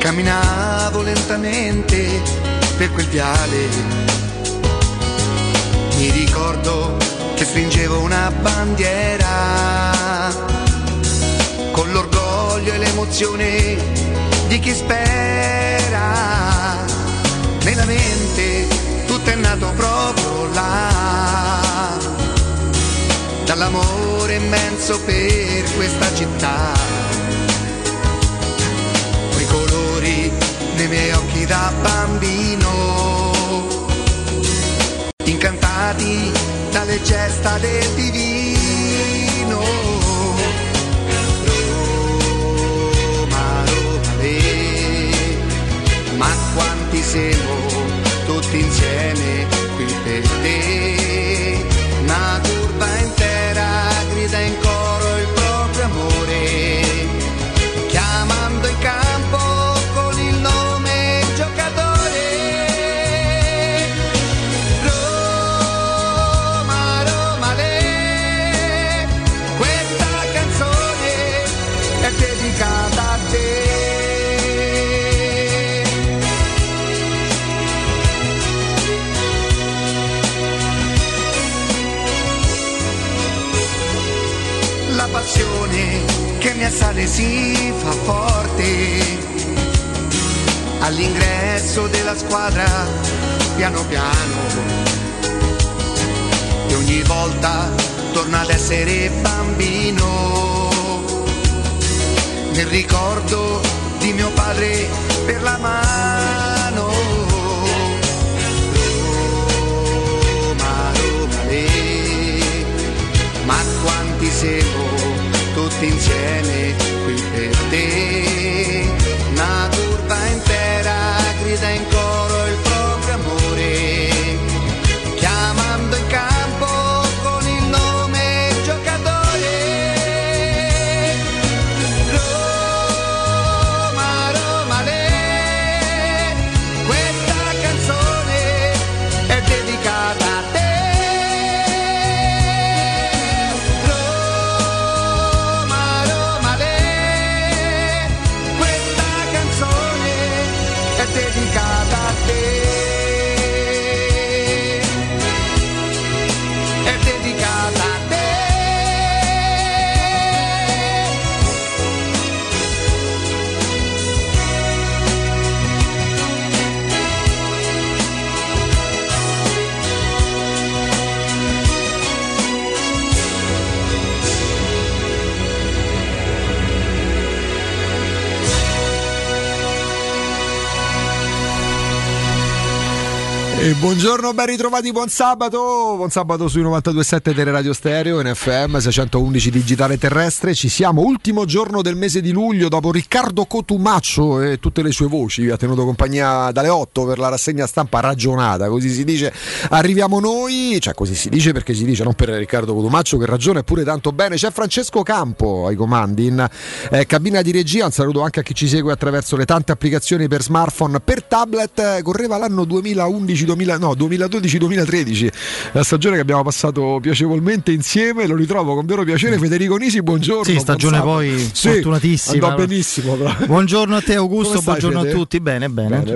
Camminavo lentamente per quel viale, mi ricordo che stringevo una bandiera, con l'orgoglio e l'emozione di chi spera. Nella mente tutto è nato proprio là, dall'amore immenso per questa città. Quei colori nei miei occhi da bambino, incantati dalle gesta del divino. Roma, Roma, ma quanti siamo tutti insieme qui per te. Una curva intera grida in coro il proprio amore, chiamando in campo con il nome giocatore. Roma, Roma, questa canzone è dedicata a te. La passione che mi assale si fa forte all'ingresso della squadra, piano piano, e ogni volta torna ad essere bambino, nel ricordo di mio padre per la mano. Roma, Roma, ma quanti siamo tutti insieme qui per te. Una curva intera grida in coro il proprio amore, chiamando in campo con il nome giocatore. Roma, Roma, questa canzone è dedicata a te. Dedicata a te, è dedicata a te. E buongiorno, ben ritrovati, buon sabato sui 92.7 Teleradio Stereo, in FM 611 digitale terrestre. Ci siamo, ultimo giorno del mese di luglio, dopo Riccardo Cotumaccio e tutte le sue voci. Vi ha tenuto compagnia dalle 8 per la rassegna stampa ragionata, così si dice. Arriviamo noi, cioè così si dice perché si dice, non per Riccardo Cotumaccio che ragiona pure tanto bene. C'è Francesco Campo ai comandi in cabina di regia. Un saluto anche a chi ci segue attraverso le tante applicazioni per smartphone, per tablet. Correva l'anno 2012-2013, la stagione che abbiamo passato piacevolmente insieme. Lo ritrovo con vero piacere Federico Nisi, buongiorno. Sì, stagione poi fortunatissima. Andò benissimo però. Buongiorno a te Augusto, stai, buongiorno Fede? A tutti. Bene.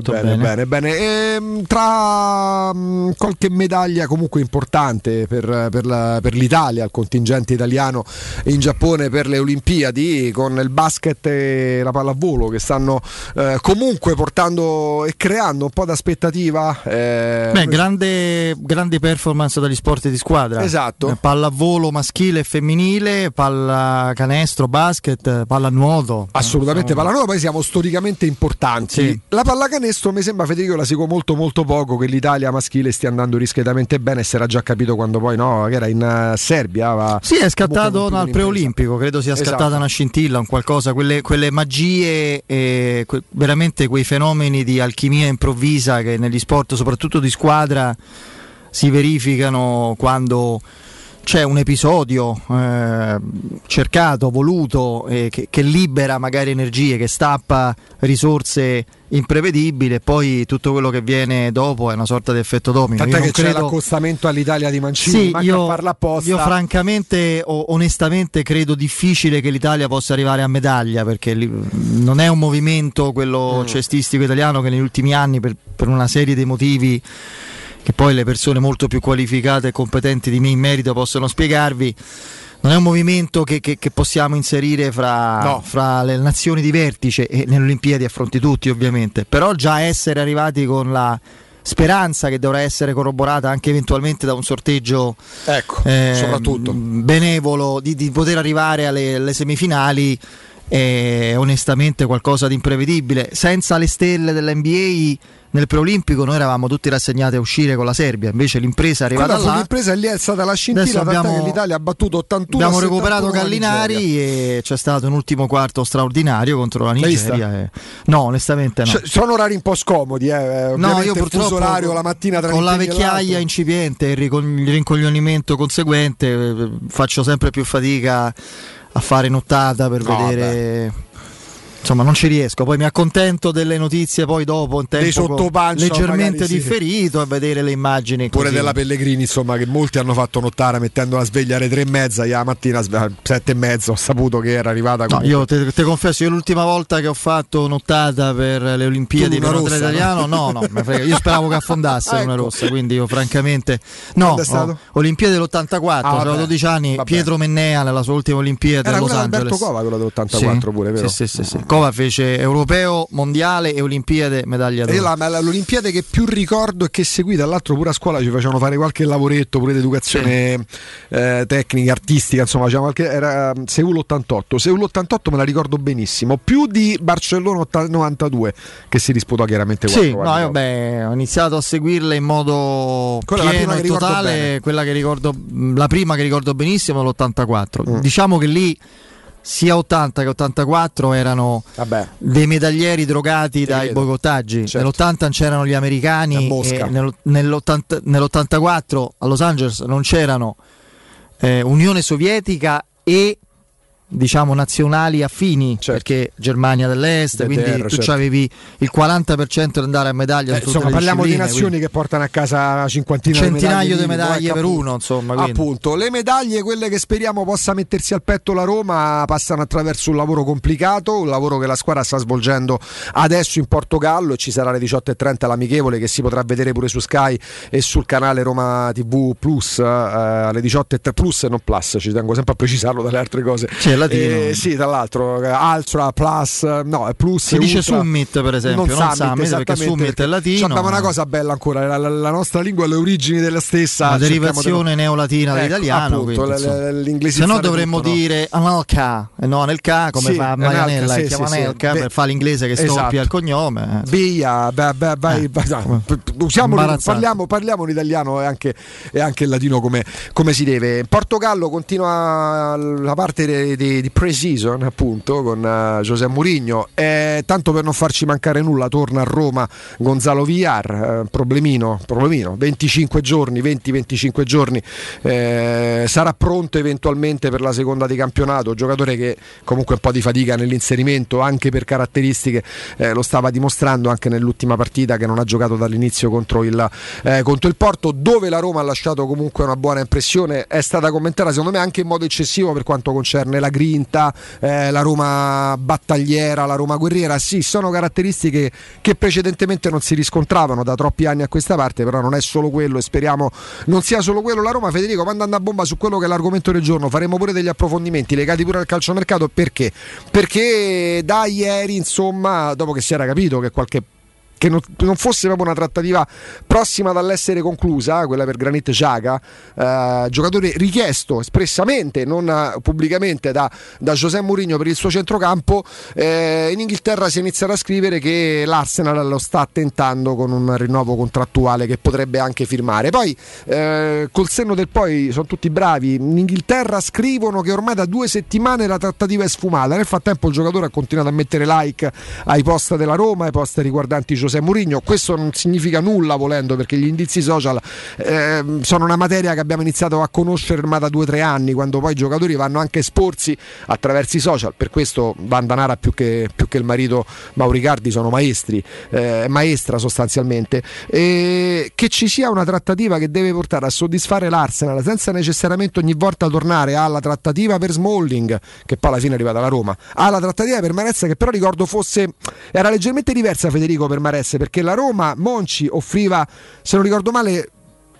Tra qualche medaglia comunque importante per l'Italia, il contingente italiano in Giappone per le Olimpiadi, con il basket e la pallavolo che stanno comunque portando e creando un po' d'aspettativa. Grande performance dagli sport di squadra. Esatto. Pallavolo maschile e femminile, pallacanestro, basket, pallanuoto. Assolutamente, pallanuoto, poi siamo storicamente importanti. Sì. La pallacanestro mi sembra, Federico, la seguo molto molto poco, che l'Italia maschile stia andando discretamente bene, e si era già capito quando poi che era in Serbia. Sì, è scattato al preolimpico, credo sia scattata una scintilla, un qualcosa, quelle magie, veramente quei fenomeni di alchimia improvvisa che negli sport, soprattutto di squadra, si verificano quando c'è un episodio cercato, voluto, che libera magari energie, che stappa risorse imprevedibili, e poi tutto quello che viene dopo è una sorta di effetto domino. Tant'è che c'è l'accostamento all'Italia di Mancini, sì, manca a farla apposta. Io francamente, onestamente, credo difficile che l'Italia possa arrivare a medaglia, perché non è un movimento quello cestistico italiano che negli ultimi anni, per una serie di motivi che poi le persone molto più qualificate e competenti di me in merito possono spiegarvi, non è un movimento che possiamo inserire fra le nazioni di vertice, e nelle Olimpiadi affronti tutti ovviamente, però già essere arrivati con la speranza, che dovrà essere corroborata anche eventualmente da un sorteggio soprattutto benevolo, di poter arrivare alle semifinali, è onestamente qualcosa di imprevedibile. Senza le stelle dell'NBA nel preolimpico noi eravamo tutti rassegnati a uscire con la Serbia, invece l'impresa è arrivata là. L'impresa lì è stata la scintilla, che l'Italia ha battuto 81. Abbiamo recuperato Gallinari e c'è stato un ultimo quarto straordinario contro la Nigeria. No, onestamente no. Sono orari un po' scomodi, no, io purtroppo orario la mattina tra con la vecchiaia incipiente e il rincoglionimento conseguente faccio sempre più fatica a fare nottata per vedere. Insomma, non ci riesco, poi mi accontento delle notizie poi dopo in tempo leggermente differito, a vedere le immagini pure così. Della Pellegrini, insomma, che molti hanno fatto nottare mettendo la sveglia alle 3:30, io la mattina 7:30 ho saputo che era arrivata comunque. No, io te confesso, io l'ultima volta che ho fatto nottata per le Olimpiadi per un italiano, no, io speravo che affondasse una rossa, quindi io francamente Olimpiadi dell'84, avevo 12 anni, Pietro Mennea nella sua ultima Olimpiade a Los Angeles. Alberto Cova quella dell'84 pure, vero? Sì. Cova fece europeo, mondiale e Olimpiade, medaglia d'oro. L'Olimpiade che più ricordo e che seguì, dall'altro pure a scuola ci facevano fare qualche lavoretto pure di educazione tecnica, artistica, insomma era Seul 88. Seul 88 me la ricordo benissimo, più di Barcellona 92 che si disputò chiaramente 4 anni. Vabbè, ho iniziato a seguirle in modo pieno e totale, la prima che ricordo benissimo è l'84. Diciamo che lì sia 80 che 84 erano dei medaglieri drogati dai boicottaggi. Nell'80 non c'erano gli americani, e nell'84 a Los Angeles non c'erano Unione Sovietica e nazionali affini, perché Germania dell'Est, quindi tu avevi il 40% di andare a medaglia. Insomma, parliamo di nazioni che portano a casa centinaio di medaglie per uno, insomma. Appunto, le medaglie, quelle che speriamo possa mettersi al petto la Roma, passano attraverso un lavoro complicato, un lavoro che la squadra sta svolgendo adesso in Portogallo, e ci sarà alle 18:30 l'amichevole che si potrà vedere pure su Sky e sul canale Roma TV Plus alle 18:30 Plus e non Plus, ci tengo sempre a precisarlo dalle altre cose. Sì, tra l'altro Ultra Plus, no, Plus si dice Summit, per esempio, non Summit, perché Summit è latino. Abbiamo una cosa bella ancora, la nostra lingua ha le origini della stessa, la derivazione neolatina dell'italiano, l'inglese. Se no dovremmo dire Anelka, no, Anelka, come fa Marianella, chiama Anelka per fare l'inglese che stoppia il cognome. Via, parliamo l'italiano e anche il latino come si deve. Portogallo continua la parte di pre-season, appunto, con José Mourinho, tanto per non farci mancare nulla torna a Roma Gonzalo Villar, problemino 25 giorni sarà pronto eventualmente per la seconda di campionato, giocatore che comunque un po' di fatica nell'inserimento anche per caratteristiche, lo stava dimostrando anche nell'ultima partita che non ha giocato dall'inizio contro il Porto, dove la Roma ha lasciato comunque una buona impressione. È stata commentata secondo me anche in modo eccessivo per quanto concerne la grinta, la Roma battagliera, la Roma guerriera. Sì, sono caratteristiche che precedentemente non si riscontravano da troppi anni a questa parte, però non è solo quello e speriamo non sia solo quello. La Roma, Federico, mandando a bomba su quello che è l'argomento del giorno, faremo pure degli approfondimenti legati pure al calciomercato. Perché da ieri, insomma, dopo che si era capito che non fosse proprio una trattativa prossima dall'essere conclusa, quella per Granit Xhaka, giocatore richiesto espressamente, non pubblicamente, da José Mourinho per il suo centrocampo, in Inghilterra si è iniziato a scrivere che l'Arsenal lo sta tentando con un rinnovo contrattuale che potrebbe anche firmare. Poi col senno del poi sono tutti bravi, in Inghilterra scrivono che ormai da 2 settimane la trattativa è sfumata. Nel frattempo il giocatore ha continuato a mettere like ai post della Roma, ai post riguardanti José José Mourinho. Questo non significa nulla volendo, perché gli indizi social sono una materia che abbiamo iniziato a conoscere ormai da 2 o 3 anni, quando poi i giocatori vanno anche esporsi attraverso i social. Per questo Vandanara più che il marito Mauricardi sono maestra sostanzialmente, che ci sia una trattativa che deve portare a soddisfare l'Arsenal senza necessariamente ogni volta tornare alla trattativa per Smalling, che poi alla fine è arrivata alla Roma, alla trattativa per Mahrez, che però ricordo era leggermente diversa, Federico, per Mahrez, perché la Roma Monchi offriva, se non ricordo male,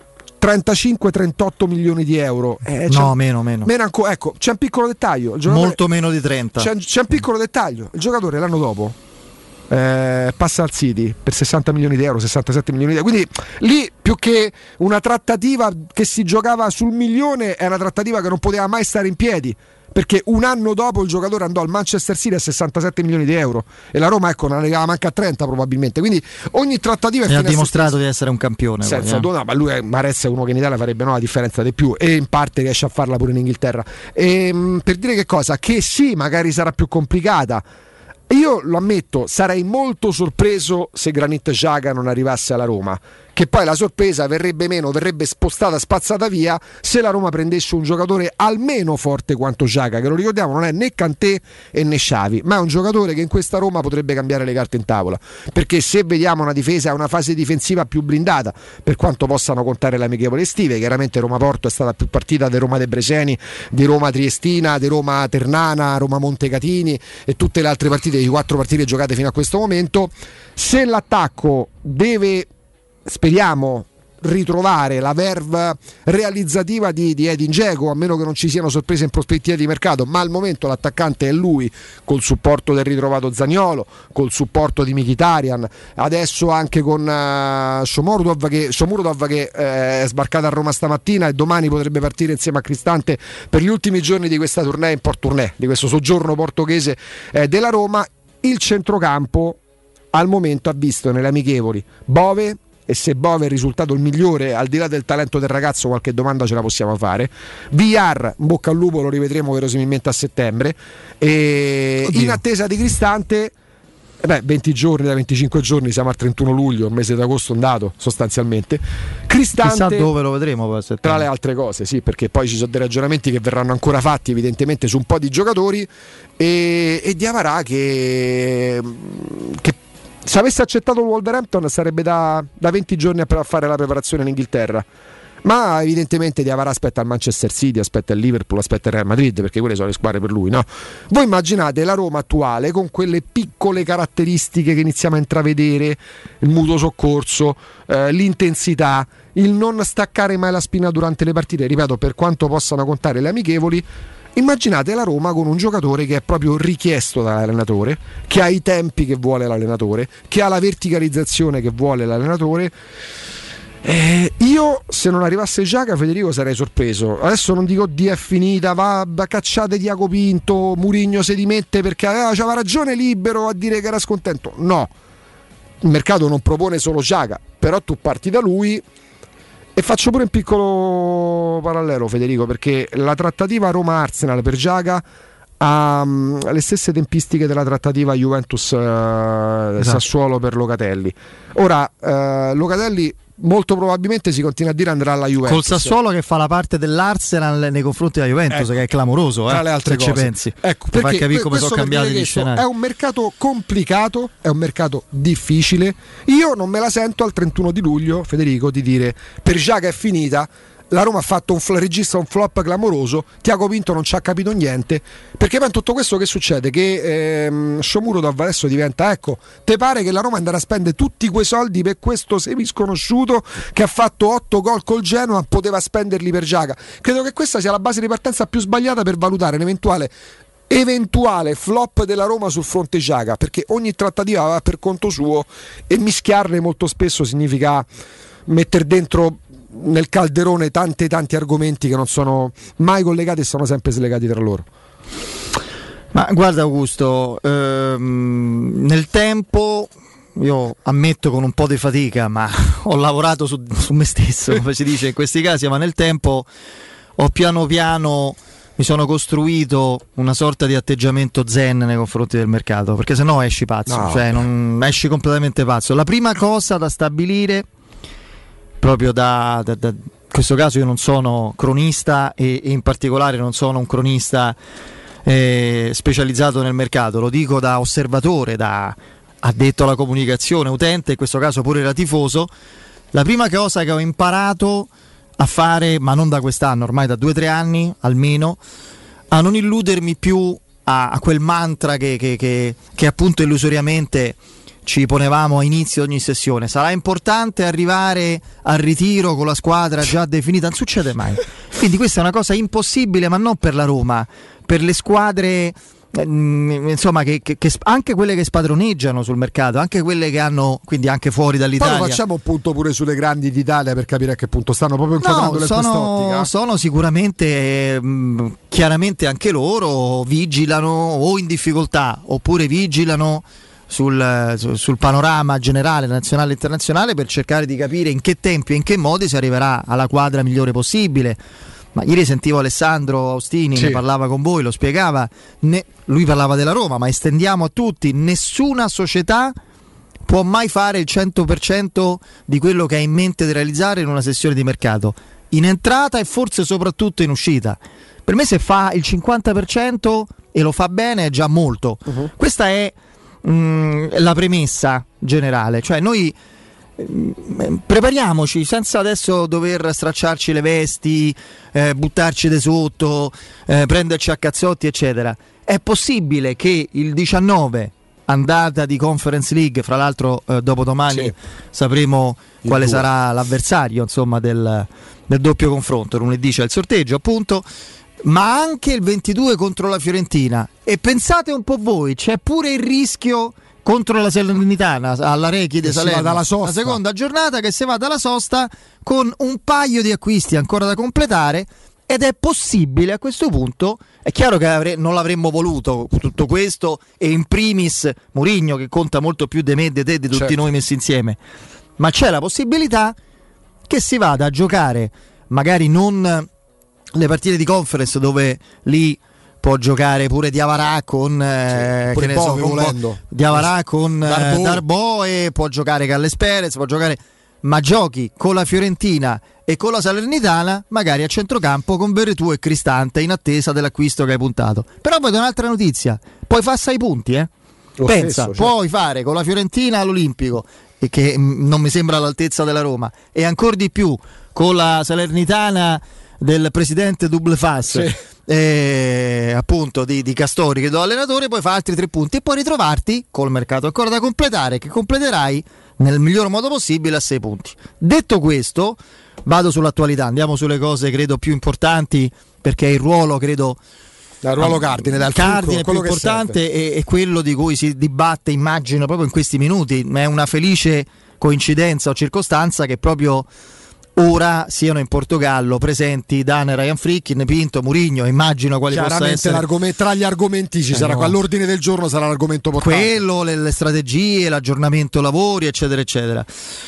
35-38 milioni di euro. No, meno ancora. Ecco, c'è un piccolo dettaglio, molto meno di 30. C'è un piccolo dettaglio, il giocatore l'anno dopo passa al City per 60 milioni di euro, 67 milioni di euro. Quindi lì, più che una trattativa che si giocava sul milione, è una trattativa che non poteva mai stare in piedi, perché un anno dopo il giocatore andò al Manchester City a 67 milioni di euro e la Roma, ecco, non arrivava manca a 30 probabilmente. Quindi ogni trattativa ha dimostrato di essere un campione senza no, ma lui Mahrez è uno che in Italia farebbe la differenza di più, e in parte riesce a farla pure in Inghilterra. Per dire che cosa? Che sì, magari sarà più complicata. Io lo ammetto, sarei molto sorpreso se Granit Xhaka non arrivasse alla Roma, che poi la sorpresa verrebbe meno, verrebbe spostata, spazzata via se la Roma prendesse un giocatore almeno forte quanto Xhaka, che lo ricordiamo non è né Kanté e né Xavi, ma è un giocatore che in questa Roma potrebbe cambiare le carte in tavola, perché se vediamo una difesa, una fase difensiva più blindata, per quanto possano contare le amichevoli estive, chiaramente Roma-Porto è stata più partita di Roma De Breseni, di Roma Triestina, di Roma Ternana, Roma Montecatini e tutte le altre partite, i 4 partite giocate fino a questo momento. Se l'attacco deve, speriamo, ritrovare la verve realizzativa di Edin Dzeko, a meno che non ci siano sorprese in prospettiva di mercato, ma al momento l'attaccante è lui, col supporto del ritrovato Zaniolo, col supporto di Mkhitaryan, adesso anche con Shomurodov che è sbarcato a Roma stamattina e domani potrebbe partire insieme a Cristante per gli ultimi giorni di questa tournée, di questo soggiorno portoghese della Roma. Il centrocampo al momento ha visto nelle amichevoli Bove, e se Bove è il risultato il migliore, al di là del talento del ragazzo, qualche domanda ce la possiamo fare. Villar, in bocca al lupo, lo rivedremo verosimilmente a settembre, e in attesa di Cristante 20 giorni, da 25 giorni siamo al 31 luglio, un mese d'agosto andato sostanzialmente. Cristante, chissà dove lo vedremo poi, tra le altre cose, sì, perché poi ci sono dei ragionamenti che verranno ancora fatti evidentemente su un po' di giocatori, e Diawara che se avesse accettato il Wolverhampton sarebbe da 20 giorni a fare la preparazione in Inghilterra, ma evidentemente Diawara aspetta il Manchester City, aspetta il Liverpool, aspetta il Real Madrid, perché quelle sono le squadre per lui, no? Voi immaginate la Roma attuale con quelle piccole caratteristiche che iniziamo a intravedere, il mutuo soccorso, l'intensità, il non staccare mai la spina durante le partite, ripeto, per quanto possano contare le amichevoli. Immaginate la Roma con un giocatore che è proprio richiesto dall'allenatore, che ha i tempi che vuole l'allenatore, che ha la verticalizzazione che vuole l'allenatore. Io, se non arrivasse Xhaka, Federico, sarei sorpreso. Adesso non dico è finita, va cacciate Tiago Pinto, Mourinho si dimette perché aveva ragione libero a dire che era scontento. No, il mercato non propone solo Xhaka, però tu parti da lui. E faccio pure un piccolo parallelo, Federico, perché la trattativa Roma-Arsenal per Xhaka ha le stesse tempistiche della trattativa Juventus-Sassuolo per Locatelli. Ora, Locatelli molto probabilmente, si continua a dire, andrà alla Juventus, col Sassuolo che fa la parte dell'Arsenal nei confronti della Juventus, che è clamoroso, tra le altre cose. Ci pensi, ecco, per far capire come sono cambiati gli scenari. È un mercato complicato, è un mercato difficile. Io non me la sento al 31 di luglio, Federico, di dire per Xhaka è finita. La Roma ha fatto registra un flop clamoroso, Tiago Pinto non ci ha capito niente, perché poi in tutto questo che succede? Che Shomurodov adesso diventa, te pare che la Roma andrà a spendere tutti quei soldi per questo semisconosciuto che ha fatto 8 gol col Genoa, poteva spenderli per Xhaka? Credo che questa sia la base di partenza più sbagliata per valutare eventuale flop della Roma sul fronte Xhaka, perché ogni trattativa va per conto suo e mischiarle molto spesso significa mettere dentro nel calderone tanti argomenti che non sono mai collegati e sono sempre slegati tra loro. Ma guarda Augusto, nel tempo, io ammetto con un po' di fatica, ma ho lavorato su me stesso, come si dice in questi casi, ma nel tempo ho piano piano mi sono costruito una sorta di atteggiamento zen nei confronti del mercato, perché sennò esci pazzo, non esci completamente pazzo. La prima cosa da stabilire, proprio in questo caso io non sono cronista e in particolare non sono un cronista specializzato nel mercato, lo dico da osservatore, da addetto alla comunicazione, utente, in questo caso pure da tifoso. La prima cosa che ho imparato a fare, ma non da quest'anno, ormai da 2 o 3 anni almeno, a non illudermi più a quel mantra che appunto illusoriamente ci ponevamo a inizio ogni sessione. Sarà importante arrivare al ritiro con la squadra già definita, non succede mai. Quindi questa è una cosa impossibile, ma non per la Roma, per le squadre insomma che anche quelle che spadroneggiano sul mercato, anche quelle che hanno, quindi anche fuori dall'Italia. Poi facciamo un punto pure sulle grandi d'Italia per capire a che punto stanno proprio inquadrando quest'ottica. Sono sicuramente chiaramente anche loro vigilano o in difficoltà oppure vigilano sul panorama generale nazionale e internazionale per cercare di capire in che tempi e in che modi si arriverà alla quadra migliore possibile. Ma ieri sentivo Alessandro Austini, ne parlava con voi, lo spiegava, lui parlava della Roma, ma estendiamo a tutti: nessuna società può mai fare il 100% di quello che ha in mente di realizzare in una sessione di mercato, in entrata e forse soprattutto in uscita. Per me se fa il 50% e lo fa bene è già molto. Questa è la premessa generale, cioè noi prepariamoci senza adesso dover stracciarci le vesti, buttarci di sotto, prenderci a cazzotti eccetera. È possibile che il 19 andata di Conference League, fra l'altro dopodomani sapremo quale sarà l'avversario, insomma, del doppio confronto, lunedì c'è il sorteggio appunto, ma anche il 22 contro la Fiorentina, e pensate un po' voi, c'è pure il rischio contro la Salernitana alla Rechi de Salerno, la seconda giornata, che si va dalla sosta con un paio di acquisti ancora da completare, ed è possibile a questo punto. È chiaro che non l'avremmo voluto tutto questo, e in primis Mourinho, che conta molto più di me, di te, di tutti noi messi insieme, ma c'è la possibilità che si vada a giocare magari non le partite di Conference, dove lì può giocare pure Diawara con Diawara con Darboe, e può giocare Galles Perez, può giocare, ma giochi con la Fiorentina e con la Salernitana magari a centrocampo con Veretù e Cristante, in attesa dell'acquisto che hai puntato. Però poi da un'altra notizia, puoi fare 6 punti, pensa, stesso, puoi fare con la Fiorentina all'Olimpico, e che non mi sembra all'altezza della Roma, e ancora di più con la Salernitana del presidente Double Fas, appunto di Castori, che do allenatore, poi fa altri 3 punti e poi ritrovarti col mercato ancora da completare, che completerai nel miglior modo possibile a 6 punti. Detto questo, vado sull'attualità, andiamo sulle cose credo più importanti, perché il ruolo credo il ruolo cardine più importante è quello di cui si dibatte, immagino, proprio in questi minuti. È una felice coincidenza o circostanza che proprio ora siano in Portogallo presenti Dane, Ryan Frickin, Pinto, Mourinho, immagino quali possa essere. Tra gli argomenti ci sarà, all'ordine del giorno sarà l'argomento portante. Quello, le strategie, l'aggiornamento lavori, eccetera eccetera.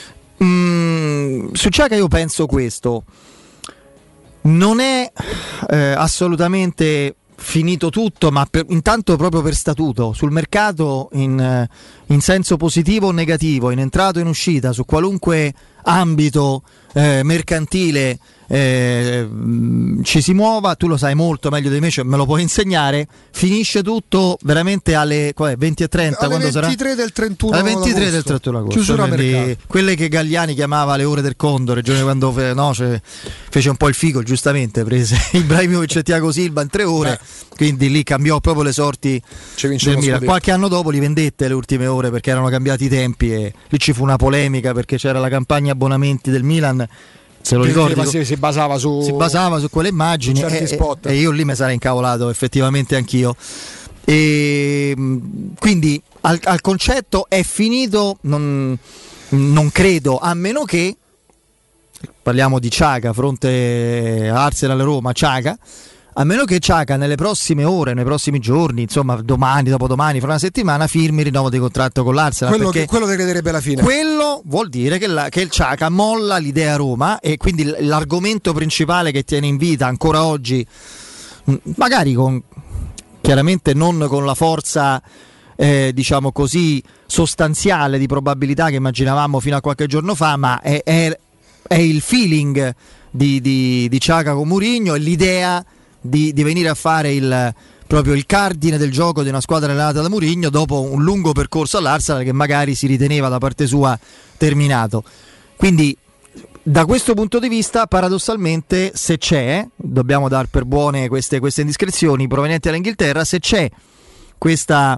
Su Xhaka io penso questo: non è assolutamente finito tutto, ma intanto proprio per statuto sul mercato, in senso positivo o negativo, in entrata o in uscita, su qualunque ambito mercantile ci si muova, tu lo sai molto meglio di me, cioè me lo puoi insegnare, finisce tutto veramente alle 20:30, alle 23 del 31 alle 23 del 31 agosto, chiusura mercato. Quelle che Galliani chiamava le ore del Condor, il giorno quando fece un po' il figo, giustamente prese Ibrahimovic e Thiago Silva in 3 ore, quindi lì cambiò proprio le sorti del Milan. Qualche anno dopo li vendette le ultime ore, perché erano cambiati i tempi, e lì ci fu una polemica perché c'era la campagna abbonamenti del Milan, se lo ricordi, si basava su quelle immagini, e io lì mi sarei incavolato effettivamente anch'io. E quindi al concetto è finito, non credo, a meno che parliamo di Xhaka fronte Arsenal-Roma. A meno che Xhaka nelle prossime ore, nei prossimi giorni, insomma domani, dopodomani, fra una settimana, firmi il rinnovo di contratto con l'Arsenal. Quello decrederebbe la fine. Quello vuol dire che il Xhaka molla l'idea Roma, e quindi l'argomento principale che tiene in vita ancora oggi magari chiaramente non con la forza diciamo così sostanziale di probabilità che immaginavamo fino a qualche giorno fa, ma è il feeling di Xhaka con Mourinho, e l'idea di venire a fare proprio il cardine del gioco di una squadra allenata da Mourinho dopo un lungo percorso all'Arsenal che magari si riteneva da parte sua terminato. Quindi da questo punto di vista, paradossalmente, se c'è, dobbiamo dar per buone queste indiscrezioni provenienti dall'Inghilterra, se c'è questa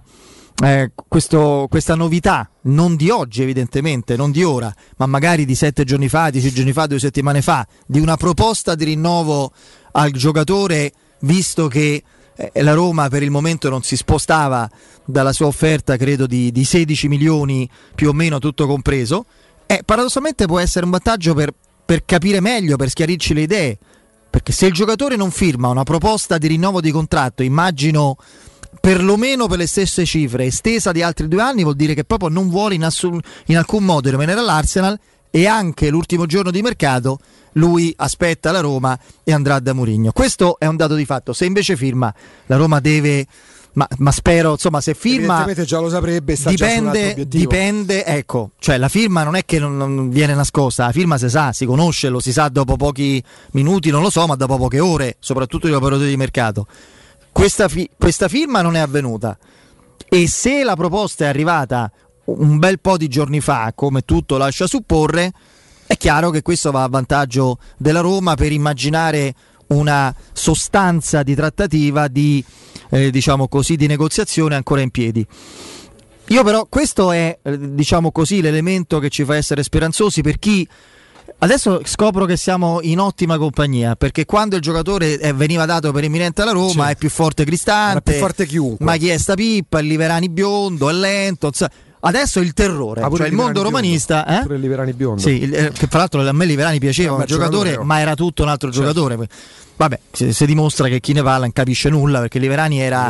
novità, non di oggi evidentemente, non di ora, ma magari di 7 giorni fa, 10 giorni fa, 2 settimane fa, di una proposta di rinnovo al giocatore, visto che la Roma per il momento non si spostava dalla sua offerta, credo di 16 milioni più o meno tutto compreso, paradossalmente può essere un vantaggio per capire meglio, per schiarirci le idee, perché se il giocatore non firma una proposta di rinnovo di contratto, immagino perlomeno per le stesse cifre, estesa di altri 2 anni, vuol dire che proprio non vuole in alcun modo rimanere all'Arsenal, e anche l'ultimo giorno di mercato lui aspetta la Roma e andrà da Mourinho. Questo è un dato di fatto. Se invece firma, la Roma deve, ma spero, insomma, se firma evidentemente già lo saprebbe, sta dipende, ecco, cioè la firma non è che non viene nascosta, la firma si sa, si conosce, lo si sa dopo pochi minuti, non lo so, ma dopo poche ore, soprattutto gli operatori di mercato. Questa firma non è avvenuta, e se la proposta è arrivata un bel po' di giorni fa, come tutto lascia supporre, è chiaro che questo va a vantaggio della Roma per immaginare una sostanza di trattativa, diciamo così, di negoziazione ancora in piedi. Io però, questo è diciamo così l'elemento che ci fa essere speranzosi, per chi adesso scopro che siamo in ottima compagnia, perché quando il giocatore veniva dato per imminente alla Roma, è più forte Cristante, era più forte chiunque, ma chi è sta pippa, il Liverani biondo, è lento, adesso il terrore, cioè il mondo romanista, pure il Liverani biondo, sì, che fra l'altro a me Liverani piaceva un giocatore, ma era tutto un altro giocatore. Vabbè, si dimostra che chi ne parla non capisce nulla, perché Liverani era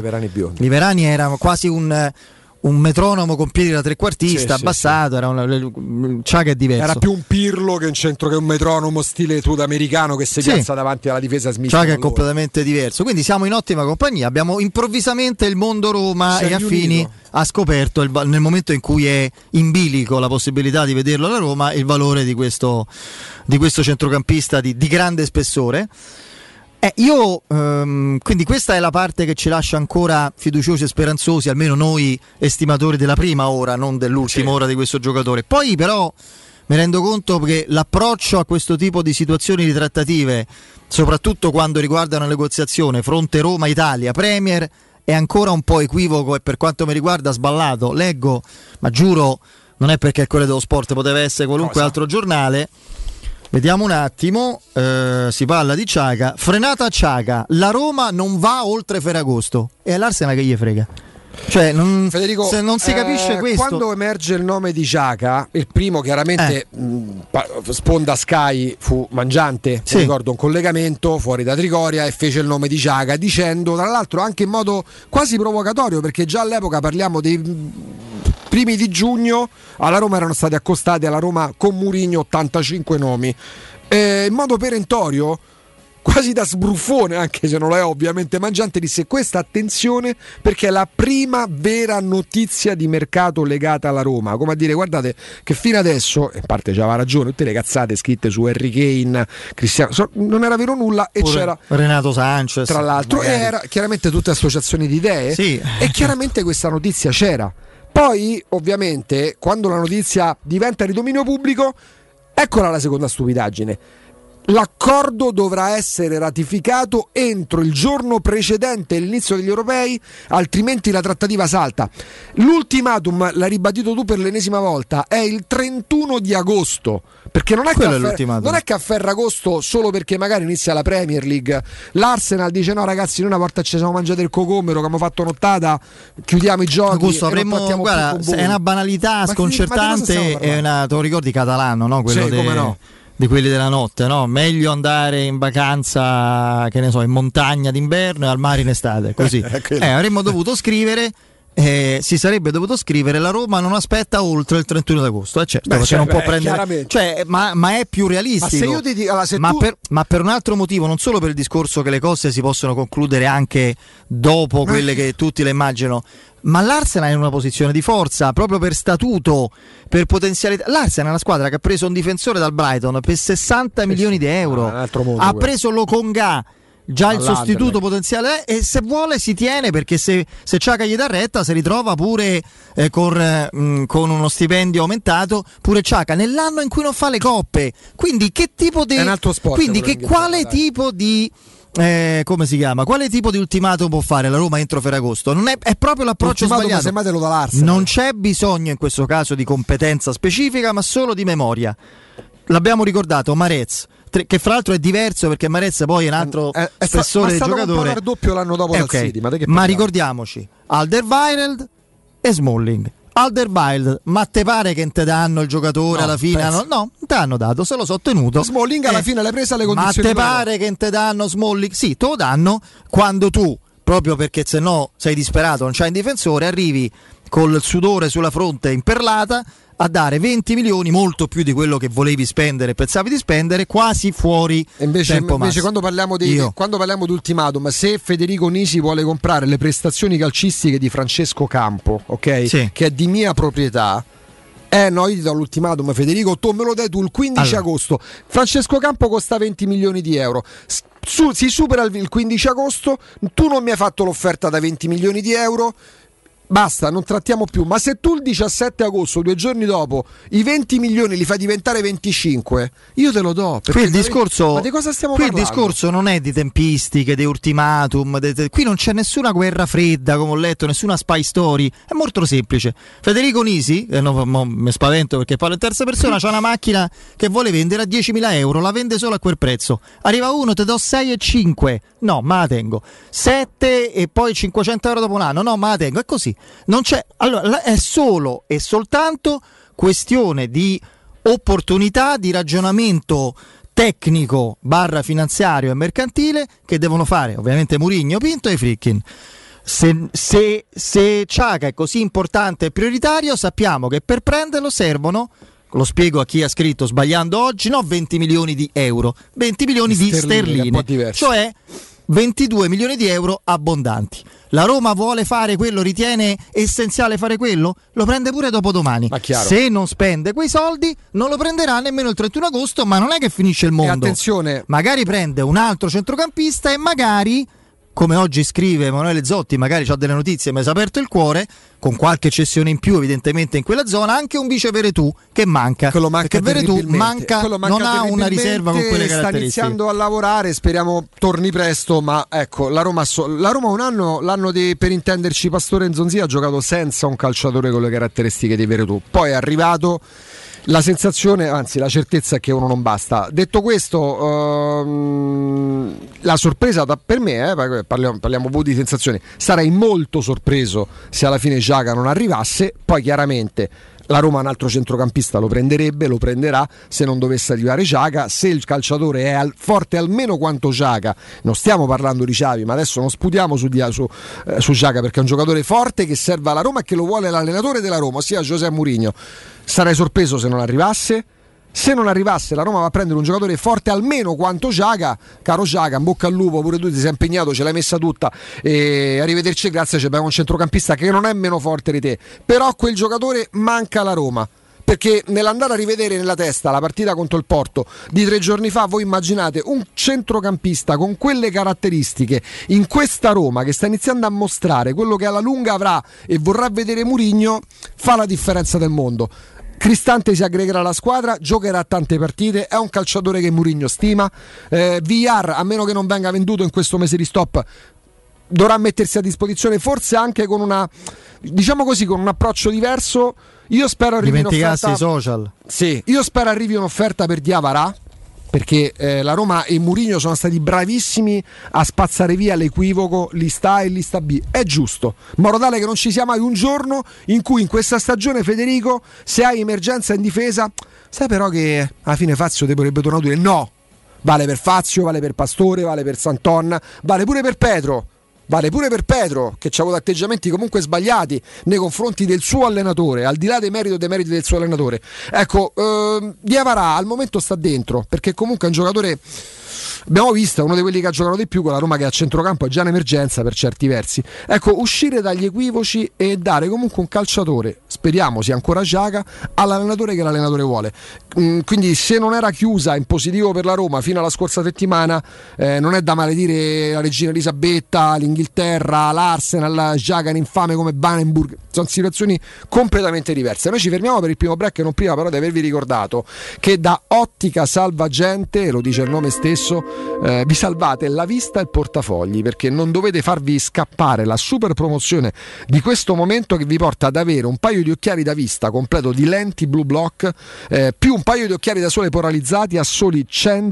quasi un metronomo con piedi da trequartista, abbassato, era Xhaka è diverso. Era più un Pirlo che un metronomo stile sudamericano che si piazza davanti alla difesa Smith. Xhaka è completamente diverso. Quindi siamo in ottima compagnia. Abbiamo improvvisamente il mondo Roma e affini ha scoperto nel momento in cui è in bilico la possibilità di vederlo alla Roma, il valore di questo centrocampista di grande spessore. Quindi questa è la parte che ci lascia ancora fiduciosi e speranzosi, almeno noi estimatori della prima ora, non dell'ultima ora di questo giocatore. Poi però mi rendo conto che l'approccio a questo tipo di situazioni di trattative, soprattutto quando riguarda una negoziazione fronte Roma-Italia, Premier, è ancora un po' equivoco e per quanto mi riguarda sballato. Leggo, ma giuro, non è perché il Corriere dello Sport, poteva essere qualunque altro giornale. Vediamo un attimo, si parla di Xhaka, frenata Xhaka, la Roma non va oltre Ferragosto, e all'Arsenal che gli frega? Cioè Federico, se non si capisce questo. Quando emerge il nome di Xhaka, il primo chiaramente sponda Sky fu Mangiante, ricordo un collegamento fuori da Trigoria e fece il nome di Xhaka, dicendo tra l'altro anche in modo quasi provocatorio, perché già all'epoca, parliamo dei primi di giugno, alla Roma erano stati accostati alla Roma con Mourinho 85 nomi, in modo perentorio, quasi da sbruffone, anche se non lo è ovviamente Mangiante, disse questa attenzione perché è la prima vera notizia di mercato legata alla Roma, come a dire guardate che fino adesso, in parte già aveva ragione, tutte le cazzate scritte su Harry Kane, Cristiano, non era vero nulla, e c'era Renato Sanchez tra l'altro, e era chiaramente tutte associazioni di idee, e chiaramente questa notizia c'era. Poi ovviamente quando la notizia diventa di dominio pubblico, eccola la seconda stupidaggine: l'accordo dovrà essere ratificato entro il giorno precedente l'inizio degli europei, altrimenti la trattativa salta. L'ultimatum, l'hai ribadito tu per l'ennesima volta, è il 31 di agosto, perché non è che a Ferragosto, solo perché magari inizia la Premier League, l'Arsenal dice no ragazzi, noi una volta ci siamo mangiati il cocomero, che abbiamo fatto nottata, chiudiamo i giochi, Augusto, guarda, è una banalità sconcertante, è una, te lo ricordi Catalano, no? Quello di quelli della notte, no? Meglio andare in vacanza, che ne so, in montagna d'inverno e al mare in estate, così. Avremmo dovuto scrivere si sarebbe dovuto scrivere: la Roma non aspetta oltre il 31 d'agosto. Certo, perché non può prendere, ma è più realistico. Ma, se io ti dico, allora, ma per un altro motivo, non solo per il discorso che le cose si possono concludere anche dopo quelle che tutti le immaginano, ma l'Arsenal è in una posizione di forza proprio per statuto, per potenzialità. L'Arsenal è una squadra che ha preso un difensore dal Brighton per 60 milioni di euro, ha preso Lokonga, già il sostituto potenziale, e se vuole si tiene, perché se Xhaka gli dà retta si ritrova pure con uno stipendio aumentato pure Xhaka nell'anno in cui non fa le coppe. Quindi che tipo di, è un altro sport, quindi quale tipo di come si chiama? Quale tipo di ultimatum può fare la Roma entro Ferragosto? Non è proprio l'approccio sbagliato. Non c'è bisogno in questo caso di competenza specifica, ma solo di memoria. L'abbiamo ricordato, Marez, che fra l'altro è diverso perché Marez poi è un altro spessore di giocatore. Ma doppio l'anno dopo dal City, ma ricordiamoci Alderweireld e Smalling. Alderweireld, ma te pare che non te danno il giocatore alla fine? No, non te l'hanno dato, se lo so tenuto. Smalling alla fine l'hai presa le condizioni. Ma te pare che non te danno Smalling? Sì, te lo danno quando tu, proprio perché se no sei disperato, non c'hai un difensore, arrivi col sudore sulla fronte imperlata a dare 20 milioni, molto più di quello che volevi spendere, pensavi di spendere, quasi fuori tempo. Invece quando parliamo di ultimatum, se Federico Nisi vuole comprare le prestazioni calcistiche di Francesco Campo, ok? Sì. Che è di mia proprietà, no, io ti do l'ultimatum, Federico, tu me lo dai tu il 15 agosto. Francesco Campo costa 20 milioni di euro. Si supera il 15 agosto, tu non mi hai fatto l'offerta da 20 milioni di euro. Basta, non trattiamo più. Ma se tu il 17 agosto, 2 giorni dopo, i 20 milioni li fai diventare 25, io te lo do. Qui il discorso, ma di cosa stiamo parlando? Il discorso non è di tempistiche, di ultimatum, qui non c'è nessuna guerra fredda, come ho letto, nessuna spy story. È molto semplice. Federico Nisi, mi spavento perché parlo in terza persona, c'ha una macchina che vuole vendere a 10.000 euro, la vende solo a quel prezzo. Arriva uno, te do 6,5. No, ma la tengo. 7 e poi 500 euro dopo un anno. No, ma la tengo. È così. Non c'è, allora è solo e soltanto questione di opportunità, di ragionamento tecnico / finanziario e mercantile che devono fare ovviamente Mourinho, Pinto e Friedkin. Se Xhaka è così importante e prioritario, sappiamo che per prenderlo servono, lo spiego a chi ha scritto sbagliando oggi, no 20 milioni di euro, 20 milioni di sterline, cioè 22 milioni di euro abbondanti. La Roma vuole fare quello, ritiene essenziale fare quello? Lo prende pure dopodomani. Se non spende quei soldi non lo prenderà nemmeno il 31 agosto, ma non è che finisce il mondo. E attenzione, magari prende un altro centrocampista e magari, come oggi scrive Emanuele Zotti, magari c'ha delle notizie, mi si è aperto il cuore, con qualche cessione in più evidentemente in quella zona, anche un vice Veretù che manca, perché Veretù non ha una riserva con quelle caratteristiche. Sta iniziando a lavorare, speriamo torni presto, ma ecco, la Roma un anno, l'anno per intenderci Pastore Nzonzi, ha giocato senza un calciatore con le caratteristiche di Veretù, poi è arrivato. La sensazione, anzi la certezza è che uno non basta. Detto questo, la sorpresa per me, parliamo di sensazioni, sarei molto sorpreso se alla fine Xhaka non arrivasse. Poi chiaramente la Roma un altro centrocampista lo prenderà se non dovesse arrivare Xhaka. Se il calciatore è forte almeno quanto Xhaka, non stiamo parlando di Xavi, ma adesso non sputiamo su Xhaka, perché è un giocatore forte che serve alla Roma e che lo vuole l'allenatore della Roma, ossia José Mourinho. Sarei sorpreso se non arrivasse. Se non arrivasse, la Roma va a prendere un giocatore forte almeno quanto Xhaka. Caro Xhaka, in bocca al lupo, pure tu ti sei impegnato, ce l'hai messa tutta, e arrivederci, grazie, c'è un centrocampista che non è meno forte di te, però quel giocatore manca alla Roma. Perché nell'andare a rivedere nella testa la partita contro il Porto di 3 giorni fa, voi immaginate un centrocampista con quelle caratteristiche in questa Roma che sta iniziando a mostrare quello che alla lunga avrà e vorrà vedere Mourinho, fa la differenza del mondo. Cristante si aggregherà alla squadra, giocherà tante partite, è un calciatore che Mourinho stima. Villar, a meno che non venga venduto in questo mese di stop, dovrà mettersi a disposizione, forse anche con una, diciamo così, con un approccio diverso. Io spero arrivi un'offerta. Social. Sì, io spero arrivi un'offerta per Diawara, perché la Roma e Mourinho sono stati bravissimi a spazzare via l'equivoco lista A e lista B. È giusto, in modo tale che non ci sia mai un giorno in cui in questa stagione, Federico, se hai emergenza in difesa, sai però che alla fine Fazio ti potrebbe tornare a dire no. Vale per Fazio, vale per Pastore, vale per Santon, vale pure per Pedro. vale pure per Pedro, che ha avuto atteggiamenti comunque sbagliati nei confronti del suo allenatore, al di là dei meriti del suo allenatore. Ecco, Diawara al momento sta dentro, perché comunque è un giocatore, abbiamo visto, uno di quelli che ha giocato di più con la Roma, che a centrocampo è già un'emergenza per certi versi. Ecco, uscire dagli equivoci e dare comunque un calciatore, speriamo sia ancora Xhaka, all'allenatore che l'allenatore vuole. Quindi se non era chiusa in positivo per la Roma fino alla scorsa settimana, non è da maledire la regina Elisabetta, l'Inghilterra, l'Arsenal, Xhaka infame come Vandenberg. Sono situazioni completamente diverse. Noi ci fermiamo per il primo break, non prima però di avervi ricordato che da Ottica Salvagente, lo dice il nome stesso, vi salvate la vista e il portafogli, perché non dovete farvi scappare la super promozione di questo momento, che vi porta ad avere un paio di occhiali da vista completo di lenti Blue Block, più un paio di occhiali da sole polarizzati a soli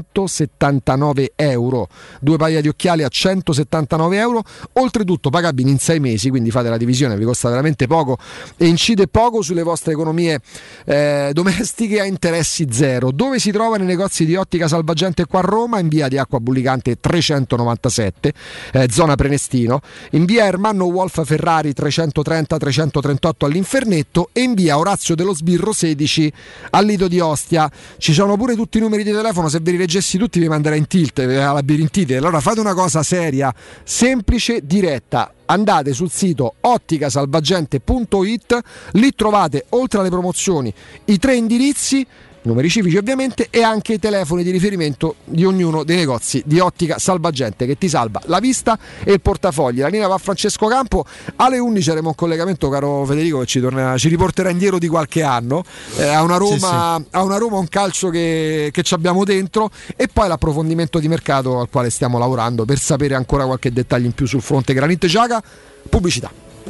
179 euro. 2 paia di occhiali a 179 euro, oltretutto pagabili in 6 mesi, quindi fate la divisione, vi costa veramente poco e incide poco sulle vostre economie domestiche a interessi zero. Dove si trovano i negozi di Ottica Salvagente qua a Roma? In via di Acqua Bullicante 397, zona Prenestino, in via Ermanno Wolf Ferrari 330-338 all'Infernetto e in via Orazio dello Sbirro 16 al Lido di Ostia. Ci sono pure tutti i numeri di telefono, se ve li leggessi tutti vi manderei in tilt, a labirintite. Allora fate una cosa seria, semplice, diretta. Andate sul sito otticasalvagente.it, lì trovate, oltre alle promozioni, i 3 indirizzi, numeri civici ovviamente, e anche i telefoni di riferimento di ognuno dei negozi di Ottica Salvagente, che ti salva la vista e il portafogli. La linea va a Francesco Campo, alle 11 avremo un collegamento, caro Federico, che ci riporterà indietro di qualche anno, a una Roma, un calcio che ci abbiamo dentro, e poi l'approfondimento di mercato al quale stiamo lavorando per sapere ancora qualche dettaglio in più sul fronte Granit Xhaka. Pubblicità.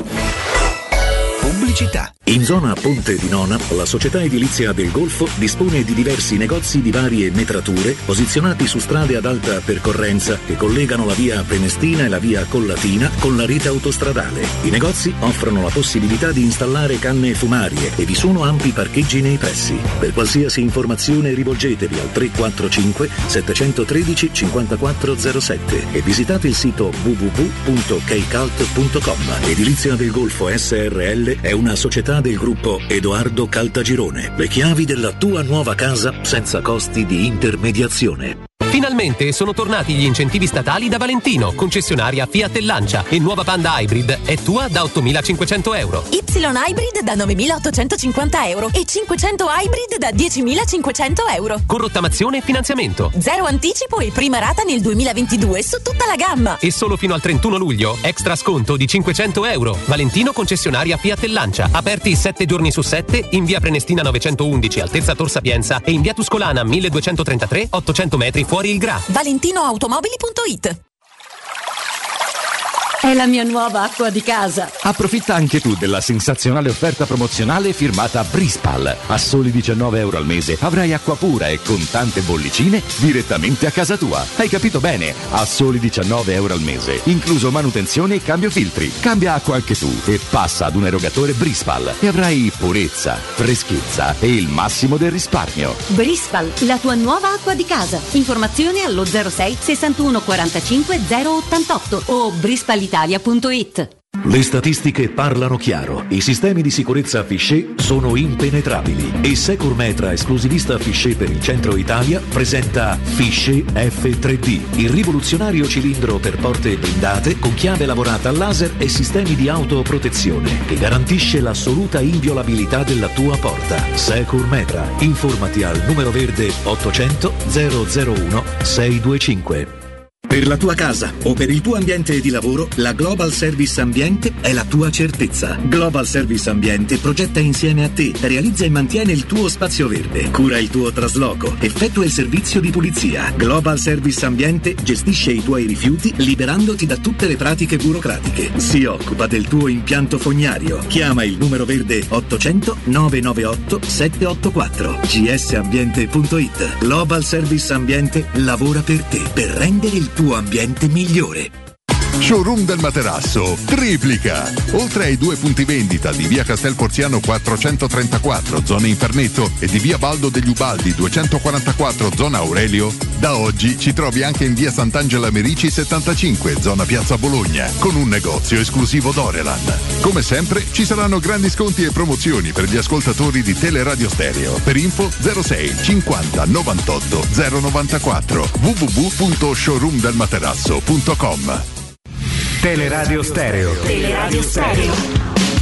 In zona Ponte di Nona, la società edilizia del Golfo dispone di diversi negozi di varie metrature posizionati su strade ad alta percorrenza che collegano la via Prenestina e la via Collatina con la rete autostradale. I negozi offrono la possibilità di installare canne fumarie e vi sono ampi parcheggi nei pressi. Per qualsiasi informazione rivolgetevi al 345 713 5407 e visitate il sito www.keicalt.com. Edilizia del Golfo SRL è una società del gruppo Edoardo Caltagirone. Le chiavi della tua nuova casa senza costi di intermediazione. Finalmente sono tornati gli incentivi statali da Valentino, concessionaria Fiat e Lancia, e nuova Panda Hybrid è tua da 8.500 euro. Y Hybrid da 9.850 euro e 500 Hybrid da 10.500 euro. Con rottamazione e finanziamento. Zero anticipo e prima rata nel 2022 su tutta la gamma. E solo fino al 31 luglio, extra sconto di 500 euro. Valentino, concessionaria Fiat e Lancia. Aperti 7 giorni su 7 in via Prenestina 911, altezza Tor Sapienza, e in via Tuscolana 1233, 800 metri fuori il Gra. ValentinoAutomobili.it. È la mia nuova acqua di casa. Approfitta anche tu della sensazionale offerta promozionale firmata Brispal. A soli 19 euro al mese avrai acqua pura e con tante bollicine direttamente a casa tua. Hai capito bene? A soli 19 euro al mese, incluso manutenzione e cambio filtri. Cambia acqua anche tu e passa ad un erogatore Brispal e avrai purezza, freschezza e il massimo del risparmio. Brispal, la tua nuova acqua di casa. Informazioni allo 06 61 45 088 o brispal.it. Le statistiche parlano chiaro. I sistemi di sicurezza Fichet sono impenetrabili e Securmetra, esclusivista Fichet per il centro Italia, presenta Fichet F3D, il rivoluzionario cilindro per porte blindate con chiave lavorata a laser e sistemi di autoprotezione che garantisce l'assoluta inviolabilità della tua porta. Securmetra. Informati al numero verde 800 001 625. Per la tua casa o per il tuo ambiente di lavoro, la Global Service Ambiente è la tua certezza. Global Service Ambiente progetta insieme a te, realizza e mantiene il tuo spazio verde, cura il tuo trasloco, effettua il servizio di pulizia. Global Service Ambiente gestisce i tuoi rifiuti liberandoti da tutte le pratiche burocratiche. Si occupa del tuo impianto fognario. Chiama il numero verde 800 998 784. gsambiente.it. Global Service Ambiente lavora per te, per rendere il tuo ambiente migliore. Showroom del Materasso triplica. Oltre ai 2 punti vendita di via Castel Porziano 434, zona Infernetto, e di via Baldo degli Ubaldi 244, zona Aurelio, da oggi ci trovi anche in via Sant'Angela Merici 75, zona Piazza Bologna, con un negozio esclusivo Dorelan. Come sempre ci saranno grandi sconti e promozioni per gli ascoltatori di Teleradio Stereo. Per info 06 50 98 094 www.showroomdelmaterasso.com. Teleradio Stereo. Teleradio Stereo.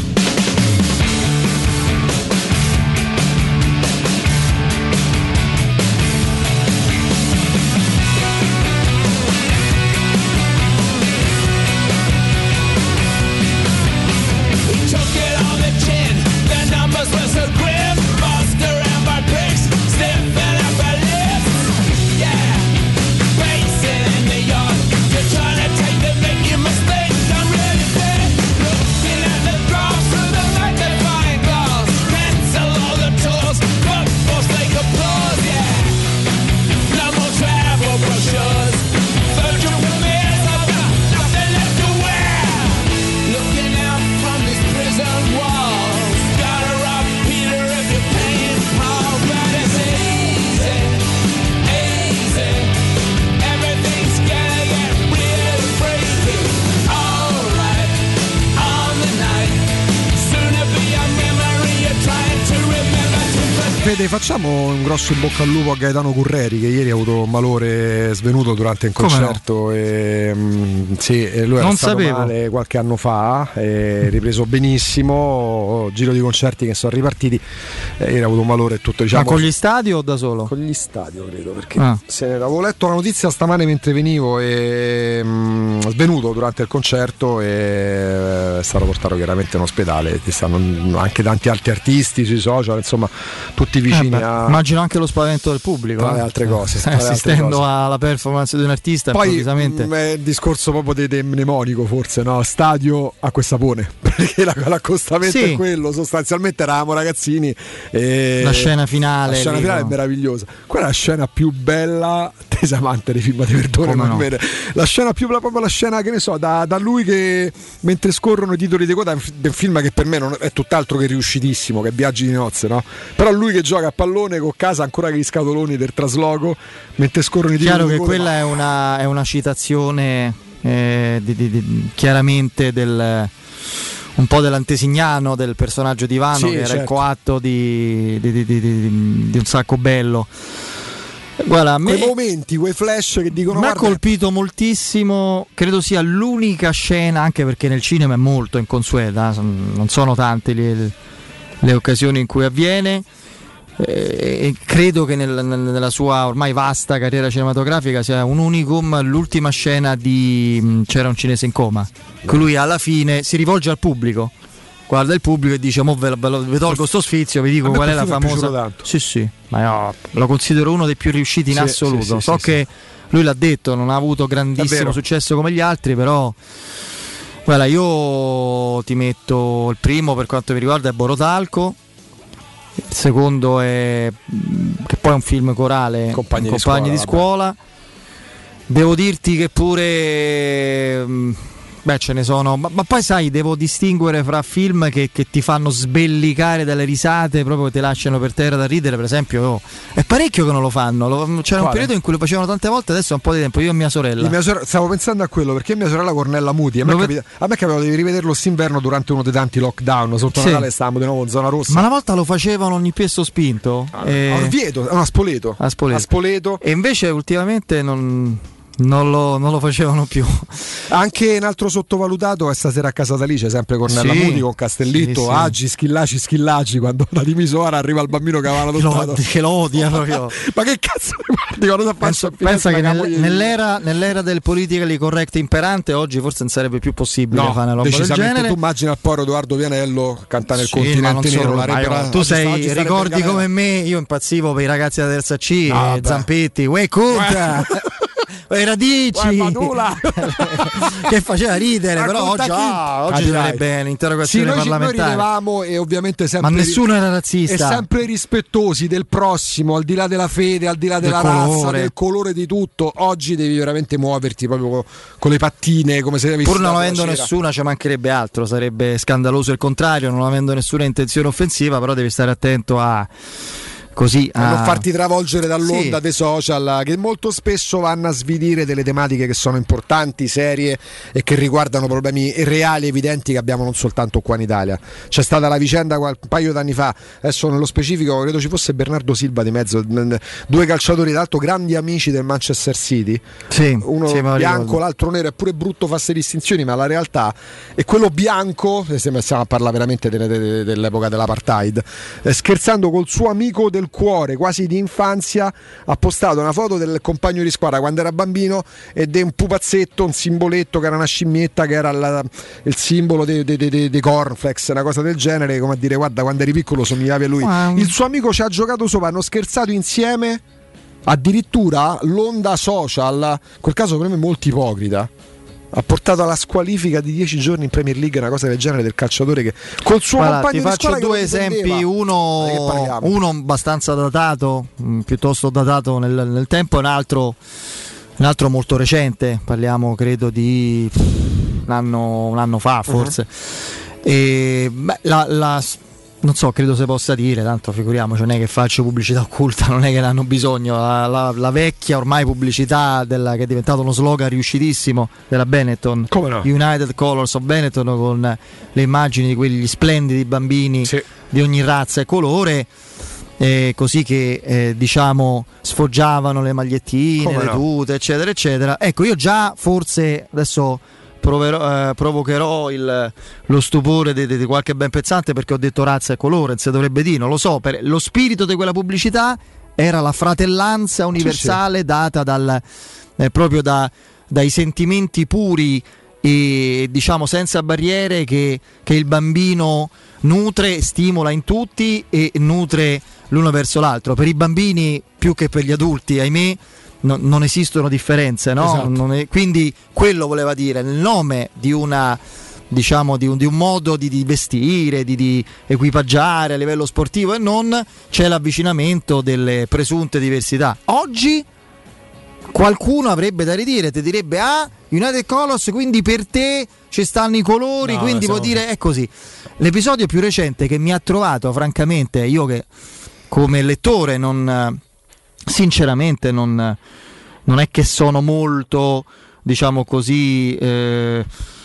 Fede, facciamo un grosso in bocca al lupo a Gaetano Curreri, che ieri ha avuto un malore svenuto durante il concerto. E lui era stato male qualche anno fa, ripreso benissimo, giro di concerti che sono ripartiti, ieri ha avuto un malore e tutto, diciamo. Ma con gli stadi o da solo? Con gli stadi, credo, perché avevo letto la notizia stamane mentre venivo, e svenuto durante il concerto, e è stato portato chiaramente in ospedale. Ci stanno anche tanti altri artisti sui social, insomma tutti vicini a... Immagino anche lo spavento del pubblico, altre cose, assistendo alla performance di un artista. Poi improvvisamente è il discorso proprio di mnemonico, forse, no? Stadio acqua e sapone, perché l'accostamento è quello, sostanzialmente eravamo ragazzini e la scena finale è meravigliosa. Quella è la scena più bella, te sei amante dei film, ti perdono, ma no. La scena più bella, proprio la scena, che ne so, da lui che mentre scorrono i titoli di coda del film, che per me non è tutt'altro che riuscitissimo, che è Viaggi di nozze, no? Però lui che gioca a pallone con casa ancora che gli scatoloni del trasloco mentre scorrono i titoli di coda. Chiaro che quella è una citazione chiaramente del un po' dell'antesignano del personaggio di Ivano, che era il coatto di un sacco bello. Guarda, quei momenti, quei flash che dicono. Mi ha colpito moltissimo, credo sia l'unica scena, anche perché nel cinema è molto inconsueta, non sono tante le occasioni in cui avviene. E credo che nella sua ormai vasta carriera cinematografica sia un unicum l'ultima scena di C'era un cinese in coma, che lui alla fine si rivolge al pubblico, guarda il pubblico e dice: mo ve tolgo sto sfizio, vi dico qual è la famosa. Sì, ma io lo considero uno dei più riusciti in assoluto. So che lui l'ha detto, non ha avuto grandissimo successo come gli altri, però guarda, io ti metto il primo, per quanto mi riguarda, è Borotalco. Il secondo è, che poi è un film corale, Compagni di scuola. Devo dirti che pure ce ne sono, ma poi sai, devo distinguere fra film che ti fanno sbellicare dalle risate, proprio che ti lasciano per terra da ridere. Per esempio, è parecchio che non lo fanno. C'era un periodo in cui lo facevano tante volte, adesso è un po' di tempo. Io e mia sorella stavo pensando a quello, perché mia sorella Cornella Muti, a me capitava di rivederlo st'inverno durante uno dei tanti lockdown. Sotto Natale stavamo di nuovo in zona rossa. Ma una volta lo facevano ogni Piesto Spinto a Orvieto, a Spoleto. E invece ultimamente non lo facevano più. Anche un altro sottovalutato è Stasera a casa d'Alice, sempre Cornella Muti con Castellitto, Agi, Schillaci, quando da Dimisora arriva il bambino che aveva adottato, che lo odia proprio. Ma che cazzo ne guardi? Pensa che nell'era del politically correct imperante oggi forse non sarebbe più possibile fare una roba del genere. Tu immagina il povero Edoardo Vianello cantare il Continente Nero, tu ricordi come me, io impazzivo per i ragazzi della terza C, Zampetti, conta. radici che faceva ridere, però oggi sarebbe un'interrogazione parlamentare. Noi ridevamo e ovviamente sempre, ma nessuno era razzista, e sempre rispettosi del prossimo, al di là della fede, al di là della razza, del colore, di tutto. Oggi devi veramente muoverti proprio con le pattine, come se avevi pur non avendo nessuna, ci mancherebbe altro, sarebbe scandaloso il contrario, non avendo nessuna intenzione offensiva, però devi stare attento a non farti travolgere dall'onda dei social, che molto spesso vanno a svilire delle tematiche che sono importanti, serie e che riguardano problemi reali, evidenti, che abbiamo non soltanto qua in Italia. C'è stata la vicenda un paio d'anni fa, adesso nello specifico credo ci fosse Bernardo Silva di mezzo, due calciatori d'alto grandi amici del Manchester City, uno bianco, l'altro nero, è pure brutto farsi distinzioni, ma la realtà è quello bianco, stiamo a parlare veramente dell'epoca dell'apartheid, scherzando col suo amico del cuore, quasi di infanzia, ha postato una foto del compagno di squadra quando era bambino ed è un pupazzetto, un simboletto che era una scimmietta, che era il simbolo dei cornflakes, una cosa del genere, come a dire guarda, quando eri piccolo somigliavi a lui. Il suo amico ci ha giocato sopra, hanno scherzato insieme, addirittura l'onda social, quel caso per me molto ipocrita, ha portato alla squalifica di 10 giorni in Premier League, una cosa del genere, del calciatore che col suo compagno di squadra. Ti faccio due esempi, uno abbastanza datato, piuttosto datato nel tempo, e un altro molto recente, parliamo credo di un anno fa forse. E non so, credo si possa dire, tanto figuriamoci, non è che faccio pubblicità occulta, non è che ne hanno bisogno, la vecchia ormai pubblicità che è diventato uno slogan riuscitissimo della Benetton, come no? United Colors of Benetton, con le immagini di quegli splendidi bambini di ogni razza e colore, così che diciamo sfoggiavano le magliettine, le tute, eccetera eccetera. Ecco, io già forse adesso provocherò lo stupore di qualche ben pensante, perché ho detto razza e colore, non si dovrebbe dire, non lo so, lo spirito di quella pubblicità era la fratellanza universale data proprio dai sentimenti puri e diciamo senza barriere che il bambino nutre, stimola in tutti e nutre l'uno verso l'altro. Per i bambini più che per gli adulti, ahimè, non esistono differenze, no? Esatto. Quindi quello voleva dire, nel nome di una, diciamo, di un modo di vestire, di equipaggiare a livello sportivo e non, c'è l'avvicinamento delle presunte diversità. Oggi qualcuno avrebbe da ridire, ti direbbe United Colors, quindi per te ci stanno i colori, quindi vuol dire è così. L'episodio più recente che mi ha trovato, francamente, io che come lettore sinceramente non è che sono molto, diciamo così, in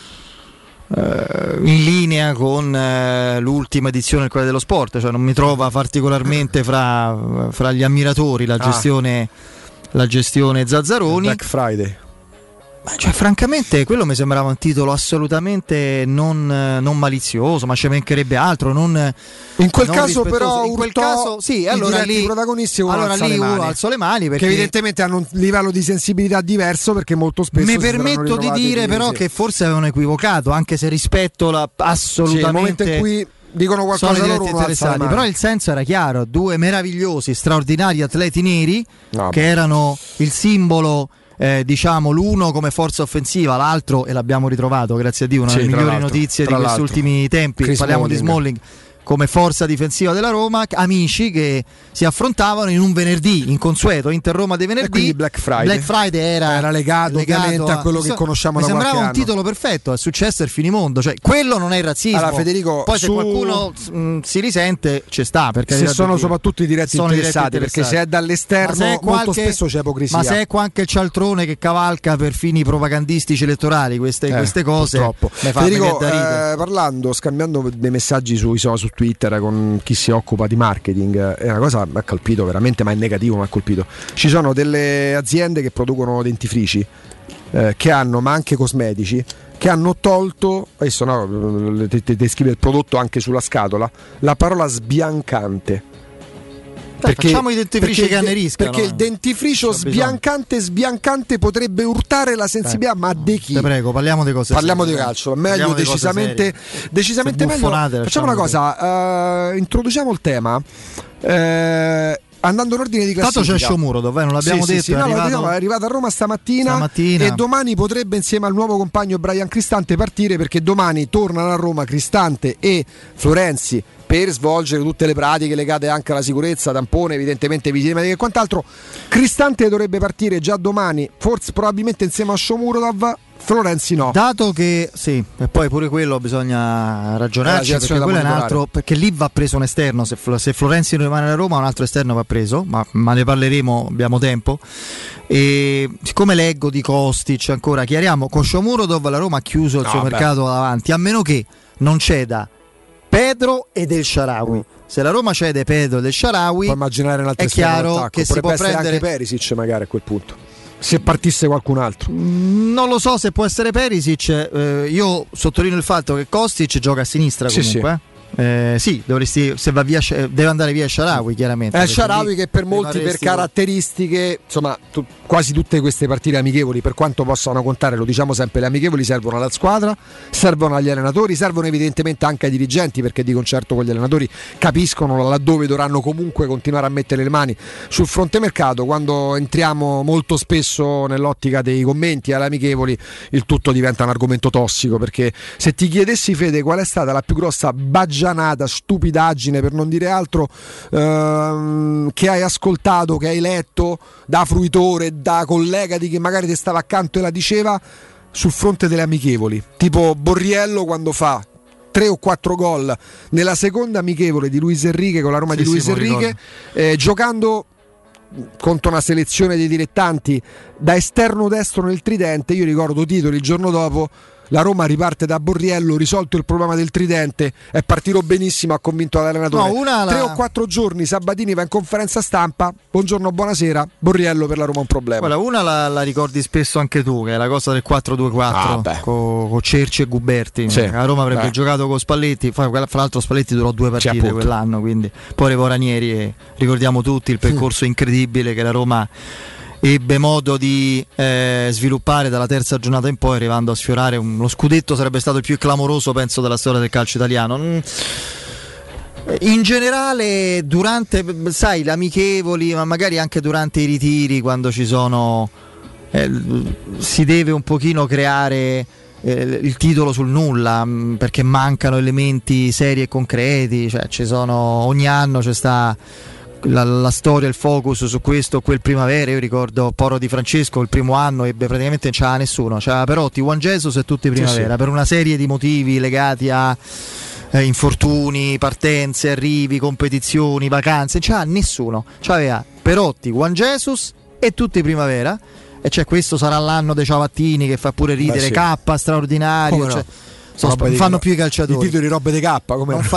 linea con l'ultima edizione del Corriere dello Sport, cioè non mi trova particolarmente fra gli ammiratori la gestione Zazzaroni. Black Friday. Cioè, francamente, quello mi sembrava un titolo assolutamente non malizioso, ma ci mancherebbe altro. In quel caso, però, in quel caso, sì, allora lì i protagonisti uno alzo le mani, perché che evidentemente hanno un livello di sensibilità diverso, perché molto spesso mi permetto di dire però che forse avevano equivocato, anche se rispetto assolutamente. Sì, il momento in cui dicono qualcosa loro interessati, però il senso era chiaro: due meravigliosi, straordinari atleti neri che erano il simbolo. Diciamo l'uno come forza offensiva, l'altro, e l'abbiamo ritrovato grazie a Dio, una delle migliori notizie di questi ultimi tempi, parliamo di Smalling, come forza difensiva della Roma, amici che si affrontavano in un venerdì inconsueto, Inter-Roma dei venerdì. E quindi Black Friday era legato ovviamente a quello che conosciamo da qualche anno. Mi sembrava un titolo perfetto, è successo il finimondo, cioè quello non è il razzismo. Allora, Federico, poi se qualcuno si risente ci sta, perché se sono soprattutto i diretti interessati, perché se è dall'esterno molto spesso c'è ipocrisia. Ma se è qualche cialtrone che cavalca per fini propagandistici elettorali queste cose, purtroppo. Federico, scambiando dei messaggi su Twitter con chi si occupa di marketing, è una cosa mi ha colpito veramente, ma è negativo, mi ha colpito. Ci sono delle aziende che producono dentifrici che hanno, ma anche cosmetici, che hanno tolto, adesso descrive il prodotto anche sulla scatola, la parola sbiancante. Facciamo i dentifrici che anneriscano, perché il dentifricio sbiancante potrebbe urtare la sensibilità, ma di chi? Te prego, parliamo di cose parliamo di calcio, meglio, decisamente meglio. Facciamo una cosa, introduciamo il tema. andando in ordine di classifica. Tanto c'è Shomurodov, non l'abbiamo detto. Sì, è arrivato a Roma stamattina e domani potrebbe insieme al nuovo compagno Brian Cristante partire, perché domani tornano a Roma Cristante e Florenzi per svolgere tutte le pratiche legate anche alla sicurezza, tampone, evidentemente visite mediche e quant'altro. Cristante dovrebbe partire già domani, forse probabilmente insieme a Shomurodov. Florenzi no. Dato che sì, e poi pure quello bisogna ragionarci, perché quello è un altro, perché lì va preso un esterno. Se Florenzi rimane a Roma, un altro esterno va preso, ma ne parleremo, abbiamo tempo. E siccome leggo di Kostic, ancora chiariamo, con Shomurodov la Roma ha chiuso il suo mercato davanti, a meno che non ceda Pedro ed El Shaarawy. Se la Roma cede Pedro ed El Shaarawy, puoi immaginare un altro, è chiaro che si può prendere anche Perisic magari a quel punto, se partisse qualcun altro. Non lo so se può essere Perisic. Io sottolineo il fatto che Kostic gioca a sinistra comunque. Sì, se va via, deve andare via Shaarawy, chiaramente. È Shaarawy che per molti, per caratteristiche, insomma, quasi tutte queste partite amichevoli, per quanto possano contare, lo diciamo sempre, le amichevoli servono alla squadra, servono agli allenatori, servono evidentemente anche ai dirigenti, perché di concerto con gli allenatori capiscono laddove dovranno comunque continuare a mettere le mani sul fronte mercato. Quando entriamo molto spesso nell'ottica dei commenti alle amichevoli, il tutto diventa un argomento tossico, perché se ti chiedessi, Fede, qual è stata la più grossa stupidaggine, per non dire altro, che hai ascoltato, che hai letto da fruitore, da collega di che magari ti stava accanto e la diceva sul fronte delle amichevoli, tipo Borriello quando fa 3 o 4 gol nella seconda amichevole di Luis Enrique con la Roma di Luis Enrique, giocando contro una selezione di dilettanti da esterno destro nel tridente. Io ricordo titoli il giorno dopo: la Roma riparte da Borriello, risolto il problema del tridente, è partito benissimo, ha convinto l'allenatore. 3 o 4 giorni Sabatini va in conferenza stampa: buongiorno, buonasera, Borriello per la Roma è un problema. Quella una la ricordi spesso anche tu, che è la cosa del 4-2-4 con Cerci e Guberti. La Roma avrebbe giocato con Spalletti, fra l'altro Spalletti durò 2 partite quell'anno, quindi poi arrivò Ranieri e ricordiamo tutti il percorso incredibile che la Roma ebbe modo di sviluppare dalla terza giornata in poi, arrivando a sfiorare uno scudetto, sarebbe stato il più clamoroso, penso, della storia del calcio italiano. In generale, durante, sai, le amichevoli, ma magari anche durante i ritiri, quando ci sono, si deve un pochino creare il titolo sul nulla, perché mancano elementi seri e concreti. Cioè, ci sono, ogni anno c'è sta la storia, il focus su questo o quel Primavera. Io ricordo Porro Di Francesco, il primo anno ebbe praticamente, non c'era nessuno, c'era Perotti, Juan Jesus e tutti Primavera, per una serie di motivi legati a infortuni, partenze, arrivi, competizioni, vacanze, non c'era nessuno, c'aveva Perotti, Juan Jesus e tutti Primavera. E c'è, questo sarà l'anno dei Ciavattini che fa pure ridere, K straordinario, non fanno più i calciatori. I titoli robe di K, come non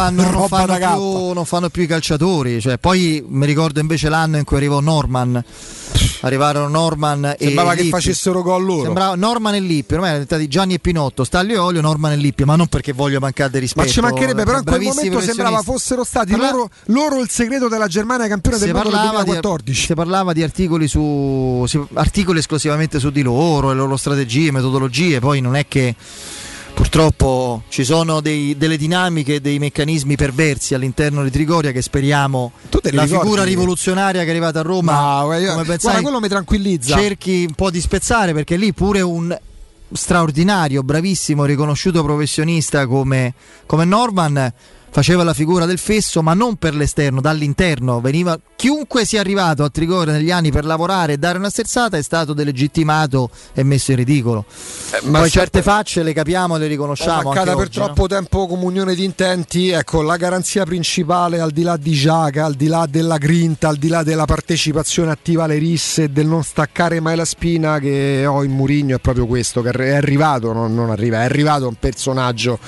fanno più i calciatori. Cioè, poi mi ricordo invece l'anno in cui arrivò Norman. Arrivarono Norman sembrava e che Lippi. Facessero gol loro. Sembrava Norman e Lippi, ormai erano diventati Gianni e Pinotto, Stanlio e Olio, Norman e Lippi, ma non perché voglio mancare di rispetto. Ma ci mancherebbe, però in quel momento sembrava fossero stati loro il segreto della Germania campione del mondo nel 2014. Si parlava di articoli articoli esclusivamente su di loro, le loro strategie, metodologie. Poi non è che, purtroppo ci sono delle dinamiche, dei meccanismi perversi all'interno di Trigoria che speriamo la figura rivoluzionaria che è arrivata a Roma, come pensai, quello mi tranquillizza, cerchi un po' di spezzare, perché lì pure un straordinario, bravissimo, riconosciuto professionista come Norman faceva la figura del fesso, ma non per l'esterno, dall'interno veniva. Chiunque sia arrivato a Trigoria negli anni per lavorare e dare una sterzata è stato delegittimato e messo in ridicolo. Poi certe facce le capiamo e le riconosciamo. È mancata per troppo tempo comunione di intenti. Ecco, la garanzia principale, al di là di Xhaka, al di là della grinta, al di là della partecipazione attiva alle risse e del non staccare mai la spina che ho in Mourinho, è proprio questo, che è arrivato, è arrivato un personaggio,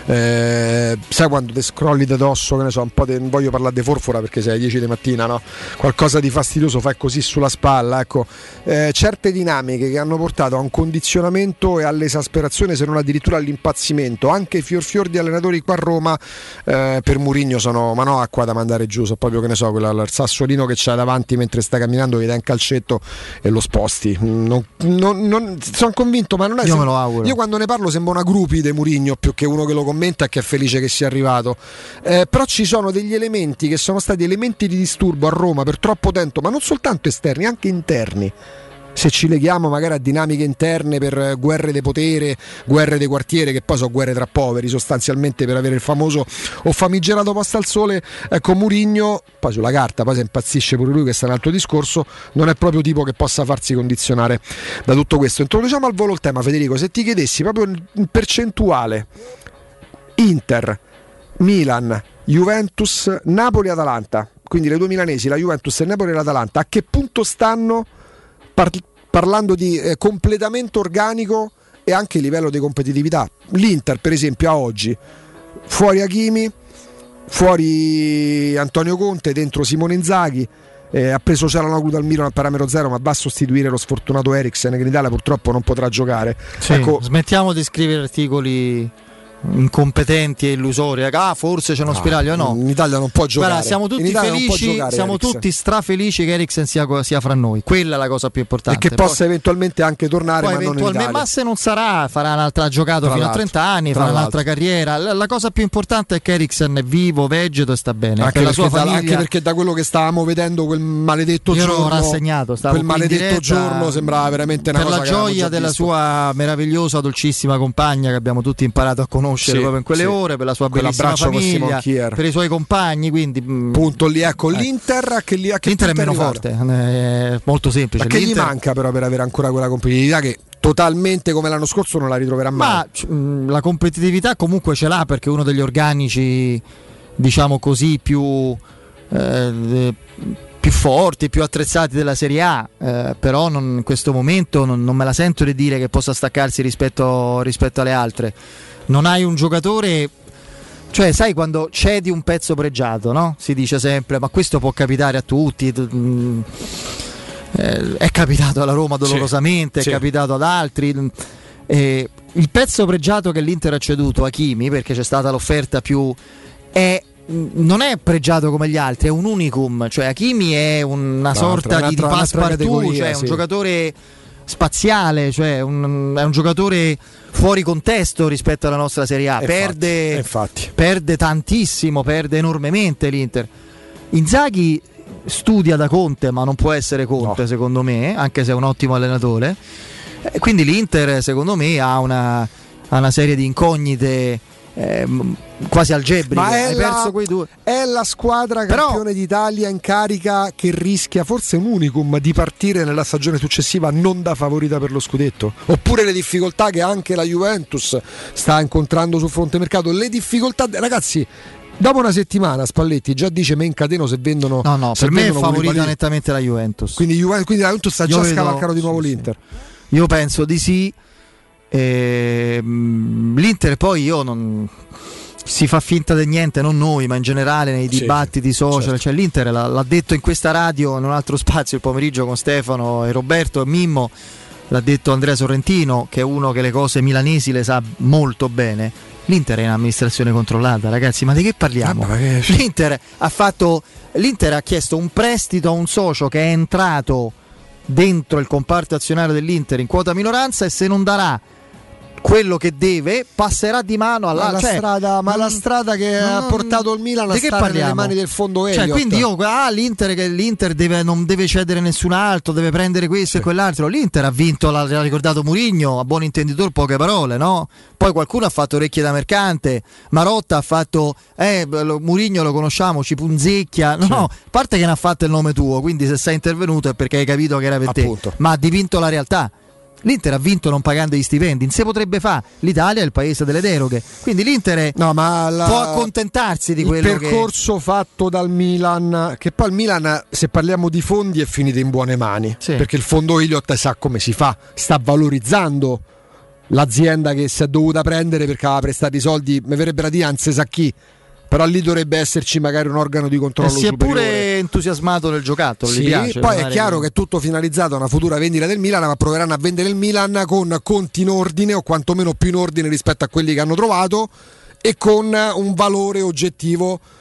sai quando ti scrolli da dosso, che ne so, un po' non voglio parlare di forfora perché sei alle 10 di mattina, no? Qualcosa di fastidioso fai così sulla spalla, ecco, certe dinamiche che hanno portato a un condizionamento e all'esasperazione, se non addirittura all'impazzimento, anche fior di allenatori qua a Roma, per Mourinho sono, ma no, acqua da mandare giù, so proprio, che ne so, il sassolino che c'hai davanti mentre sta camminando, gli dai un calcetto e lo sposti. Non sono convinto, ma non è, io me lo auguro. Io quando ne parlo sembra una groupie di Mourinho più che uno che lo commenta e che è felice che sia arrivato, però ci sono degli elementi che sono stati elementi di disturbo a Roma per troppo tempo, ma non soltanto esterni, anche interni. Se ci leghiamo magari a dinamiche interne per guerre di potere, guerre di quartiere, che poi sono guerre tra poveri sostanzialmente per avere il famoso o famigerato posto al sole, ecco Mourinho, poi sulla carta, poi se impazzisce pure lui, che sta un altro discorso, non è proprio tipo che possa farsi condizionare da tutto questo. Introduciamo al volo il tema, Federico, se ti chiedessi proprio in percentuale Inter, Milan, Juventus, Napoli, Atalanta, quindi le due milanesi, la Juventus, il Napoli e l'Atalanta, a che punto stanno parlando di completamento organico e anche livello di competitività? L'Inter per esempio a oggi, fuori Hakimi, fuori Antonio Conte, dentro Simone Inzaghi, ha preso Çalhanoğlu dal Milan a parametro zero, ma va a sostituire lo sfortunato Eriksen che in Italia purtroppo non potrà giocare. Sì, ecco, smettiamo di scrivere articoli incompetenti e illusori. Forse c'è uno spiraglio, no, in Italia non può giocare. Guarda, siamo tutti felici, siamo tutti strafelici che Eriksen sia fra noi, quella è la cosa più importante, e che possa eventualmente anche tornare, ma non in Italia. Ma se non sarà, farà un'altra giocata fino a 30 anni, farà un'altra carriera. La cosa più importante è che Eriksen è vivo, vegeto e sta bene, anche, per la sua famiglia. Anche perché da quello che stavamo vedendo quel maledetto giorno, rassegnato, quel maledetto giorno sembrava veramente una cosa per la gioia della sua meravigliosa, dolcissima compagna che abbiamo tutti imparato a conoscere proprio in quelle ore, per la sua bellissima famiglia, per i suoi compagni, quindi punto lì, ecco. L'Inter l'Inter è meno forte, è molto semplice. Ma che gli manca però per avere ancora quella competitività che totalmente come l'anno scorso non la ritroverà mai? Ma la competitività comunque ce l'ha, perché uno degli organici, diciamo così, più forti, più attrezzati della Serie A, però in questo momento non me la sento di dire che possa staccarsi rispetto alle altre. Non hai un giocatore, cioè sai quando cedi un pezzo pregiato, no? Si dice sempre, ma questo può capitare a tutti, è capitato alla Roma dolorosamente, è capitato ad altri. Il pezzo pregiato che l'Inter ha ceduto a Hakimi, perché c'è stata l'offerta più, non è pregiato come gli altri, è un unicum, cioè Hakimi è una sorta di passepartout, cioè un giocatore spaziale, cioè è un giocatore fuori contesto rispetto alla nostra Serie A, perde tantissimo, perde enormemente l'Inter. Inzaghi studia da Conte, ma non può essere Conte, secondo me, anche se è un ottimo allenatore, quindi l'Inter secondo me ha una serie di incognite quasi algebriche. Ma hai perso quei due. È la squadra campione d'Italia in carica che rischia, forse un unicum, di partire nella stagione successiva non da favorita per lo scudetto, oppure le difficoltà che anche la Juventus sta incontrando sul fronte mercato, le difficoltà, ragazzi. Dopo una settimana Spalletti già dice men cateno se vendono. No, per me è favorita nettamente la Juventus. Quindi la Juventus sta già scavalcando di nuovo l'Inter. Io penso di sì. L'Inter poi si fa finta di niente, non noi, ma in generale nei dibattiti social, certo. Cioè l'Inter l'ha detto in questa radio in un altro spazio il pomeriggio con Stefano e Roberto e Mimmo, l'ha detto Andrea Sorrentino, che è uno che le cose milanesi le sa molto bene. L'Inter è un'amministrazione controllata, ragazzi, ma di che parliamo? L'Inter ha chiesto un prestito a un socio che è entrato dentro il comparto azionario dell'Inter in quota minoranza, e se non darà quello che deve passerà di mano alla la strada che ha portato il Milan a stare nelle mani del fondo Elliott. Quindi l'Inter non deve cedere nessun altro, deve prendere questo e quell'altro. L'Inter ha vinto, l'ha ricordato Mourinho, a buon intenditor poche parole, no? Poi qualcuno ha fatto orecchie da mercante, Marotta ha fatto Mourinho lo conosciamo, ci punzecchia, no, a parte che ne ha fatto il nome tuo, quindi se sei intervenuto è perché hai capito che era per te, ma ha dipinto la realtà. L'Inter ha vinto non pagando gli stipendi, non si potrebbe fare. L'Italia è il paese delle deroghe, quindi l'Inter può accontentarsi di quello che il percorso fatto dal Milan, che poi il Milan, se parliamo di fondi, è finito in buone mani, perché il fondo Elliott sa come si fa, sta valorizzando l'azienda che si è dovuta prendere perché aveva prestato i soldi, mi verrebbe da dire anzi sa chi, però lì dovrebbe esserci magari un organo di controllo si superiore. È pure entusiasmato del giocattolo, sì, gli piace, poi è chiaro che è tutto finalizzato a una futura vendita del Milan, ma proveranno a vendere il Milan con conti in ordine, o quantomeno più in ordine rispetto a quelli che hanno trovato, e con un valore oggettivo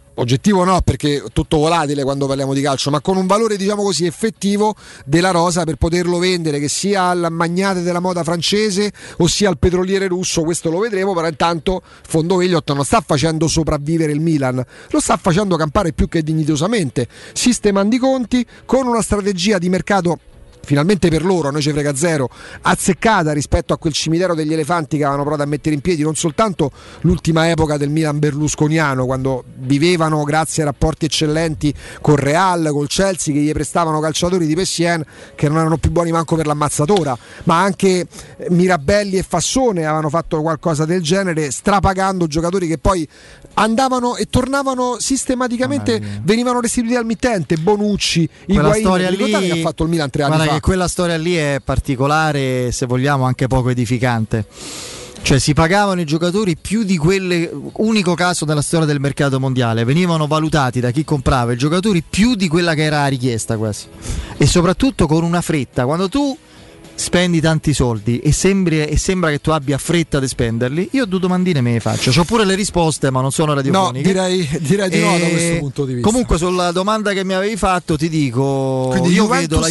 oggettivo no, perché tutto volatile quando parliamo di calcio, ma con un valore diciamo così effettivo della rosa per poterlo vendere, che sia al magnate della moda francese o sia al petroliere russo, questo lo vedremo. Però intanto Fondo Elliott non sta facendo sopravvivere il Milan, lo sta facendo campare più che dignitosamente, sistemando i conti con una strategia di mercato finalmente per loro, a noi ci frega zero, azzeccata rispetto a quel cimitero degli elefanti che avevano provato a mettere in piedi non soltanto l'ultima epoca del Milan berlusconiano, quando vivevano grazie ai rapporti eccellenti con Real, col Chelsea, che gli prestavano calciatori di Pessien che non erano più buoni manco per l'ammazzatora, ma anche Mirabelli e Fassone avevano fatto qualcosa del genere, strapagando giocatori che poi andavano e tornavano sistematicamente, venivano restituiti al mittente. Bonucci, Higuain, che ha fatto il Milan 3 anni fa. Che quella storia lì è particolare, se vogliamo anche poco edificante. Cioè si pagavano i giocatori più di quelle, unico caso nella storia del mercato mondiale, venivano valutati da chi comprava i giocatori più di quella che era la richiesta quasi, e soprattutto con una fretta. Quando tu spendi tanti soldi e sembra che tu abbia fretta di spenderli, io due domandine me ne faccio. C'ho pure le risposte, ma non sono radiofoniche. No, direi di no da questo punto di vista. Comunque sulla domanda che mi avevi fatto ti dico, io vedo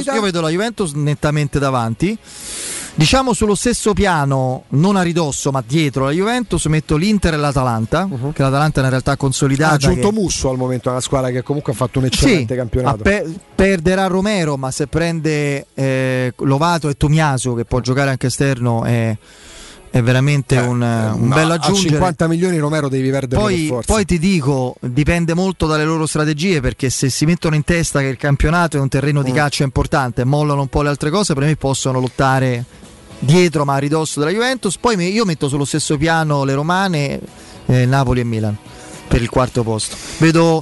la Juventus nettamente davanti. Diciamo sullo stesso piano, non a ridosso ma dietro la Juventus, metto l'Inter e l'Atalanta, che l'Atalanta è una realtà consolidata. Ha aggiunto Musso al momento, è una squadra che comunque ha fatto un eccellente campionato. Perderà Romero, ma se prende Lovato e Tomiaso, che può giocare anche esterno, è veramente un bello aggiungere. A 50 milioni Romero devi perdere per forza. Poi ti dico, dipende molto dalle loro strategie, perché se si mettono in testa che il campionato è un terreno di calcio importante e mollano un po' le altre cose, per me possono lottare dietro ma a ridosso della Juventus. Poi io metto sullo stesso piano le romane, Napoli e Milan per il quarto posto. Vedo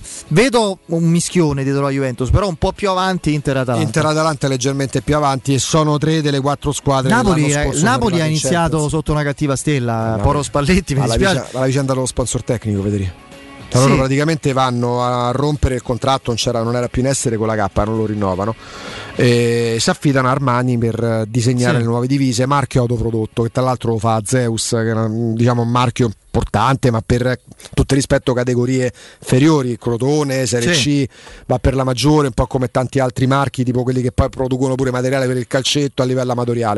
un mischione dietro la Juventus, però un po' più avanti Inter-Atalanta è leggermente più avanti, e sono 3 delle 4 squadre. Napoli ha iniziato sotto una cattiva stella, Poro Spalletti, mi dispiace. La vicenda dello sponsor tecnico, vedrei. Loro praticamente vanno a rompere il contratto, non era più in essere con la K, non lo rinnovano, e si affidano a Armani per disegnare le nuove divise, marchio autoprodotto, che tra l'altro lo fa Zeus, che è un marchio importante, ma per tutto rispetto categorie inferiori, Crotone, Serie C, va per la maggiore, un po' come tanti altri marchi, tipo quelli che poi producono pure materiale per il calcetto a livello amatoriale.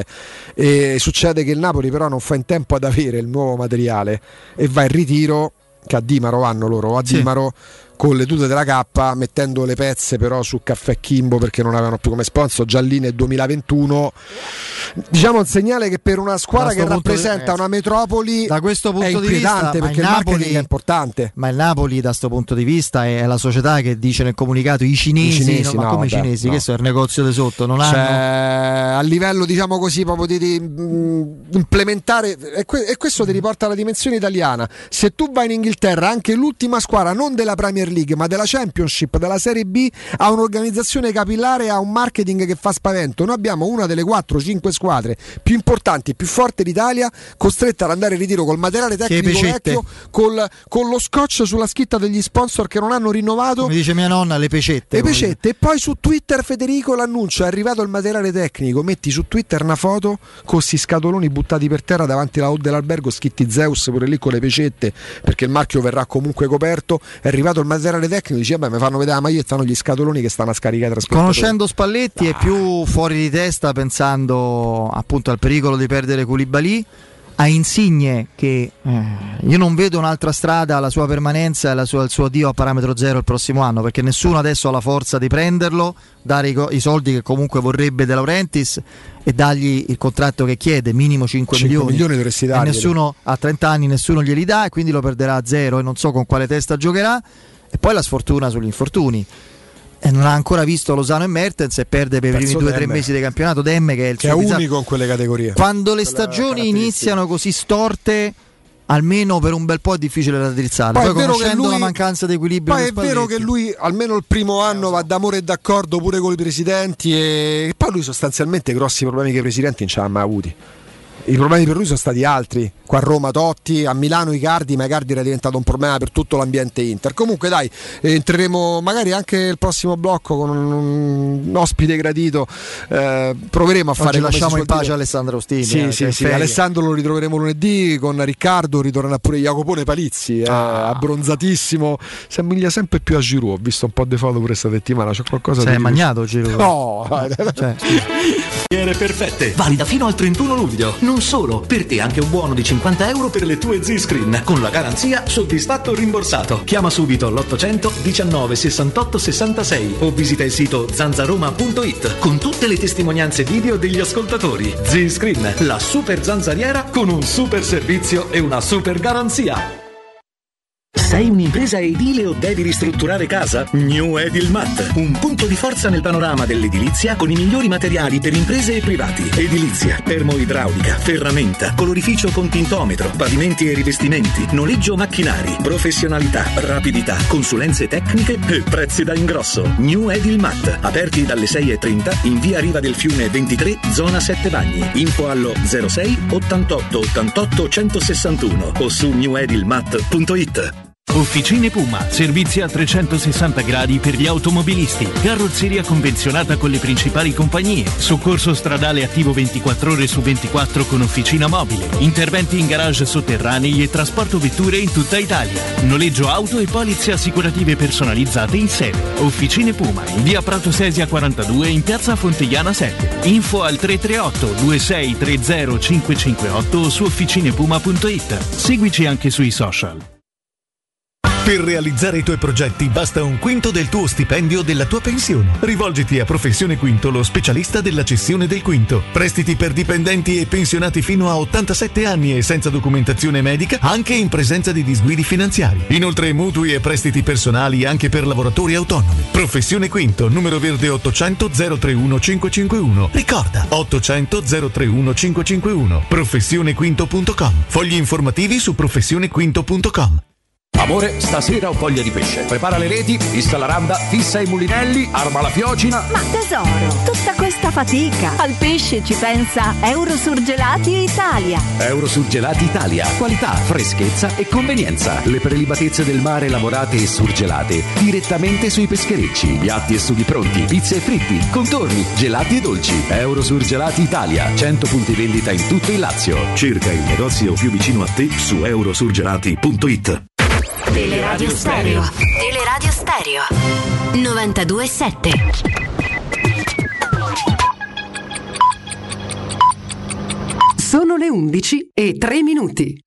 E succede che il Napoli però non fa in tempo ad avere il nuovo materiale e va in ritiro, che a Dimaro vanno loro, Dimaro con le tute della K, mettendo le pezze però su Caffè Kimbo, perché non avevano più come sponsor già lì nel 2021. Diciamo un segnale che per una squadra che rappresenta una metropoli da questo punto di vista, perché il marketing è importante. Ma il Napoli da questo punto di vista è la società che dice nel comunicato i cinesi che sono il negozio di sotto, non hanno a livello diciamo così proprio di implementare, e questo ti riporta alla dimensione italiana. Se tu vai in Inghilterra, anche l'ultima squadra non della Premier League ma della Championship, della Serie B, ha un'organizzazione capillare, ha un marketing che fa spavento. Noi abbiamo una delle 4-5 squadre più importanti e più forti d'Italia costretta ad andare in ritiro col materiale tecnico vecchio, con lo scotch sulla scritta degli sponsor che non hanno rinnovato, come dice mia nonna, le pecette. E poi su Twitter, Federico, l'annuncio: è arrivato il materiale tecnico, metti su Twitter una foto con questi scatoloni buttati per terra davanti alla hall dell'albergo, scritti Zeus pure lì con le pecette, perché il marchio verrà comunque coperto. È arrivato il materiale tecnico, dice vabbè, mi fanno vedere la maglietta, fanno gli scatoloni che stanno a scaricare trasportatori. Conoscendo Spalletti è più fuori di testa, pensando appunto al pericolo di perdere Koulibaly, a Insigne che io non vedo un'altra strada alla sua permanenza e al suo addio a parametro zero il prossimo anno, perché nessuno adesso ha la forza di prenderlo, dare i soldi che comunque vorrebbe De Laurentiis e dargli il contratto che chiede, minimo 5 milioni dovresti dargli. E nessuno a 30 anni, nessuno glieli dà, e quindi lo perderà a zero e non so con quale testa giocherà. E poi la sfortuna sugli infortuni, e non ha ancora visto Lozano e Mertens, e perde per i primi 2 o 3 mesi di campionato Demme, che è il suo unico in quelle categorie. Quando le stagioni iniziano così storte, almeno per un bel po' è difficile raddrizzare. Poi conoscendo la mancanza di equilibrio, poi è vero che lui almeno il primo anno va d'amore e d'accordo pure con i presidenti, e poi lui sostanzialmente grossi problemi che i presidenti non ce l'ha mai avuti. I problemi per lui sono stati altri. Qua a Roma Totti, a Milano Icardi, ma Icardi era diventato un problema per tutto l'ambiente Inter. Comunque dai, entreremo magari anche il prossimo blocco con un ospite gradito. Proveremo a fare. Oggi lasciamo in pace Alessandro Ostini. Sì. Alessandro lo ritroveremo lunedì con Riccardo, ritornerà pure Jacopone Palizzi, abbronzatissimo, si assomiglia sempre più a Giroud. Ho visto un po' di foto pure questa settimana, c'è qualcosa di... Sei magnato Giroud? No, Perfette, valida fino al 31 luglio. Non solo, per te anche un buono di 50 euro per le tue Z-Screen con la garanzia soddisfatto o rimborsato. Chiama subito l'800 19 68 66 o visita il sito zanzaroma.it con tutte le testimonianze video degli ascoltatori. Z-Screen, la super zanzariera con un super servizio e una super garanzia. Sei un'impresa edile o devi ristrutturare casa? New Edilmat, un punto di forza nel panorama dell'edilizia con i migliori materiali per imprese e privati. Edilizia, termoidraulica, ferramenta, colorificio con tintometro, pavimenti e rivestimenti, noleggio macchinari, professionalità, rapidità, consulenze tecniche e prezzi da ingrosso. New Edilmat, aperti dalle 6:30 in via Riva del Fiume 23, zona 7 Bagni. Info allo 06 88 88 161 o su newedilmat.it. Officine Puma, servizi a 360 gradi per gli automobilisti, carrozzeria convenzionata con le principali compagnie, soccorso stradale attivo 24 ore su 24 con officina mobile, interventi in garage sotterranei e trasporto vetture in tutta Italia, noleggio auto e polizze assicurative personalizzate in sede. Officine Puma, in via Prato Sesia 42 in piazza Fontigliana 7. Info al 338 2630 558 o su officinepuma.it. Seguici anche sui social. Per realizzare i tuoi progetti basta un quinto del tuo stipendio o della tua pensione. Rivolgiti a Professione Quinto, lo specialista della cessione del quinto. Prestiti per dipendenti e pensionati fino a 87 anni e senza documentazione medica, anche in presenza di disguidi finanziari. Inoltre mutui e prestiti personali anche per lavoratori autonomi. Professione Quinto, numero verde 800 031 551. Ricorda, 800 031 551. Professionequinto.com. Fogli informativi su professionequinto.com. Amore, stasera ho voglia di pesce. Prepara le reti, fissa la randa, fissa i mulinelli, arma la fiocina. Ma tesoro, tutta questa fatica. Al pesce ci pensa Eurosurgelati Italia. Eurosurgelati Italia. Qualità, freschezza e convenienza. Le prelibatezze del mare lavorate e surgelate direttamente sui pescherecci. Piatti e sughi pronti, pizze e fritti, contorni, gelati e dolci. Eurosurgelati Italia. 100 punti vendita in tutto il Lazio. Cerca il negozio più vicino a te su eurosurgelati.it. Teleradio Stereo. Teleradio Stereo 92.7. Sono le 11:03.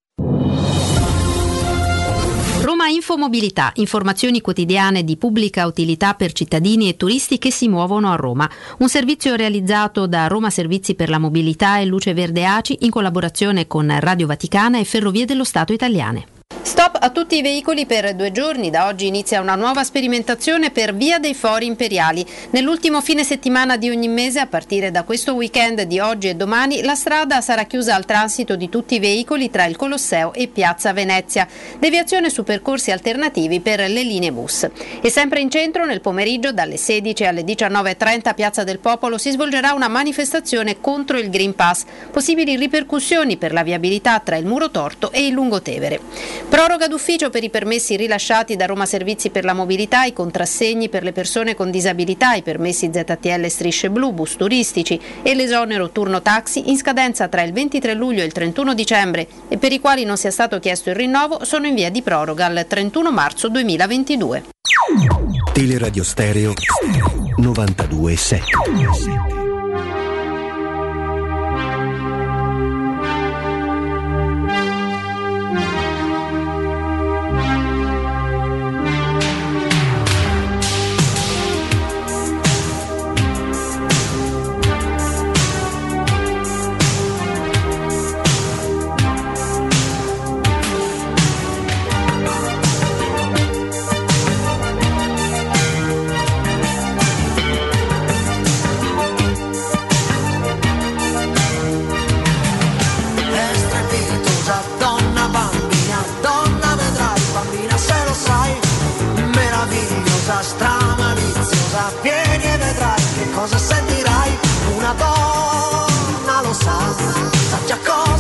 Roma Infomobilità, informazioni quotidiane di pubblica utilità per cittadini e turisti che si muovono a Roma. Un servizio realizzato da Roma Servizi per la Mobilità e Luce Verde ACI in collaborazione con Radio Vaticana e Ferrovie dello Stato Italiane. Stop a tutti i veicoli per 2 giorni. Da oggi inizia una nuova sperimentazione per Via dei Fori Imperiali. Nell'ultimo fine settimana di ogni mese, a partire da questo weekend di oggi e domani, la strada sarà chiusa al transito di tutti i veicoli tra il Colosseo e Piazza Venezia. Deviazione su percorsi alternativi per le linee bus. E sempre in centro, nel pomeriggio, dalle 16 alle 19:30 a Piazza del Popolo si svolgerà una manifestazione contro il Green Pass. Possibili ripercussioni per la viabilità tra il Muro Torto e il Lungotevere. Proroga d'ufficio per i permessi rilasciati da Roma Servizi per la Mobilità, i contrassegni per le persone con disabilità, i permessi ZTL strisce blu, bus turistici e l'esonero turno taxi in scadenza tra il 23 luglio e il 31 dicembre e per i quali non sia stato chiesto il rinnovo sono in via di proroga al 31 marzo 2022. Teleradio Stereo 92.7. Stramaliziosa, vieni e vedrai che cosa sentirai. Una donna lo sa già cosa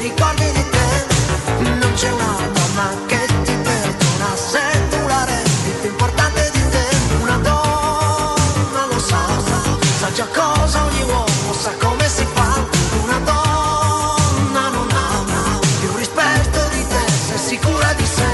ricordi di te. Non c'è una donna che ti perdona se tu la rendi più importante di te. Una donna lo sa già cosa ogni uomo sa come si fa. Una donna non ama più rispetto di te, sei sicura di sé.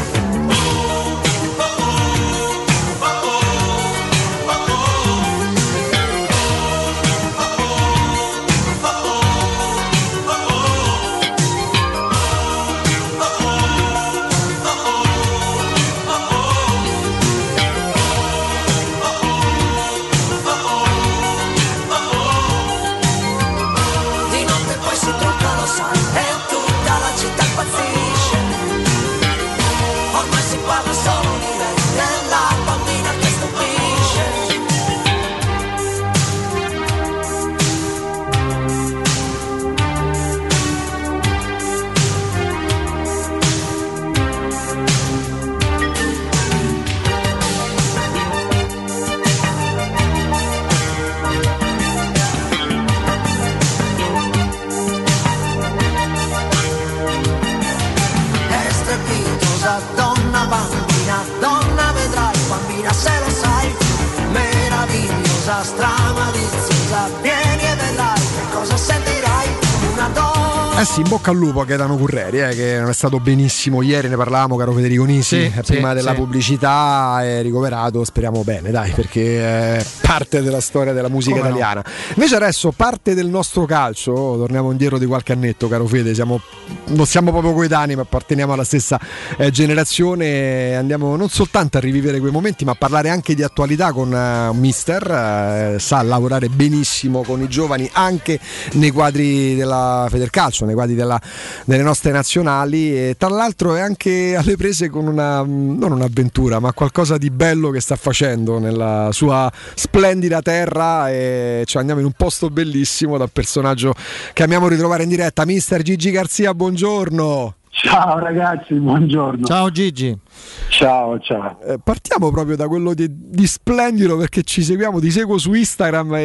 Donna bambina, donna vedrai, bambina se lo sai, meravigliosa, stramaliziosa, vieni e vedrai che cosa sentirai, una donna. Eh sì, in bocca al lupo a Gaetano Curreri, che non è stato benissimo ieri, ne parlavamo, caro Federico Nisi, prima della pubblicità, è ricoverato, speriamo bene, dai, perché è parte della storia della musica italiana. Invece adesso parte del nostro calcio, torniamo indietro di qualche annetto, caro Fede, non siamo proprio coetanei, ma apparteniamo alla stessa generazione, andiamo non soltanto a rivivere quei momenti, ma a parlare anche di attualità con mister, sa lavorare benissimo con i giovani anche nei quadri della Federcalcio, nei quadri delle nostre nazionali, e tra l'altro è anche alle prese con non un'avventura, ma qualcosa di bello che sta facendo nella sua splendida terra, e cioè andiamo in un posto bellissimo dal personaggio che amiamo ritrovare in diretta, mister Gigi Garzia, buongiorno. Ciao ragazzi, buongiorno. Ciao Gigi. Ciao. Partiamo proprio da quello di splendido, perché ci seguiamo, ti seguo su Instagram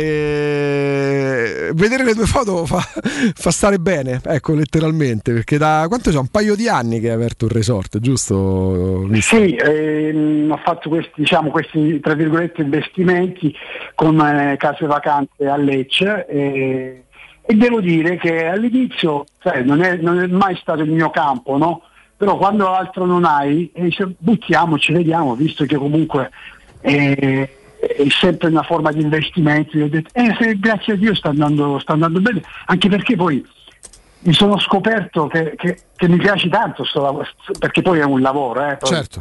e vedere le tue foto fa stare bene, ecco, letteralmente, perché da quanto c'è? Un paio di anni che hai aperto un resort, giusto? Sì, ho fatto questi tra virgolette investimenti con case vacanze a Lecce e devo dire che all'inizio non è mai stato il mio campo, no? Però quando altro non hai, buttiamoci, vediamo, visto che comunque è sempre una forma di investimento. Io ho detto, grazie a Dio sta andando bene, anche perché poi mi sono scoperto che mi piace tanto perché poi è un lavoro, certo.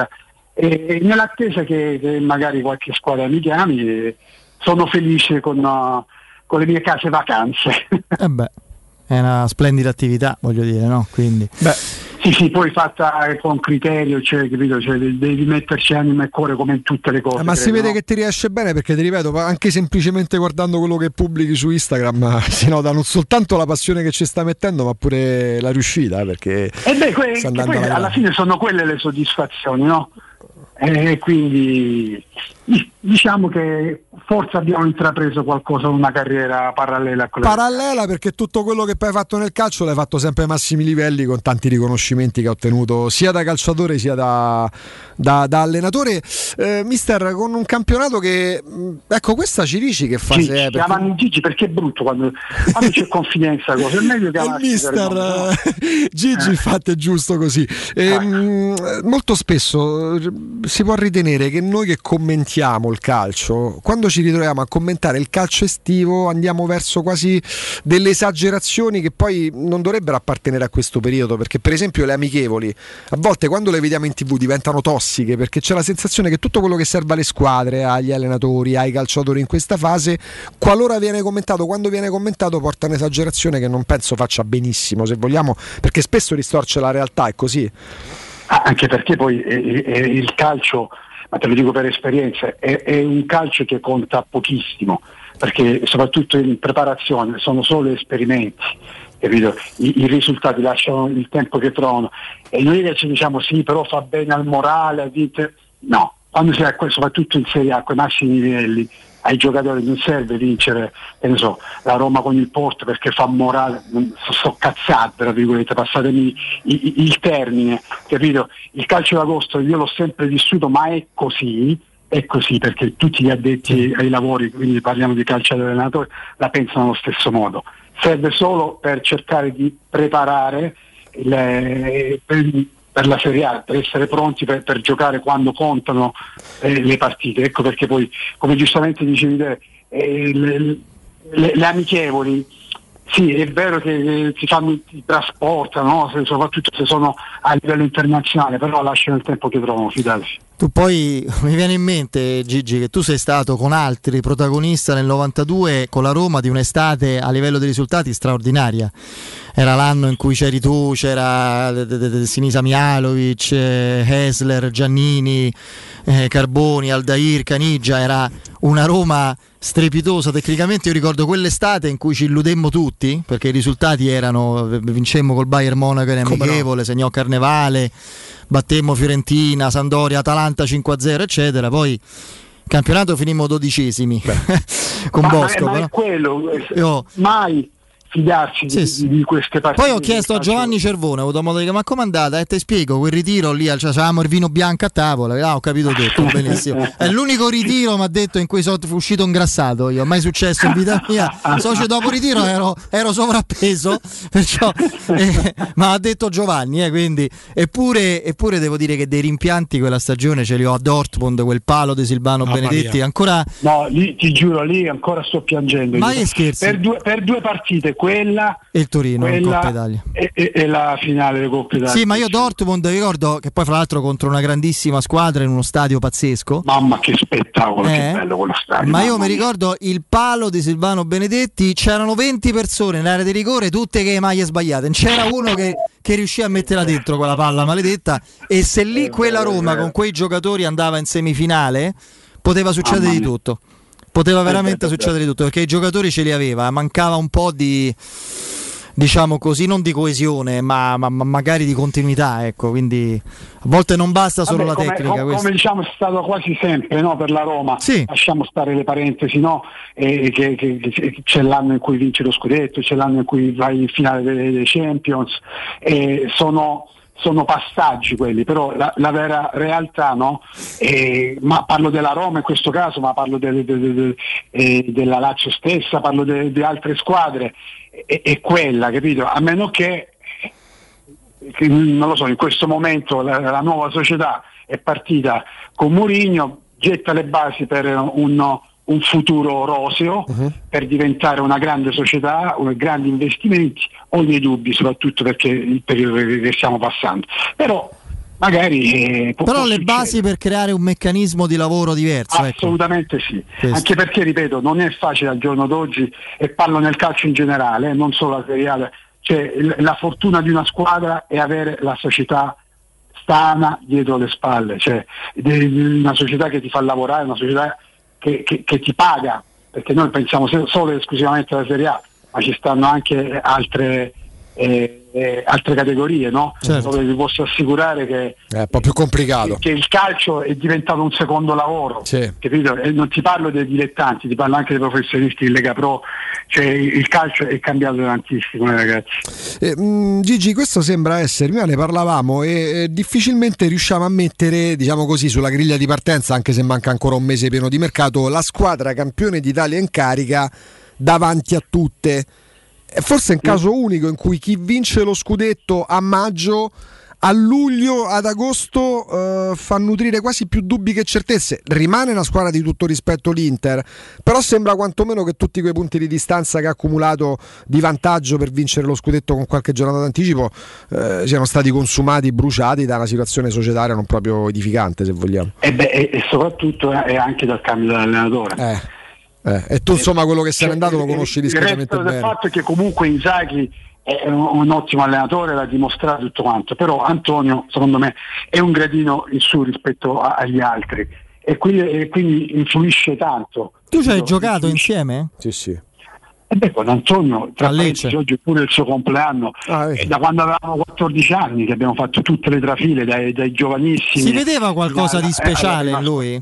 E nell'attesa che magari qualche squadra mi chiami, sono felice con le mie case vacanze. È una splendida attività, voglio dire, no? Quindi sì, poi fatta con criterio, capito? Devi metterci anima e cuore come in tutte le cose. Ma si vede che ti riesce bene, perché ti ripeto, anche semplicemente guardando quello che pubblichi su Instagram si nota non soltanto la passione che ci sta mettendo, ma pure la riuscita, perché poi alla fine sono quelle le soddisfazioni, no? E quindi diciamo che forse abbiamo intrapreso qualcosa, una carriera parallela perché tutto quello che poi hai fatto nel calcio l'hai fatto sempre ai massimi livelli, con tanti riconoscimenti che hai ottenuto sia da calciatore sia da allenatore, mister, con un campionato che, ecco, questa ci dici che fase è? Chiamami Gigi perché è brutto quando c'è confidenza, cosa è meglio che il mister Gigi, infatti è giusto così. Molto spesso si può ritenere che noi che commentiamo il calcio, quando ci ritroviamo a commentare il calcio estivo, andiamo verso quasi delle esagerazioni che poi non dovrebbero appartenere a questo periodo, perché per esempio le amichevoli a volte quando le vediamo in TV diventano tossiche, perché c'è la sensazione che tutto quello che serve alle squadre, agli allenatori, ai calciatori in questa fase, quando viene commentato porta a un'esagerazione che non penso faccia benissimo, se vogliamo, perché spesso distorce la realtà, è così. Anche perché poi il calcio, ma te lo dico per esperienza, è un calcio che conta pochissimo, perché soprattutto in preparazione sono solo esperimenti, capito? I risultati lasciano il tempo che trovano, e noi invece diciamo sì, però fa bene al morale, no, quando si è soprattutto in Serie A, quei massimi livelli, ai giocatori non serve vincere, che ne so, la Roma con il Porto perché fa morale, sto cazzato, tra virgolette, passatemi il termine, capito? Il calcio d'agosto io l'ho sempre vissuto, ma è così perché tutti gli addetti ai lavori, quindi parliamo di calcio allenatore, la pensano allo stesso modo. Serve solo per cercare di preparare per la Serie A, per essere pronti per giocare quando contano le partite. Ecco perché poi, come giustamente dicevi te, le amichevoli, sì, è vero che ti trasportano, no? Soprattutto se sono a livello internazionale, però lasciano il tempo che trovano, fidarsi. Tu poi mi viene in mente, Gigi, che tu sei stato con altri protagonista nel 92 con la Roma di un'estate a livello di risultati straordinaria. Era l'anno in cui c'eri tu, c'era Sinisa Mihajlovic, Hessler, Giannini, Carboni, Aldair, Caniggia. Era una Roma strepitosa tecnicamente. Io ricordo quell'estate in cui ci illudemmo tutti, perché i risultati erano: vincemmo col Bayern Monaco in amichevole, segnò Carnevale, battemmo Fiorentina, Sampdoria, Atalanta 5-0 eccetera. Poi il campionato finimmo 12esimi con Bosco, ma è quello, mai fidarsi di queste partite. Poi ho chiesto a Giovanni Cervone, ho avuto modo di dire: ma com'è andata? E ti spiego, quel ritiro lì, avevamo il vino bianco a tavola. Ho capito tutto, benissimo. È l'unico ritiro, mi ha detto, in cui sono uscito ingrassato. Io mai successo in vita mia. Socio, dopo il ritiro ero sovrappeso, perciò ma ha detto Giovanni, quindi eppure devo dire che dei rimpianti quella stagione ce li ho a Dortmund, quel palo di Silvano Benedetti, ancora. No, lì ti giuro, lì ancora sto piangendo. Ma che scherzi? Per due partite, quella e il Torino in Coppa Italia e la finale di Coppa Italia. Sì, ma io Dortmund ricordo che poi fra l'altro contro una grandissima squadra in uno stadio pazzesco. Mamma che spettacolo, che bello quello stadio. Ma io mi ricordo il palo di Silvano Benedetti, c'erano 20 persone nell'area di rigore, tutte che maglie sbagliate. C'era uno che riuscì a metterla dentro quella palla maledetta, e se lì quella Roma con quei giocatori andava in semifinale, poteva succedere di tutto. Poteva veramente succedere di tutto, perché i giocatori ce li aveva, mancava un po' di, diciamo così, non di coesione, ma magari di continuità, ecco, quindi a volte non basta solo la tecnica. Come diciamo è stato quasi sempre, no, per la Roma, sì. Lasciamo stare le parentesi, no? Che c'è l'anno in cui vince lo scudetto, c'è l'anno in cui vai in finale dei Champions, sono passaggi quelli, però la vera realtà, no? Ma parlo della Roma in questo caso, ma parlo della Lazio stessa, parlo di altre squadre, è quella, capito? A meno che non lo so, in questo momento la nuova società è partita con Mourinho, getta le basi per un futuro roseo, per diventare una grande società, grandi investimenti. Ho dei dubbi, soprattutto perché il periodo che stiamo passando, però magari può le basi per creare un meccanismo di lavoro diverso, assolutamente sì. Anche perché, ripeto, non è facile al giorno d'oggi, e parlo nel calcio in generale, non solo la Serie A, cioè la fortuna di una squadra è avere la società sana dietro le spalle, cioè una società che ti fa lavorare, una società che ti paga, perché noi pensiamo solo ed esclusivamente alla Serie A, ma ci stanno anche altre categorie, no? Certo. Dove vi posso assicurare che è un po' più complicato, che il calcio è diventato un secondo lavoro, sì. Capito? E non ti parlo dei dilettanti, ti parlo anche dei professionisti in Lega Pro, cioè il calcio è cambiato tantissimo, ragazzi. Gigi, questo sembra essere, prima ne parlavamo, e difficilmente riusciamo a mettere, diciamo così, sulla griglia di partenza, anche se manca ancora un mese pieno di mercato, la squadra campione d'Italia in carica davanti a tutte. Forse è un caso unico in cui chi vince lo scudetto a maggio, a luglio, ad agosto fa nutrire quasi più dubbi che certezze. Rimane una squadra di tutto rispetto l'Inter, però sembra quantomeno che tutti quei punti di distanza che ha accumulato di vantaggio per vincere lo scudetto con qualche giornata d'anticipo siano stati consumati, bruciati da una situazione societaria non proprio edificante, se vogliamo. E soprattutto è anche dal cambio dell'allenatore. E tu insomma quello che se n'è andato lo conosci discretamente bene. Il fatto è che comunque Inzaghi è un ottimo allenatore, l'ha dimostrato tutto quanto, però Antonio secondo me è un gradino in su rispetto agli altri, e quindi influisce tanto. Tu ci hai giocato insieme? Sì. E con Antonio, tra parentesi, oggi è pure il suo compleanno, da quando avevamo 14 anni che abbiamo fatto tutte le trafile dai giovanissimi. Si vedeva qualcosa di speciale in lui?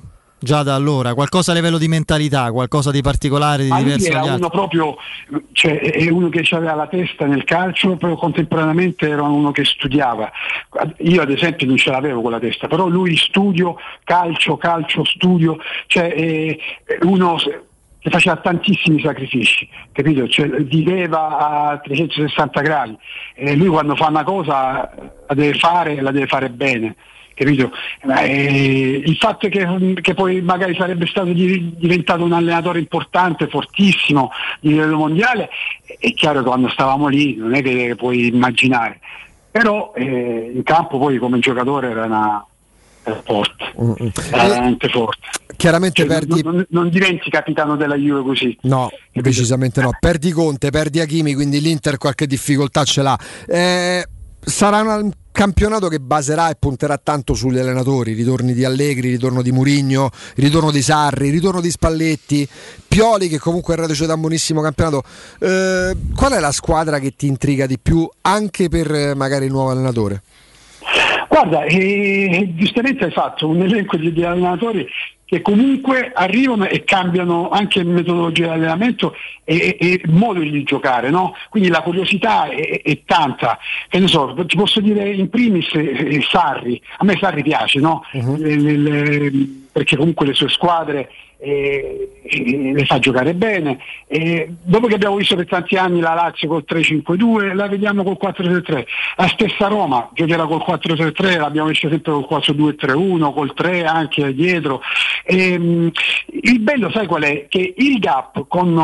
già da allora? Qualcosa a livello di mentalità, qualcosa di particolare, di diverso era dagli altri? uno proprio, cioè, è uno che aveva la testa nel calcio, però contemporaneamente era uno che studiava. Io ad esempio non ce l'avevo quella testa, però lui studio, calcio, studio, cioè uno che faceva tantissimi sacrifici, capito? Cioè, viveva a 360 gradi, lui quando fa una cosa la deve fare bene, capito? Il fatto che poi magari sarebbe stato diventato un allenatore importante, fortissimo, di livello mondiale, è chiaro che quando stavamo lì non è che puoi immaginare, però in campo poi come giocatore era forte, era veramente forte. Chiaramente non diventi capitano della Juve così. No, decisamente no. Perdi Conte, perdi Hakimi, quindi l'Inter qualche difficoltà ce l'ha. Sarà un campionato che baserà e punterà tanto sugli allenatori, ritorni di Allegri, ritorno di Mourinho, ritorno di Sarri, ritorno di Spalletti, Pioli che comunque è reduce da un buonissimo campionato. Qual è la squadra che ti intriga di più anche per magari il nuovo allenatore? Guarda, giustamente hai fatto un elenco di allenatori che comunque arrivano e cambiano anche metodologia di allenamento e modo di giocare, no? Quindi la curiosità è tanta. Che ne so, ti posso dire in primis Sarri. A me Sarri piace, no? Perché comunque le sue squadre le fa giocare bene. Dopo che abbiamo visto per tanti anni la Lazio col 3-5-2, la vediamo col 4-3-3. La stessa Roma giocherà col 4-3-3, l'abbiamo vista sempre col 4-2-3-1, col 3 anche dietro. Il bello, sai qual è? Che il gap con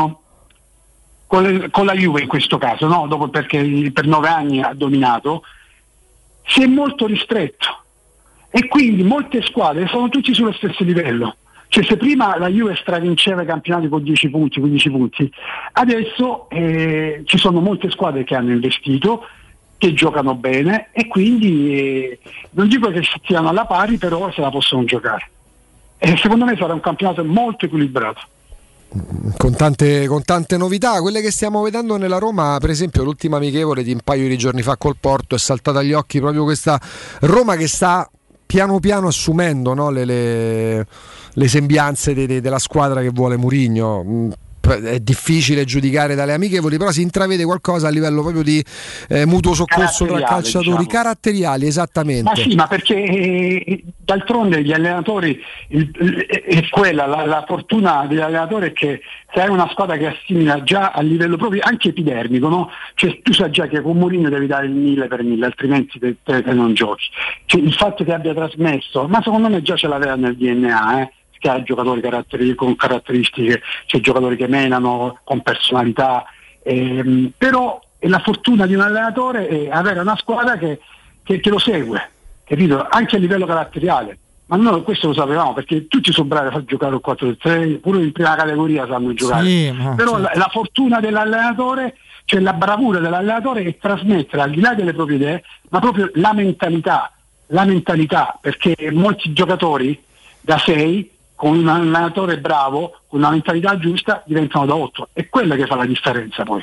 la Juve in questo caso, no? Dopo perché per 9 anni ha dominato, si è molto ristretto e quindi molte squadre sono tutti sullo stesso livello. Cioè se prima la Juve stravinceva i campionati con 10 punti, 15 punti, adesso ci sono molte squadre che hanno investito, che giocano bene e quindi non dico che si tirano alla pari, però se la possono giocare. E secondo me sarà un campionato molto equilibrato. Con tante novità, quelle che stiamo vedendo nella Roma, per esempio l'ultima amichevole di un paio di giorni fa col Porto, è saltata agli occhi proprio questa Roma che sta piano piano assumendo, no, le sembianze della squadra che vuole Mourinho. È difficile giudicare dalle amichevoli, però si intravede qualcosa a livello proprio di mutuo soccorso tra calciatori, diciamo. Caratteriali, esattamente. Ma sì, ma perché d'altronde gli allenatori è quella, la fortuna degli allenatori è che se hai una squadra che assimila già a livello proprio anche epidermico, no? Cioè tu sai già che con Mourinho devi dare il 1000 per 1000, altrimenti te non giochi. Cioè, il fatto che abbia trasmesso, ma secondo me già ce l'aveva nel DNA, che ha giocatori con caratteristiche, c'è giocatori che menano con personalità, però è la fortuna di un allenatore è avere una squadra che lo segue, capito? Anche a livello caratteriale. Ma noi questo lo sapevamo perché tutti sono bravi a far giocare il 4-3, pure in prima categoria sanno giocare. Sì, però certo. la fortuna dell'allenatore, cioè la bravura dell'allenatore è trasmettere al di là delle proprie idee, ma proprio la mentalità, perché molti giocatori da 6 con un allenatore bravo, con una mentalità giusta, diventano da 8. È quella che fa la differenza poi.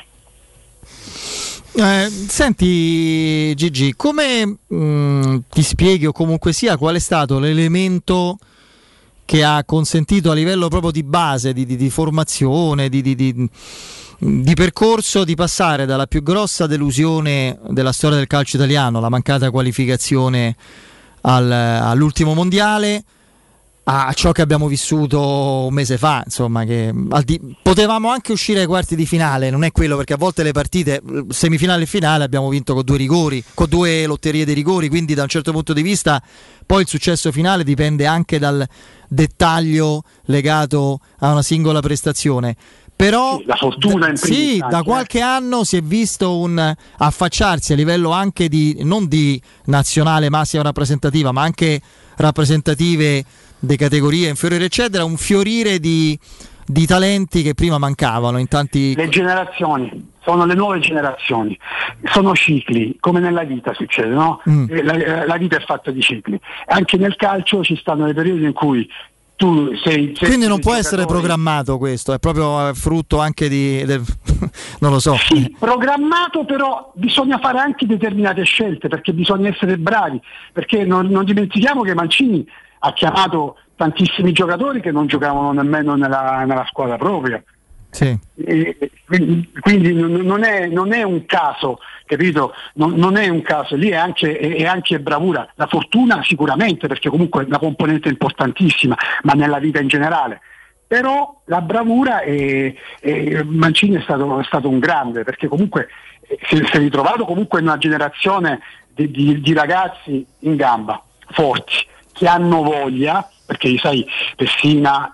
Senti Gigi, come ti spieghi o comunque sia qual è stato l'elemento che ha consentito a livello proprio di base, di formazione, di percorso, di passare dalla più grossa delusione della storia del calcio italiano, la mancata qualificazione all'ultimo mondiale, a ciò che abbiamo vissuto un mese fa, insomma, che potevamo anche uscire ai quarti di finale, non è quello, perché a volte le partite semifinale e finale abbiamo vinto con 2 rigori, con 2 lotterie dei rigori, quindi da un certo punto di vista poi il successo finale dipende anche dal dettaglio legato a una singola prestazione. Però la fortuna sì, da qualche anno si è visto un affacciarsi a livello anche non di nazionale massima rappresentativa, ma anche rappresentative di categorie inferiori eccetera, un fiorire di talenti che prima mancavano in tanti. Le generazioni sono le nuove generazioni, sono cicli, come nella vita succede, no? La vita è fatta di cicli, anche nel calcio ci stanno dei periodi in cui tu sei quindi non può essere programmato, questo è proprio frutto anche non lo so. Sì, programmato, però bisogna fare anche determinate scelte, perché bisogna essere bravi, perché non dimentichiamo che Mancini ha chiamato tantissimi giocatori che non giocavano nemmeno nella squadra propria. Sì. Quindi non è un caso, capito? Non è un caso, lì è anche bravura, la fortuna sicuramente, perché comunque è una componente importantissima, ma nella vita in generale. Però la bravura Mancini è stato un grande, perché comunque si è ritrovato comunque in una generazione di ragazzi in gamba, forti, che hanno voglia, perché sai, Pessina,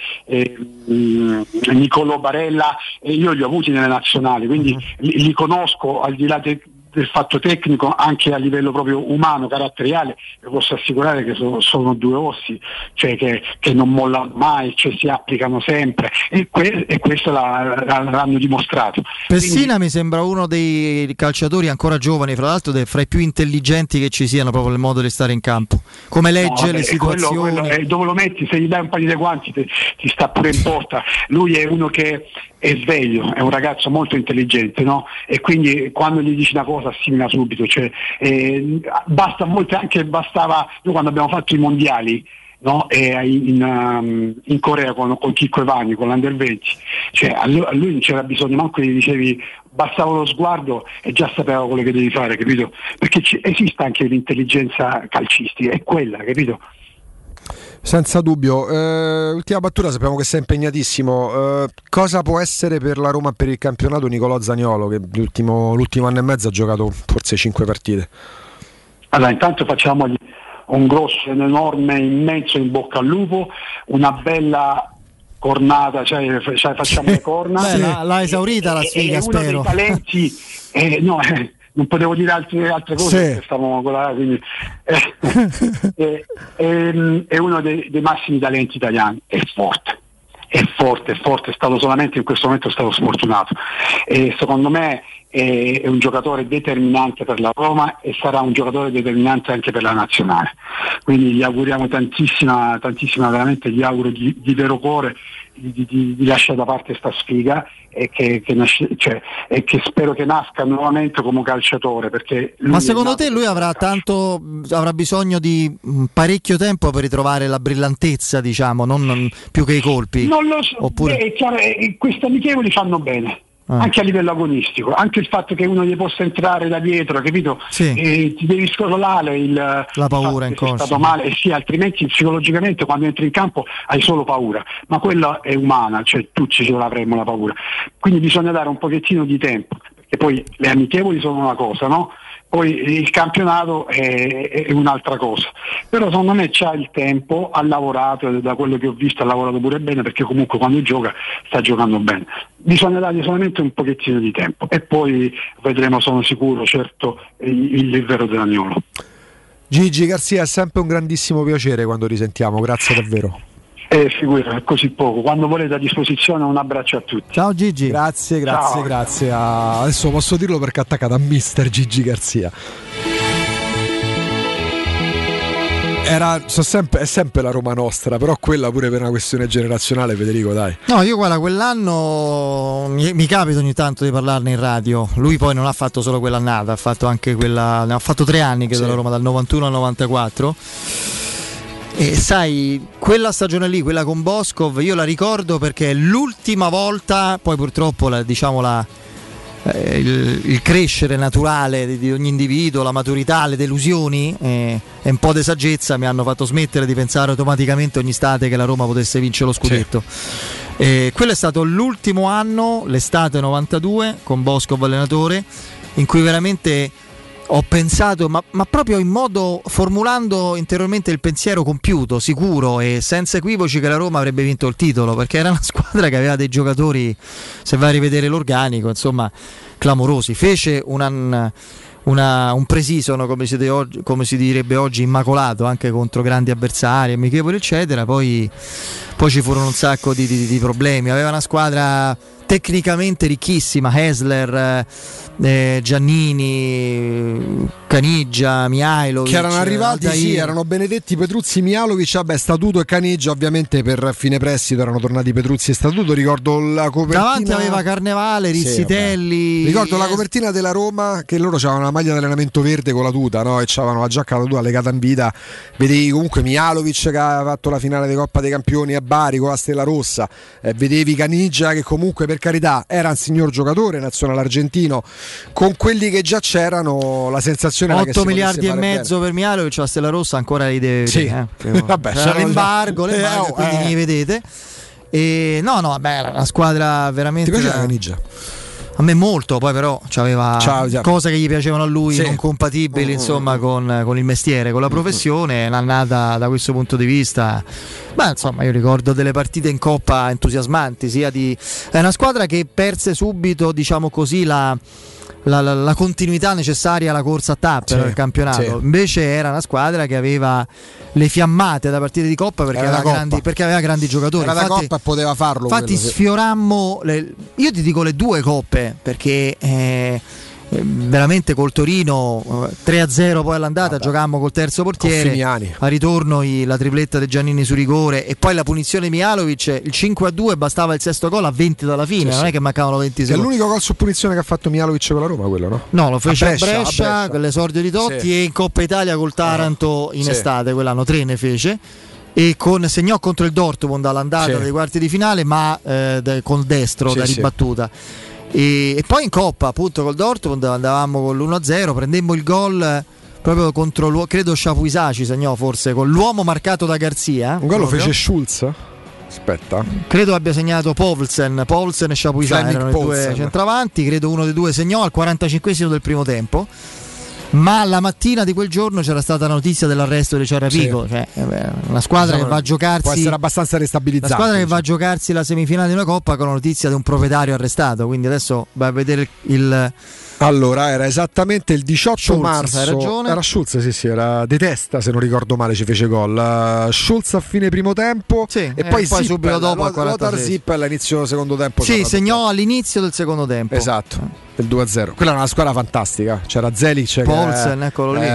Niccolò Barella, io li ho avuti nelle nazionali, quindi li conosco al di là del fatto tecnico, anche a livello proprio umano, caratteriale. Vi posso assicurare che sono due ossi, cioè che non mollano mai, cioè si applicano sempre, e questo l'hanno dimostrato. Pessina Quindi, mi sembra uno dei calciatori ancora giovani, fra l'altro fra i più intelligenti che ci siano, proprio nel modo di stare in campo, come legge le situazioni. quello, dove lo metti, se gli dai un paio di guanti ti sta pure in porta. Lui è uno che è sveglio, è un ragazzo molto intelligente, no? E quindi quando gli dici una cosa assimila subito, cioè, bastava, noi quando abbiamo fatto i mondiali, no? In Corea con Chicco Evani, con l'Under 20, cioè, a lui non c'era bisogno manco gli dicevi, bastava lo sguardo e già sapeva quello che devi fare, capito? Perché esiste anche l'intelligenza calcistica, è quella, capito? Senza dubbio. Ultima battuta, sappiamo che sei impegnatissimo. Cosa può essere per la Roma e per il campionato Nicolò Zaniolo, che l'ultimo anno e mezzo ha giocato forse 5 partite? Allora, intanto facciamogli un grosso, un enorme, immenso in bocca al lupo, una bella cornata, cioè facciamo le corna. L'ha esaurita la sfiga, spero. Uno dei talenti, non potevo dire altre cose, perché stavamo con la, quindi, è uno dei massimi talenti italiani, è forte, è stato solamente in questo momento sfortunato, e secondo me è un giocatore determinante per la Roma e sarà un giocatore determinante anche per la nazionale, quindi gli auguriamo tantissima, veramente gli auguro di vero cuore di lasciare da parte sta sfiga e che spero che nasca nuovamente come calciatore, perché ma secondo te lui avrà bisogno di parecchio tempo per ritrovare la brillantezza, diciamo, non più che i colpi? Non lo so. Oppure... è chiaro, questi amichevoli fanno bene. Anche a livello agonistico, anche il fatto che uno gli possa entrare da dietro, capito? Sì. Ti devi sconsolare la paura in corso. È stato male, sì, altrimenti psicologicamente quando entri in campo hai solo paura, ma quella è umana, cioè tutti ce l'avremmo la paura, quindi bisogna dare un pochettino di tempo, perché poi le amichevoli sono una cosa, no? Poi il campionato è un'altra cosa, però secondo me c'ha il tempo, ha lavorato, da quello che ho visto ha lavorato pure bene, perché comunque quando gioca sta giocando bene, bisogna dargli solamente un pochettino di tempo e poi vedremo, sono sicuro, certo, il vero Zaniolo. Gigi Garzia, è sempre un grandissimo piacere quando risentiamo, grazie davvero. Figurati, è così poco. Quando volete a disposizione, un abbraccio a tutti. Ciao Gigi. Grazie. Adesso posso dirlo perché è attaccato a Mister Gigi Garzia. È sempre la Roma nostra, però quella pure per una questione generazionale, Federico, dai. No, io guarda, quell'anno mi capita ogni tanto di parlarne in radio. Lui poi non ha fatto solo quell'annata, ha fatto anche quella, ne ha fatto 3 anni che dalla Roma, dal 91 al 94. E sai, quella stagione lì, quella con Boskov, io la ricordo perché è l'ultima volta, poi purtroppo il crescere naturale di ogni individuo, la maturità, le delusioni e un po' di saggezza mi hanno fatto smettere di pensare automaticamente ogni estate che la Roma potesse vincere lo scudetto. Quello è stato l'ultimo anno, l'estate 92, con Boskov allenatore, in cui veramente ho pensato, ma proprio in modo, formulando interiormente il pensiero compiuto, sicuro e senza equivoci, che la Roma avrebbe vinto il titolo, perché era una squadra che aveva dei giocatori, se vai a rivedere l'organico, insomma, clamorosi. Fece un pre-season, come si direbbe oggi, immacolato, anche contro grandi avversari, amichevoli eccetera, poi ci furono un sacco di problemi. Aveva una squadra tecnicamente ricchissima, Hessler, Giannini, Caniggia, Mihajlovic, che erano arrivati, sì, erano Benedetti, Petruzzi, Mihajlovic, vabbè, Statuto e Caniggia, ovviamente per fine prestito erano tornati Petruzzi e Statuto. Ricordo la copertina, davanti aveva Carnevale, Rizzitelli, ricordo la copertina della Roma, che loro avevano la maglia di allenamento verde con la tuta, no? E c'avevano la giacca con la tuta legata in vita, vedevi comunque Mihajlovic che aveva fatto la finale di Coppa dei Campioni a Bari con la Stella Rossa, vedevi Caniggia che comunque, per carità, era un signor giocatore nazionale argentino. Con quelli che già c'erano, la sensazione era che 8 miliardi e mezzo per Mihajlovic, la Stella Rossa ancora li deve vedere, vabbè, c'era l'embargo, quindi li vedete. E vabbè, la squadra veramente. Ti piace Caniggia? A me molto, poi però c'aveva cose che gli piacevano a lui, non compatibili insomma con il mestiere, con la professione. L'annata da questo punto di vista, insomma, io ricordo delle partite in Coppa entusiasmanti, è una squadra che perse subito, diciamo così, la continuità necessaria alla corsa a tappe del campionato. Invece era una squadra che aveva le fiammate da partite di Coppa perché aveva grandi giocatori. Era infatti, Coppa e poteva farlo. Infatti sfiorammo io ti dico le due coppe, perché veramente col Torino 3-0 poi all'andata, giocammo col terzo portiere, a ritorno la tripletta di Giannini su rigore e poi la punizione di Mihajlovic, il 5-2, bastava il sesto gol a 20 dalla fine, non è che mancavano 20 secondi. È l'unico gol su punizione che ha fatto Mihajlovic con la Roma, quello, no? No, lo fece a Brescia con l'esordio di Totti e in Coppa Italia col Taranto in estate, quell'anno 3 ne fece. E segnò contro il Dortmund all'andata dei quarti di finale, ma con destro da ribattuta. E poi in Coppa, appunto, col Dortmund andavamo con l'1-0, prendemmo il gol proprio contro credo Chapuisat ci segnò, forse con l'uomo marcato da Garzia. Un gol lo fece Schulz? Aspetta, credo abbia segnato Poulsen e Chapuisat, erano i due centravanti, credo uno dei due segnò al 45esimo del primo tempo. Ma la mattina di quel giorno c'era stata la notizia dell'arresto di Ciarrapico, cioè una squadra che va a giocarsi, può essere abbastanza restabilizzata. La squadra che va a giocarsi la semifinale di una Coppa con la notizia di un proprietario arrestato, quindi adesso vai a vedere Allora, era esattamente il 18 Schulz, marzo. Hai ragione. Era Schulz, sì, era De Testa, se non ricordo male, ci fece gol. Schulz a fine primo tempo e poi subito dopo Lothar Zippel all'inizio secondo tempo. Sì, segnò all'inizio del secondo tempo. Esatto. Il 2-0. Quella era una squadra fantastica. C'era Zelic, Poulsen, eccolo lì,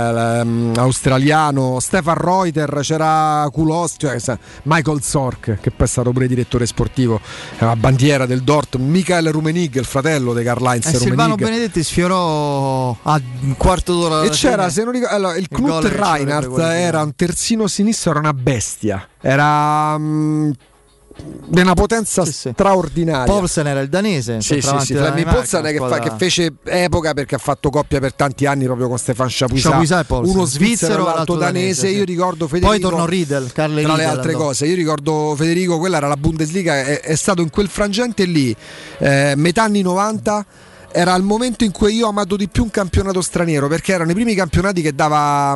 australiano, Stefan Reuter, c'era Kulos, Michael Zorc, che poi è stato pure direttore sportivo, è una bandiera del Dortmund, Michael Rummenigge, il fratello di Karl-Heinz Rummenigge. Silvano Benedetti sfiorò a un quarto d'ora e c'era, se non ricordo, il Knut Reinhardt era un terzino sinistro, era una bestia, era di una potenza straordinaria. Poulsen era il danese, Flemming Poulsen che fece epoca perché ha fatto coppia per tanti anni proprio con Stefan Chapuisat, uno svizzero l'altro danese. Io ricordo Federico, poi tornò Riedel, tra le altre cose. Io ricordo Federico, quella era la Bundesliga, è stato in quel frangente lì, metà anni 90. Era il momento in cui io ho amato di più un campionato straniero, perché erano i primi campionati che dava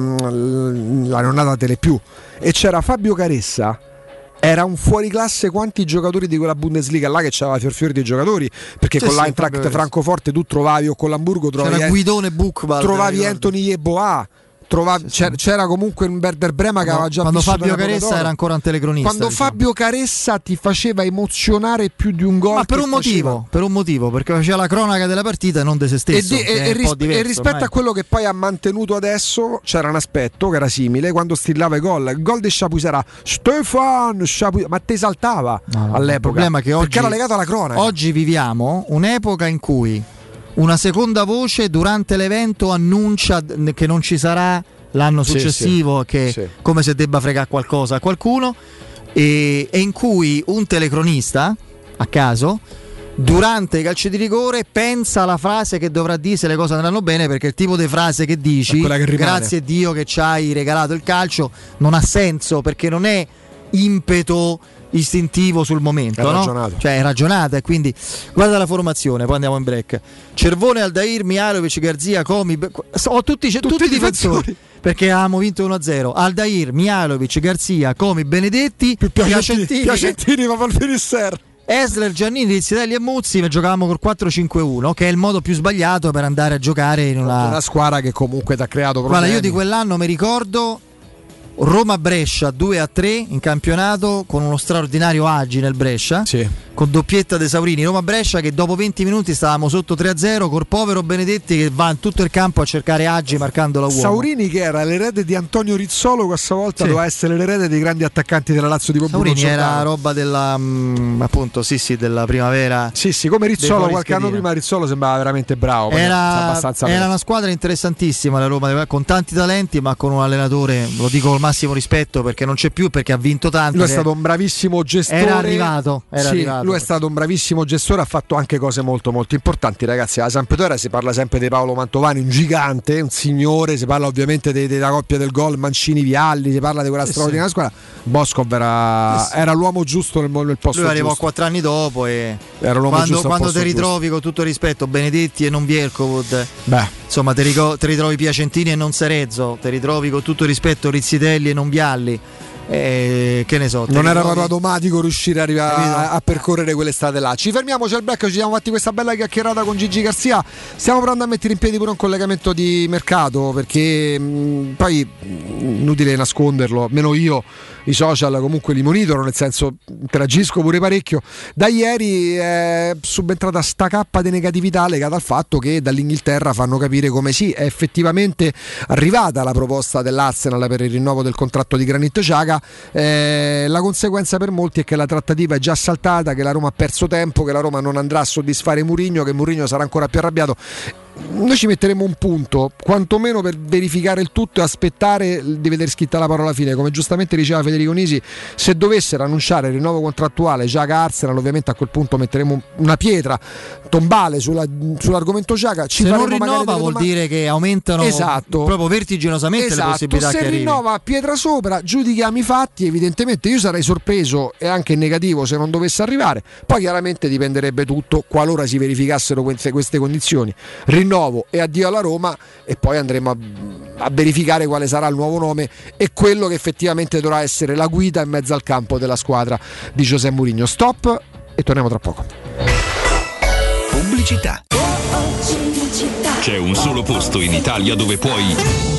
la neonata Telepiù, e c'era Fabio Caressa. Era un fuoriclasse quanti giocatori di quella Bundesliga là, che c'aveva fior di giocatori, perché con l'Eintracht Francoforte tu trovavi, o con l'Hamburgo trovavi, c'era Guidone Buchwald, trovavi Anthony Yeboah, c'era comunque un Werder Brema che aveva già quando Fabio Caressa era ancora un telecronista, quando Fabio Caressa ti faceva emozionare più di un gol, ma per un motivo, perché faceva la cronaca della partita e non di se stesso, e rispetto ormai a quello che poi ha mantenuto adesso, c'era un aspetto che era simile quando strillava il gol di Chapuisat era Stefan Chapuisat, ma te esaltava all'epoca, il problema è che oggi, perché era legato alla cronaca. Oggi viviamo un'epoca in cui una seconda voce durante l'evento annuncia che non ci sarà l'anno successivo, come se debba fregare qualcosa a qualcuno, e in cui un telecronista a caso durante i calci di rigore pensa alla frase che dovrà dire se le cose andranno bene, perché il tipo di frase che dici, grazie a Dio che ci hai regalato il calcio, non ha senso, perché non è impeto istintivo sul momento, no? Cioè è ragionata, e quindi guarda la formazione, poi andiamo in break. Cervone, Aldair, Mihajlovic, Garzia, Comi, tutti i difensori, perché avevamo vinto 1-0. Aldair, Mihajlovic, Garzia, Comi, Benedetti, Piacentini va per finissere. Hessler, Giannini, Rizzitelli e Muzzi, giocavamo col 4-5-1, che è il modo più sbagliato per andare a giocare in una squadra che comunque ti ha creato problemi. Guarda, io di quell'anno mi ricordo Roma-Brescia 2-3 in campionato con uno straordinario Agi nel Brescia, con doppietta De Saurini. Roma-Brescia che dopo 20 minuti stavamo sotto 3-0 col povero Benedetti che va in tutto il campo a cercare Agi marcando la uomo. Saurini che era l'erede di Antonio Rizzolo, questa volta doveva essere l'erede dei grandi attaccanti della Lazio di Bruno Saurini Giordano. era roba della appunto della primavera. Sì, come Rizzolo qualche anno prima. Rizzolo sembrava veramente bravo, era una squadra interessantissima la Roma, con tanti talenti ma con un allenatore, lo dico col massimo rispetto perché non c'è più, perché ha vinto tanto. Lui è stato un bravissimo gestore, era arrivato. Lui è stato un bravissimo gestore, ha fatto anche cose molto molto importanti, ragazzi. A Sampdoria si parla sempre di Paolo Mantovani, un gigante, un signore, si parla ovviamente della coppia del gol Mancini-Vialli, si parla di quella straordinaria squadra. Boscov era l'uomo giusto nel posto. Lui arrivò giusto. 4 anni dopo e era l'uomo giusto quando ti ritrovi con tutto il rispetto Benedetti e non Bierkovud, insomma ti ritrovi Piacentini e non Serezzo, ti ritrovi con tutto il rispetto Rizzitelli e non Vialli, che ne so, non era proprio automatico riuscire a percorrere quell'estate là. Ci fermiamo, c'è il break, ci siamo fatti questa bella chiacchierata con Gigi Garzia, stiamo provando a mettere in piedi pure un collegamento di mercato, perché poi inutile nasconderlo, almeno io i social comunque li monitoro, nel senso interagisco pure parecchio. Da ieri è subentrata sta cappa di negatività legata al fatto che dall'Inghilterra fanno capire come sì, è effettivamente arrivata la proposta dell'Arsenal per il rinnovo del contratto di Granit Xhaka. La conseguenza per molti è che la trattativa è già saltata, che la Roma ha perso tempo, che la Roma non andrà a soddisfare Mourinho, che Mourinho sarà ancora più arrabbiato. Noi ci metteremo un punto, quantomeno per verificare il tutto e aspettare di vedere scritta la parola fine. Come giustamente diceva Federico Nisi, se dovessero annunciare il rinnovo contrattuale Xhaka Arsenal, ovviamente a quel punto metteremo una pietra tombale sull'argomento Xhaka. Se non rinnova vuol dire che aumentano proprio vertiginosamente le possibilità se che arrivi. Se rinnova pietra sopra, giudichiamo i fatti. Evidentemente io sarei sorpreso e anche negativo se non dovesse arrivare. Poi chiaramente dipenderebbe tutto qualora si verificassero queste condizioni. Rinnovo e addio alla Roma, e poi andremo a verificare quale sarà il nuovo nome e quello che effettivamente dovrà essere la guida in mezzo al campo della squadra di José Mourinho. Stop e torniamo tra poco. Pubblicità. C'è un solo posto in Italia dove puoi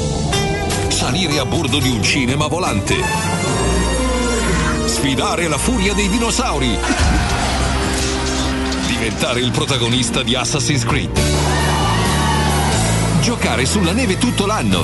salire a bordo di un cinema volante, sfidare la furia dei dinosauri, diventare il protagonista di Assassin's Creed, giocare sulla neve tutto l'anno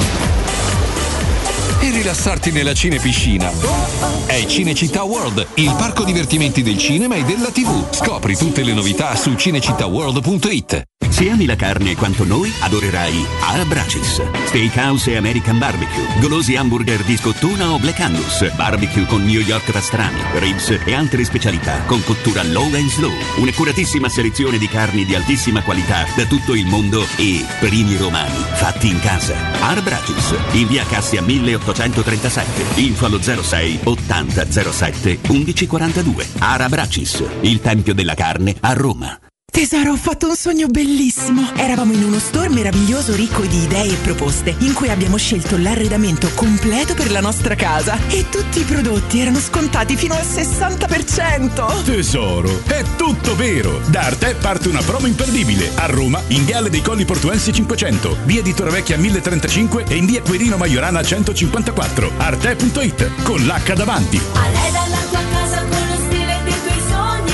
e rilassarti nella cinepiscina. È Cinecittà World, il parco divertimenti del cinema e della TV. Scopri tutte le novità su cinecittàworld.it. Se ami la carne quanto noi, adorerai Arabracis. Steakhouse e American Barbecue, golosi hamburger di scottuna o Black Angus, barbecue con New York pastrami, ribs e altre specialità con cottura low and slow. Un'accuratissima selezione di carni di altissima qualità da tutto il mondo e primi romani fatti in casa. Arabracis, in via Cassia 1837, info allo 06 80 07 1142. Arabracis, il tempio della carne a Roma. Tesoro, ho fatto un sogno bellissimo. Eravamo in uno store meraviglioso ricco di idee e proposte, in cui abbiamo scelto l'arredamento completo per la nostra casa e tutti i prodotti erano scontati fino al 60%. Tesoro, è tutto vero. Da Arte parte una promo imperdibile. A Roma, in Viale dei Colli Portuensi 500, via di Torrevecchia 1035 e in via Quirino Maiorana 154. Arte.it, con l'H davanti. Arreda la tua casa con lo stile dei tuoi sogni.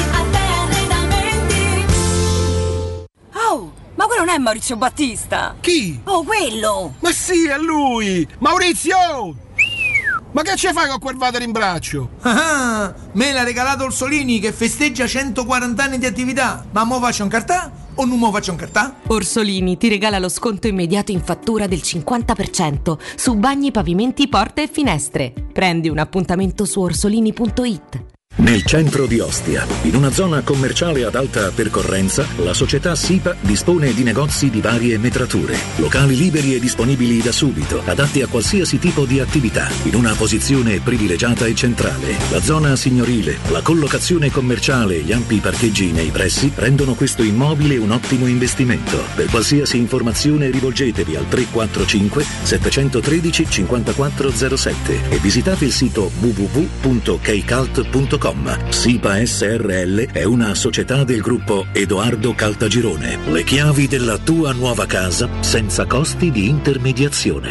Oh, ma quello non è Maurizio Battista? Chi? Oh, quello! Ma sì, è lui! Maurizio! Ma che ci fai con quel water in braccio? Ah, me l'ha regalato Orsolini che festeggia 140 anni di attività. Ma mo faccio un cartà o non mo faccio un cartà? Orsolini ti regala lo sconto immediato in fattura del 50% su bagni, pavimenti, porte e finestre. Prendi un appuntamento su orsolini.it. Nel centro di Ostia, in una zona commerciale ad alta percorrenza, la società SIPA dispone di negozi di varie metrature, locali liberi e disponibili da subito, adatti a qualsiasi tipo di attività, in una posizione privilegiata e centrale. La zona signorile, la collocazione commerciale e gli ampi parcheggi nei pressi rendono questo immobile un ottimo investimento. Per qualsiasi informazione rivolgetevi al 345 713 5407 e visitate il sito www.keicalt.com. SIPA SRL è una società del gruppo Edoardo Caltagirone. Le chiavi della tua nuova casa senza costi di intermediazione.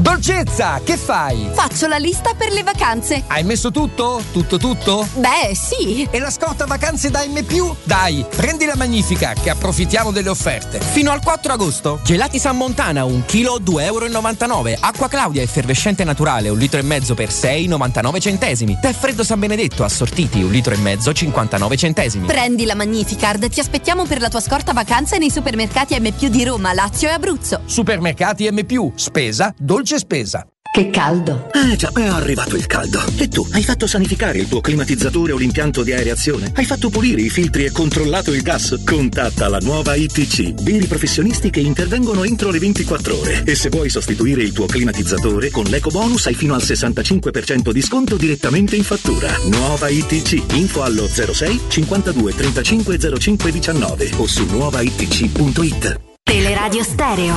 Dolcezza, che fai? Faccio la lista per le vacanze. Hai messo tutto? Tutto? Beh, sì. E la scorta vacanze da M+? Dai, prendi la Magnifica, che approfittiamo delle offerte. Fino al 4 agosto. Gelati San Montana, 1 chilo, 2,99 €. Acqua Claudia effervescente naturale, 1,5 litri per 6,99 centesimi. Tè freddo San Benedetto, assortiti, 1,5 litri, 59 centesimi. Prendi la Magnificard, ti aspettiamo per la tua scorta vacanze nei supermercati M+ di Roma, Lazio e Abruzzo. Supermercati M+, spesa, dolce spesa. Che caldo! Già, è arrivato il caldo. E tu, hai fatto sanificare il tuo climatizzatore o l'impianto di areazione? Hai fatto pulire i filtri e controllato il gas? Contatta la nuova ITC, veri professionisti che intervengono entro le 24 ore. E se vuoi sostituire il tuo climatizzatore, con l'ecobonus hai fino al 65% di sconto direttamente in fattura. Nuova ITC, info allo 06 52 35 05 19 o su nuovaitc.it. Teleradio Stereo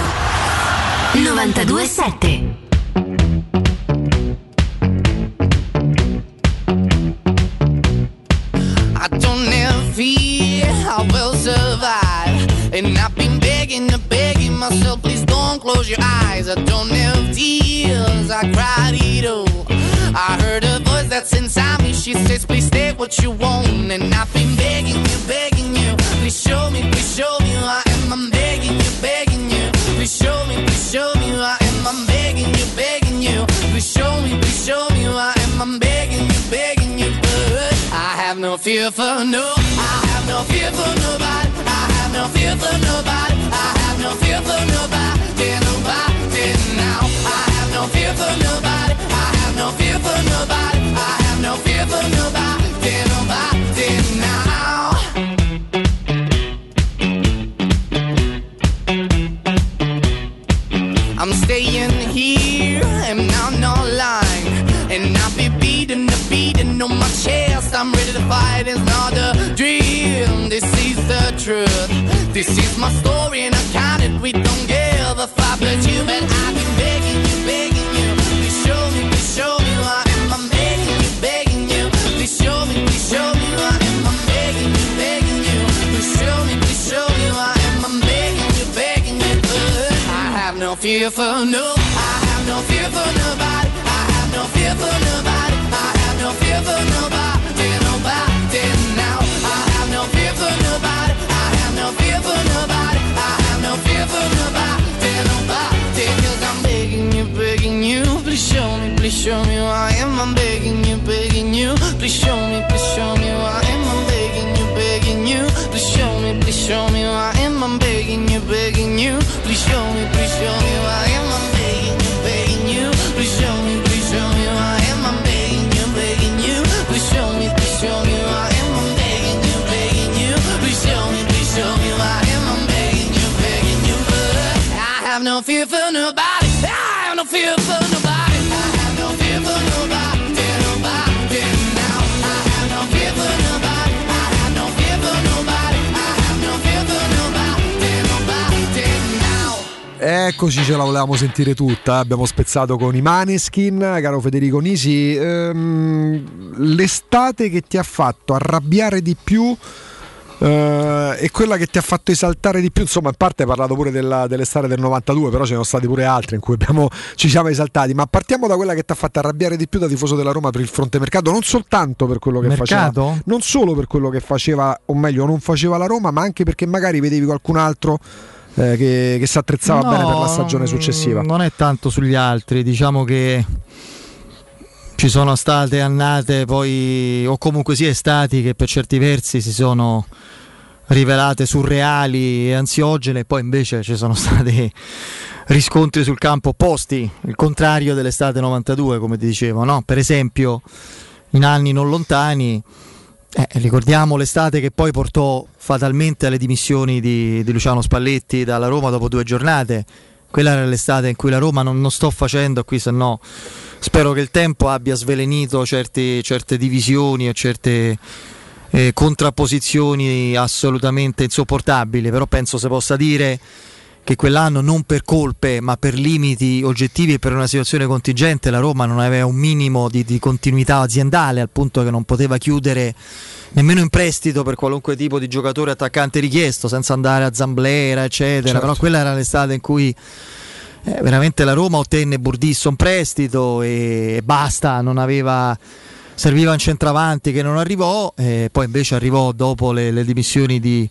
92.7. I don't ever fear I will survive. And I've been begging myself, please don't close your eyes. I don't have tears, I cried it all. I heard a voice that's inside me, she says, please stay what you want. And I've been begging you, please show me who I am. I'm begging you, please show me who I am. I'm begging you, please show me who I am. I'm begging you, but I have no fear for no, I have no fear for nobody. I have no fear for nobody. I have no fear for nobody, nobody now. I have no fear for nobody. I have no fear for nobody. I have no fear for nobody, nobody now. I'm staying here and I'm not lying. And I'll be beating on my chest. I'm ready to fight, it's not a dream. This is the truth. This is my story and I count it. We don't give a fuck but you. But I've been begging you. Please show me who I am. I'm begging you. Please show me who I am. I'm begging you. Please show me who I am. I'm begging you. But I have no fear for no. I have no fear for nobody. I have no fear for nobody. I have no fear for nobody, nobody now. I have no fear for nobody. I have no fear for nobody. I have no fear for nobody, nobody. 'Cause I'm begging you, please show me who I am. I'm begging you, please show me who I am. I'm begging you, please show me who I am. I'm begging you, please show me who I am. I'm begging you, please show me who I am. I'm begging you, please show me who I am. I'm begging you, please show me who I am. I'm begging you, but I have no fear for nobody. I have no fear for nobody. I have no fear for nobody, nobody now. I have no fear for nobody. I have no fear for nobody. I have no fear for nobody, nobody now. Eccoci, ce la volevamo sentire tutta. Abbiamo spezzato con i Maneskin, caro Federico Nisi. L'estate che ti ha fatto arrabbiare di più e quella che ti ha fatto esaltare di più, insomma, a parte hai parlato pure dell'estate del 92, però ce ne sono stati pure altre in cui ci siamo esaltati, ma partiamo da quella che ti ha fatto arrabbiare di più da tifoso della Roma per il fronte mercato, non soltanto per quello che faceva, non solo per quello che faceva, o meglio non faceva la Roma, ma anche perché magari vedevi qualcun altro che si attrezzava bene per la stagione successiva. Non è tanto sugli altri, diciamo che ci sono state annate poi, o comunque sia estati, che per certi versi si sono rivelate surreali e ansiogene, e poi invece ci sono stati riscontri sul campo opposti, il contrario dell'estate 92, come ti dicevo, no? Per esempio in anni non lontani ricordiamo l'estate che poi portò fatalmente alle dimissioni di Luciano Spalletti dalla Roma dopo 2 giornate. Quella era l'estate in cui la Roma, non sto facendo qui, se no spero che il tempo abbia svelenito certe divisioni e certe contrapposizioni assolutamente insopportabili, però penso si possa dire che quell'anno, non per colpe ma per limiti oggettivi e per una situazione contingente, la Roma non aveva un minimo di continuità aziendale, al punto che non poteva chiudere nemmeno in prestito per qualunque tipo di giocatore attaccante richiesto, senza andare a Zamblera eccetera. Certo. Però quella era l'estate in cui veramente la Roma ottenne Burdisso in prestito e basta, serviva un centravanti che non arrivò, poi invece arrivò dopo le dimissioni di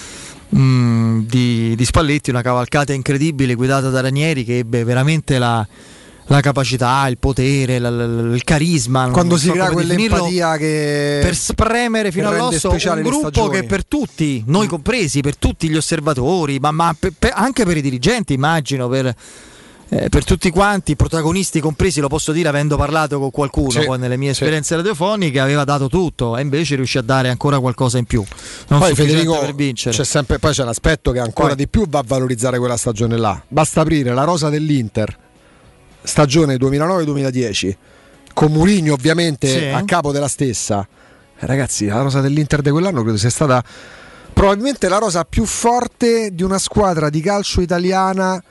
Spalletti, una cavalcata incredibile guidata da Ranieri, che ebbe veramente la capacità, il potere, il carisma, quando si crea quell'empatia che per spremere fino all'osso un gruppo che per tutti, noi compresi, per tutti gli osservatori, ma anche per i dirigenti, immagino, per tutti quanti, protagonisti compresi, lo posso dire avendo parlato con qualcuno poi nelle mie esperienze radiofoniche, aveva dato tutto e invece riuscì a dare ancora qualcosa in più, non poi sufficiente Federico, per vincere. poi c'è un aspetto che ancora di più va a valorizzare quella stagione là. Basta aprire la rosa dell'Inter stagione 2009-2010 con Mourinho ovviamente a capo della stessa. Ragazzi, la rosa dell'Inter di quell'anno credo sia stata probabilmente la rosa più forte di una squadra di calcio italiana,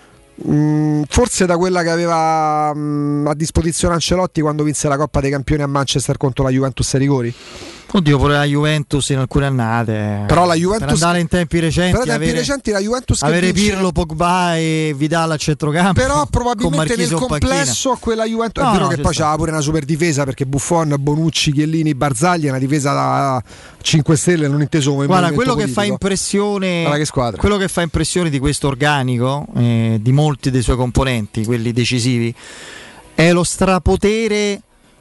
forse da quella che aveva a disposizione Ancelotti quando vinse la Coppa dei Campioni a Manchester contro la Juventus ai rigori. Oddio, pure la Juventus in alcune annate. Però la Juventus, per andare in tempi recenti, la Juventus che avere vince... Pirlo, Pogba e Vidal a centrocampo. Però probabilmente nel complesso quella Juventus è vero che poi c'aveva pure una super difesa, perché Buffon, Bonucci, Chiellini, Barzagli è una difesa da 5 stelle, non inteso come guarda, quello politico. Che fa impressione, che squadra. Quello che fa impressione di questo organico, di molti dei suoi componenti, quelli decisivi, è lo strapotere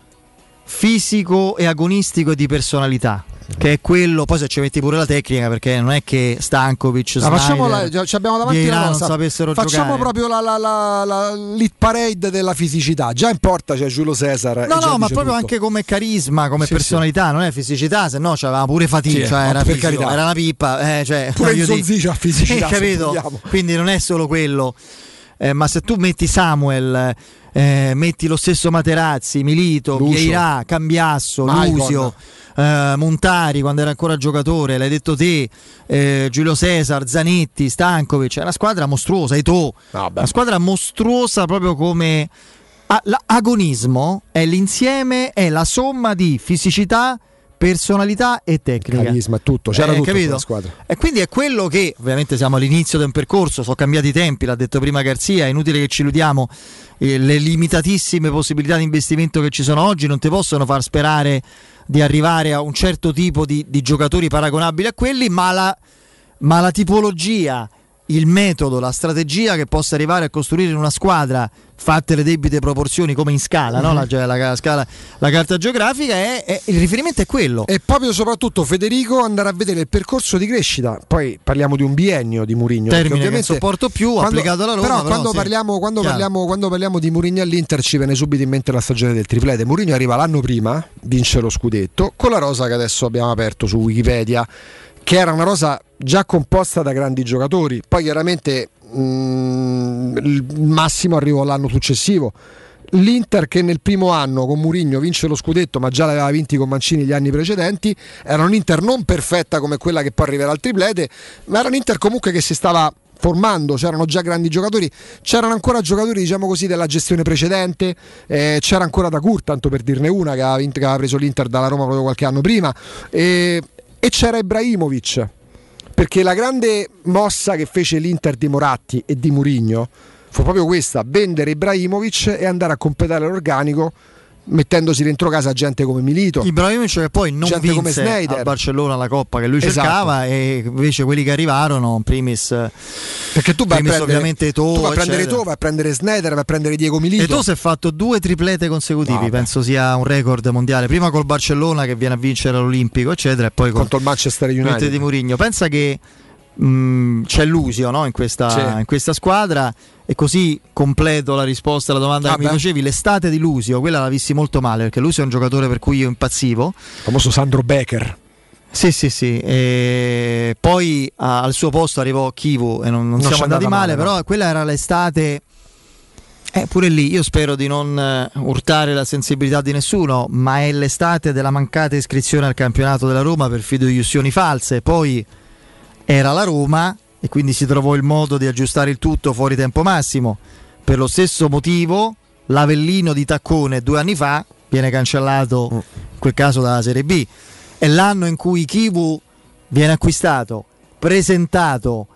fisico e agonistico e di personalità, che è quello. Poi se ci metti pure la tecnica, perché non è che Stankovic, ci abbiamo davanti la cosa, sapessero facciamo giocare. proprio la parade della fisicità. Già in porta c'è Giulio Cesar, no ma proprio tutto. Anche come carisma, come personalità, non è fisicità, se no c'aveva pure fatica, era per carità, era una pippa, pure il Zonzi c'ha fisicità, capito? Quindi non è solo quello, ma se tu metti Samuel, metti lo stesso Materazzi, Milito, Vieira, Cambiasso, Lusio, Montari quando era ancora giocatore, l'hai detto te, Giulio Cesar, Zanetti, Stankovic, è una squadra mostruosa, una squadra mostruosa proprio come l'agonismo è l'insieme, è la somma di fisicità, personalità e tecnica, carisma, tutto, c'era tutto capito? Nella squadra. E quindi è quello che, ovviamente siamo all'inizio di un percorso, sono cambiati i tempi, l'ha detto prima Garzia, è inutile che ci illudiamo, le limitatissime possibilità di investimento che ci sono oggi non ti possono far sperare di arrivare a un certo tipo di giocatori paragonabili a quelli, ma la tipologia, il metodo, la strategia che possa arrivare a costruire una squadra fatte le debite proporzioni come in scala, no? La scala, la carta geografica è il riferimento è quello. E proprio soprattutto, Federico, andare a vedere il percorso di crescita. Poi parliamo di un biennio di Mourinho, termine ovviamente che non sopporto più, applicato alla Roma. Però quando parliamo di Mourinho all'Inter ci viene subito in mente la stagione del triplete. Mourinho arriva l'anno prima, vince lo scudetto con la rosa che adesso abbiamo aperto su Wikipedia, che era una rosa già composta da grandi giocatori. Poi chiaramente il massimo arrivò l'anno successivo. L'Inter, che nel primo anno con Mourinho vince lo scudetto, ma già l'aveva vinti con Mancini gli anni precedenti, era un'Inter non perfetta come quella che poi arriverà al triplete, ma era un'Inter comunque che si stava formando, c'erano già grandi giocatori, c'erano ancora giocatori, diciamo così, della gestione precedente, c'era ancora Dacour, tanto per dirne una, che aveva preso l'Inter dalla Roma proprio qualche anno prima, e c'era Ibrahimovic, perché la grande mossa che fece l'Inter di Moratti e di Mourinho fu proprio questa: vendere Ibrahimovic e andare a completare l'organico mettendosi dentro casa gente come Milito, Ibrahimovic, che poi non gente vinse come Sneijder a Barcellona la Coppa che lui cercava, e invece quelli che arrivarono primis, perché tu vai a prendere, ovviamente Eto'o, tu vai a prendere Eto'o, vai a prendere Sneijder, vai a prendere Diego Milito. Eto'o si è fatto 2 triplete consecutivi, penso sia un record mondiale, prima col Barcellona che viene a vincere l'Olimpico eccetera, e poi contro il Manchester United di Mourinho. Pensa che c'è Lusio, no? in questa squadra, e così completo la risposta alla domanda che mi facevi. L'estate di Lusio, quella la vissi molto male, perché Lusio è un giocatore per cui io impazzivo, il famoso Sandro Becker. Sì. E poi al suo posto arrivò Chivu e non siamo andati male, però quella era l'estate. Pure lì io spero di non urtare la sensibilità di nessuno, ma è l'estate della mancata iscrizione al campionato della Roma per fideiussioni false. Poi era la Roma e quindi si trovò il modo di aggiustare il tutto fuori tempo massimo. Per lo stesso motivo l'Avellino di Taccone 2 anni fa viene cancellato, in quel caso dalla Serie B. È l'anno in cui Chivu viene acquistato, presentato,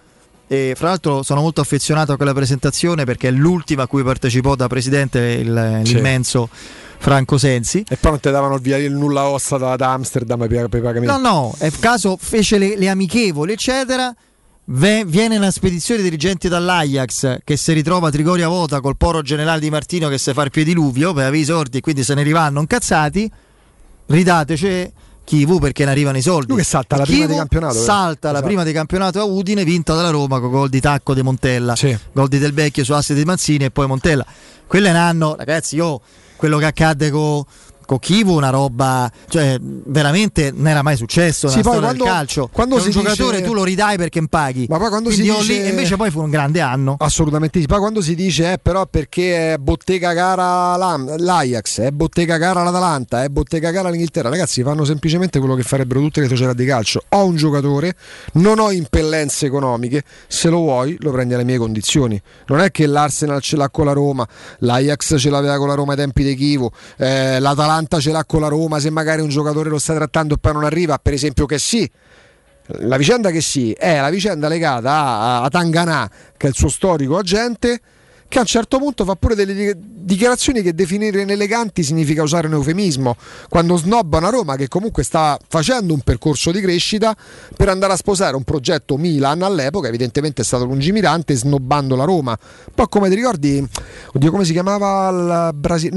e fra l'altro sono molto affezionato a quella presentazione perché è l'ultima a cui partecipò da presidente l'immenso Franco Sensi. E poi non ti davano il nulla ossa da Amsterdam per i pagamenti? No, è caso fece le amichevoli eccetera. Viene una spedizione di dirigenti dall'Ajax che si ritrova a Trigoria Vota col poro generale Di Martino che si fa il piediluvio per avere i sordi e quindi se ne rivanno incazzati. Ridateci Chivu perché ne arrivano i soldi. Lui che salta la prima di campionato. Salta la prima di campionato a Udine, vinta dalla Roma con gol di tacco di Montella, gol di Del Vecchio su asse di Mazzini e poi Montella. Quello è un anno, ragazzi, quello che accadde con Chivu una roba, cioè veramente non era mai successo nella storia del calcio. Quando un giocatore tu lo ridai perché paghi, ma poi quando quindi si dice... lì, invece poi fu un grande anno. Assolutamente sì. Poi quando si dice però perché è bottega cara l'Ajax, è bottega cara l'Atalanta, è bottega cara l'Inghilterra, ragazzi, fanno semplicemente quello che farebbero tutte le società di calcio. Ho un giocatore, non ho impellenze economiche, se lo vuoi lo prendi alle mie condizioni. Non è che l'Arsenal ce l'ha con la Roma, l'Ajax ce l'aveva con la Roma ai tempi di Chivu, l'Atalanta ce l'ha con la Roma, se magari un giocatore lo sta trattando e poi non arriva, per esempio che sì. La vicenda che sì è la vicenda legata a Tanganà, che è il suo storico agente, che a un certo punto fa pure delle dichiarazioni che definire ineleganti significa usare un eufemismo, quando snobba una Roma che comunque sta facendo un percorso di crescita per andare a sposare un progetto Milan all'epoca, evidentemente è stato lungimirante, snobbando la Roma. Poi come ti ricordi, oddio come si chiamava il Brasile?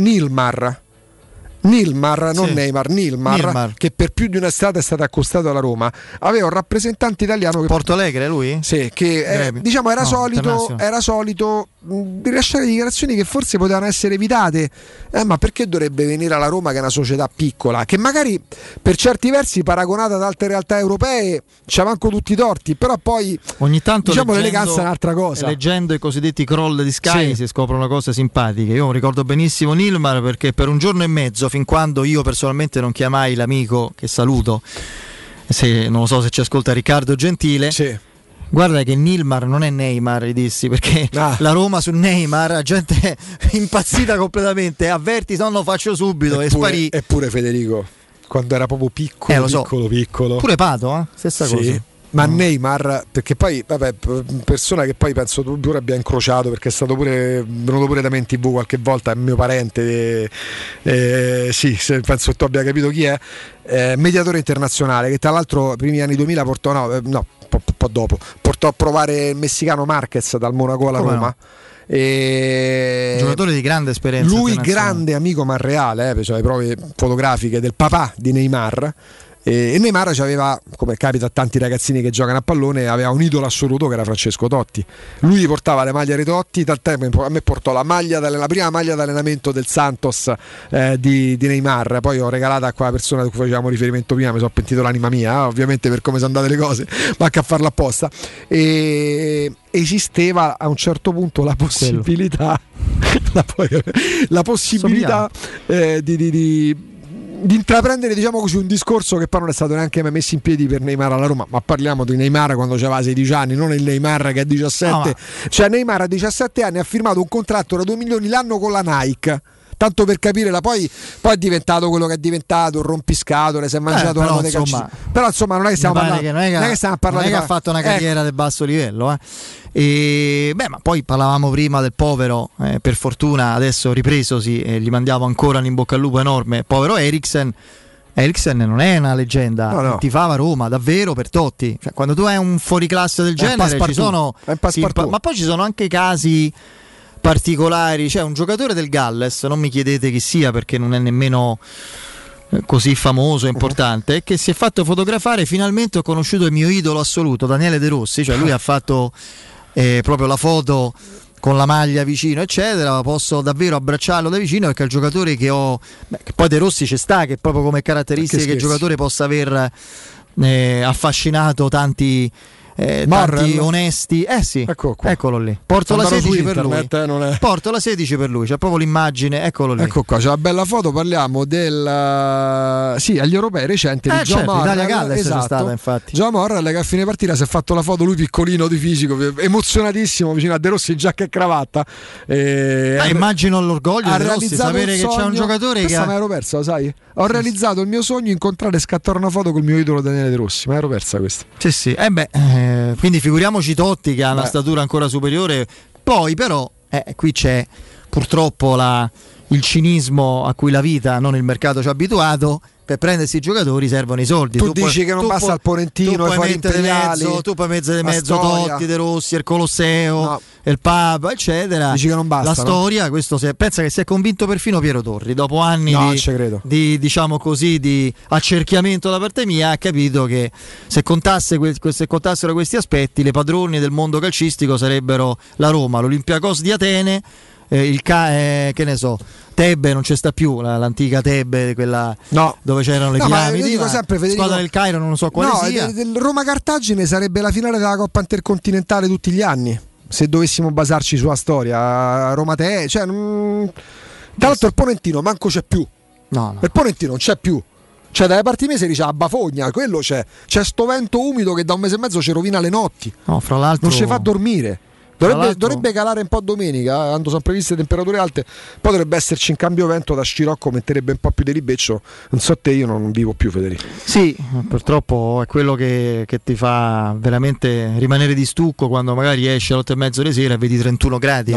Nilmar, non Neymar, Nilmar, che per più di un'estate è stato accostato alla Roma, aveva un rappresentante italiano che Porto Alegre, lui? Sì, che diciamo era solito rilasciare dichiarazioni che forse potevano essere evitate, ma perché dovrebbe venire alla Roma che è una società piccola, che magari per certi versi paragonata ad altre realtà europee c'ha manco tutti i torti, però poi ogni tanto diciamo l'eleganza è un'altra cosa. Leggendo i cosiddetti crawl di Sky si scoprono cose simpatiche. Io ricordo benissimo Nilmar perché per un giorno e mezzo, fin quando io personalmente non chiamai l'amico che saluto, non lo so se ci ascolta, Riccardo Gentile, guarda che Nilmar non è Neymar, gli dissi, perché la Roma su Neymar la gente è impazzita completamente, avverti se no lo faccio subito e sparì. Eppure Federico quando era proprio piccolo pure Pato, stessa cosa. Ma Neymar, perché poi vabbè, persona che poi penso tu pure abbia incrociato, perché è stato venuto pure da me in TV qualche volta, è mio parente, penso che tu abbia capito chi è, mediatore internazionale, che tra l'altro primi anni 2000 portò un po' dopo portò a provare il messicano Marquez dal Monaco alla Roma. Giocatore di grande esperienza, lui grande amico Marreale, cioè le prove fotografiche del papà di Neymar. E Neymar aveva, come capita a tanti ragazzini che giocano a pallone, aveva un idolo assoluto che era Francesco Totti. Lui gli portava le maglie di Totti, a me portò la prima maglia d'allenamento del Santos di Neymar, poi ho regalata a quella persona a cui facevamo riferimento prima, mi sono pentito l'anima mia, ovviamente per come sono andate le cose, ma anche a farla apposta. E esisteva a un certo punto la possibilità di intraprendere, diciamo così, un discorso che poi non è stato neanche mai messo in piedi per Neymar alla Roma, ma parliamo di Neymar quando aveva 16 anni, non il Neymar che ha 17. Cioè Neymar a 17 anni ha firmato un contratto da 2 milioni l'anno con la Nike, tanto per capire, poi è diventato quello che è diventato, un rompiscatole, si è mangiato la moda calcistica. Però insomma non è che stiamo parlando, non è che ha fatto una carriera di basso livello, ma poi parlavamo prima del povero, per fortuna adesso ripresosi, gli mandiamo ancora un in bocca al lupo enorme, povero Eriksen non è una leggenda, no. tifava Roma davvero per Totti, cioè, quando tu hai un fuoriclasse del genere ci sono ma poi ci sono anche casi particolari. C'è un giocatore del Galles, non mi chiedete chi sia perché non è nemmeno così famoso e importante, che si è fatto fotografare. Finalmente ho conosciuto il mio idolo assoluto, Daniele De Rossi, cioè lui ha fatto proprio la foto con la maglia vicino eccetera, posso davvero abbracciarlo da vicino perché è il giocatore che ho, che poi De Rossi ci sta, che proprio come caratteristiche che il giocatore possa aver affascinato tanti onesti, eccolo lì, porto la 16 per lui, porto la 16 per lui, c'è proprio l'immagine, eccolo lì, ecco qua, c'è una bella foto. Parliamo agli europei recenti di Joe Morrell, Italia-Galles, c'è stata infatti Joe Morrell che a fine partita si è fatto la foto, lui piccolino di fisico, emozionatissimo vicino a De Rossi in giacca e cravatta, immagino l'orgoglio di Rossi sapere che c'è un giocatore che mi ero persa, lo sai? Ho realizzato il mio sogno, incontrare e scattare una foto col mio idolo Daniele De Rossi, ma ero persa questa. Sì, Quindi figuriamoci Totti che ha una statura ancora superiore. Poi però qui c'è purtroppo il cinismo a cui la vita, non il mercato, ci ha abituato. Per prendersi i giocatori servono i soldi. Tu dici che non basta il Ponentino, tu puoi mettere tu puoi mettere mezzo Totti, De Rossi, il Colosseo, il Papa, eccetera. Dici che non basta, la storia, questo pensa che si è convinto perfino Piero Torri, dopo anni di diciamo così di accerchiamento da parte mia, ha capito che se contassero questi aspetti, le padrone del mondo calcistico sarebbero la Roma, l'Olympiakos di Atene, che ne so, Tebbe non c'è sta più, l'antica Tebbe, quella dove c'erano le piramidi. Ma io dico sempre, Federico, squadra del Cairo non so quale sia. Roma-Cartagine sarebbe la finale della Coppa Intercontinentale tutti gli anni, se dovessimo basarci sulla storia. Roma-Te, cioè, tra l'altro il Ponentino manco c'è più. Il Ponentino non c'è più. Cioè dalle parti mie si dice a Bafogna, quello c'è sto vento umido che da un mese e mezzo ci rovina le notti. Fra l'altro non ci fa dormire. Dovrebbe calare un po' domenica, quando sono previste temperature alte, poi dovrebbe esserci in cambio vento da Scirocco, metterebbe un po' più di ribeccio. Non so te, io non vivo più, Federico. Sì, purtroppo è quello che ti fa veramente rimanere di stucco quando magari esci alle 8:30 di sera e vedi 31 gradi.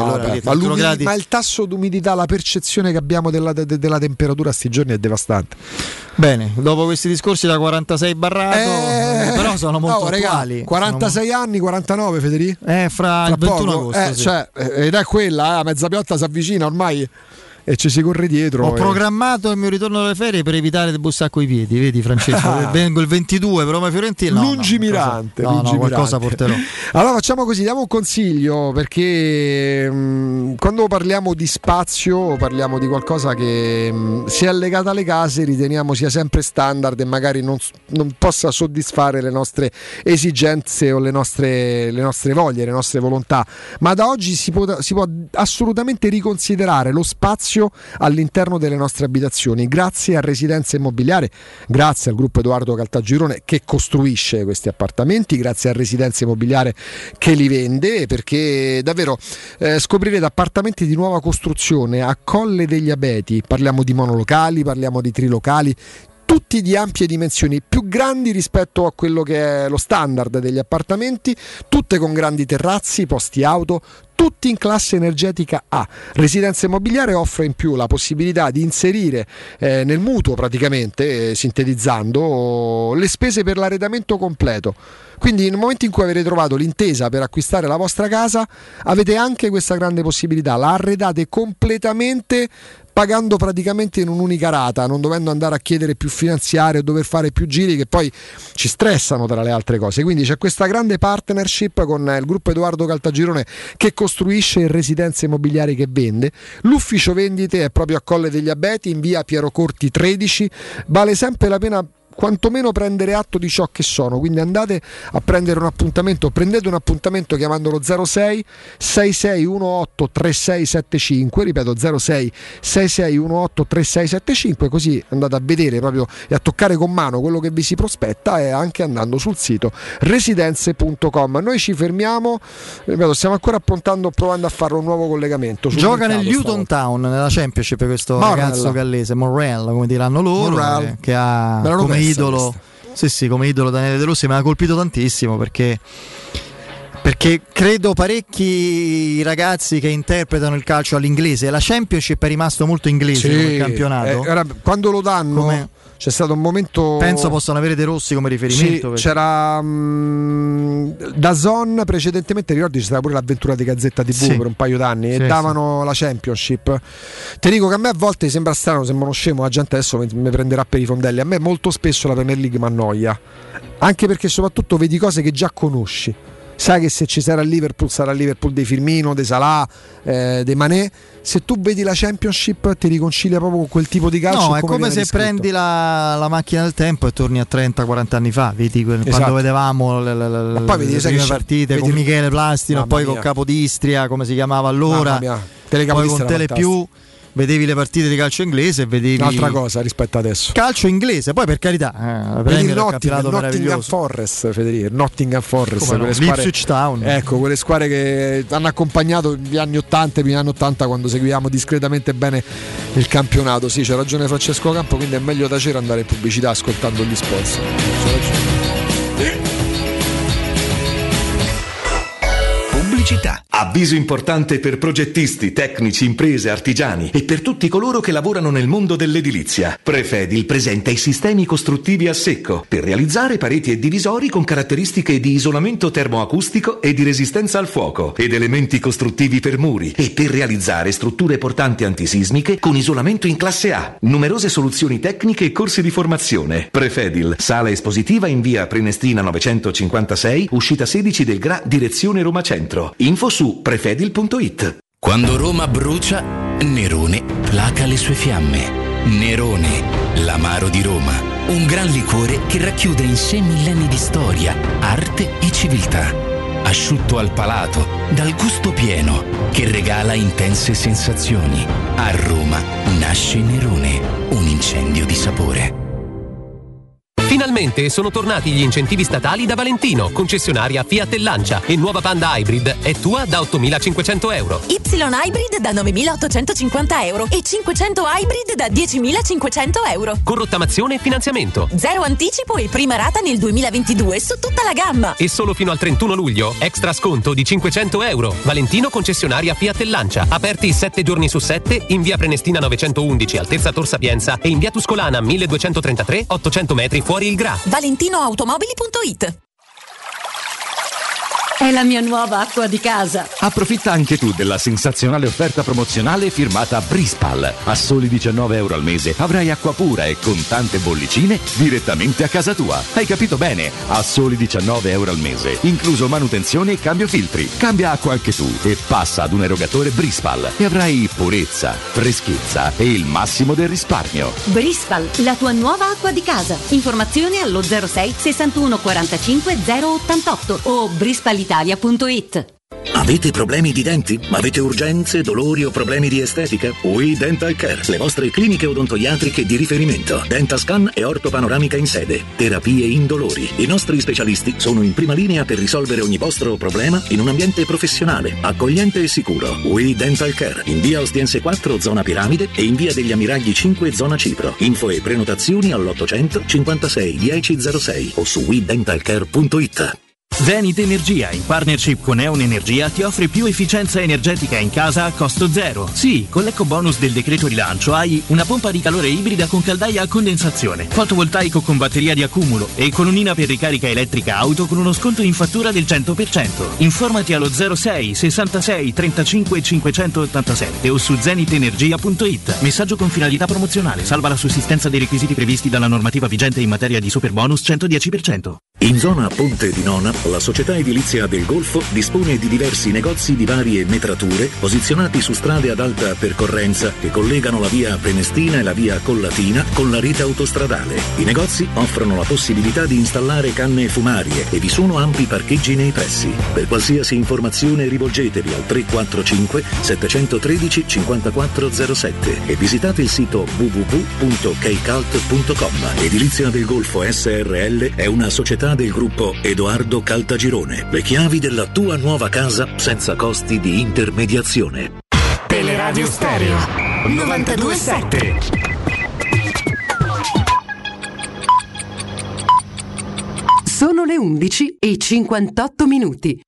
Ma il tasso d'umidità, la percezione che abbiamo della temperatura a sti giorni è devastante. Bene, dopo questi discorsi da 46 barrato, però sono molto attuali. 46 anni, 49 Federico? Fra il 21 agosto. Cioè, ed è quella, mezza piotta si avvicina ormai e ci si corre dietro. Ho programmato il mio ritorno dalle ferie per evitare di bussare coi piedi, vedi Francesco? Vengo il 22 per Roma Fiorentina. Lungimirante. Qualcosa porterò. Allora facciamo così, diamo un consiglio, perché quando parliamo di spazio parliamo di qualcosa che se è legata alle case riteniamo sia sempre standard e magari non possa soddisfare le nostre esigenze o le nostre voglie, le nostre volontà, ma da oggi si può assolutamente riconsiderare lo spazio all'interno delle nostre abitazioni, grazie a Residenza Immobiliare, grazie al gruppo Edoardo Caltagirone che costruisce questi appartamenti, grazie a Residenza Immobiliare che li vende, perché davvero scoprirete appartamenti di nuova costruzione a Colle degli Abeti, parliamo di monolocali, parliamo di trilocali, tutti di ampie dimensioni, più grandi rispetto a quello che è lo standard degli appartamenti, tutte con grandi terrazzi, posti auto, tutti in classe energetica A. Residenza Immobiliare offre in più la possibilità di inserire nel mutuo, praticamente sintetizzando, le spese per l'arredamento completo. Quindi nel momento in cui avete trovato l'intesa per acquistare la vostra casa, avete anche questa grande possibilità, la arredate completamente pagando praticamente in un'unica rata, non dovendo andare a chiedere più finanziarie o dover fare più giri che poi ci stressano tra le altre cose. Quindi c'è questa grande partnership con il gruppo Edoardo Caltagirone che costruisce e Residenze Immobiliari che vende. L'ufficio vendite è proprio a Colle degli Abeti, in via Piero Corti 13, vale sempre la pena quantomeno prendere atto di ciò che sono, quindi andate a prendere un appuntamento, prendete un appuntamento chiamandolo 06 6618 3675, ripeto 06 6618 3675, così andate a vedere proprio e a toccare con mano quello che vi si prospetta, e anche andando sul sito residenze.com. Noi ci fermiamo, ripeto, stiamo ancora provando a fare un nuovo collegamento. Gioca nel Luton Town nella Championship questo ragazzo gallese, Morrell come diranno loro, che ha come idolo, sì, come idolo Daniele De Rossi. Mi ha colpito tantissimo perché credo parecchi ragazzi che interpretano il calcio all'inglese, la Championship è rimasto molto inglese come campionato. Quando lo danno c'è stato un momento, penso possano avere De Rossi come riferimento. Sì, c'era DAZN precedentemente, ricordi c'era pure l'avventura di Gazzetta TV per un paio d'anni e davano la Championship. Ti dico che a me a volte sembra strano, sembra uno scemo, la gente adesso mi prenderà per i fondelli, a me molto spesso la Premier League mi annoia, anche perché soprattutto vedi cose che già conosci. Sai che se ci sarà il Liverpool sarà il Liverpool dei Firmino, dei Salah, dei Mané. Se tu vedi la Championship ti riconcilia proprio con quel tipo di calcio. No, è come se prendi la macchina del tempo e torni a 30-40 anni fa. Vedi quando vedevamo le prime partite con Michele Plastino, poi con Capodistria, come si chiamava allora, poi con Telepiù. Vedevi le partite di calcio inglese e vedevi un'altra cosa rispetto adesso. Calcio inglese, poi per carità, vedi il Nottingham Forest, Federico, Nottingham Forest, quelle Ipswich Town. Ecco, quelle squadre che hanno accompagnato gli anni 80 e gli anni 80 quando seguivamo discretamente bene il campionato. Sì, c'ha ragione Francesco Campo, quindi è meglio tacere andare in pubblicità ascoltando gli sponsor. pubblicità. Avviso importante per progettisti, tecnici, imprese, artigiani e per tutti coloro che lavorano nel mondo dell'edilizia. Prefedil presenta i sistemi costruttivi a secco per realizzare pareti e divisori con caratteristiche di isolamento termoacustico e di resistenza al fuoco ed elementi costruttivi per muri e per realizzare strutture portanti antisismiche con isolamento in classe A. Numerose soluzioni tecniche e corsi di formazione. Prefedil, sala espositiva in via Prenestina 956, uscita 16 del GRA, direzione Roma Centro. Info su prefedil.it. Quando Roma brucia, Nerone placa le sue fiamme. Nerone, l'amaro di Roma. Un gran liquore che racchiude in sé millenni di storia, arte e civiltà. Asciutto al palato, dal gusto pieno, che regala intense sensazioni. A Roma nasce Nerone, un incendio di sapore. Finalmente sono tornati gli incentivi statali da Valentino, concessionaria Fiat e Lancia, e nuova Panda Hybrid è tua da 8.500 euro. Y Hybrid da 9.850 euro e 500 Hybrid da 10.500 euro. Con rottamazione e finanziamento. Zero anticipo e prima rata nel 2022 su tutta la gamma. E solo fino al 31 luglio, extra sconto di 500 euro. Valentino, concessionaria Fiat e Lancia. Aperti 7 giorni su 7 in via Prenestina 911, altezza Tor Sapienza, e in via Tuscolana 1233, 800 metri fuori il GRA. ValentinoAutomobili.it. È la mia nuova acqua di casa. Approfitta anche tu della sensazionale offerta promozionale firmata Brispal. A soli 19 euro al mese avrai acqua pura e con tante bollicine direttamente a casa tua. Hai capito bene? A soli 19 euro al mese, incluso manutenzione e cambio filtri. Cambia acqua anche tu e passa ad un erogatore Brispal e avrai purezza, freschezza e il massimo del risparmio. Brispal, la tua nuova acqua di casa. Informazioni allo 06 61 45 088 o brispalitalia.it. Avete problemi di denti? Avete urgenze, dolori o problemi di estetica? We Dental Care, le vostre cliniche odontoiatriche di riferimento. Dentascan e ortopanoramica in sede. Terapie indolori. I nostri specialisti sono in prima linea per risolvere ogni vostro problema in un ambiente professionale, accogliente e sicuro. We Dental Care, in via Ostiense 4, zona Piramide, e in via degli Ammiragli 5, zona Cipro. Info e prenotazioni all'800 56 1006 o su wedentalcare.it. Zenith Energia, in partnership con Eon Energia, ti offre più efficienza energetica in casa a costo zero. Sì, con l'eco bonus del decreto rilancio hai una pompa di calore ibrida con caldaia a condensazione, fotovoltaico con batteria di accumulo e colonnina per ricarica elettrica auto con uno sconto in fattura del 100%. Informati allo 06 66 35 587 o su zenitenergia.it. Messaggio con finalità promozionale. Salva la sussistenza dei requisiti previsti dalla normativa vigente in materia di super bonus 110%. In zona Ponte di Nona, la società edilizia del Golfo dispone di diversi negozi di varie metrature posizionati su strade ad alta percorrenza che collegano la via Prenestina e la via Collatina con la rete autostradale. I negozi offrono la possibilità di installare canne fumarie e vi sono ampi parcheggi nei pressi. Per qualsiasi informazione rivolgetevi al 345 713 5407 e visitate il sito www.keicalt.com. Edilizia del Golfo SRL è una società del gruppo Edoardo Caltagirone. Le chiavi della tua nuova casa senza costi di intermediazione. Teleradio Stereo 92.7. Sono le 11:58.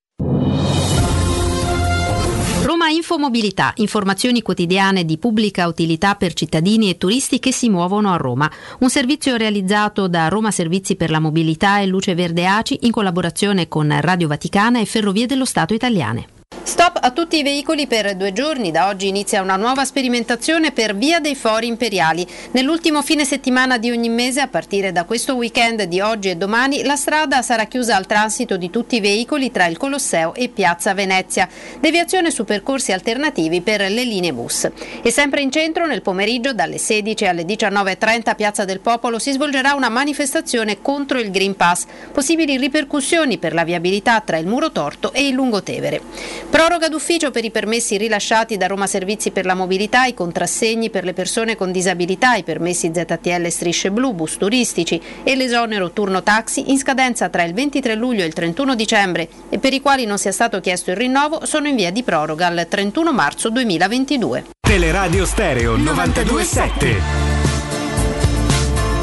Roma Infomobilità, informazioni quotidiane di pubblica utilità per cittadini e turisti che si muovono a Roma. Un servizio realizzato da Roma Servizi per la Mobilità e Luce Verde ACI in collaborazione con Radio Vaticana e Ferrovie dello Stato italiane. Stop a tutti i veicoli per 2 giorni. Da oggi inizia una nuova sperimentazione per Via dei Fori Imperiali. Nell'ultimo fine settimana di ogni mese, a partire da questo weekend di oggi e domani, la strada sarà chiusa al transito di tutti i veicoli tra il Colosseo e Piazza Venezia. Deviazione su percorsi alternativi per le linee bus. E sempre in centro, nel pomeriggio, dalle 16 alle 19.30 a Piazza del Popolo si svolgerà una manifestazione contro il Green Pass. Possibili ripercussioni per la viabilità tra il Muro Torto e il Lungotevere. Proroga d'ufficio per i permessi rilasciati da Roma Servizi per la Mobilità, i contrassegni per le persone con disabilità, i permessi ZTL strisce blu, bus turistici e l'esonero turno taxi in scadenza tra il 23 luglio e il 31 dicembre e per i quali non sia stato chiesto il rinnovo sono in via di proroga al 31 marzo 2022. Teleradio Stereo 92.7.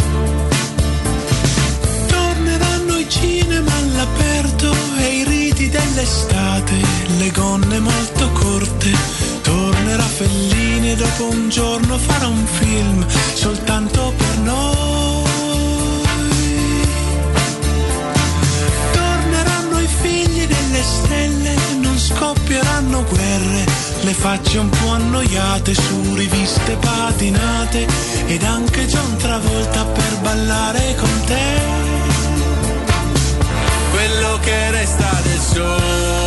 Torneranno i cinema all'aperto e i riti dell'estate, le gonne molto corte. Tornerà Fellini e dopo un giorno farà un film soltanto per noi. Torneranno i figli delle stelle, non scoppieranno guerre, le facce un po' annoiate su riviste patinate, ed anche John Travolta per ballare con te. Quello che resta del sole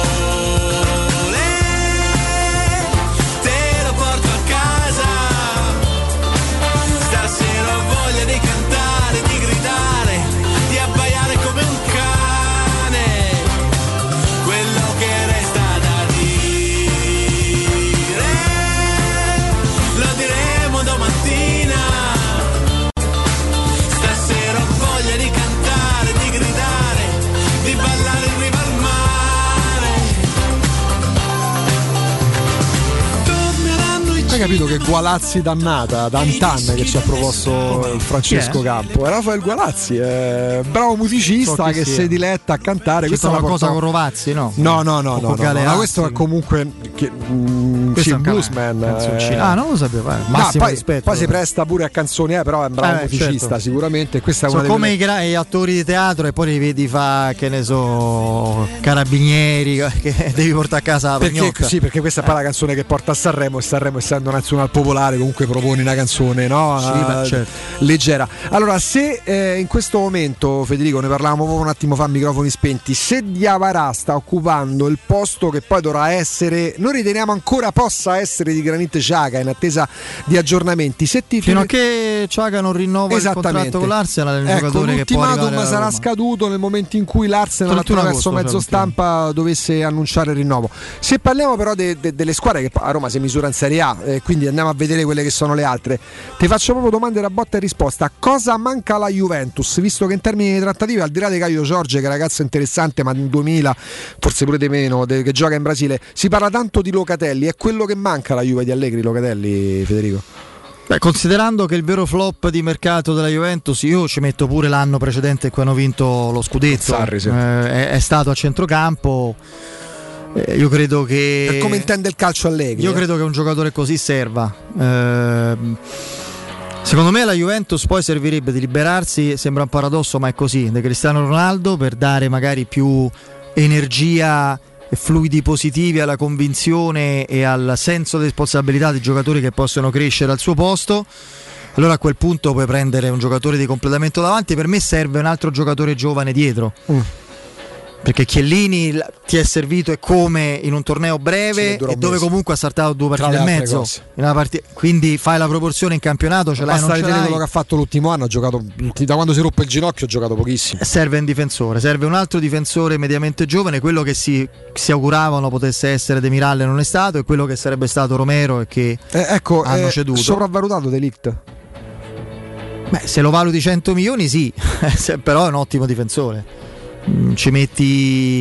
te lo porto a casa. Stasera ho voglia di cantare, di gridare, di abbaiare come un cane. Quello che resta da dire lo diremo domattina. Stasera ho voglia di cantare, di gridare, di ballare in riva al mare. Torneranno i Hai capito che Gualazzi dannata, Dantan che ci ha proposto il Francesco Campo? È Rafael Gualazzi, bravo musicista che si diletta a cantare. Questa è una cosa con Rovazzi, no? No, ma questo è comunque sì, un bluesman. Non lo sapevo. Poi si presta pure a canzoni, però è un bravo musicista, certo. Sicuramente. Questa è una come gli attori di teatro, e poi li vedi fa, che ne so, carabinieri che devi portare a casa la pagnocca. Sì, perché questa è poi la canzone che porta a Sanremo, e Sanremo, essendo nazionale popolare, comunque proponi una canzone, no? Certo. Leggera. Allora, se in questo momento, Federico, ne parlavamo un attimo fa, microfoni spenti, se Diawara sta occupando il posto che poi dovrà essere, noi riteniamo ancora possa essere, di Granit Xhaka, in attesa di aggiornamenti, fino a che Xhaka non rinnova il contratto con l'Arsenal, è un giocatore che può arrivare. L'ultimatum sarà scaduto nel momento in cui l'Arsenal, attraverso mezzo stampa, dovesse annunciare il rinnovo. Se parliamo però delle squadre che a Roma si misura in Serie A, quindi andiamo a vedere quelle che sono le altre, ti faccio proprio domande da botta e risposta. Cosa manca alla Juventus, visto che in termini di trattative, al di là di Caio Jorge, che è ragazzo interessante ma in 2000, forse pure di meno, che gioca in Brasile, si parla tanto di Locatelli, è quello che manca alla Juve di Allegri, Locatelli, Federico? Beh, considerando che il vero flop di mercato della Juventus, io ci metto pure l'anno precedente quando hanno vinto lo scudetto, Sarri, sì. È stato a centrocampo. Io credo che, per come intende il calcio Allegri, io credo che un giocatore così serva. Secondo me la Juventus poi servirebbe di liberarsi, sembra un paradosso ma è così, di Cristiano Ronaldo, per dare magari più energia e fluidi positivi alla convinzione e al senso di responsabilità dei giocatori che possono crescere al suo posto. Allora a quel punto puoi prendere un giocatore di completamento davanti. Per me serve un altro giocatore giovane dietro, perché Chiellini ti è servito e come in un torneo breve, e dove comunque ha saltato 2 partite e mezzo in una partita, quindi fai la proporzione in campionato, ce l'hai, non ce l'hai. Quello che ha fatto l'ultimo anno, ha giocato, da quando si rompe il ginocchio ha giocato pochissimo. Serve un difensore, serve un altro difensore mediamente giovane, quello che si auguravano potesse essere De Miralle non è stato, e quello che sarebbe stato Romero e che hanno ceduto. Sopravvalutato De Ligt? Beh, se lo valuti 100 milioni sì, però è un ottimo difensore. Ci metti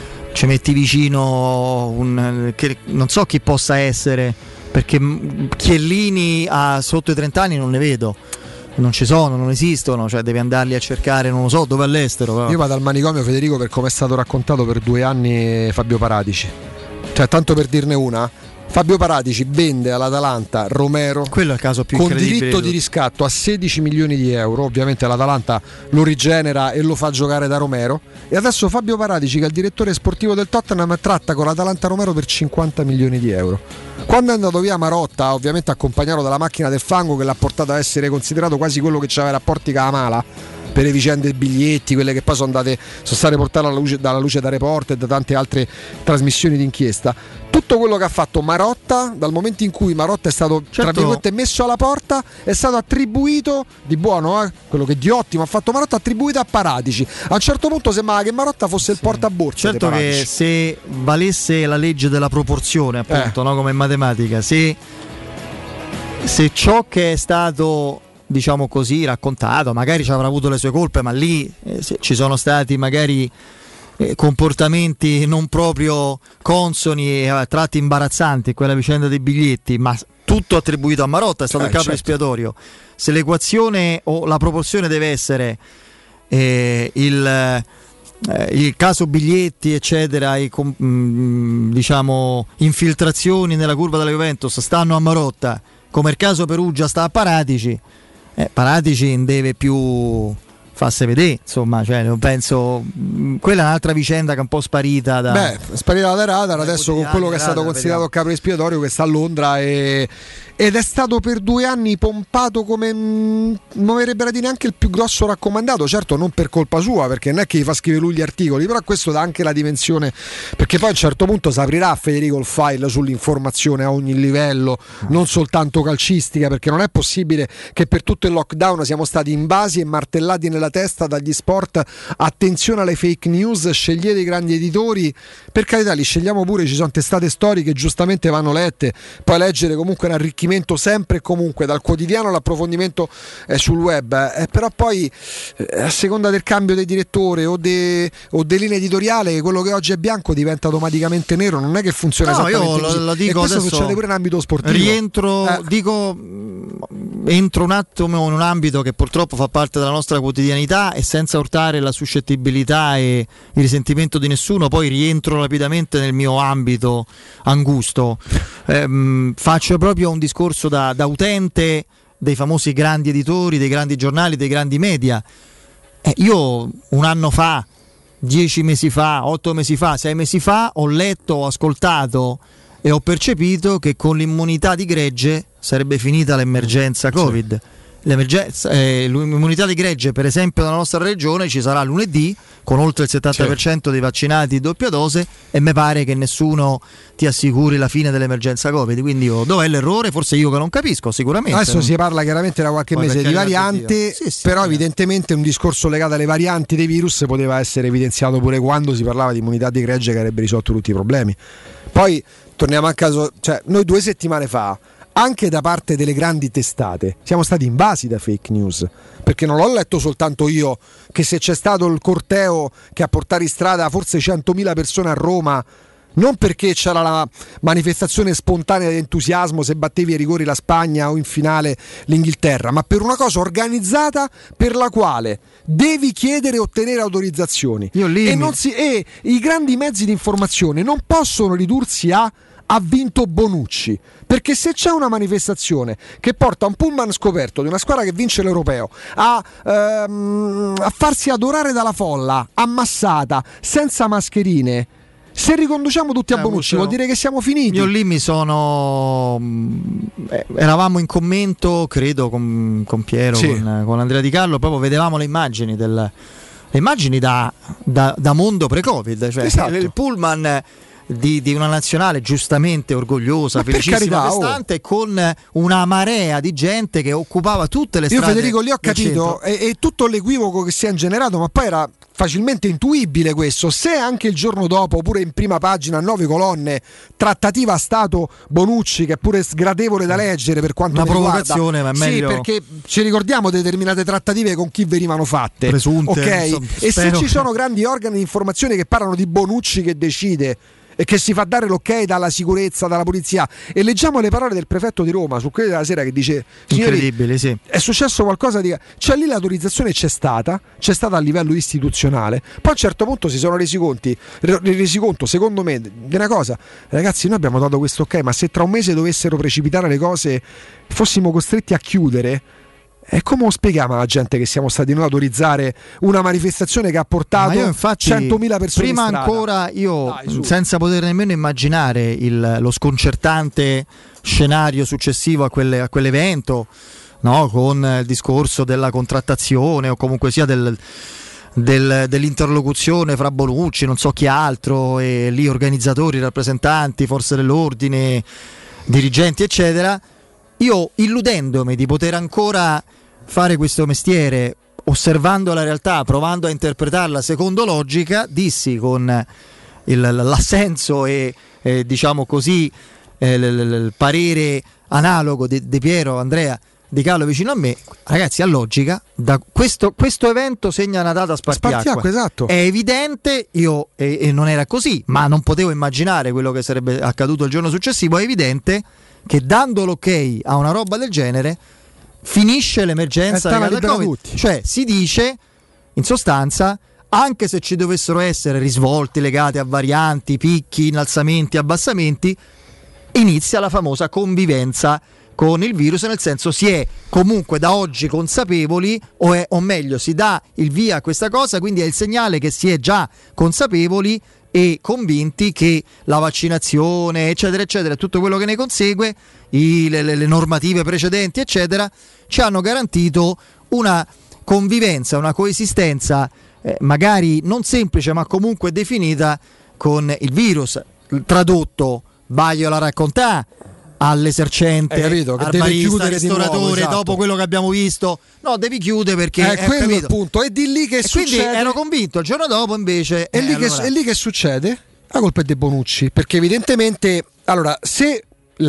vicino che non so chi possa essere, perché Chiellini sotto i 30 anni non ne vedo, non ci sono, non esistono, cioè devi andarli a cercare, non lo so dove, all'estero però. Io vado al manicomio, Federico, per come è stato raccontato per 2 anni Fabio Paratici, cioè tanto per dirne una, Fabio Paratici vende all'Atalanta Romero, quello è il caso più con diritto di riscatto a 16 milioni di euro. Ovviamente l'Atalanta lo rigenera e lo fa giocare da Romero, e adesso Fabio Paratici, che è il direttore sportivo del Tottenham, tratta con l'Atalanta Romero per 50 milioni di euro. Quando è andato via Marotta, ovviamente accompagnato dalla macchina del fango, che l'ha portato a essere considerato quasi quello che aveva rapporti con la Mala per le vicende dei biglietti, quelle che poi sono state portate dalla luce da Report e da tante altre trasmissioni d'inchiesta. Tutto quello che ha fatto Marotta, dal momento in cui Marotta è stato tra virgolette messo alla porta, è stato attribuito di buono, quello che di ottimo ha fatto Marotta, attribuito a Paratici. A un certo punto sembrava che Marotta fosse il portaborse. Certo che se valesse la legge della proporzione, appunto, no, come in matematica, se ciò che è stato, diciamo così, raccontato, magari ci avrà avuto le sue colpe, ma lì ci sono stati magari comportamenti non proprio consoni e tratti imbarazzanti, quella vicenda dei biglietti, ma tutto attribuito a Marotta, è stato il capo espiatorio. Se l'equazione o la proporzione deve essere il caso biglietti eccetera, diciamo infiltrazioni nella curva della Juventus stanno a Marotta, come il caso Perugia sta a Paratici, Paratici non deve più farsi vedere, insomma, cioè, non penso, quella è un'altra vicenda che è un po' sparita sparita da radar adesso con quello che è stato considerato capo espiatorio, che sta a Londra ed è stato per 2 anni pompato come non verrebbe da dire neanche il più grosso raccomandato, certo non per colpa sua, perché non è che gli fa scrivere lui gli articoli, però questo dà anche la dimensione, perché poi a un certo punto si aprirà, Federico, il file sull'informazione a ogni livello, non soltanto calcistica, perché non è possibile che per tutto il lockdown siamo stati invasi e martellati nella testa dagli sport: attenzione alle fake news, scegliete i grandi editori. Per carità, li scegliamo pure, ci sono testate storiche giustamente vanno lette, poi leggere comunque un arricchimento sempre e comunque dal quotidiano all'approfondimento sul web, però poi a seconda del cambio del direttore o dell'linea editoriale, quello che oggi è bianco diventa automaticamente nero, non è che funziona esattamente così. Lo dico, e questo adesso succede pure in ambito sportivo. Entro un attimo in un ambito che purtroppo fa parte della nostra quotidianità e senza urtare la suscettibilità e il risentimento di nessuno, poi rientro rapidamente nel mio ambito angusto. Faccio proprio un discorso da utente dei famosi grandi editori, dei grandi giornali, dei grandi media. Io un anno fa, 10 mesi fa, 8 mesi fa, 6 mesi fa ho letto, ho ascoltato e ho percepito che con l'immunità di gregge sarebbe finita l'emergenza Covid. Sì. L'immunità di gregge, per esempio nella nostra regione ci sarà lunedì con oltre il 70% dei vaccinati di doppia dose, e mi pare che nessuno ti assicuri la fine dell'emergenza Covid, quindi dov'è l'errore? Forse io che non capisco, sicuramente. Adesso si parla chiaramente da qualche mese di variante, però evidentemente un discorso legato alle varianti dei virus poteva essere evidenziato pure quando si parlava di immunità di gregge che avrebbe risolto tutti i problemi. Poi torniamo a caso, cioè noi 2 settimane fa anche da parte delle grandi testate siamo stati invasi da fake news, perché non l'ho letto soltanto io che se c'è stato il corteo che a portare in strada forse 100.000 persone a Roma, non perché c'era la manifestazione spontanea di entusiasmo se battevi ai rigori la Spagna o in finale l'Inghilterra, ma per una cosa organizzata per la quale devi chiedere e ottenere autorizzazioni, e i grandi mezzi di informazione non possono ridursi a ha vinto Bonucci, perché se c'è una manifestazione che porta un pullman scoperto di una squadra che vince l'Europeo a farsi adorare dalla folla, ammassata, senza mascherine, se riconduciamo tutti a Bonucci vuol dire che siamo finiti. Io lì eravamo in commento, credo, con Piero, sì, con Andrea Di Carlo, proprio vedevamo le immagini da mondo pre-Covid, cioè esatto, il pullman di una nazionale giustamente orgogliosa, felicissima, festante, con una marea di gente che occupava tutte le strade. Io, Federico, lì ho capito, e tutto l'equivoco che si è generato, ma poi era facilmente intuibile questo. Se anche il giorno dopo, pure in prima pagina a 9 colonne, trattativa Stato Bonucci, che è pure sgradevole da leggere per quanto una provocazione, ma è meglio. Sì, perché ci ricordiamo determinate trattative con chi venivano fatte, presunte, ok? Insomma, e se ci sono grandi organi di informazione che parlano di Bonucci che decide e che si fa dare l'ok dalla sicurezza, dalla polizia, e leggiamo le parole del prefetto di Roma su Corriere della Sera che dice: incredibile, sì, è successo qualcosa di... Cioè lì l'autorizzazione c'è stata a livello istituzionale, poi a un certo punto si sono resi conto, secondo me, di una cosa: ragazzi, noi abbiamo dato questo ok, ma se tra un mese dovessero precipitare le cose, fossimo costretti a chiudere, e come lo spieghiamo alla gente che siamo stati noi a autorizzare una manifestazione che ha portato 100.000 persone prima in strada? Ancora io, senza poter nemmeno immaginare lo sconcertante scenario successivo a quell'evento, no? Con il discorso della contrattazione o comunque sia dell'interlocuzione fra Bonucci, non so chi altro, e lì organizzatori, rappresentanti, forze dell'ordine, dirigenti eccetera, io, illudendomi di poter ancora fare questo mestiere, osservando la realtà, provando a interpretarla secondo logica, dissi con l'assenso e diciamo così il parere analogo di Piero, Andrea Di Carlo vicino a me: ragazzi, a logica, da questo evento segna una data spartiacque. Esatto. È evidente, e non era così, ma non potevo immaginare quello che sarebbe accaduto il giorno successivo. È evidente che dando l'ok a una roba del genere finisce l'emergenza legata al Covid. Cioè si dice in sostanza: anche se ci dovessero essere risvolti legati a varianti, picchi, innalzamenti, abbassamenti, inizia la famosa convivenza con il virus, nel senso si è comunque da oggi consapevoli, o meglio si dà il via a questa cosa, quindi è il segnale che si è già consapevoli e convinti che la vaccinazione, eccetera eccetera, tutto quello che ne consegue, le normative precedenti eccetera, ci hanno garantito una convivenza, una coesistenza magari non semplice ma comunque definita con il virus. Tradotto, vaglio la raccontà all'esercente, al barista, al ristoratore, nuovo, esatto. Dopo quello che abbiamo visto, no, devi chiudere perché è quello il punto. E di lì che succede. Quindi ero convinto, il giorno dopo invece è lì che succede? La colpa è di Bonucci, perché evidentemente, allora, se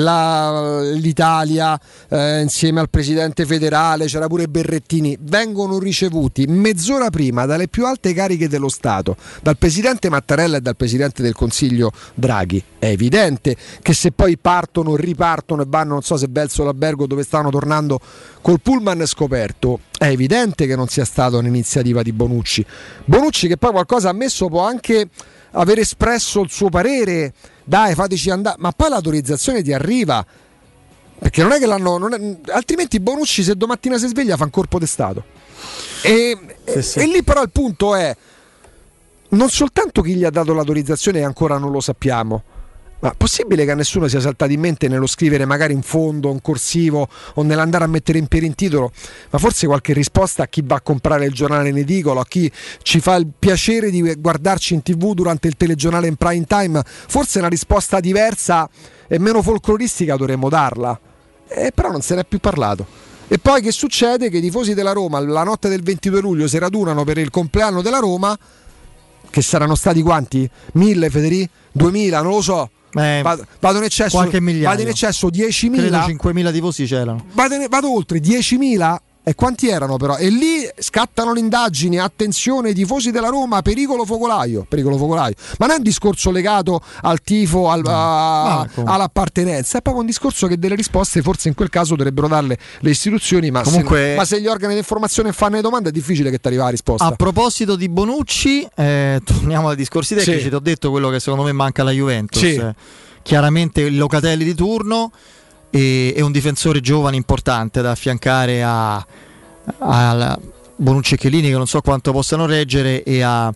l'Italia insieme al presidente federale, c'era pure Berrettini, vengono ricevuti mezz'ora prima dalle più alte cariche dello Stato, dal presidente Mattarella e dal presidente del Consiglio Draghi, è evidente che se poi partono, ripartono e vanno, non so se verso l'albergo dove stanno tornando col pullman scoperto, è evidente che non sia stata un'iniziativa di Bonucci che poi qualcosa ha messo, può anche aver espresso il suo parere, dai fateci andare, ma poi l'autorizzazione ti arriva, perché non è che altrimenti Bonucci se domattina si sveglia fa un colpo di Stato e lì però il punto è non soltanto chi gli ha dato l'autorizzazione e ancora non lo sappiamo, ma possibile che a nessuno sia saltato in mente nello scrivere magari in fondo, in corsivo o nell'andare a mettere in piedi in titolo, ma forse qualche risposta a chi va a comprare il giornale in edicolo, a chi ci fa il piacere di guardarci in TV durante il telegiornale in prime time, forse una risposta diversa e meno folcloristica dovremmo darla, però non se ne è più parlato. E poi che succede? Che i tifosi della Roma la notte del 22 luglio si radunano per il compleanno della Roma, che saranno stati quanti? 1000 Federico? 2000? Non lo so. Vado in eccesso, qualche migliaio. Vado in eccesso 10.000. Credo 5.000 tifosi c'erano. Vado oltre 10.000. E quanti erano però? E lì scattano le indagini, attenzione, tifosi della Roma, pericolo focolaio. Ma non è un discorso legato al tifo, all'appartenenza, è proprio un discorso che delle risposte forse in quel caso dovrebbero darle le istituzioni, ma se gli organi di informazione fanno le domande è difficile che ti arriva la risposta. A proposito di Bonucci, torniamo ai discorsi tecnici, ti ho detto quello che secondo me manca alla Juventus. Chiaramente il Locatelli di turno e un difensore giovane importante da affiancare a Bonucci e Chiellini, che non so quanto possano reggere, e a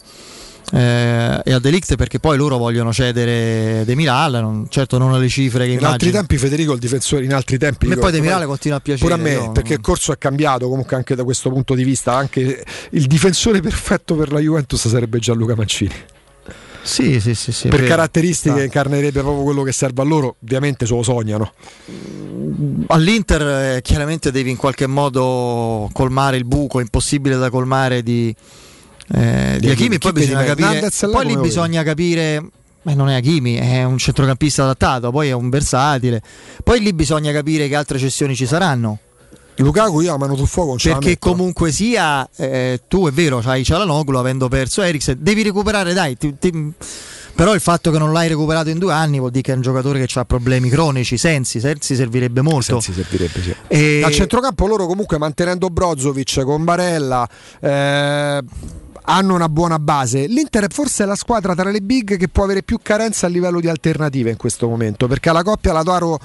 De Ligt, perché poi loro vogliono cedere De Miral, certo non alle cifre che in altri tempi Federico il difensore, in altri tempi e poi De Miral continua a piacere pure a me, perché il corso è cambiato comunque anche da questo punto di vista. Anche il difensore perfetto per la Juventus sarebbe Gianluca Mancini. Sì, per caratteristiche incarnerebbe proprio quello che serve a loro, ovviamente se lo sognano. All'Inter chiaramente devi in qualche modo colmare il buco impossibile da colmare di Hakimi, poi bisogna capire, poi lì bisogna capire, non è Hakimi, è un centrocampista adattato, poi è un versatile, poi lì bisogna capire che altre cessioni ci saranno. Lukaku io a mano sul fuoco non ce perché comunque sia tu è vero c'hai Çalhanoğlu, avendo perso Eriksen devi recuperare, però il fatto che non l'hai recuperato in 2 anni vuol dire che è un giocatore che ha problemi cronici. Sensi servirebbe molto. Sì. Al centrocampo loro comunque mantenendo Brozovic con Barella hanno una buona base. L'Inter forse è la squadra tra le big che può avere più carenza a livello di alternative in questo momento, perché alla coppia Lautaro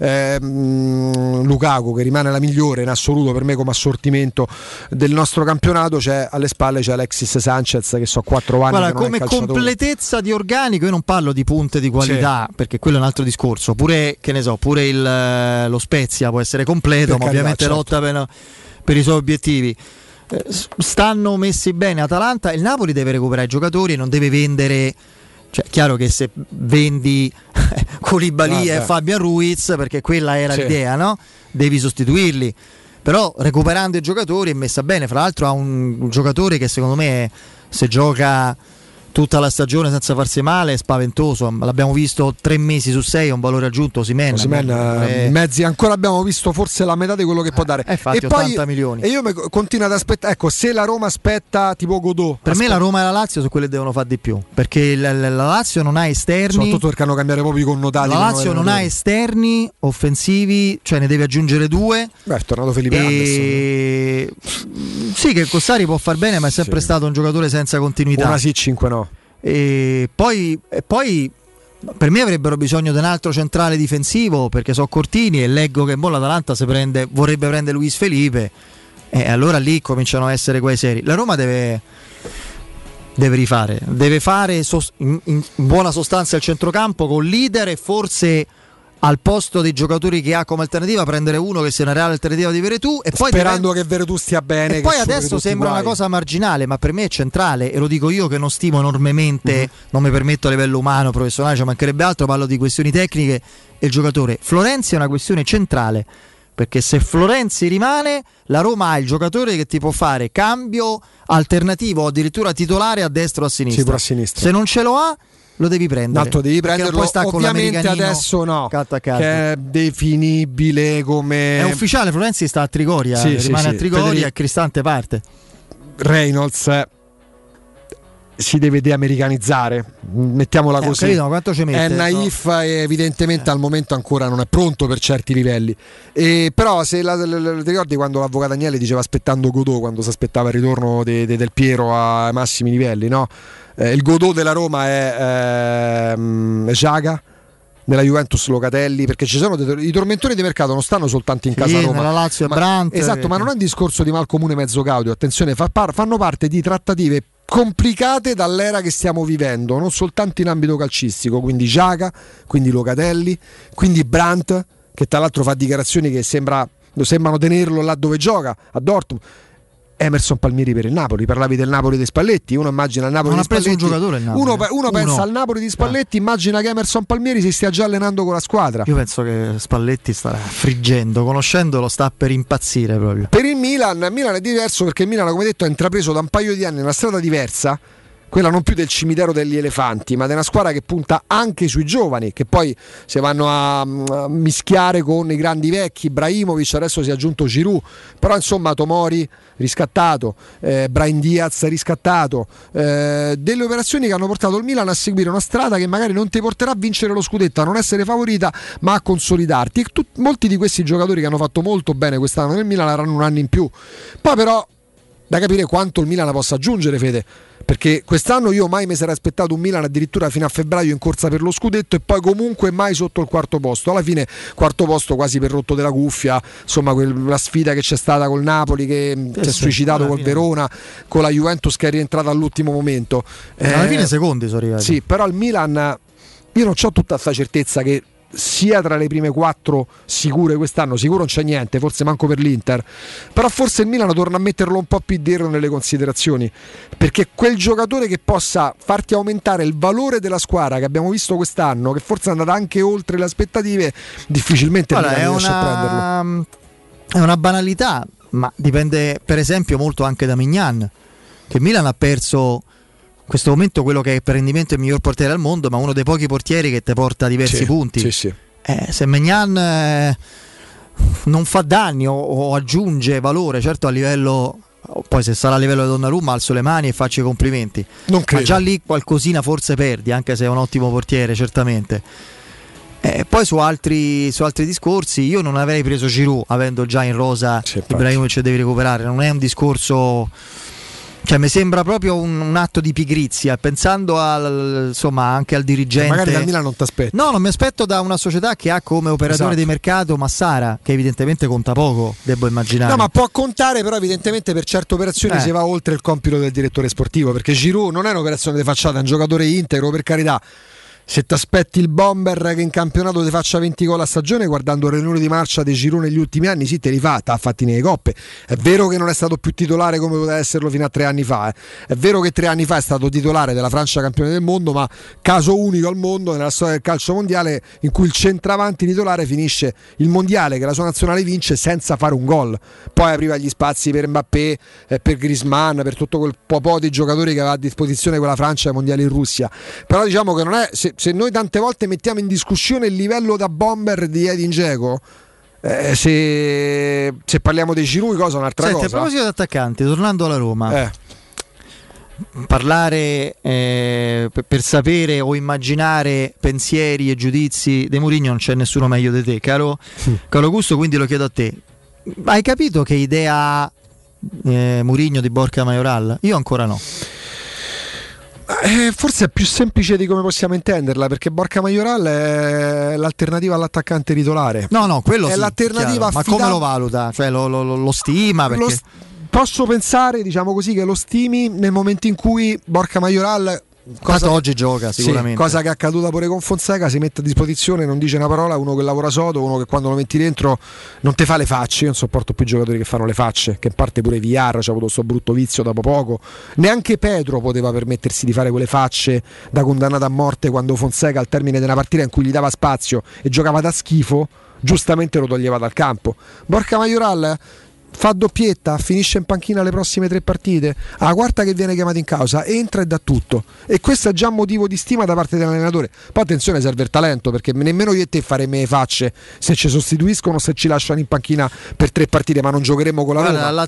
Lukaku, che rimane la migliore in assoluto per me come assortimento del nostro campionato, alle spalle c'è Alexis Sanchez, che so 4 anni. Guarda, come completezza di organico io non parlo di punte di qualità, perché quello è un altro discorso. Pure lo Spezia può essere completo, ma ovviamente lotta per i suoi obiettivi. Stanno messi bene Atalanta, il Napoli deve recuperare i giocatori e non deve vendere, chiaro che se vendi Koulibaly e Fabian Ruiz, perché quella era l'idea, no? Devi sostituirli, però recuperando i giocatori è messa bene. Fra l'altro ha un giocatore che secondo me se gioca tutta la stagione senza farsi male è spaventoso. L'abbiamo visto 3 mesi su 6, è un valore aggiunto. Osimhen mezzi, ancora abbiamo visto forse la metà di quello che può dare. Infatti, e 80 poi, milioni. E io continuo ad aspettare, ecco, se la Roma aspetta tipo Godot, per me la Roma e la Lazio su quelle devono fare di più, perché la Lazio non ha esterni, soprattutto perché hanno cambiato proprio i connotati. La Lazio non ha esterni offensivi, cioè ne deve aggiungere 2. Beh, è tornato Felipe Anderson. Sì, che Cossari può far bene, ma è sempre stato un giocatore senza continuità. Una sì, 5 no. E poi per me avrebbero bisogno di un altro centrale difensivo, perché so cortini e leggo che l'Atalanta vorrebbe prendere Luis Felipe, e allora lì cominciano a essere quei seri. La Roma deve rifare, deve fare in buona sostanza il centrocampo con leader, e forse al posto dei giocatori che ha come alternativa prendere uno che sia una reale alternativa di Veretù, e poi sperando che Veretù stia bene. E poi adesso sembra una cosa marginale, ma per me è centrale, e lo dico io che non stimo enormemente, non mi permetto a livello umano, professionale, ci mancherebbe altro, parlo di questioni tecniche e il giocatore. Florenzi è una questione centrale, perché se Florenzi rimane, la Roma ha il giocatore che ti può fare cambio alternativo o addirittura titolare a destra o a sinistra. Sì, pure a sinistra. Se non ce lo ha, lo devi prendere. Devi prenderlo, ovviamente adesso no, che è definibile come... È ufficiale, Florenzi sta a Trigoria, rimane a Trigoria e Cristante parte. Reynolds si deve deamericanizzare, mettiamola così. Capito, quanto ci mette? È naif e evidentemente al momento ancora non è pronto per certi livelli. Però se ti ricordi quando l'avvocato Agnelli diceva aspettando Godot, quando si aspettava il ritorno del Piero ai massimi livelli, no? Il Godot della Roma è Xhaka, nella Juventus Locatelli, perché ci sono i tormentori di mercato, non stanno soltanto in casa Roma. Nella Lazio Brandt. Esatto, ma non è un discorso di mal comune mezzo caudio, attenzione, fanno parte di trattative complicate dall'era che stiamo vivendo, non soltanto in ambito calcistico, quindi Xhaka, quindi Locatelli, quindi Brandt, che tra l'altro fa dichiarazioni che sembrano tenerlo là dove gioca, a Dortmund. Emerson Palmieri per il Napoli, parlavi del Napoli di Spalletti, uno immagina il Napoli non di Spalletti, un giocatore il Napoli. Uno pensa al Napoli di Spalletti, immagina che Emerson Palmieri si stia già allenando con la squadra. Io penso che Spalletti starà friggendo, conoscendolo sta per impazzire proprio. Per il Milan è diverso, perché il Milan, come detto, ha intrapreso da un paio di anni una strada diversa, quella non più del cimitero degli elefanti, ma di una squadra che punta anche sui giovani, che poi si vanno a mischiare con i grandi vecchi. Ibrahimovic, adesso si è aggiunto Giroud, però insomma Tomori riscattato, Brahim Diaz riscattato, delle operazioni che hanno portato il Milan a seguire una strada che magari non ti porterà a vincere lo scudetto, a non essere favorita, ma a consolidarti. E molti di questi giocatori che hanno fatto molto bene quest'anno nel Milan avranno un anno in più. Poi però da capire quanto il Milan possa aggiungere, Fede, perché quest'anno io mai mi sarei aspettato un Milan addirittura fino a febbraio in corsa per lo scudetto, e poi comunque mai sotto il quarto posto. Alla fine quarto posto quasi per rotto della cuffia, insomma la sfida che c'è stata col Napoli che si è suicidato col Verona, con la Juventus che è rientrata all'ultimo momento, alla fine secondi sono arrivati. Sì, però il Milan, io non ho tutta questa certezza che sia tra le prime 4 sicure quest'anno. Sicuro non c'è niente, forse manco per l'Inter, però forse il Milan torna a metterlo un po' più dietro nelle considerazioni, perché quel giocatore che possa farti aumentare il valore della squadra che abbiamo visto quest'anno, che forse è andata anche oltre le aspettative, difficilmente il Milan riesce a prenderlo. È una banalità, ma dipende per esempio molto anche da Mignan, che Milan ha perso in questo momento quello che è per rendimento il miglior portiere al mondo, ma uno dei pochi portieri che ti porta diversi punti. Sì. Se Mignan non fa danni o aggiunge valore, certo a livello, poi se sarà a livello di Donnarumma alzo le mani e faccio i complimenti, ma già lì qualcosina forse perdi, anche se è un ottimo portiere certamente. Poi su altri discorsi io non avrei preso Giroud avendo già in rosa Ibrahimovic, devi recuperare, non è un discorso, cioè mi sembra proprio un atto di pigrizia, pensando anche al dirigente. Magari dal Milan non ti aspetti. No, non mi aspetto da una società che ha come operatore di mercato Massara, che evidentemente conta poco, devo immaginare. No, ma può contare, però evidentemente per certe operazioni si va oltre il compito del direttore sportivo, perché Giroud non è un'operazione di facciata, è un giocatore integro, per carità. se ti aspetti il bomber che in campionato ti faccia 20 gol a stagione, guardando il Renone di marcia dei Girone negli ultimi anni, sì, te li fa, t'ha fatti nelle coppe. È vero che non è stato più titolare come poteva esserlo fino a 3 anni fa, è vero che 3 anni fa è stato titolare della Francia campione del mondo, ma caso unico al mondo nella storia del calcio mondiale in cui il centravanti titolare finisce il mondiale che la sua nazionale vince senza fare un gol. Poi apriva gli spazi per Mbappé, per Griezmann, per tutto quel po' di giocatori che aveva a disposizione quella Francia ai mondiali in Russia. Però diciamo che non è, se noi tante volte mettiamo in discussione il livello da bomber di Edin Dzeko, se parliamo dei Giroud, cosa un'altra cosa. A proposito di attaccanti, tornando alla Roma, parlare per sapere o immaginare pensieri e giudizi di Mourinho non c'è nessuno meglio di te, caro Augusto, quindi lo chiedo a te. Hai capito che idea ha Mourinho di Borja Mayoral? Io ancora no. Forse è più semplice di come possiamo intenderla, perché Borja Mayoral è l'alternativa all'attaccante titolare. No, quello è sì, l'alternativa ma come lo valuta? Cioè lo stima? Perché... Posso pensare, diciamo così, che lo stimi nel momento in cui Borja Mayoral oggi gioca sicuramente. Sì, cosa che è accaduta pure con Fonseca, si mette a disposizione, non dice una parola, uno che lavora sodo, uno che quando lo metti dentro non te fa le facce. Io non sopporto più giocatori che fanno le facce, che in parte pure Villar c'ha avuto questo brutto vizio dopo poco. Neanche Pedro poteva permettersi di fare quelle facce da condannato a morte quando Fonseca al termine di una partita in cui gli dava spazio e giocava da schifo, giustamente lo toglieva dal campo. Borja Mayoral fa doppietta, finisce in panchina le prossime 3 partite, alla quarta che viene chiamato in causa entra e dà tutto, e questo è già un motivo di stima da parte dell'allenatore. Poi attenzione, serve il talento, perché nemmeno io e te faremo le facce se ci sostituiscono, se ci lasciano in panchina per 3 partite, ma non giocheremo con la Roma.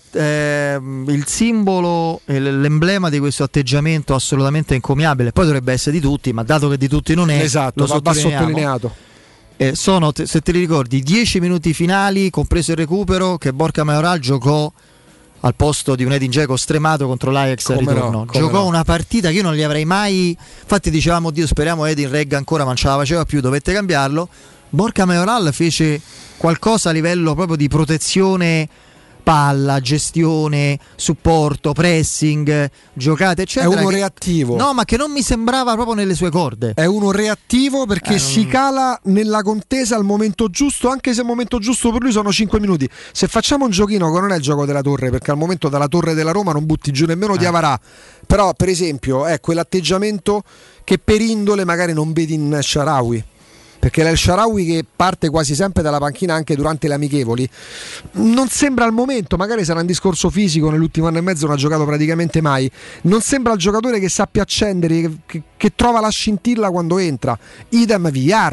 Il simbolo e l'emblema di questo atteggiamento assolutamente encomiabile, poi dovrebbe essere di tutti, ma dato che di tutti non è, esatto, va sottolineato. Sono, se te li ricordi, 10 minuti finali, compreso il recupero, che Borja Mayoral giocò al posto di un Edin Dzeko stremato contro l'Ajax al ritorno. Giocò una partita che io non gli avrei mai. Infatti dicevamo, Dio, speriamo Edin regga ancora, ma non ce la faceva più, dovette cambiarlo. Borja Mayoral fece qualcosa a livello proprio di protezione palla, gestione, supporto, pressing, giocate eccetera. È uno reattivo. No, ma che non mi sembrava proprio nelle sue corde. È uno reattivo perché si cala nella contesa al momento giusto, anche se il momento giusto per lui sono 5 minuti. Se facciamo un giochino che non è il gioco della torre, perché al momento dalla torre della Roma non butti giù nemmeno Diavarà, però per esempio è quell'atteggiamento che per indole magari non vedi in Shaarawy, perché l'El Shaarawy, che parte quasi sempre dalla panchina anche durante le amichevoli, non sembra al momento, magari sarà un discorso fisico, nell'ultimo anno e mezzo non ha giocato praticamente mai, non sembra il giocatore che sappia accendere, che trova la scintilla quando entra. Idem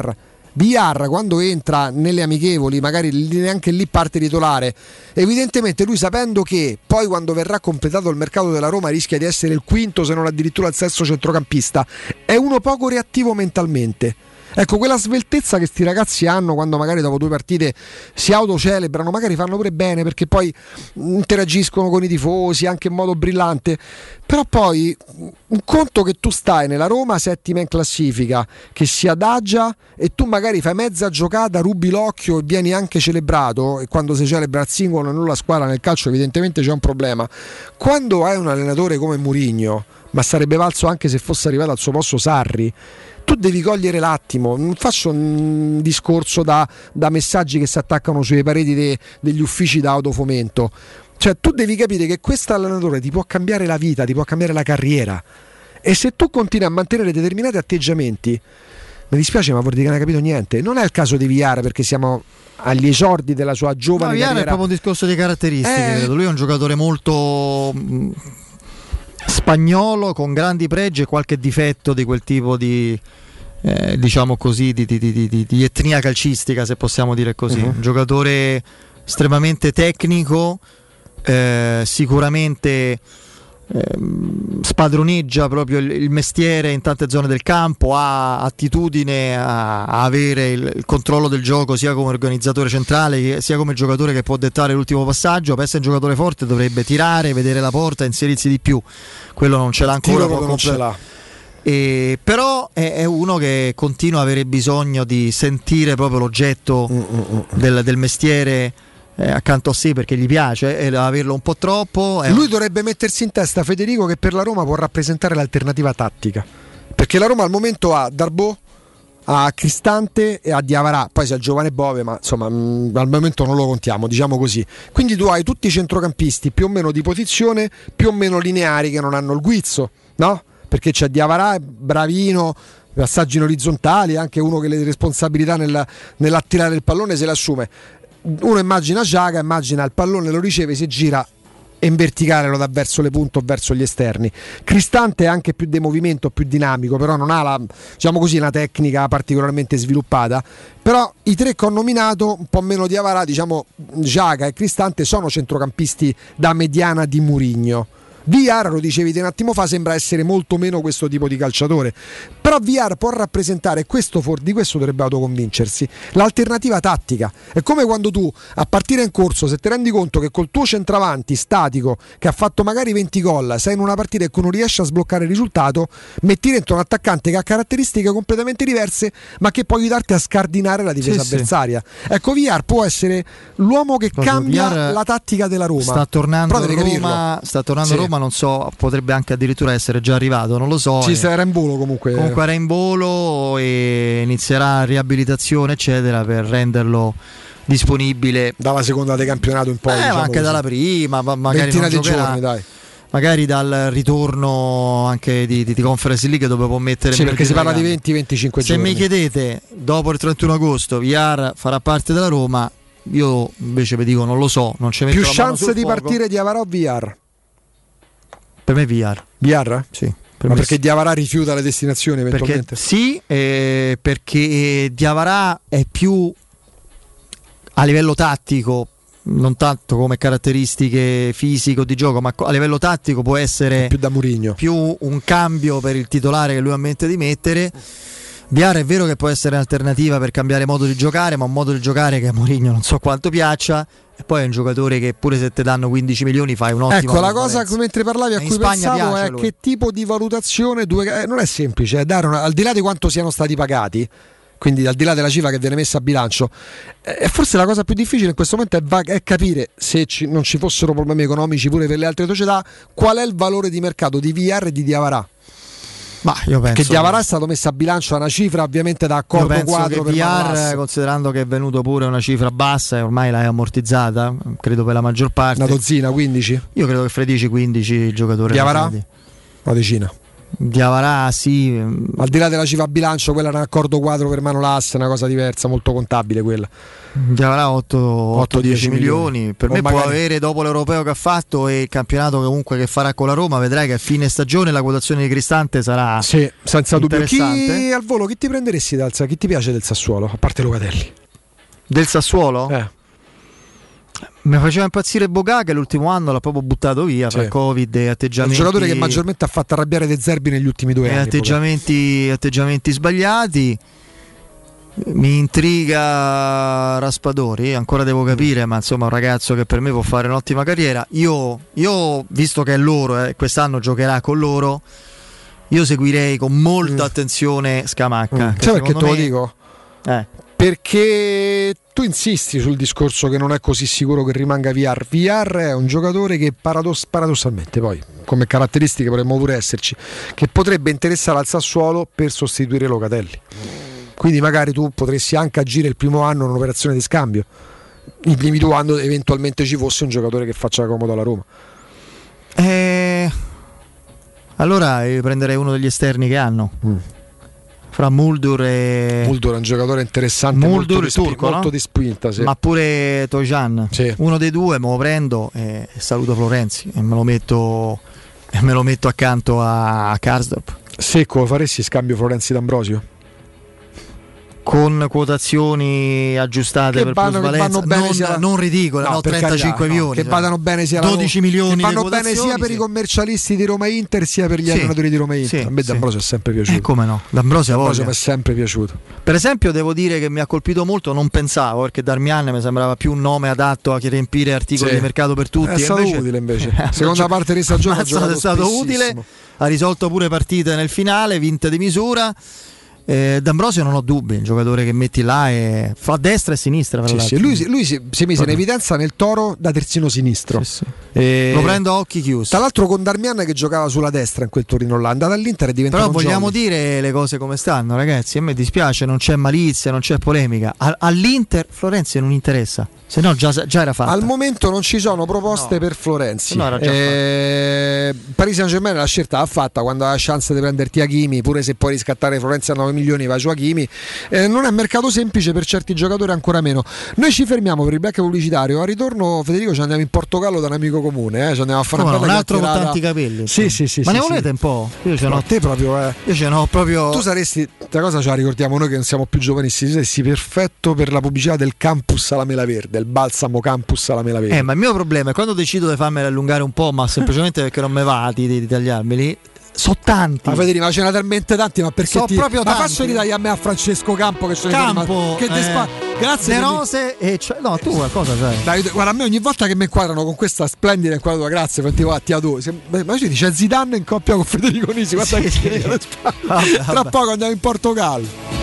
Villar quando entra nelle amichevoli magari neanche lì parte titolare. Evidentemente lui, sapendo che poi quando verrà completato il mercato della Roma rischia di essere il quinto se non addirittura il sesto centrocampista, è uno poco reattivo mentalmente. Ecco, quella sveltezza che sti ragazzi hanno quando magari dopo 2 partite si autocelebrano, magari fanno pure bene perché poi interagiscono con i tifosi anche in modo brillante, però poi un conto che tu stai nella Roma settima in classifica, che si adagia e tu magari fai mezza giocata, rubi l'occhio e vieni anche celebrato, e quando si celebra il singolo e non la squadra nel calcio evidentemente c'è un problema. Quando hai un allenatore come Mourinho, ma sarebbe valso anche se fosse arrivato al suo posto Sarri, tu devi cogliere l'attimo. Non faccio un discorso da messaggi che si attaccano sulle pareti degli uffici da autofomento, cioè tu devi capire che questo allenatore ti può cambiare la vita, ti può cambiare la carriera, e se tu continui a mantenere determinati atteggiamenti, mi dispiace ma vuol dire che non hai capito niente. Non è il caso di Villar, perché siamo agli esordi della sua giovane carriera. Villar è proprio un discorso di caratteristiche, credo. Lui è un giocatore molto spagnolo, con grandi pregi e qualche difetto di quel tipo di diciamo così di etnia calcistica, se possiamo dire così. Un giocatore estremamente tecnico, sicuramente spadroneggia proprio il mestiere in tante zone del campo, ha attitudine a avere il controllo del gioco sia come organizzatore centrale sia come giocatore che può dettare l'ultimo passaggio. Per essere un giocatore forte dovrebbe tirare, vedere la porta, inserirsi di più, quello non ce l'ha ancora, non ce l'ha. Però è uno che continua a avere bisogno di sentire proprio l'oggetto del mestiere accanto a sé, perché gli piace, e averlo un po' troppo. Lui dovrebbe mettersi in testa, Federico, che per la Roma può rappresentare l'alternativa tattica, perché la Roma al momento ha Darboe, a Cristante e a Diavarà, poi c'è il giovane Bove, ma insomma al momento non lo contiamo, diciamo così. Quindi tu hai tutti i centrocampisti più o meno di posizione, più o meno lineari, che non hanno il guizzo, no? Perché c'è Diavarà, bravino, passaggi in orizzontali, anche uno che le responsabilità nell'attirare il pallone se le assume. Uno immagina Xhaka, immagina il pallone, lo riceve, si gira e in verticale lo dà verso le punte o verso gli esterni. Cristante è anche più di movimento, più dinamico, però non ha diciamo così, una tecnica particolarmente sviluppata. Però i tre che ho nominato, un po' meno di Diavarà, diciamo Xhaka e Cristante, sono centrocampisti da mediana di Mourinho. Villar, lo dicevi un attimo fa, sembra essere molto meno questo tipo di calciatore, però Villar può rappresentare, e di questo dovrebbe autoconvincersi, l'alternativa tattica. È come quando tu a partire in corso, se ti rendi conto che col tuo centravanti statico che ha fatto magari 20 gol sei in una partita e che non riesci a sbloccare il risultato, metti dentro un attaccante che ha caratteristiche completamente diverse ma che può aiutarti a scardinare la difesa avversaria. Ecco, Villar può essere l'uomo che cambia Villar la tattica della Roma. Sta tornando a Roma, ma non so, potrebbe anche addirittura essere già arrivato, non lo so. Sì, era in volo comunque era in volo e inizierà riabilitazione eccetera per renderlo disponibile dalla seconda di campionato in poi, diciamo anche così. Dalla prima, magari non giocherà, giorni, dai. Magari dal ritorno anche di Conference League dove può mettere, sì, perché si parla di 20-25 giorni. Se mi chiedete dopo il 31 agosto Villar farà parte della Roma, io invece vi dico non lo so, non ci metto più la mano chance sul di fuoco. partire Diavarà o Villar? Per me Villar. Sì. Ma perché Diavarà rifiuta le destinazioni eventualmente? Perché Diavarà è più a livello tattico, non tanto come caratteristiche fisiche o di gioco, ma a livello tattico può essere più da Mourinho, più un cambio per il titolare che lui ha in mente di mettere. Villar è vero che può essere un'alternativa per cambiare modo di giocare, ma un modo di giocare che a Mourinho non so quanto piaccia. E poi è un giocatore che pure se te danno 15 milioni fai un ottimo. Ecco, la cosa che mentre parlavi a cui pensavo è lui. Che tipo di valutazione non è semplice, è dare al di là di quanto siano stati pagati, quindi al di là della cifra che viene messa a bilancio, forse la cosa più difficile in questo momento è capire, se non ci fossero problemi economici pure per le altre società, qual è il valore di mercato di Villar e di Diavarà. Ma io penso che Diavarà è stato messo a bilancio a una cifra ovviamente da accordo quadro per Villar, considerando che è venuto pure una cifra bassa e ormai l'hai ammortizzata, credo per la maggior parte. Una dozzina, 15? Io credo che Fredici 15 il giocatore. Diavarà? Una decina. Diavarà sì. Al di là della cifra a bilancio, quella era un accordo quadro per mano l'asse, una cosa diversa, molto contabile quella. Diavarà 8-10 milioni. Per me magari può avere, dopo l'europeo che ha fatto e il campionato comunque che farà con la Roma, vedrai che a fine stagione la quotazione di Cristante sarà senza dubbio. Chi al volo, chi ti prenderesti chi ti piace del Sassuolo, a parte Locatelli? Del Sassuolo? Mi faceva impazzire Bocà, che l'ultimo anno l'ha proprio buttato via tra Covid e atteggiamenti. Un giocatore che maggiormente ha fatto arrabbiare De Zerbi negli ultimi 2 anni. Atteggiamenti sbagliati. Mi intriga Raspadori, ancora devo capire, ma insomma un ragazzo che per me può fare un'ottima carriera. Io visto che è loro, quest'anno giocherà con loro, io seguirei con molta attenzione Scamacca. Sai perché te lo dico? Perché tu insisti sul discorso che non è così sicuro che rimanga Villar. Villar è un giocatore che paradossalmente, poi come caratteristiche potremmo pure esserci, che potrebbe interessare al Sassuolo per sostituire Locatelli. Quindi magari tu potresti anche agire il primo anno in un'operazione di scambio, individuando eventualmente ci fosse un giocatore che faccia comodo alla Roma. Allora io prenderei uno degli esterni che hanno. Fra Muldur è un giocatore interessante, Muldur, molto di spinta, sì. Ma pure Tojan, uno dei due me lo prendo e saluto Florenzi e me lo metto accanto a Karsdorp. Secco, lo faresti scambio Florenzi D'Ambrosio? Con quotazioni aggiustate che per plusvalenza non ridicole, 35 milioni, che vadano bene sia 12 milioni, che vanno bene sia per i commercialisti di Roma Inter sia per gli allenatori di Roma Inter. A me D'Ambrosio è sempre piaciuto. Come no? D'Ambrosio mi è sempre piaciuto. Per esempio devo dire che mi ha colpito molto, non pensavo, perché Darmian mi sembrava più un nome adatto a riempire articoli di mercato per tutti. È stato utile invece. Seconda parte di stagione è stato utile, ha risolto pure partite nel finale, vinte di misura. D'Ambrosio non ho dubbi, un giocatore che metti là e fa a destra e a sinistra. Sì, lui si è messo in evidenza nel Toro da terzino sinistro. Sì. Lo prendo a occhi chiusi. Tra l'altro con Darmian che giocava sulla destra in quel Torino là, andata all'Inter è diventato. Però vogliamo dire le cose come stanno, ragazzi. A me dispiace, non c'è malizia, non c'è polemica. All'Inter Florenzi non interessa, se no già era fatta. Al momento non ci sono proposte per Florenzi. No, Paris Saint-Germain la scelta l'ha fatta quando ha la chance di prenderti Hakimi, pure se puoi riscattare Florenzi a 9 milioni vai su Hakimi. Non è un mercato semplice, per certi giocatori ancora meno. Noi ci fermiamo per il break pubblicitario. A ritorno, Federico, ci andiamo in Portogallo da un amico comune, ci andiamo a fare un altro con tanti capelli. Sì. Ma ne volete un po'? Io ce n'ho te proprio. Io ce n'ho proprio. Tu saresti, la cosa ce la ricordiamo noi che non siamo più giovanissimi, saresti perfetto per la pubblicità del campus alla mela verde, il balsamo campus alla mela verde. Ma il mio problema è quando decido di farmela allungare un po', ma semplicemente perché non me va di tagliarmeli. So tanti. Ma Federico, ma ce n'è talmente tanti, ma perché so proprio ma tanti. faccio ridare a me a Francesco Campo che Campo che grazie De Rose e no, tu qualcosa sai. Dai, guarda, a me ogni volta che mi inquadrano con questa splendida inquadratura, grazie a tu. Ma ci dice Zidane in coppia con Federico Nisi, guarda che vabbè. Tra poco andiamo in Portogallo.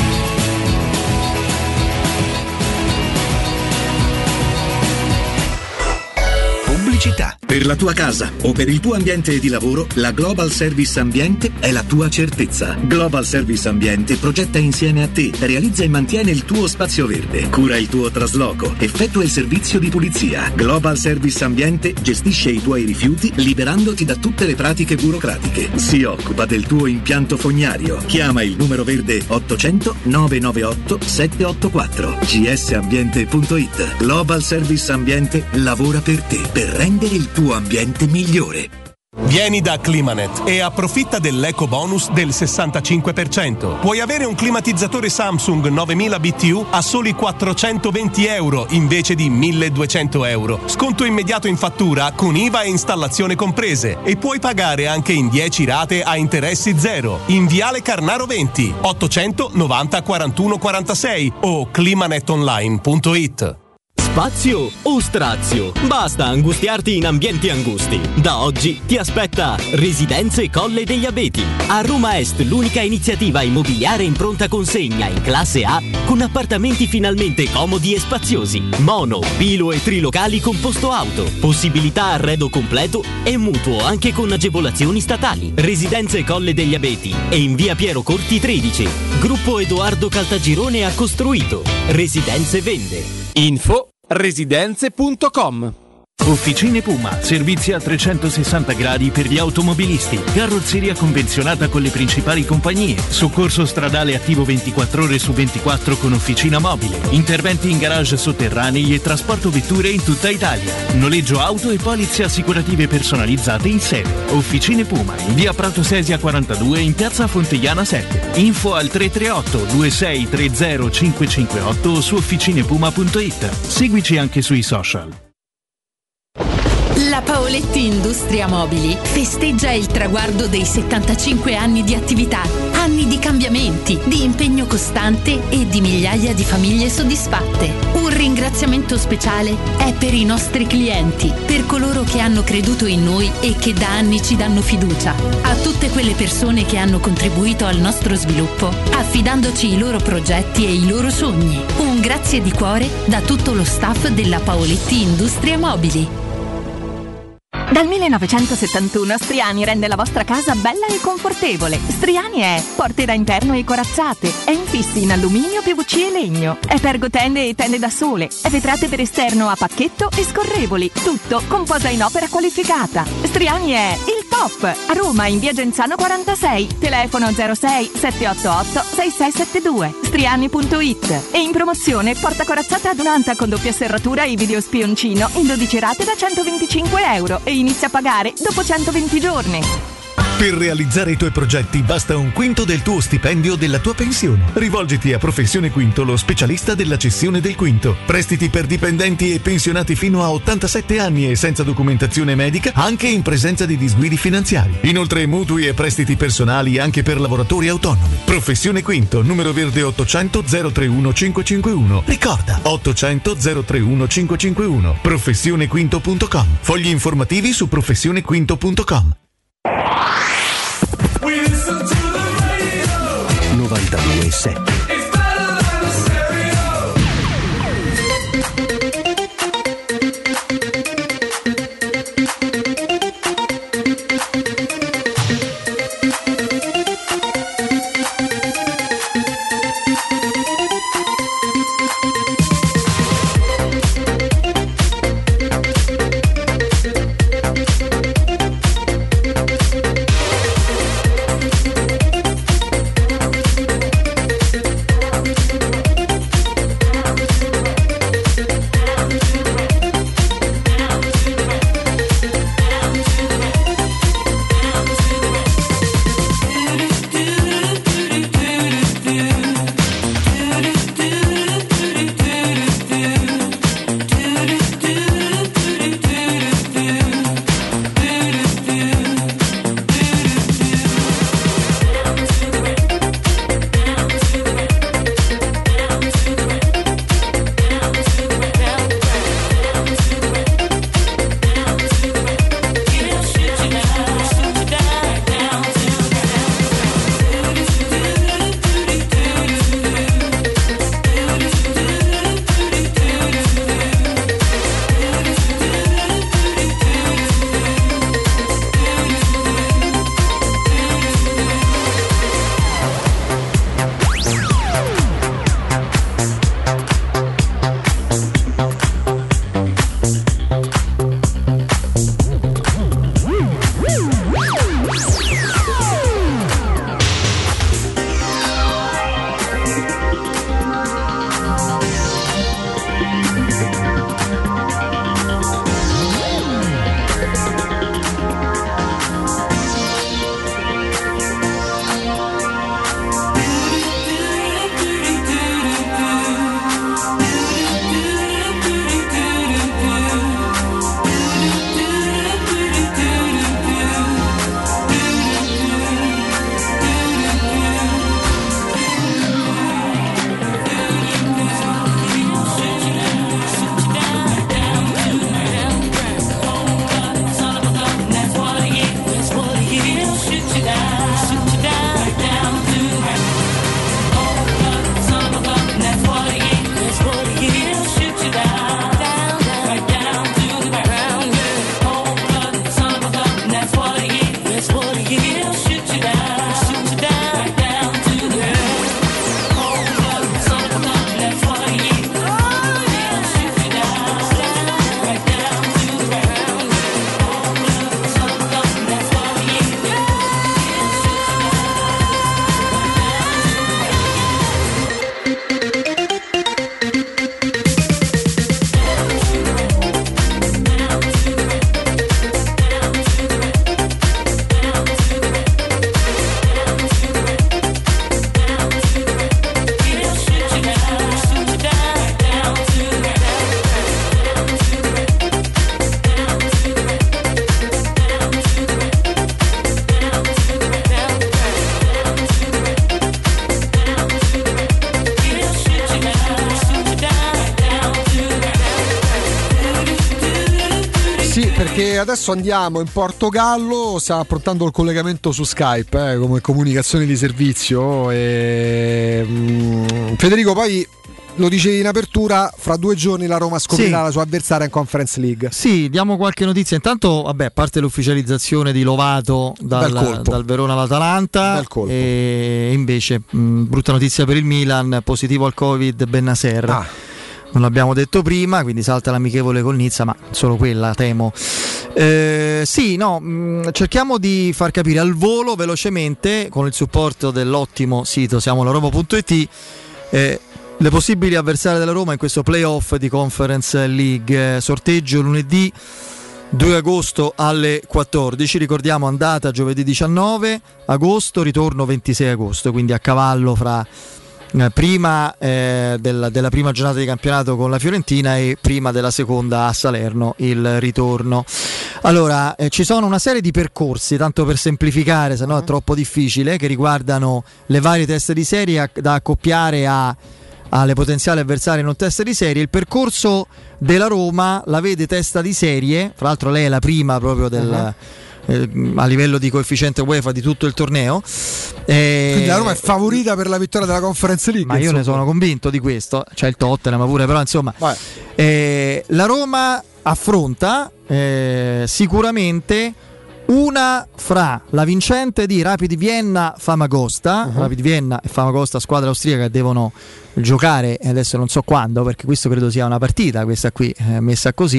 Pubblicità. Per la tua casa o per il tuo ambiente di lavoro, la Global Service Ambiente è la tua certezza. Global Service Ambiente progetta insieme a te, realizza e mantiene il tuo spazio verde, cura il tuo trasloco, effettua il servizio di pulizia. Global Service Ambiente gestisce i tuoi rifiuti liberandoti da tutte le pratiche burocratiche. Si occupa del tuo impianto fognario. Chiama il numero verde 800 998 784. gsambiente.it. Global Service Ambiente lavora per te, per rendere il tuo ambiente migliore. Vieni da Climanet e approfitta dell'eco bonus del 65%. Puoi avere un climatizzatore Samsung 9000 BTU a soli 420 euro invece di 1200 euro. Sconto immediato in fattura con IVA e installazione comprese. E puoi pagare anche in 10 rate a interessi zero. In Viale Carnaro 20 890 41 46 o climanetonline.it. Spazio o strazio? Basta angustiarti in ambienti angusti. Da oggi ti aspetta Residenze Colle degli Abeti. A Roma Est l'unica iniziativa immobiliare in pronta consegna in classe A con appartamenti finalmente comodi e spaziosi. Mono, bilo e trilocali con posto auto. Possibilità arredo completo e mutuo anche con agevolazioni statali. Residenze Colle degli Abeti e in via Piero Corti 13. Gruppo Edoardo Caltagirone ha costruito. Residenze vende. Info residenze.com. Officine Puma, servizi a 360 gradi per gli automobilisti, carrozzeria convenzionata con le principali compagnie, soccorso stradale attivo 24 ore su 24 con officina mobile, interventi in garage sotterranei e trasporto vetture in tutta Italia, noleggio auto e polizze assicurative personalizzate in sede. Officine Puma, in via Prato Sesia 42 in piazza Fontegliana 7. Info al 338 2630 558 o su officinepuma.it. Seguici anche sui social. La Paoletti Industria Mobili festeggia il traguardo dei 75 anni di attività, anni di cambiamenti, di impegno costante e di migliaia di famiglie soddisfatte. Un ringraziamento speciale è per i nostri clienti, per coloro che hanno creduto in noi e che da anni ci danno fiducia, a tutte quelle persone che hanno contribuito al nostro sviluppo, affidandoci i loro progetti e i loro sogni. Un grazie di cuore da tutto lo staff della Paoletti Industria Mobili. Dal 1971 Striani rende la vostra casa bella e confortevole. Striani è porte da interno e corazzate, è infissi in alluminio, PVC e legno, è pergotende e tende da sole, è vetrate per esterno a pacchetto e scorrevoli, tutto con posa in opera qualificata. Striani è il top! A Roma in via Genzano 46, telefono 06 788 6672, striani.it. E in promozione porta corazzata adunata con doppia serratura e video spioncino in 12 rate da 125 euro e inizia a pagare dopo 120 giorni. Per realizzare i tuoi progetti basta un quinto del tuo stipendio o della tua pensione. Rivolgiti a Professione Quinto, lo specialista della cessione del quinto. Prestiti per dipendenti e pensionati fino a 87 anni e senza documentazione medica, anche in presenza di disguidi finanziari. Inoltre mutui e prestiti personali anche per lavoratori autonomi. Professione Quinto, numero verde 800 031 551. Ricorda, 800 031 551. Professionequinto.com. Fogli informativi su professionequinto.com. 92.7. Perché adesso andiamo in Portogallo, sta approntando il collegamento su Skype come comunicazione di servizio e Federico, poi lo dicevi in apertura, fra 2 giorni la Roma scoprirà la sua avversaria in Conference League. Sì, diamo qualche notizia. Intanto, vabbè, a parte l'ufficializzazione di Lovato dal Verona all'Atalanta, e invece brutta notizia per il Milan, positivo al Covid Bennacer. Non l'abbiamo detto prima, quindi salta l'amichevole col Nizza, ma solo quella, temo. Cerchiamo di far capire al volo velocemente, con il supporto dell'ottimo sito siamoloroma.it, le possibili avversarie della Roma in questo playoff di Conference League. Sorteggio lunedì 2 agosto alle 14, ricordiamo andata giovedì 19 agosto, ritorno 26 agosto, quindi a cavallo fra prima della prima giornata di campionato con la Fiorentina e prima della seconda a Salerno il ritorno. Allora, ci sono una serie di percorsi, tanto per semplificare, se no è troppo difficile, che riguardano le varie teste di serie da accoppiare alle potenziali avversarie non teste di serie. Il percorso della Roma la vede testa di serie, fra l'altro lei è la prima proprio a livello di coefficiente UEFA di tutto il torneo. Quindi la Roma è favorita per la vittoria della Conference League. Ma io ne sono convinto di questo. C'è il Tottenham pure, però insomma la Roma affronta sicuramente una fra la vincente di Rapid Vienna Famagosta, Rapid Vienna e Famagosta, squadra austriaca che devono giocare adesso non so quando, perché questo credo sia una partita questa qui messa così,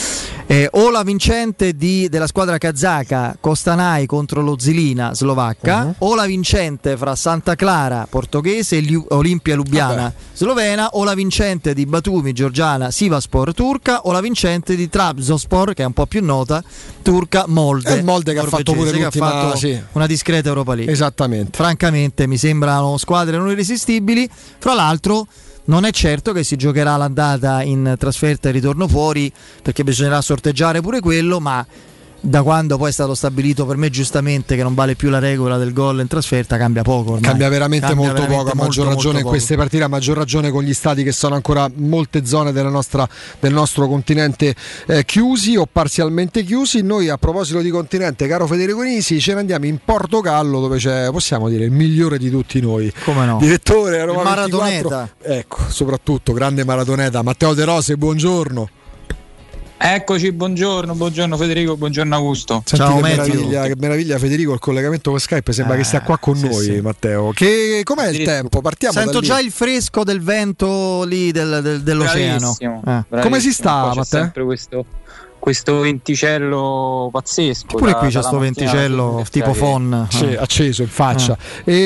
o la vincente della squadra kazaka Kostanay contro lo Zilina slovacca, o la vincente fra Santa Clara portoghese e Olimpia Lubiana slovena, o la vincente di Batumi georgiana Sivasspor turca, o la vincente di Trabzonspor, che è un po' più nota, turca Molde. Molde che ha fatto pure l'ultima, una discreta Europa League. Esattamente. Francamente mi sembrano squadre non irresistibili. Fra l'altro non è certo che si giocherà l'andata in trasferta e ritorno fuori, perché bisognerà sorteggiare pure quello, ma da quando poi è stato stabilito, per me giustamente, che non vale più la regola del gol in trasferta, cambia poco ormai. Cambia veramente molto poco, a maggior ragione in queste partite, a maggior ragione con gli stadi che sono ancora molte zone del nostro continente chiusi o parzialmente chiusi. Noi, a proposito di continente, caro Federico Nisi, ce ne andiamo in Portogallo, dove c'è, possiamo dire, il migliore di tutti noi. Come no? Direttore Roma Maratoneta. 24. Ecco, soprattutto grande maratoneta Matteo De Rose, buongiorno. Eccoci, buongiorno Federico, buongiorno Augusto. Ciao, che meraviglia Federico, il collegamento con Skype sembra che sia qua con noi. Matteo. Com'è il tempo? Partiamo Sento da lì. già il fresco del vento lì dell'oceano. Bravissimo. Come si sta, Matteo? C'è sempre questo venticello pazzesco. Pure qui c'è sto venticello tipo Fon acceso in faccia.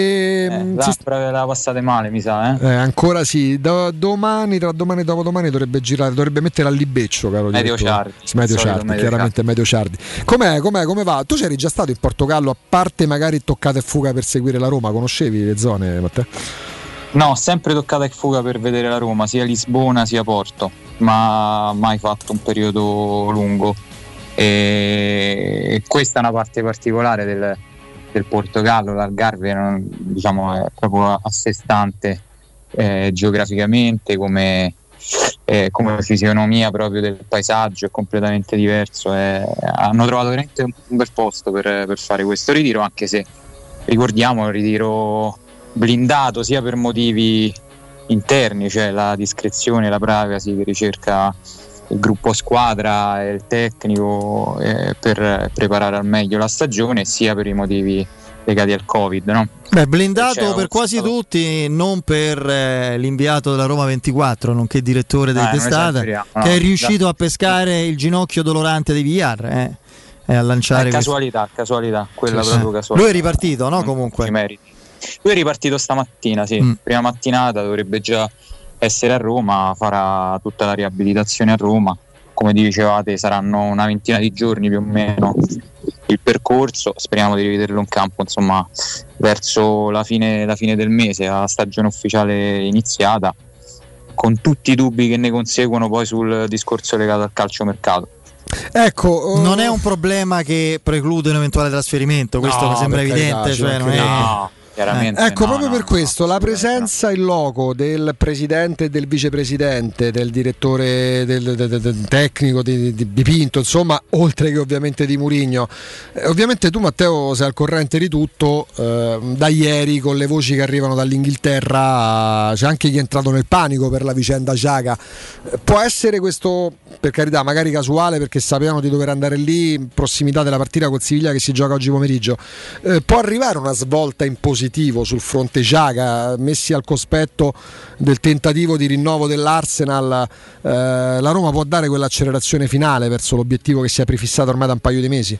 La passate male, mi sa. Ancora sì. Domani, tra domani e dopodomani dovrebbe mettere a Libeccio, caro Medio Ciardi. Chiaramente Medio Ciardi. Come va? Tu c'eri già stato in Portogallo, a parte magari toccata e fuga per seguire la Roma? Conoscevi le zone, Matteo? No, sempre toccata e fuga per vedere la Roma, sia Lisbona sia Porto, ma mai fatto un periodo lungo. E questa è una parte particolare del Portogallo. L'Algarve, diciamo, è proprio a sé stante geograficamente, come fisionomia proprio del paesaggio, è completamente diverso. Hanno trovato veramente un bel posto per fare questo ritiro, anche se ricordiamo il ritiro blindato sia per motivi interni, cioè la discrezione, la privacy che ricerca il gruppo squadra e il tecnico per preparare al meglio la stagione, sia per i motivi legati al Covid, no? Blindato per quasi tutti, non per l'inviato della Roma 24, nonché direttore del testata, che è riuscito a pescare il ginocchio dolorante di Villar e a lanciare casualità, quella proprio casualità. Lui è ripartito, no? Comunque lui è ripartito stamattina, prima mattinata, dovrebbe già essere a Roma, farà tutta la riabilitazione a Roma. Come dicevate, saranno una ventina di giorni più o meno il percorso, speriamo di rivederlo in campo, insomma, verso la fine del mese, la stagione ufficiale iniziata, con tutti i dubbi che ne conseguono poi sul discorso legato al calciomercato. Ecco, non è un problema che preclude un eventuale trasferimento, questo mi sembra evidente, cioè non è... Ecco, proprio per questo la presenza in loco del presidente e del vicepresidente, del direttore del tecnico di Pinto, insomma, oltre che ovviamente di Mourinho. Ovviamente tu, Matteo, sei al corrente di tutto. Da ieri, con le voci che arrivano dall'Inghilterra, c'è anche chi è entrato nel panico per la vicenda Xhaka. Può essere questo, per carità, magari casuale, perché sapevano di dover andare lì in prossimità della partita col Siviglia che si gioca oggi pomeriggio. Può arrivare una svolta in positivo sul fronte Xhaka, messi al cospetto del tentativo di rinnovo dell'Arsenal? La Roma può dare quell'accelerazione finale verso l'obiettivo che si è prefissato ormai da un paio di mesi?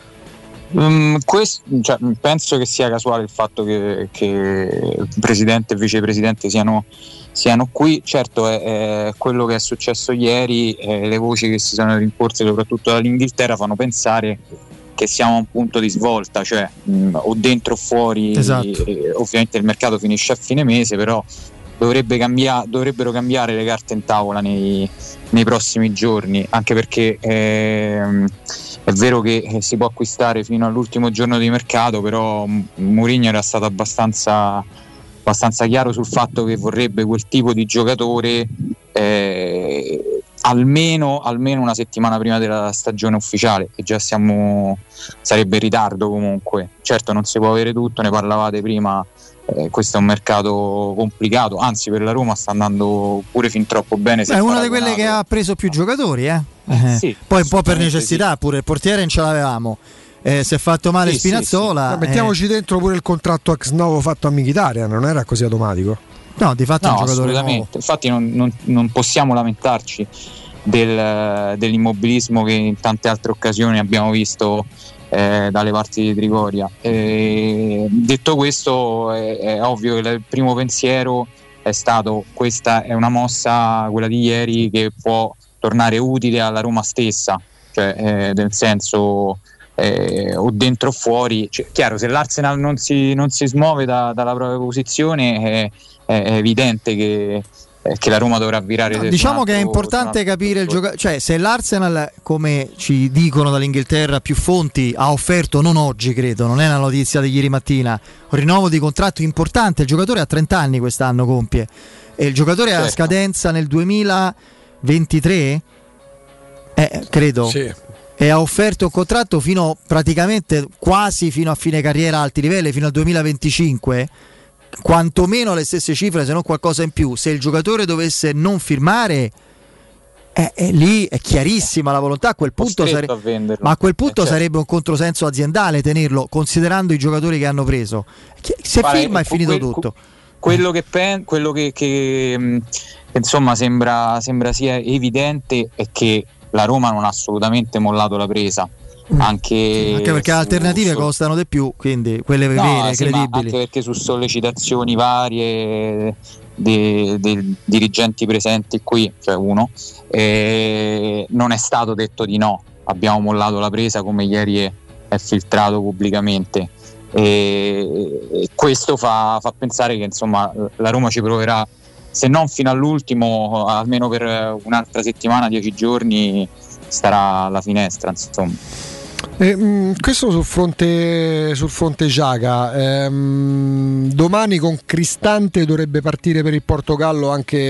Penso che sia casuale il fatto che il presidente e il vicepresidente siano qui. Certo, è quello che è successo ieri, le voci che si sono rincorse soprattutto dall'Inghilterra fanno pensare che siamo a un punto di svolta, cioè o dentro o fuori. Esatto. Ovviamente il mercato finisce a fine mese, però dovrebbero cambiare le carte in tavola nei prossimi giorni, anche perché è vero che si può acquistare fino all'ultimo giorno di mercato, però Mourinho era stato abbastanza chiaro sul fatto che vorrebbe quel tipo di giocatore almeno una settimana prima della stagione ufficiale, e già sarebbe in ritardo comunque. Certo non si può avere tutto, ne parlavate prima, questo è un mercato complicato, anzi per la Roma sta andando pure fin troppo bene. È una di quelle che ha preso più giocatori, sì, poi un po' per necessità, sì. Pure il portiere non ce l'avevamo, si è fatto male Spinazzola. Sì. Mettiamoci dentro pure il contratto ex novo fatto a Mkhitaryan, non era così automatico. No, di fatto è un giocatore assolutamente nuovo. Infatti non possiamo lamentarci dell'immobilismo che in tante altre occasioni abbiamo visto dalle parti di Trigoria. Detto questo, è ovvio che il primo pensiero è stato: questa è una mossa, quella di ieri, che può tornare utile alla Roma stessa, cioè nel senso o dentro o fuori. Chiaro, se l'Arsenal non si smuove dalla propria posizione, è evidente che la Roma dovrà virare. Diciamo che è importante capire il giocatore, cioè se l'Arsenal, come ci dicono dall'Inghilterra più fonti, ha offerto, non oggi credo, non è una notizia di ieri mattina, un rinnovo di contratto importante. Il giocatore ha 30 anni quest'anno, compie, e il giocatore ha scadenza nel 2023, credo. Sì. E ha offerto un contratto praticamente quasi fino a fine carriera a alti livelli, fino al 2025, quantomeno le stesse cifre, se non qualcosa in più. Se il giocatore dovesse non firmare, lì è chiarissima la volontà. A quel punto sarebbe un controsenso aziendale tenerlo, considerando i giocatori che hanno preso. Se firma è finito tutto. Quello che insomma sembra sia evidente è che la Roma non ha assolutamente mollato la presa, anche perché le alternative costano di più, quindi quelle vere, credibili. Anche perché su sollecitazioni varie dei dirigenti presenti qui, cioè uno, non è stato detto di no, abbiamo mollato la presa, come ieri è filtrato pubblicamente, e questo fa pensare che insomma la Roma ci proverà, se non fino all'ultimo, almeno per un'altra settimana, 10 giorni starà alla finestra, insomma. Questo sul fronte Xhaka. Domani con Cristante dovrebbe partire per il Portogallo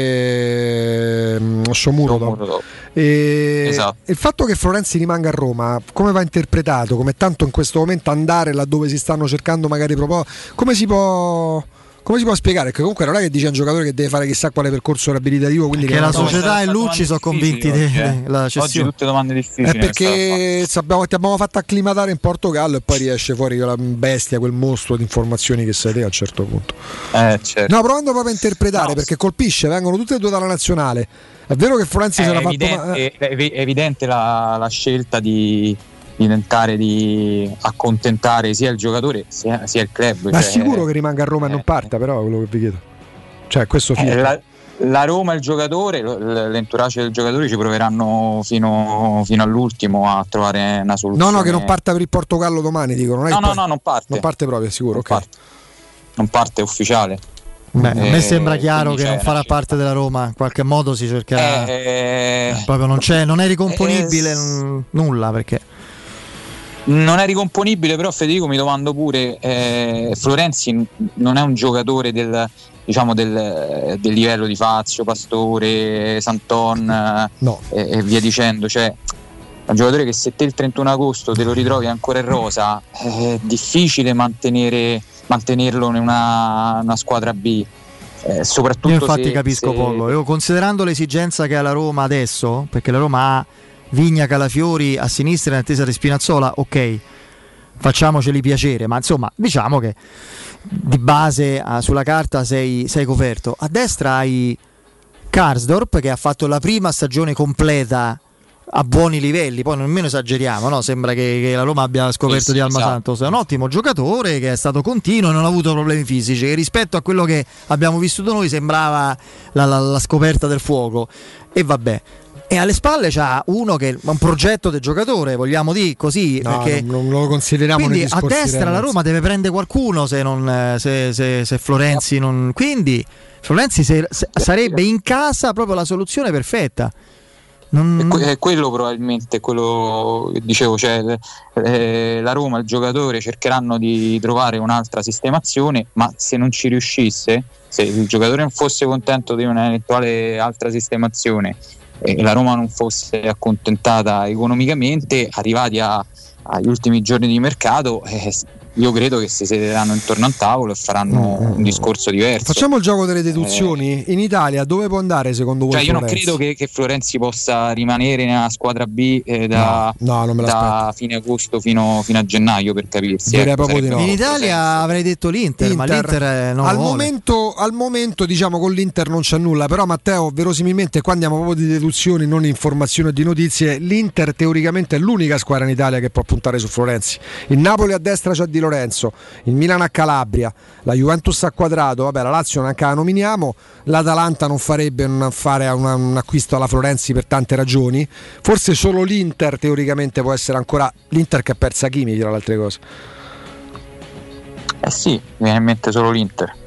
anche Shomurodov. Esatto. Il fatto che Florenzi rimanga a Roma, come va interpretato? Come tanto in questo momento andare laddove si stanno cercando magari come si può spiegare? Che comunque non è che dice a un giocatore che deve fare chissà quale percorso riabilitativo, quindi che la società e Lucci sono convinti della cessione. Oggi tutte domande difficili. È perché ti abbiamo fatto acclimatare in Portogallo e poi riesce fuori quella bestia, quel mostro di informazioni che sei te a un certo punto. Certo. No, provando proprio a interpretare, perché colpisce, vengono tutte e due dalla nazionale. È vero che Florenzi se l'ha fatto. È evidente la scelta di tentare di accontentare sia il giocatore sia il club. Ma sicuro che rimanga a Roma e non parta, però quello che vi chiedo, cioè questo la Roma e il giocatore, l'entourage del giocatore ci proveranno fino all'ultimo a trovare una soluzione. No, che non parta per il Portogallo domani, dico. No, non parte. Non parte proprio, sicuro. Non parte, ufficiale. Beh, a me sembra chiaro che non farà parte della Roma, in qualche modo si cercherà. Proprio non è ricomponibile nulla, perché non è ricomponibile. Però Federico, mi domando pure, Florenzi non è un giocatore del livello di Fazio, Pastore, Santon, no. E via dicendo, cioè è un giocatore che se te il 31 agosto te lo ritrovi ancora in rosa, è difficile mantenerlo in una squadra B, soprattutto. Io infatti capisco Pollo, io, considerando l'esigenza che ha la Roma adesso, perché la Roma ha Vigna, Calafiori a sinistra in attesa di Spinazzola, ok, facciamoceli piacere, ma insomma diciamo che di base sulla carta sei coperto. A destra hai Karsdorp, che ha fatto la prima stagione completa a buoni livelli, poi nemmeno esageriamo, no? Sembra che la Roma abbia scoperto di Alma Santos. È un ottimo giocatore che è stato continuo e non ha avuto problemi fisici, che rispetto a quello che abbiamo vissuto noi sembrava la scoperta del fuoco, e vabbè. E alle spalle c'ha uno che è un progetto del giocatore, vogliamo dire così, no, perché non lo consideriamo. Quindi a destra la Roma deve prendere qualcuno, se Florenzi non. Quindi Florenzi sarebbe in casa proprio la soluzione perfetta. È quello probabilmente, quello che dicevo, cioè la Roma, il giocatore cercheranno di trovare un'altra sistemazione, ma se non ci riuscisse, se il giocatore non fosse contento di un'eventuale altra sistemazione la Roma non fosse accontentata economicamente, arrivati agli ultimi giorni di mercato, io credo che si siederanno intorno a un tavolo e faranno un discorso diverso. Facciamo il gioco delle deduzioni. In Italia dove può andare secondo voi? Cioè, io non credo che Florenzi possa rimanere nella squadra B da fine agosto fino a gennaio, per capirsi. Direi proprio di no. In Italia avrei detto l'Inter, ma l'Inter non al lo vuole. Al momento diciamo con l'Inter non c'è nulla, però Matteo, verosimilmente qua andiamo proprio di deduzioni, non informazioni e di notizie. L'Inter teoricamente è l'unica squadra in Italia che può puntare su Florenzi. Il Napoli a destra c'ha Di Lorenzo, il Milan a Calabria, la Juventus a Quadrato, vabbè, la Lazio neanche la nominiamo, l'Atalanta non farebbe fare un acquisto alla Florenzi per tante ragioni, forse solo l'Inter teoricamente può essere ancora l'Inter che ha perso Hakimi, tra le altre cose. Sì, viene in mente solo l'Inter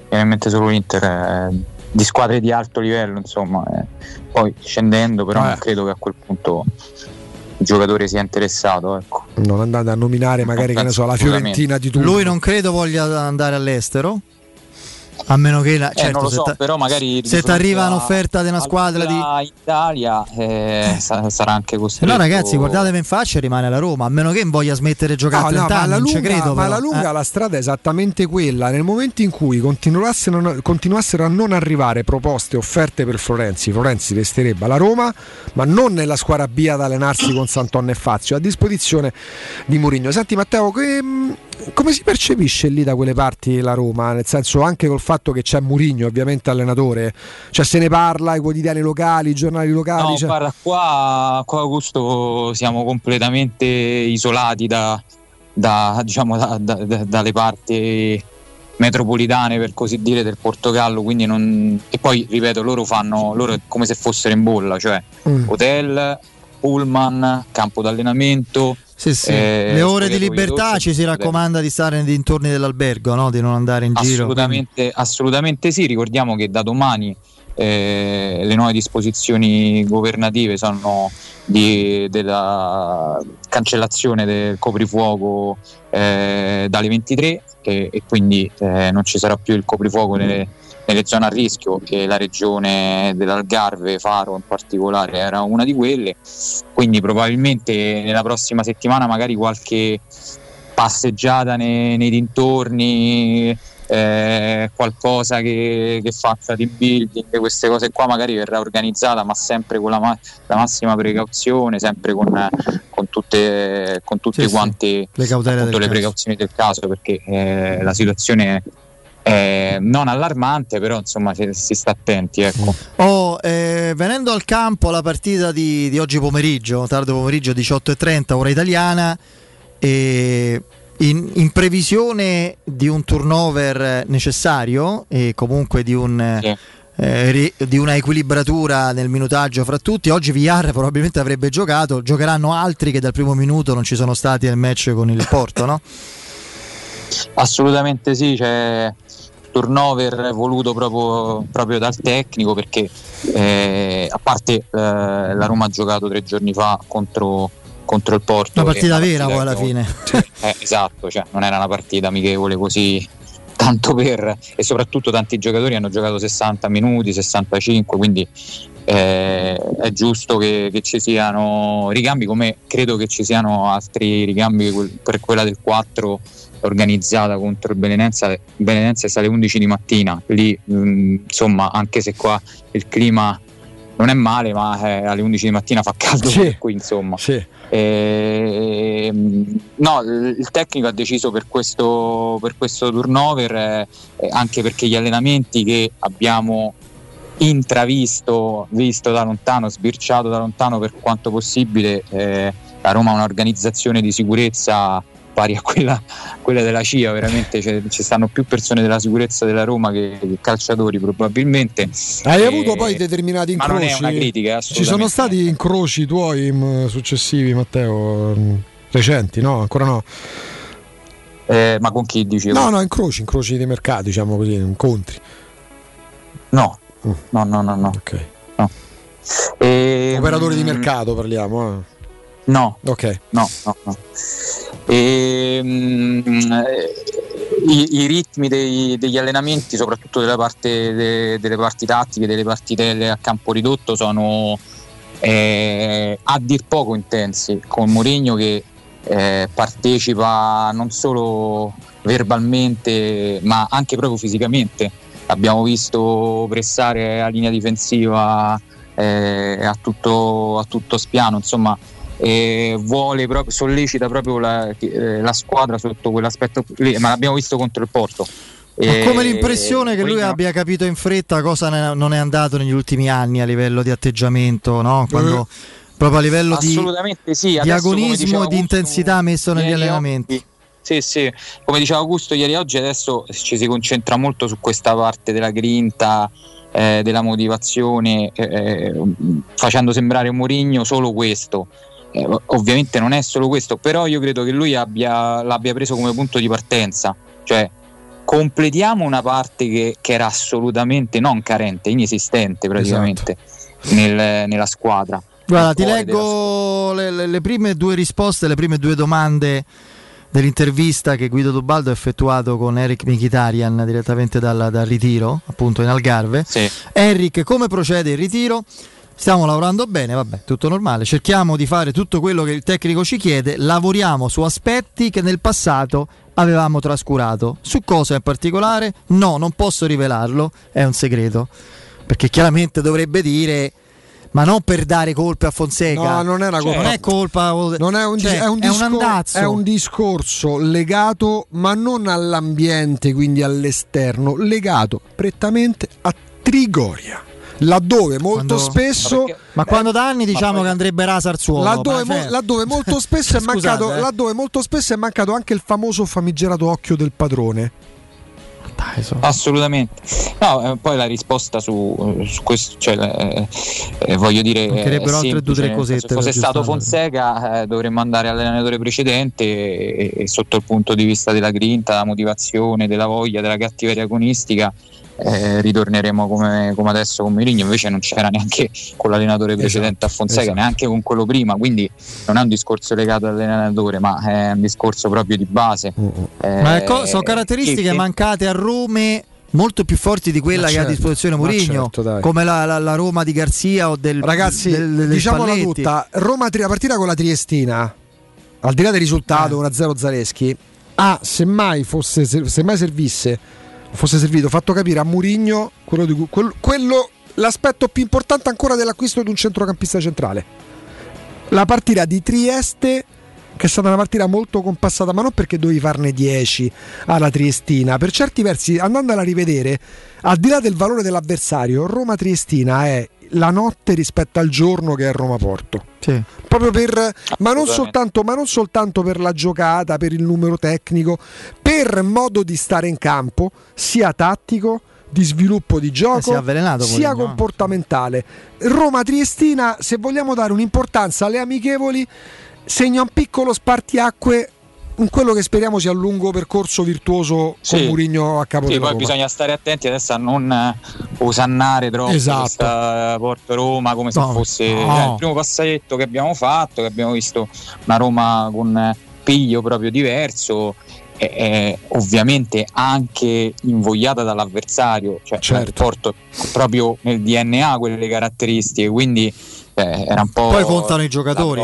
di squadre di alto livello, insomma, poi scendendo però non credo che a quel punto il giocatore sia interessato, ecco. Non andate a nominare magari, che ne so, la Fiorentina di turno. Lui non credo voglia andare all'estero, a meno che certo, non lo so, però magari se ti arriva un'offerta di una squadra di Italia sarà anche costretto. No ragazzi, guardatevi in faccia e rimane alla Roma, a meno che voglia smettere di giocare a 30 anni, non ci credo. Ma alla lunga la strada è esattamente quella. Nel momento in cui continuassero a non arrivare proposte, offerte per Florenzi resterebbe alla Roma, ma non nella squadra B ad allenarsi con Santon e Fazio, a disposizione di Mourinho. Senti Matteo, come si percepisce lì da quelle parti la Roma? Nel senso, anche col fatto che c'è Mourinho ovviamente allenatore, cioè se ne parla, i quotidiani locali, i giornali locali? No, guarda, qua Augusto siamo completamente isolati dalle parti metropolitane, per così dire, del Portogallo, quindi e poi ripeto, loro è come se fossero in bolla, cioè hotel, pullman, campo d'allenamento. Sì. Le ore di libertà ci si raccomanda di stare nei dintorni dell'albergo, no? Di non andare in giro. Assolutamente sì. Ricordiamo che da domani le nuove disposizioni governative sono della cancellazione del coprifuoco dalle 23 e quindi non ci sarà più il coprifuoco nelle zone a rischio, che la regione dell'Algarve, Faro in particolare, era una di quelle, quindi probabilmente nella prossima settimana magari qualche passeggiata nei dintorni, qualcosa che faccia team building, queste cose qua magari verrà organizzata, ma sempre con la massima precauzione, sempre con tutte quante le cautele appunto, le precauzioni del caso, perché la situazione non allarmante, però insomma si sta attenti, ecco. Venendo al campo, la partita di oggi pomeriggio, tardo pomeriggio, 18:30 ora italiana, in previsione di un turnover necessario e comunque di una equilibratura nel minutaggio fra tutti. Oggi Villar probabilmente avrebbe giocheranno altri che dal primo minuto non ci sono stati nel match con il Porto, no? Assolutamente sì, c'è turnover voluto proprio dal tecnico, perché a parte la Roma ha giocato 3 giorni fa contro il Porto, una partita vera poi alla fine. Esatto, cioè non era una partita amichevole così tanto e soprattutto tanti giocatori hanno giocato 60 minuti, 65, quindi è giusto che ci siano ricambi, come credo che ci siano altri ricambi per quella del 4 organizzata contro il Belenenses è alle 11 di mattina. Lì insomma, anche se qua il clima non è male, ma alle 11 di mattina fa caldo, qui insomma. No, il tecnico ha deciso per questo turnover, anche perché gli allenamenti che abbiamo visto da lontano, sbirciato da lontano per quanto possibile, la Roma ha un'organizzazione di sicurezza pari a quella della CIA, veramente ci stanno più persone della sicurezza della Roma che calciatori probabilmente. Hai avuto poi determinati incroci? Ma non è una critica, ci sono stati incroci tuoi successivi, Matteo, recenti? No, ancora no. Ma con chi dici? No, incroci di mercato, diciamo così, incontri. No. Ok. No. Operatori di mercato parliamo, No. Ok. No. I ritmi degli allenamenti, soprattutto delle parti tattiche, delle partitelle a campo ridotto, sono a dir poco intensi, con Mourinho che partecipa non solo verbalmente ma anche proprio fisicamente. Abbiamo visto pressare la linea difensiva a tutto spiano, insomma, vuole proprio, sollecita proprio la squadra sotto quell'aspetto lì, ma l'abbiamo visto contro il Porto. Ho come l'impressione che lui abbia capito in fretta cosa non è andato negli ultimi anni a livello di atteggiamento, no? Quando proprio a livello assolutamente sì, di agonismo e di intensità messo negli allenamenti. Sì, come diceva Augusto ieri e oggi, adesso ci si concentra molto su questa parte della grinta, della motivazione, facendo sembrare Mourinho solo questo. Ovviamente non è solo questo, però io credo che lui l'abbia preso come punto di partenza, cioè completiamo una parte che era assolutamente non carente, inesistente praticamente, esatto, nella squadra. Guarda, ti leggo le prime due risposte, le prime due domande dell'intervista che Guido Dubaldo ha effettuato con Eric Mkhitaryan direttamente dal ritiro, appunto in Algarve. Sì. Eric, come procede il ritiro? Stiamo lavorando bene, vabbè, tutto normale, cerchiamo di fare tutto quello che il tecnico ci chiede, lavoriamo su aspetti che nel passato avevamo trascurato. Su cosa in particolare? No, non posso rivelarlo, è un segreto, perché chiaramente dovrebbe dire, ma non per dare colpe a Fonseca. No, non è una colpa. Non è colpa, non è un, cioè, è un andazzo. È un discorso legato, ma non all'ambiente, quindi all'esterno, legato prettamente a Trigoria. Laddove molto spesso, ma quando da anni diciamo che andrebbe rasa al suolo, laddove molto spesso è mancato, laddove molto spesso è mancato anche il famoso famigerato occhio del padrone. Assolutamente. No, poi la risposta su questo, cioè, voglio dire, mancherebbero altre 2 o 3 cosette. Se fosse stato Fonseca dovremmo andare all'allenatore precedente e sotto il punto di vista della grinta, della motivazione, della voglia, della cattiveria agonistica, ritorneremo come adesso con Mourinho. Invece non c'era neanche con l'allenatore precedente a Fonseca, neanche con quello prima, quindi non è un discorso legato all'allenatore, ma è un discorso proprio di base. Ma sono caratteristiche mancate a Roma molto più forti di quella che ha a disposizione Mourinho, come la Roma di Garzia o del ragazzi, diciamola tutta, Roma la partita con la Triestina, al di là del risultato 1-0 Zaleschi, semmai fosse servito, fatto capire a Mourinho quello l'aspetto più importante ancora dell'acquisto di un centrocampista centrale. La partita di Trieste, che è stata una partita molto compassata, ma non perché dovevi farne 10 alla Triestina, per certi versi, andandola a rivedere, al di là del valore dell'avversario, Roma-Triestina è la notte rispetto al giorno che è Roma-Porto. Sì. Proprio ma non soltanto per la giocata, per il numero tecnico, per modo di stare in campo, sia tattico, di sviluppo di gioco, sia comportamentale. Roma-Triestina, se vogliamo dare un'importanza alle amichevoli, segna un piccolo spartiacque in quello che speriamo sia un lungo percorso virtuoso con Mourinho a capo di Roma. Poi bisogna stare attenti adesso a non osannare troppo questa Porto Roma come se fosse il primo passagetto che abbiamo fatto, che abbiamo visto una Roma con piglio proprio diverso, ovviamente anche invogliata dall'avversario, cioè il Porto proprio nel DNA quelle caratteristiche, quindi era un po'. Poi contano i giocatori,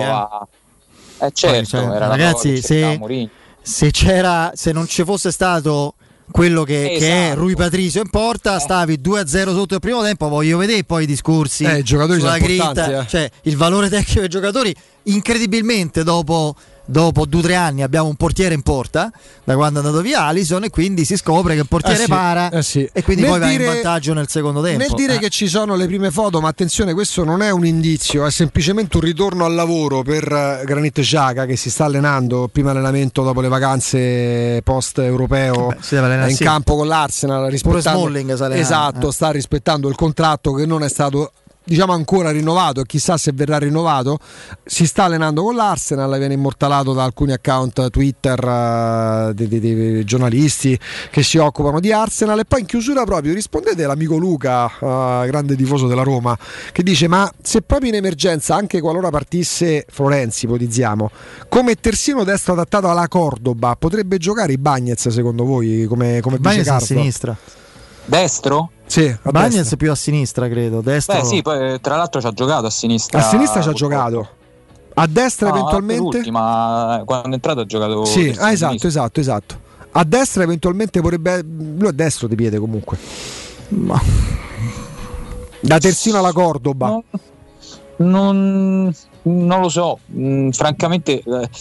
ragazzi, se non ci fosse stato quello che è Rui Patricio in porta, stavi 2-0 sotto il primo tempo. Voglio vedere poi i discorsi i giocatori sulla grinta, cioè il valore tecnico dei giocatori. Incredibilmente dopo 2-3 anni abbiamo un portiere in porta da quando è andato via Alisson, e quindi si scopre che il portiere para e quindi poi va in vantaggio nel secondo tempo. Nel dire che ci sono le prime foto, ma attenzione, questo non è un indizio, è semplicemente un ritorno al lavoro per Granit Xhaka, che si sta allenando, primo allenamento dopo le vacanze post europeo, in campo con l'Arsenal, rispettando, sta rispettando il contratto che non è stato ancora rinnovato, e chissà se verrà rinnovato. Si sta allenando con l'Arsenal, viene immortalato da alcuni account Twitter di giornalisti che si occupano di Arsenal. E poi in chiusura proprio rispondete all'amico Luca, grande tifoso della Roma, che dice: ma se proprio in emergenza, anche qualora partisse Florenzi, ipotizziamo, come terzino destro adattato alla Cordoba, potrebbe giocare Ibañez secondo voi? Come Ibañez a sinistra? Destro? Sì, a Bagnez destra. più a sinistra, credo. Destro. Beh sì, poi tra l'altro ci ha giocato a sinistra. A sinistra ci ha giocato. A destra eventualmente? L'ultima, quando è entrato ha giocato. Sì, esatto. A destra eventualmente vorrebbe. Lui a destro di piede comunque. Ma... Da terzino alla Cordoba. Non lo so, francamente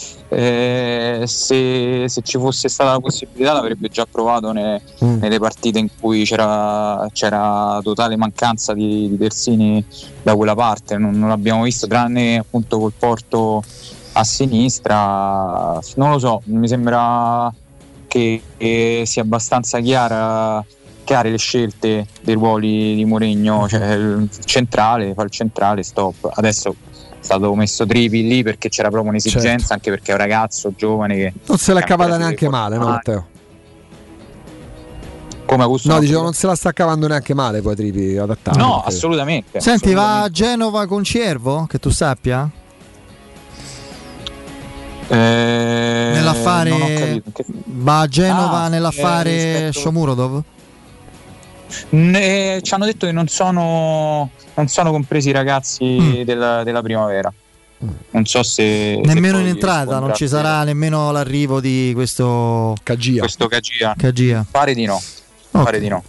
se ci fosse stata la possibilità l'avrebbe già provato nelle partite in cui c'era totale mancanza di terzini da quella parte, non l'abbiamo visto tranne appunto col Porto a sinistra. Non lo so, mi sembra che sia abbastanza chiare le scelte dei ruoli di Mourinho, cioè il centrale, fa il centrale, stop. Adesso è stato messo Tripi lì perché c'era proprio un'esigenza, certo. Anche perché è un ragazzo giovane che non se l'è cavata neanche male, no Matteo? Come Augusto? No, dicevo, non se la sta cavando neanche male poi Tripi adattato. No, assolutamente. Senti, va a Genova con Ciervo, che tu sappia? Nell'affare va a Genova nell'affare Shomurodov? Ci hanno detto che non sono compresi i ragazzi della primavera. Non so se nemmeno in entrata non ci sarà nemmeno l'arrivo di questo Cagia. Pare di no. Okay. Pare di no.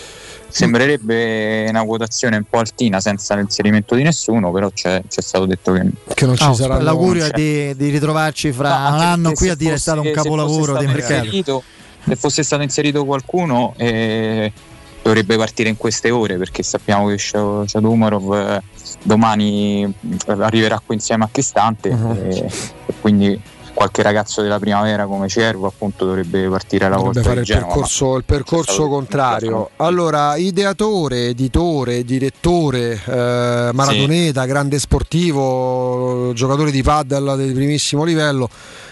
Sembrerebbe una quotazione un po' altina senza l'inserimento di nessuno, però c'è stato detto che non ci sarà. L'augurio è di ritrovarci fra un anno qui a dire è stato un capolavoro di mercato. Se fosse stato inserito qualcuno dovrebbe partire in queste ore, perché sappiamo che Shomurodov domani arriverà qui insieme a Cristante e quindi qualche ragazzo della primavera come Ciervo appunto dovrebbe partire alla volta fare Genova, il percorso contrario. Allora, ideatore, editore, direttore, maratoneta, grande sportivo, giocatore di paddle di primissimo livello.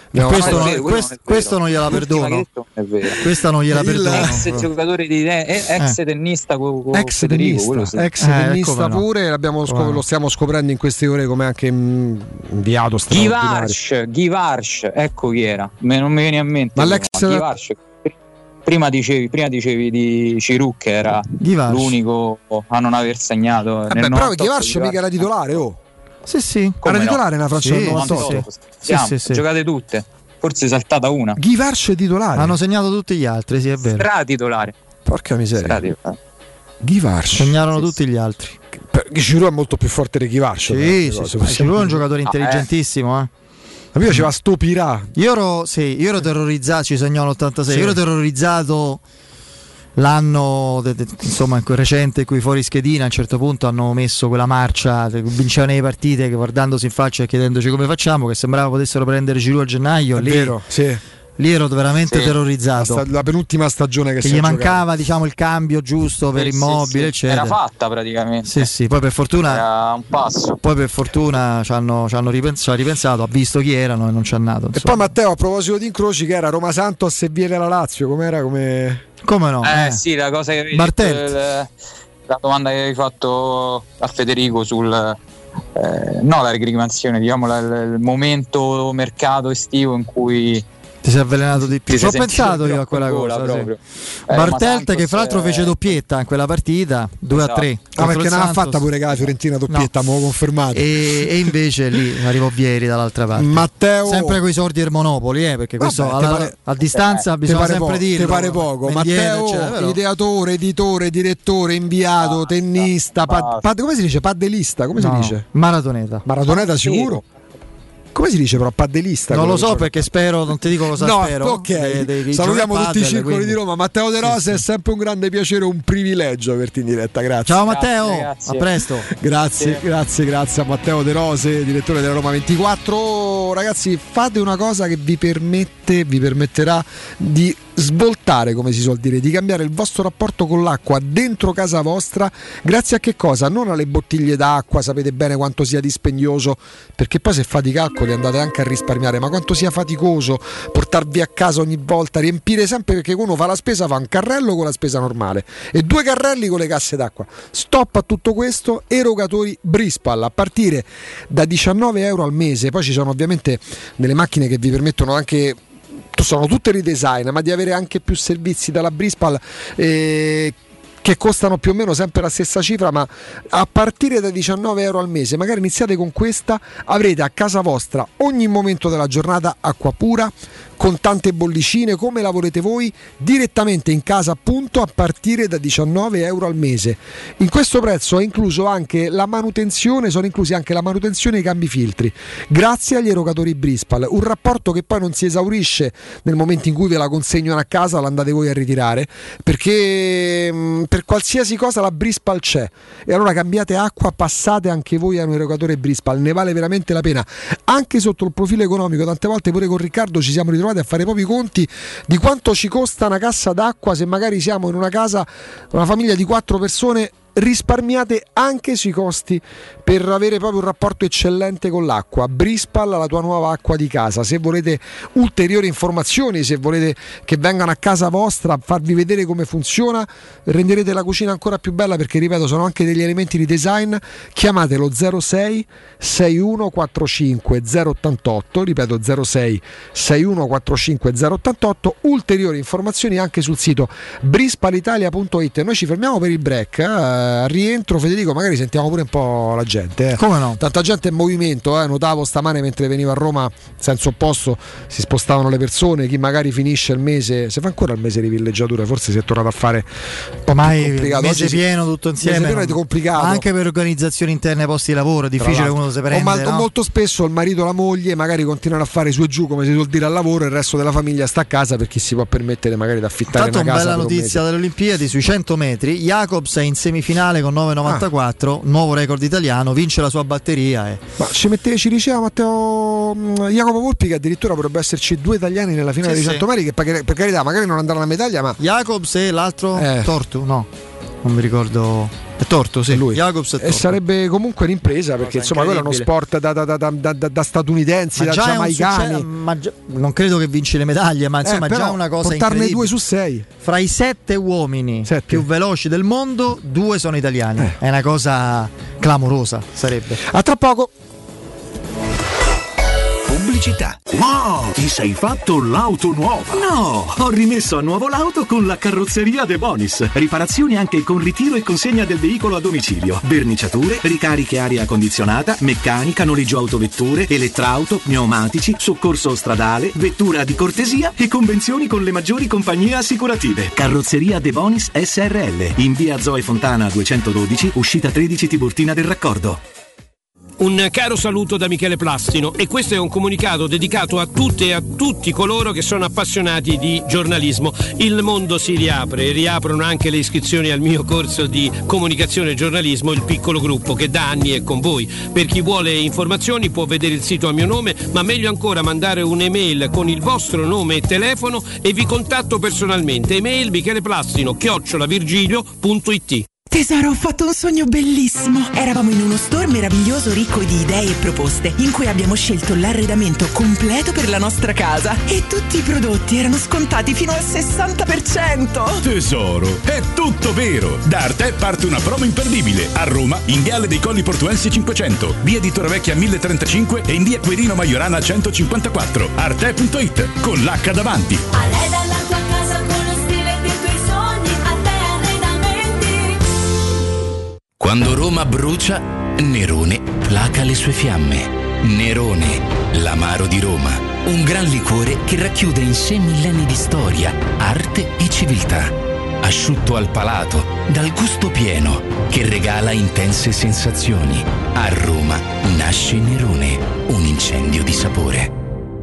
Questo non gliela perdono. Questa non gliela perdono. Ex giocatore di ex tennista ex tennista pure, lo stiamo scoprendo in queste ore come anche inviato straordinario. Givarsh, ecco chi era. Non mi viene a mente. Ma l'ex Givarsh. Prima dicevi di Giroud che era l'unico a non aver segnato. Però Givarsh mica era titolare, Sì. Era titolare nella Francia del 98. Sì. Giocate tutte. Forse è saltata una. Givarsh è titolare. Hanno segnato tutti gli altri, sì, è vero. Stratitolare. Porca miseria. Givarsh. Segnarono tutti gli altri. Giroud è molto più forte di Givarsh. Giroud è un giocatore intelligentissimo, A me piaceva stupirà. Io ero terrorizzato, ci segnò l'86. Io ero terrorizzato l'anno insomma recente in cui fuori schedina a un certo punto hanno messo quella marcia, vincevano le partite guardandosi in faccia e chiedendoci come facciamo, che sembrava potessero prendere Giroud a gennaio. Vero, sì. Lì ero veramente terrorizzato. La penultima stagione che gli mancava il cambio giusto per Immobile, eccetera. Era fatta praticamente. Sì, poi per fortuna era un passo. Poi per fortuna ci hanno ripensato, ha visto chi erano e non ci ha nato. E poi Matteo, a proposito di incroci, che era Roma Santos e viene la Lazio, com'era? Come no? Sì, la cosa che avevi detto, la domanda che avevi fatto a Federico sul la reclamazione, diciamo il momento mercato estivo in cui ti sei avvelenato di più. Ci ho pensato io a quella cosa. Bartelt che fra l'altro fece doppietta in quella partita 2-3. Perché non ha fatta pure la Fiorentina doppietta, mo confermato. E invece lì arrivò Vieri dall'altra parte. Matteo, sempre coi sordi del Monopoli, perché questo a distanza bisogna sempre dirlo. Ti pare poco. Matteo, ideatore, editore, direttore, inviato, tennista, come si dice? Paddelista, come si dice? Maratoneta sicuro. Come si dice però paddelista? Non lo so perché spero, non ti dico cosa spero. Ok, salutiamo tutti i circoli di Roma. Matteo De Rose, è sempre un grande piacere, un privilegio averti in diretta. Grazie. Ciao Matteo, a presto. Grazie a Matteo De Rose, direttore della Roma 24. Ragazzi, fate una cosa che vi permetterà di svoltare, come si suol dire, di cambiare il vostro rapporto con l'acqua dentro casa vostra. Grazie a che cosa? Non alle bottiglie d'acqua, sapete bene quanto sia dispendioso, perché poi se fate i calcoli andate anche a risparmiare, ma quanto sia faticoso portarvi a casa ogni volta, riempire sempre, perché uno fa la spesa, fa un carrello con la spesa normale e 2 carrelli con le casse d'acqua. Stop a tutto questo. Erogatori Brispal a partire da €19 al mese. Poi ci sono ovviamente delle macchine che vi permettono anche, sono tutte ridesign, ma di avere anche più servizi dalla Brispal, che costano più o meno sempre la stessa cifra, ma a partire da 19 euro al mese. Magari iniziate con questa, avrete a casa vostra ogni momento della giornata acqua pura, con tante bollicine come la volete voi, direttamente in casa, appunto, a partire da 19 euro al mese. In questo prezzo è incluso anche la manutenzione, sono inclusi anche la manutenzione e i cambi filtri, grazie agli erogatori Brispal, un rapporto che poi non si esaurisce nel momento in cui ve la consegnano a casa, la andate voi a ritirare, perché per qualsiasi cosa la Brispal c'è, e allora cambiate acqua, passate anche voi a un erogatore Brispal, ne vale veramente la pena, anche sotto il profilo economico. Tante volte pure con Riccardo ci siamo ritrovati a fare proprio i conti di quanto ci costa una cassa d'acqua se magari siamo in una casa, una famiglia di 4 persone. Risparmiate anche sui costi per avere proprio un rapporto eccellente con l'acqua. Brispal, la tua nuova acqua di casa. Se volete ulteriori informazioni, se volete che vengano a casa vostra a farvi vedere come funziona, renderete la cucina ancora più bella, perché ripeto, sono anche degli elementi di design. Chiamatelo 06 6145 088, ripeto 06 6145 088. Ulteriori informazioni anche sul sito brispalitalia.it. Noi ci fermiamo per il break. Al rientro, Federico, magari sentiamo pure un po' la gente. Come no? Tanta gente in movimento, notavo stamane mentre venivo a Roma, senso opposto, si spostavano le persone. Chi magari finisce il mese, se fa ancora il mese di villeggiatura, forse si è tornato a fare un po' ormai più complicato. Mese pieno tutto insieme, mese pieno è complicato, anche per organizzazioni interne ai posti di lavoro è difficile uno si prende, no? Molto spesso il marito e la moglie magari continuano a fare su e giù, come si suol dire, al lavoro, e il resto della famiglia sta a casa, per chi si può permettere magari di affittare una casa. Bella notizia delle Olimpiadi sui 100 metri, Jacobs è in semifinale con 9,94, nuovo record italiano, vince la sua batteria. Ma ci diceva Matteo Jacopo Volpi che addirittura potrebbe esserci 2 italiani nella finale dei 100 metri, che per carità magari non andranno alla medaglia, ma Jacobs e l'altro Tortu, no, non mi ricordo. È Torto, sì, lui. Jacobs è Torto. E sarebbe comunque un'impresa, perché insomma quello è uno sport da statunitensi, da giamaicani. Non credo che vinci le medaglie, ma insomma già una cosa incredibile. Portarne 2 su 6. Fra i 7 uomini più veloci del mondo, 2 sono italiani. È una cosa clamorosa, sarebbe. A tra poco. Pubblicità. Wow, ti sei fatto l'auto nuova? No, ho rimesso a nuovo l'auto con la carrozzeria De Bonis. Riparazioni anche con ritiro e consegna del veicolo a domicilio, verniciature, ricariche aria condizionata, meccanica, noleggio autovetture, elettrauto, pneumatici, soccorso stradale, vettura di cortesia e convenzioni con le maggiori compagnie assicurative. Carrozzeria De Bonis SRL, in via Zoe Fontana 212, uscita 13 Tiburtina del Raccordo. Un caro saluto da Michele Plastino, e questo è un comunicato dedicato a tutte e a tutti coloro che sono appassionati di giornalismo. Il mondo si riapre, riaprono anche le iscrizioni al mio corso di comunicazione e giornalismo, il piccolo gruppo, che da anni è con voi. Per chi vuole informazioni può vedere il sito a mio nome, ma meglio ancora mandare un'email con il vostro nome e telefono e vi contatto personalmente. Email micheleplastino@virgilio.it. Tesoro, ho fatto un sogno bellissimo. Eravamo in uno store meraviglioso ricco di idee e proposte, in cui abbiamo scelto l'arredamento completo per la nostra casa, e tutti i prodotti erano scontati fino al 60%. Tesoro, è tutto vero. Da Arte parte una promo imperdibile. A Roma, in Viale dei Colli Portuensi 500, via di Torrevecchia 1035 e in via Quirino Maiorana 154. Arte.it con l'H davanti. Arreda la tua casa con lo stile dei tuoi sogni. Arte Arredamenti. Quando Roma brucia, Nerone placa le sue fiamme. Nerone, l'amaro di Roma. Un gran liquore che racchiude in sé millenni di storia, arte e civiltà. Asciutto al palato, dal gusto pieno, che regala intense sensazioni. A Roma nasce Nerone, un incendio di sapore.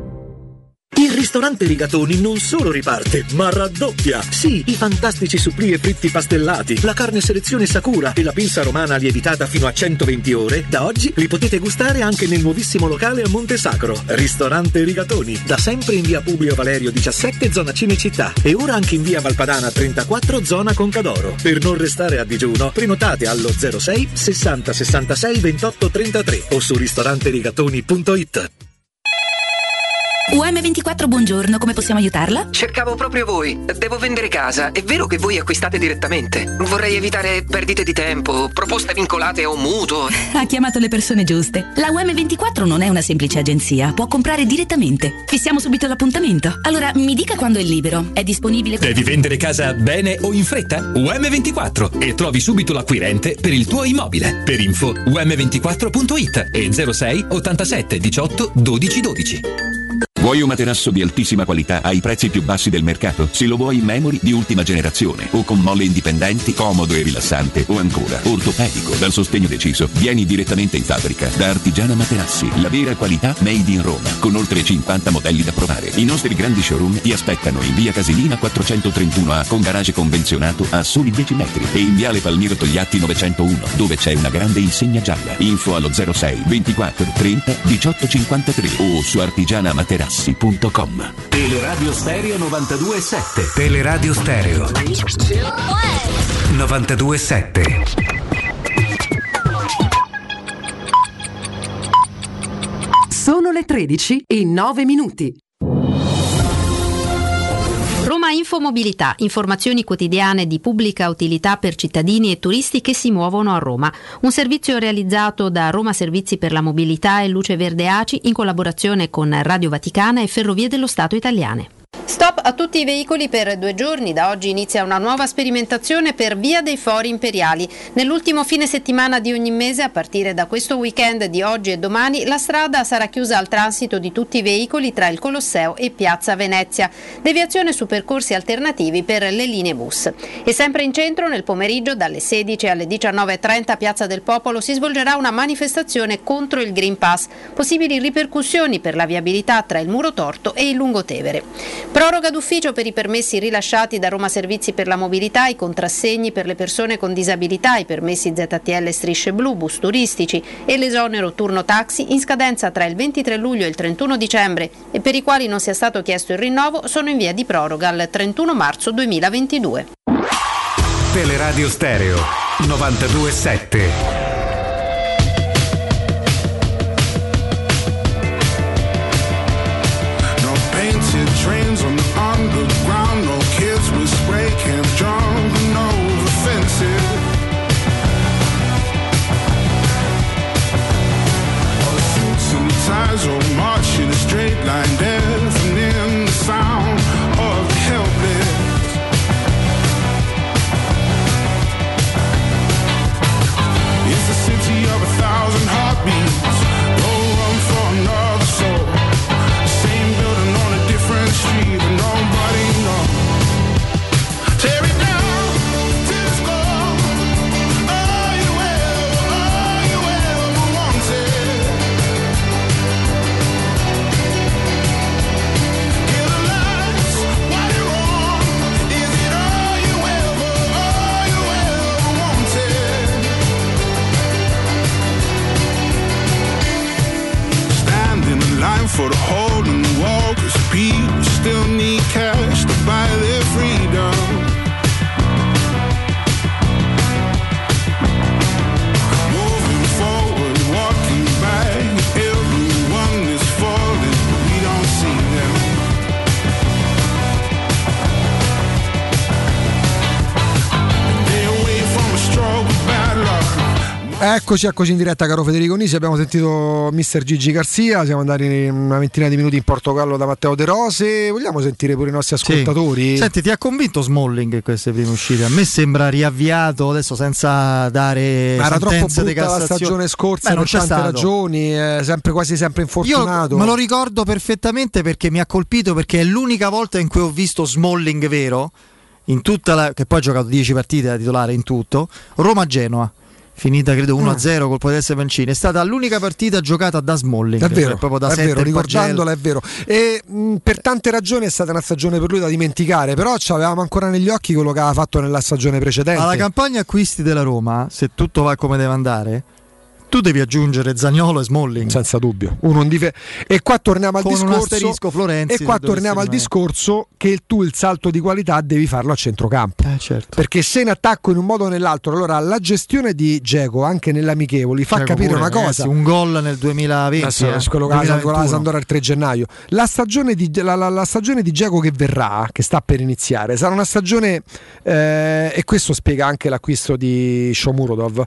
Il ristorante Rigatoni non solo riparte, ma raddoppia. Sì, i fantastici supplì e fritti pastellati, la carne selezione Sakura e la pinza romana lievitata fino a 120 ore, da oggi li potete gustare anche nel nuovissimo locale a Monte Sacro. Ristorante Rigatoni, da sempre in via Publio Valerio 17, zona Cinecittà, e ora anche in via Valpadana 34, zona Concadoro. Per non restare a digiuno, prenotate allo 06 60 66 28 33 o su ristoranterigatoni.it. UM24, buongiorno, come possiamo aiutarla? Cercavo proprio voi. Devo vendere casa. È vero che voi acquistate direttamente? Vorrei evitare perdite di tempo, proposte vincolate a un mutuo. Ha chiamato le persone giuste. La UM24 non è una semplice agenzia, può comprare direttamente. Fissiamo subito l'appuntamento. Allora, mi dica quando è libero. È disponibile? Devi vendere casa bene o in fretta? UM24 e trovi subito l'acquirente per il tuo immobile. Per info um24.it e 06 87 18 12 12. Vuoi un materasso di altissima qualità ai prezzi più bassi del mercato? Se lo vuoi in memory di ultima generazione o con molle indipendenti, comodo e rilassante, o ancora ortopedico dal sostegno deciso, vieni direttamente in fabbrica da Artigiana Materassi, la vera qualità made in Roma, con oltre 50 modelli da provare. I nostri grandi showroom ti aspettano in via Casilina 431A con garage convenzionato a soli 10 metri e in viale Palmiro Togliatti 901 dove c'è una grande insegna gialla. Info allo 06 24 30 18 53 o su artigianamaterassi.com. Teleradio Stereo 92.7. Teleradio Stereo 92.7. Sono le 13 e 9 minuti. Roma Infomobilità, informazioni quotidiane di pubblica utilità per cittadini e turisti che si muovono a Roma. Un servizio realizzato da Roma Servizi per la Mobilità e Luce Verde ACI in collaborazione con Radio Vaticana e Ferrovie dello Stato Italiane. Stop a tutti i veicoli per 2 giorni. Da oggi inizia una nuova sperimentazione per Via dei Fori Imperiali. Nell'ultimo fine settimana di ogni mese, a partire da questo weekend di oggi e domani, la strada sarà chiusa al transito di tutti i veicoli tra il Colosseo e Piazza Venezia. Deviazione su percorsi alternativi per le linee bus. E sempre in centro, nel pomeriggio, dalle 16 alle 19.30 a Piazza del Popolo si svolgerà una manifestazione contro il Green Pass. Possibili ripercussioni per la viabilità tra il Muro Torto e il Lungotevere. Proroga d'ufficio per i permessi rilasciati da Roma Servizi per la Mobilità, i contrassegni per le persone con disabilità, i permessi ZTL strisce blu, bus turistici e l'esonero turno taxi in scadenza tra il 23 luglio e il 31 dicembre e per i quali non sia stato chiesto il rinnovo sono in via di proroga al 31 marzo 2022. Teleradio Stereo 92.7. Trains on the underground, no kids with spray cans jumping over fences. All the suits and ties all march in a straight line, deafening the sound of the helpless. It's the city of 1,000 heartbeats, no room for another soul. Same building on a different street, but nobody knows. Tear it down to the score. All you ever wanted. Kill the lights while you're on. Is it all you ever wanted? Stand in the line for the hole in the wall, 'cause people still need cash to buy their freedom. Moving forward, walking back, everyone is falling, we don't see them. They're away from a struggle, bad luck. Eccoci in diretta, caro Federico Nisi. Abbiamo sentito Mister Gigi Garcia, siamo andati una ventina di minuti in Portogallo da Matteo De Rose. Vogliamo sentire pure i nostri ascoltatori? Sì. Senti, ti ha convinto Smalling in queste prime uscite? A me sembra riavviato adesso senza dare era troppo brutta di Cassazione. la stagione scorsa per tante ragioni, quasi sempre infortunato. Io me lo ricordo perfettamente perché mi ha colpito, perché è l'unica volta in cui ho visto Smalling vero in tutta che poi ha giocato 10 partite da titolare in tutto. Roma-Genoa, finita credo 1-0 col Potesse Mancini, è stata l'unica partita giocata da Smalling. È vero, proprio da è vero, ricordandola è vero. E per tante ragioni è stata una stagione per lui da dimenticare, però avevamo ancora negli occhi quello che aveva fatto nella stagione precedente. Alla campagna acquisti della Roma, se tutto va come deve andare, Tu devi aggiungere Zaniolo e Smalling senza dubbio. E qua torniamo al discorso Florenzi, e qua torniamo al discorso che tu il salto di qualità devi farlo a centrocampo. Certo. Perché se in attacco in un modo o nell'altro, allora la gestione di Dzeko anche nelle amichevoli fa capire una cosa. Ragazzi, un gol nel 2020, quello con la Sampdoria il 3 gennaio. La stagione di Dzeko che verrà, che sta per iniziare, sarà una stagione e questo spiega anche l'acquisto di Shomurodov,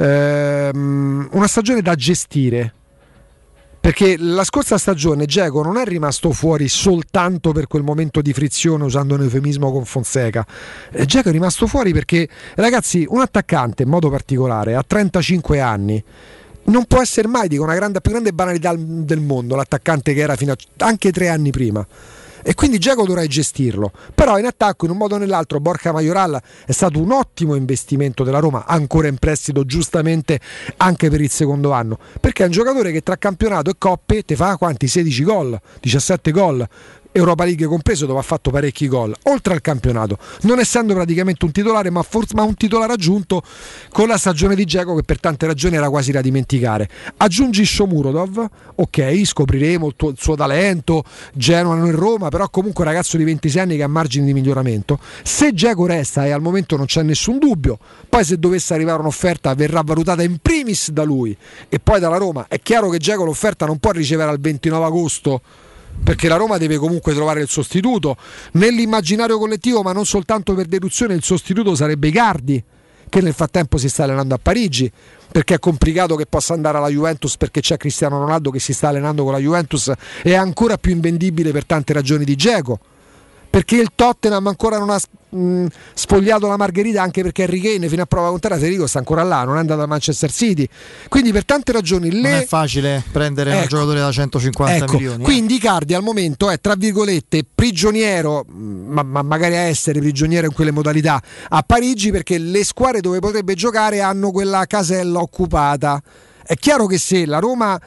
una stagione da gestire, perché la scorsa stagione Dzeko non è rimasto fuori soltanto per quel momento di frizione, usando un eufemismo con Fonseca. Dzeko è rimasto fuori perché, ragazzi, un attaccante in modo particolare a 35 anni non può essere mai, dico, una più grande banalità del mondo, l'attaccante che era fino a anche 3 anni prima. E quindi Dzeko dovrai gestirlo, però in attacco in un modo o nell'altro Borja Majoral è stato un ottimo investimento della Roma, ancora in prestito giustamente anche per il secondo anno, perché è un giocatore che tra campionato e coppe te fa quanti? 16 gol, 17 gol, Europa League compreso, dove ha fatto parecchi gol oltre al campionato, non essendo praticamente un titolare ma un titolare aggiunto con la stagione di Dzeko che per tante ragioni era quasi da dimenticare. Aggiungi Shomurodov, ok, scopriremo il suo talento, Genoa non in Roma, però comunque un ragazzo di 26 anni che ha margini di miglioramento. Se Dzeko resta, e al momento non c'è nessun dubbio, poi se dovesse arrivare un'offerta verrà valutata in primis da lui e poi dalla Roma. È chiaro che Dzeko l'offerta non può ricevere al 29 agosto, perché la Roma deve comunque trovare il sostituto nell'immaginario collettivo, ma non soltanto per deduzione. Il sostituto sarebbe Icardi, che nel frattempo si sta allenando a Parigi, perché è complicato che possa andare alla Juventus, perché c'è Cristiano Ronaldo che si sta allenando con la Juventus, e è ancora più invendibile per tante ragioni di Dzeko, perché il Tottenham ancora non ha sfogliato la margherita, anche perché Harry Kane fino a prova contraria, Federico, sta ancora là, non è andato a Manchester City, quindi per tante ragioni non è facile prendere un giocatore da 150 milioni. Quindi Icardi al momento è tra virgolette prigioniero, ma magari a essere prigioniero in quelle modalità a Parigi, perché le squadre dove potrebbe giocare hanno quella casella occupata. È chiaro che se la Roma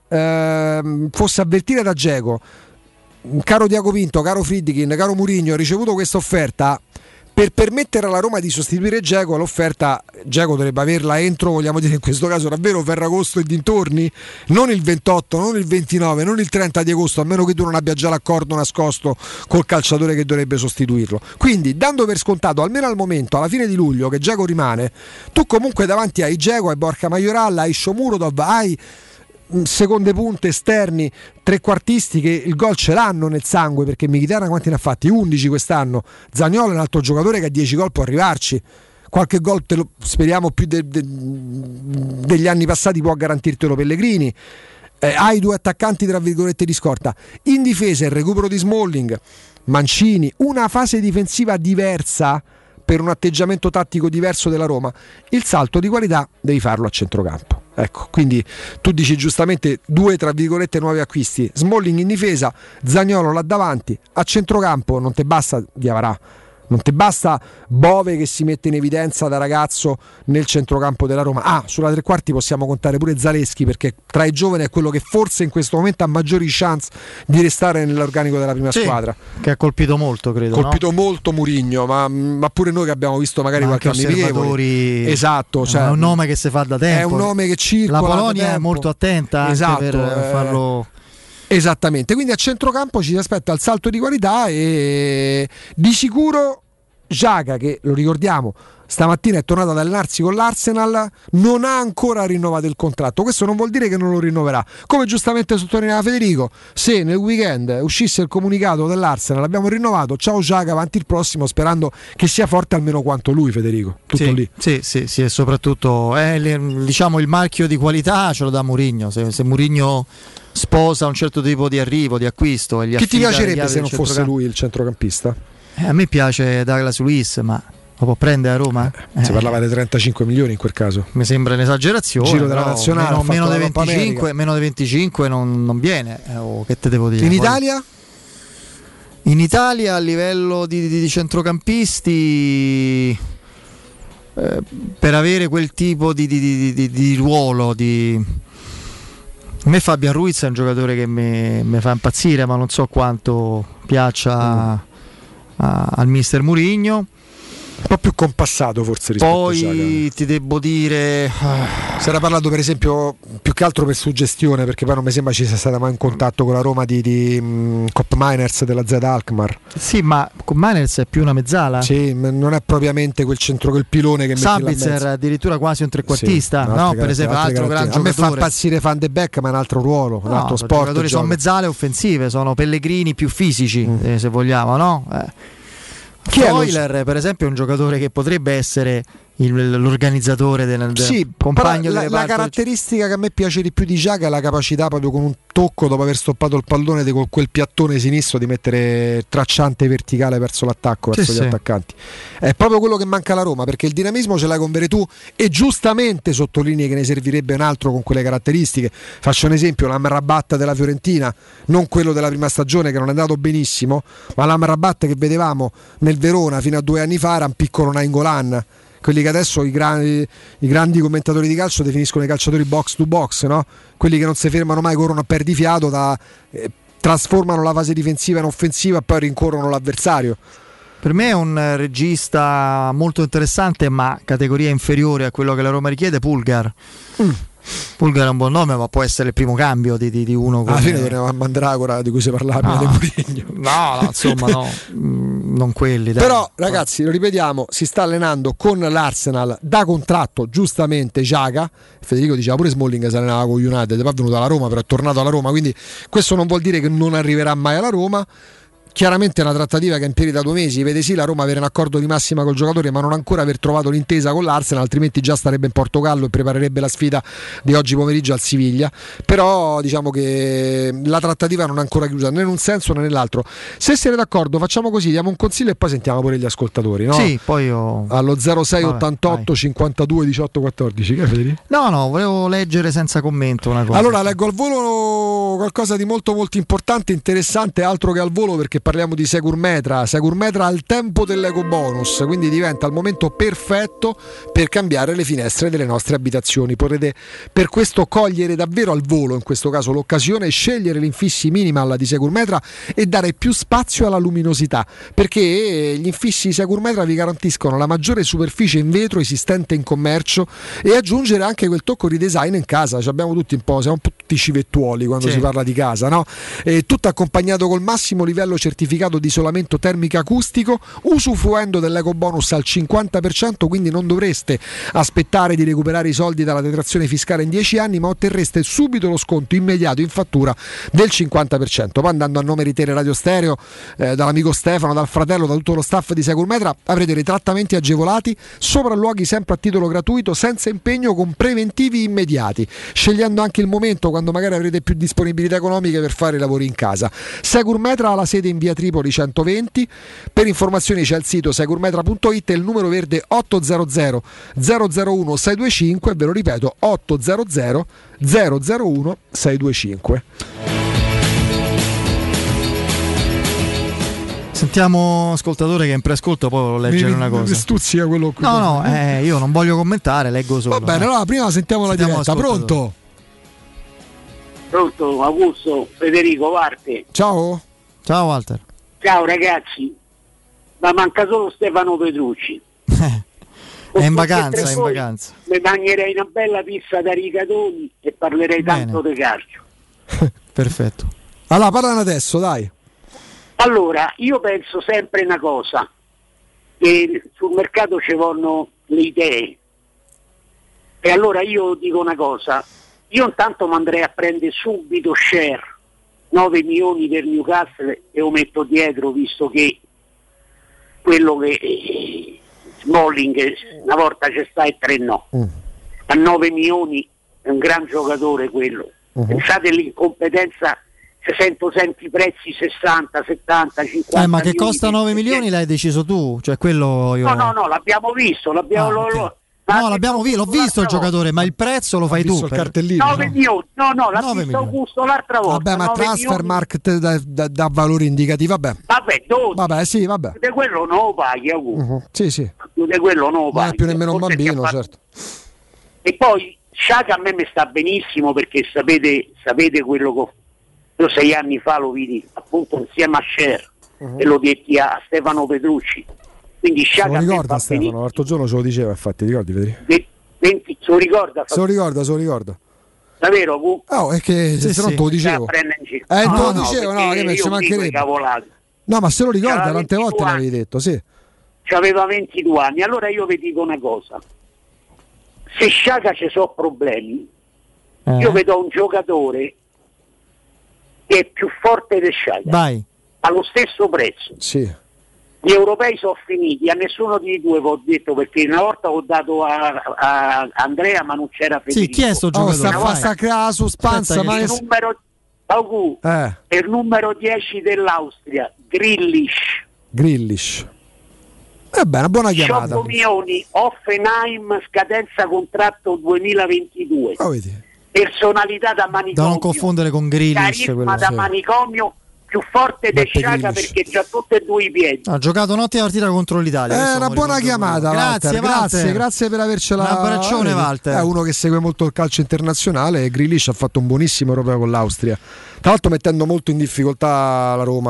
fosse avvertita da Dzeko, caro Diaco Pinto, caro Friedkin, caro Mourinho, ho ricevuto questa offerta per permettere alla Roma di sostituire Dzeko, l'offerta Dzeko dovrebbe averla entro, vogliamo dire in questo caso davvero Ferragosto e dintorni, non il 28, non il 29, non il 30 di agosto, a meno che tu non abbia già l'accordo nascosto col calciatore che dovrebbe sostituirlo. Quindi, dando per scontato almeno al momento, alla fine di luglio, che Dzeko rimane, tu comunque davanti hai Dzeko, hai Borja Majoral, hai Shomurodov, hai seconde punte, esterni, trequartisti che il gol ce l'hanno nel sangue, perché Mkhitaryan quanti ne ha fatti? 11 quest'anno. Zaniolo è un altro giocatore che a 10 gol può arrivarci, qualche gol speriamo più degli anni passati può garantirtelo Pellegrini. Hai 2 attaccanti tra virgolette di scorta. In difesa il recupero di Smalling, Mancini, una fase difensiva diversa per un atteggiamento tattico diverso della Roma. Il salto di qualità devi farlo a centrocampo. Ecco, quindi tu dici giustamente 2 tra virgolette nuovi acquisti, Smalling in difesa, Zaniolo là davanti, a centrocampo non te basta Diawara, non ti basta Bove che si mette in evidenza da ragazzo nel centrocampo della Roma. Sulla tre quarti possiamo contare pure Zaleschi, perché tra i giovani è quello che forse in questo momento ha maggiori chance di restare nell'organico della prima squadra, che ha colpito molto, credo, molto Mourinho, ma pure noi che abbiamo visto magari qualche anno amichevole. Esatto, cioè, è un nome che si fa da tempo, è un nome che circola, la Polonia è molto attenta anche per farlo. Esattamente, quindi a centrocampo ci si aspetta il salto di qualità, e di sicuro Xhaka, che lo ricordiamo stamattina è tornato ad allenarsi con l'Arsenal, non ha ancora rinnovato il contratto. Questo non vuol dire che non lo rinnoverà, come giustamente sottolineava Federico. Se nel weekend uscisse il comunicato dell'Arsenal, abbiamo rinnovato, ciao Xhaka, avanti il prossimo, sperando che sia forte almeno quanto lui, Federico. Tutto lì. Sì, e soprattutto diciamo il marchio di qualità ce lo dà Mourinho. Se Mourinho sposa un certo tipo di arrivo, di acquisto, e gli chi ti piacerebbe se non fosse lui il centrocampista? A me piace Douglas Luiz, ma lo può prendere a Roma? Si parlava di 35 milioni in quel caso. Mi sembra un'esagerazione. Giro della nazionale, meno di 25 non viene. Che te devo dire? In Italia? In Italia a livello di centrocampisti, per avere quel tipo di ruolo, a me Fabian Ruiz è un giocatore che mi fa impazzire, ma non so quanto piaccia al mister Mourinho. un po' più compassato forse rispetto a Xhaka. Poi ti devo dire, si era parlato per esempio più che altro per suggestione, perché poi non mi sembra ci sia stata mai in contatto con la Roma di Kopp Miners della Z Alkmaar. Sì, ma Kopp Miners è più una mezzala. Sì, non è propriamente quel centro, quel pilone che metti là in mezzo. Sabitzer addirittura quasi un trequartista, sì, no? Per esempio, altro gran giocatore. A me fa impazzire Van de Beek, ma è un altro ruolo, un altro sport. I giocatori sono mezzale offensive, sono Pellegrini più fisici, se vogliamo, no? Freuler, per esempio, è un giocatore che potrebbe essere l'organizzatore del compagno delle la caratteristica che a me piace di più di Xhaka è la capacità proprio con un tocco, dopo aver stoppato il pallone con quel piattone sinistro, di mettere tracciante verticale verso l'attacco, verso gli attaccanti. È proprio quello che manca alla Roma, perché il dinamismo ce l'hai con Veretù e giustamente sottolinei che ne servirebbe un altro con quelle caratteristiche. Faccio un esempio: l'Amrabat della Fiorentina, non quello della prima stagione che non è andato benissimo, ma l'Amrabat che vedevamo nel Verona fino a 2 anni fa era un piccolo Nainggolan, quelli che adesso i grandi commentatori di calcio definiscono i calciatori box to box, no? Quelli che non si fermano mai, corrono a perdifiato, trasformano la fase difensiva in offensiva e poi rincorrono l'avversario. Per me è un regista molto interessante, ma categoria inferiore a quello che la Roma richiede, Pulgar. Pulgar è un buon nome, ma può essere il primo cambio di uno come... alla fine torniamo a Mandragora di cui si parlava di Mourinho. No, insomma no, non quelli, dai. Però ragazzi, lo ripetiamo, si sta allenando con l'Arsenal da contratto, giustamente Xhaka. Federico diceva pure Smalling si allenava con United, poi è venuto alla Roma, però è tornato alla Roma, quindi questo non vuol dire che non arriverà mai alla Roma. Chiaramente è una trattativa che è in piedi da 2 mesi, vede sì la Roma avere un accordo di massima col giocatore, ma non ancora aver trovato l'intesa con l'Arsenal, altrimenti già starebbe in Portogallo e preparerebbe la sfida di oggi pomeriggio al Siviglia. Però diciamo che la trattativa non è ancora chiusa né in un senso né nell'altro. Se siete d'accordo facciamo così, diamo un consiglio e poi sentiamo pure gli ascoltatori, no? Sì, poi io... allo 06 88 52 18 14. Che Federico? No, volevo leggere senza commento una cosa. Allora leggo al volo qualcosa di molto molto importante, interessante, altro che al volo, perché parliamo di Segurmetra al tempo dell'ecobonus, quindi diventa il momento perfetto per cambiare le finestre delle nostre abitazioni. Potrete per questo cogliere davvero al volo, in questo caso, l'occasione, scegliere l'infissi minimal di Segurmetra e dare più spazio alla luminosità, perché gli infissi Segurmetra vi garantiscono la maggiore superficie in vetro esistente in commercio e aggiungere anche quel tocco di design in casa. Abbiamo tutti siamo un po' tutti civettuoli quando si parla di casa, no? Tutto accompagnato col massimo livello certificato di isolamento termico acustico, usufruendo dell'ecobonus al 50%, quindi non dovreste aspettare di recuperare i soldi dalla detrazione fiscale in 10 anni, ma otterreste subito lo sconto immediato in fattura del 50%. Poi andando a nome di Tele Radio Stereo, dall'amico Stefano, dal fratello, da tutto lo staff di Segurmetra, avrete dei trattamenti agevolati, sopralluoghi sempre a titolo gratuito, senza impegno, con preventivi immediati, scegliendo anche il momento quando magari avrete più disponibilità economiche per fare i lavori in casa. Segurmetra ha la sede in via Tripoli 120. Per informazioni c'è il sito segurmetra.it e il numero verde 800 001 625, e ve lo ripeto 800 001 625. Sentiamo ascoltatore che è in preascolto, poi volevo leggere una cosa. Mi stuzzica quello qui. No, io non voglio commentare, leggo solo. Va bene, allora prima sentiamo la diretta. Pronto, Augusto, Federico, Varte. Ciao Walter. Ciao ragazzi, ma manca solo Stefano Petrucci. È in vacanza, Mi mangerei una bella pizza da rigatoni e parlerei tanto di calcio. Perfetto. Allora parlano adesso, dai. Allora, io penso sempre una cosa, che sul mercato ci vanno le idee. E allora io dico una cosa, io intanto mi andrei a prendere subito Share, 9 milioni per Newcastle, e lo metto dietro, visto che quello che Smalling una volta c'è sta e 3 no. A 9 milioni è un gran giocatore quello. Pensate all'incompetenza, se senti i prezzi 60, 70, 50 ma che costa 9 milioni l'hai deciso tu? Cioè quello io... No, l'abbiamo visto, l'ho visto il giocatore, ma il prezzo lo fai tu. Il cartellino, 9 milioni, l'ha visto Augusto l'altra volta. Vabbè, ma Transfermarkt dà valori indicativi, vabbè. Vabbè, 12. Vabbè, sì, vabbè. Più di quello non lo paghi, Augusto. Sì. Più di quello non lo paghi. Non è più nemmeno un bambino, certo. E poi Xhaka a me mi sta benissimo, perché sapete quello che io 6 anni fa lo vidi appunto insieme a Cher e lo detti a Stefano Petrucci. Quindi Se Sciaga lo a me ricorda va Stefano, l'altro giorno ce lo diceva, infatti, ricordi Federico? 20, se lo ricorda? Se lo ricorda. Davvero? Gu? Oh, è che se no te lo dicevo. Te lo dicevo, no, che ci mancherebbe. No, ma se lo ricorda, C'aveva tante volte 22 l'avevi detto, sì. C'aveva 22 anni, allora io vi dico una cosa. Se Sciaga ci sono problemi, io vedo un giocatore che è più forte di Sciaga. Vai. Allo stesso prezzo. Sì. Gli europei sono finiti, a nessuno di due vi ho detto, perché una volta ho dato a Andrea ma non c'era Federico. Sì, chi è sto giocatore? sta creando suspensa, ma il numero 10 dell'Austria, Grealish. Beh, una buona chiamata. 18 milioni, Hoffenheim, scadenza contratto 2022. Personalità da manicomio. Da non confondere con Grealish. Carisma da manicomio, più forte di Sciaga perché c'ha tutti e due i piedi. Ha giocato un'ottima partita contro l'Italia. È una buona chiamata, Walter. Grazie per avercela. Un abbraccione, Walter. È uno che segue molto il calcio internazionale e Grealish ha fatto un buonissimo europeo con l'Austria. Tra l'altro mettendo molto in difficoltà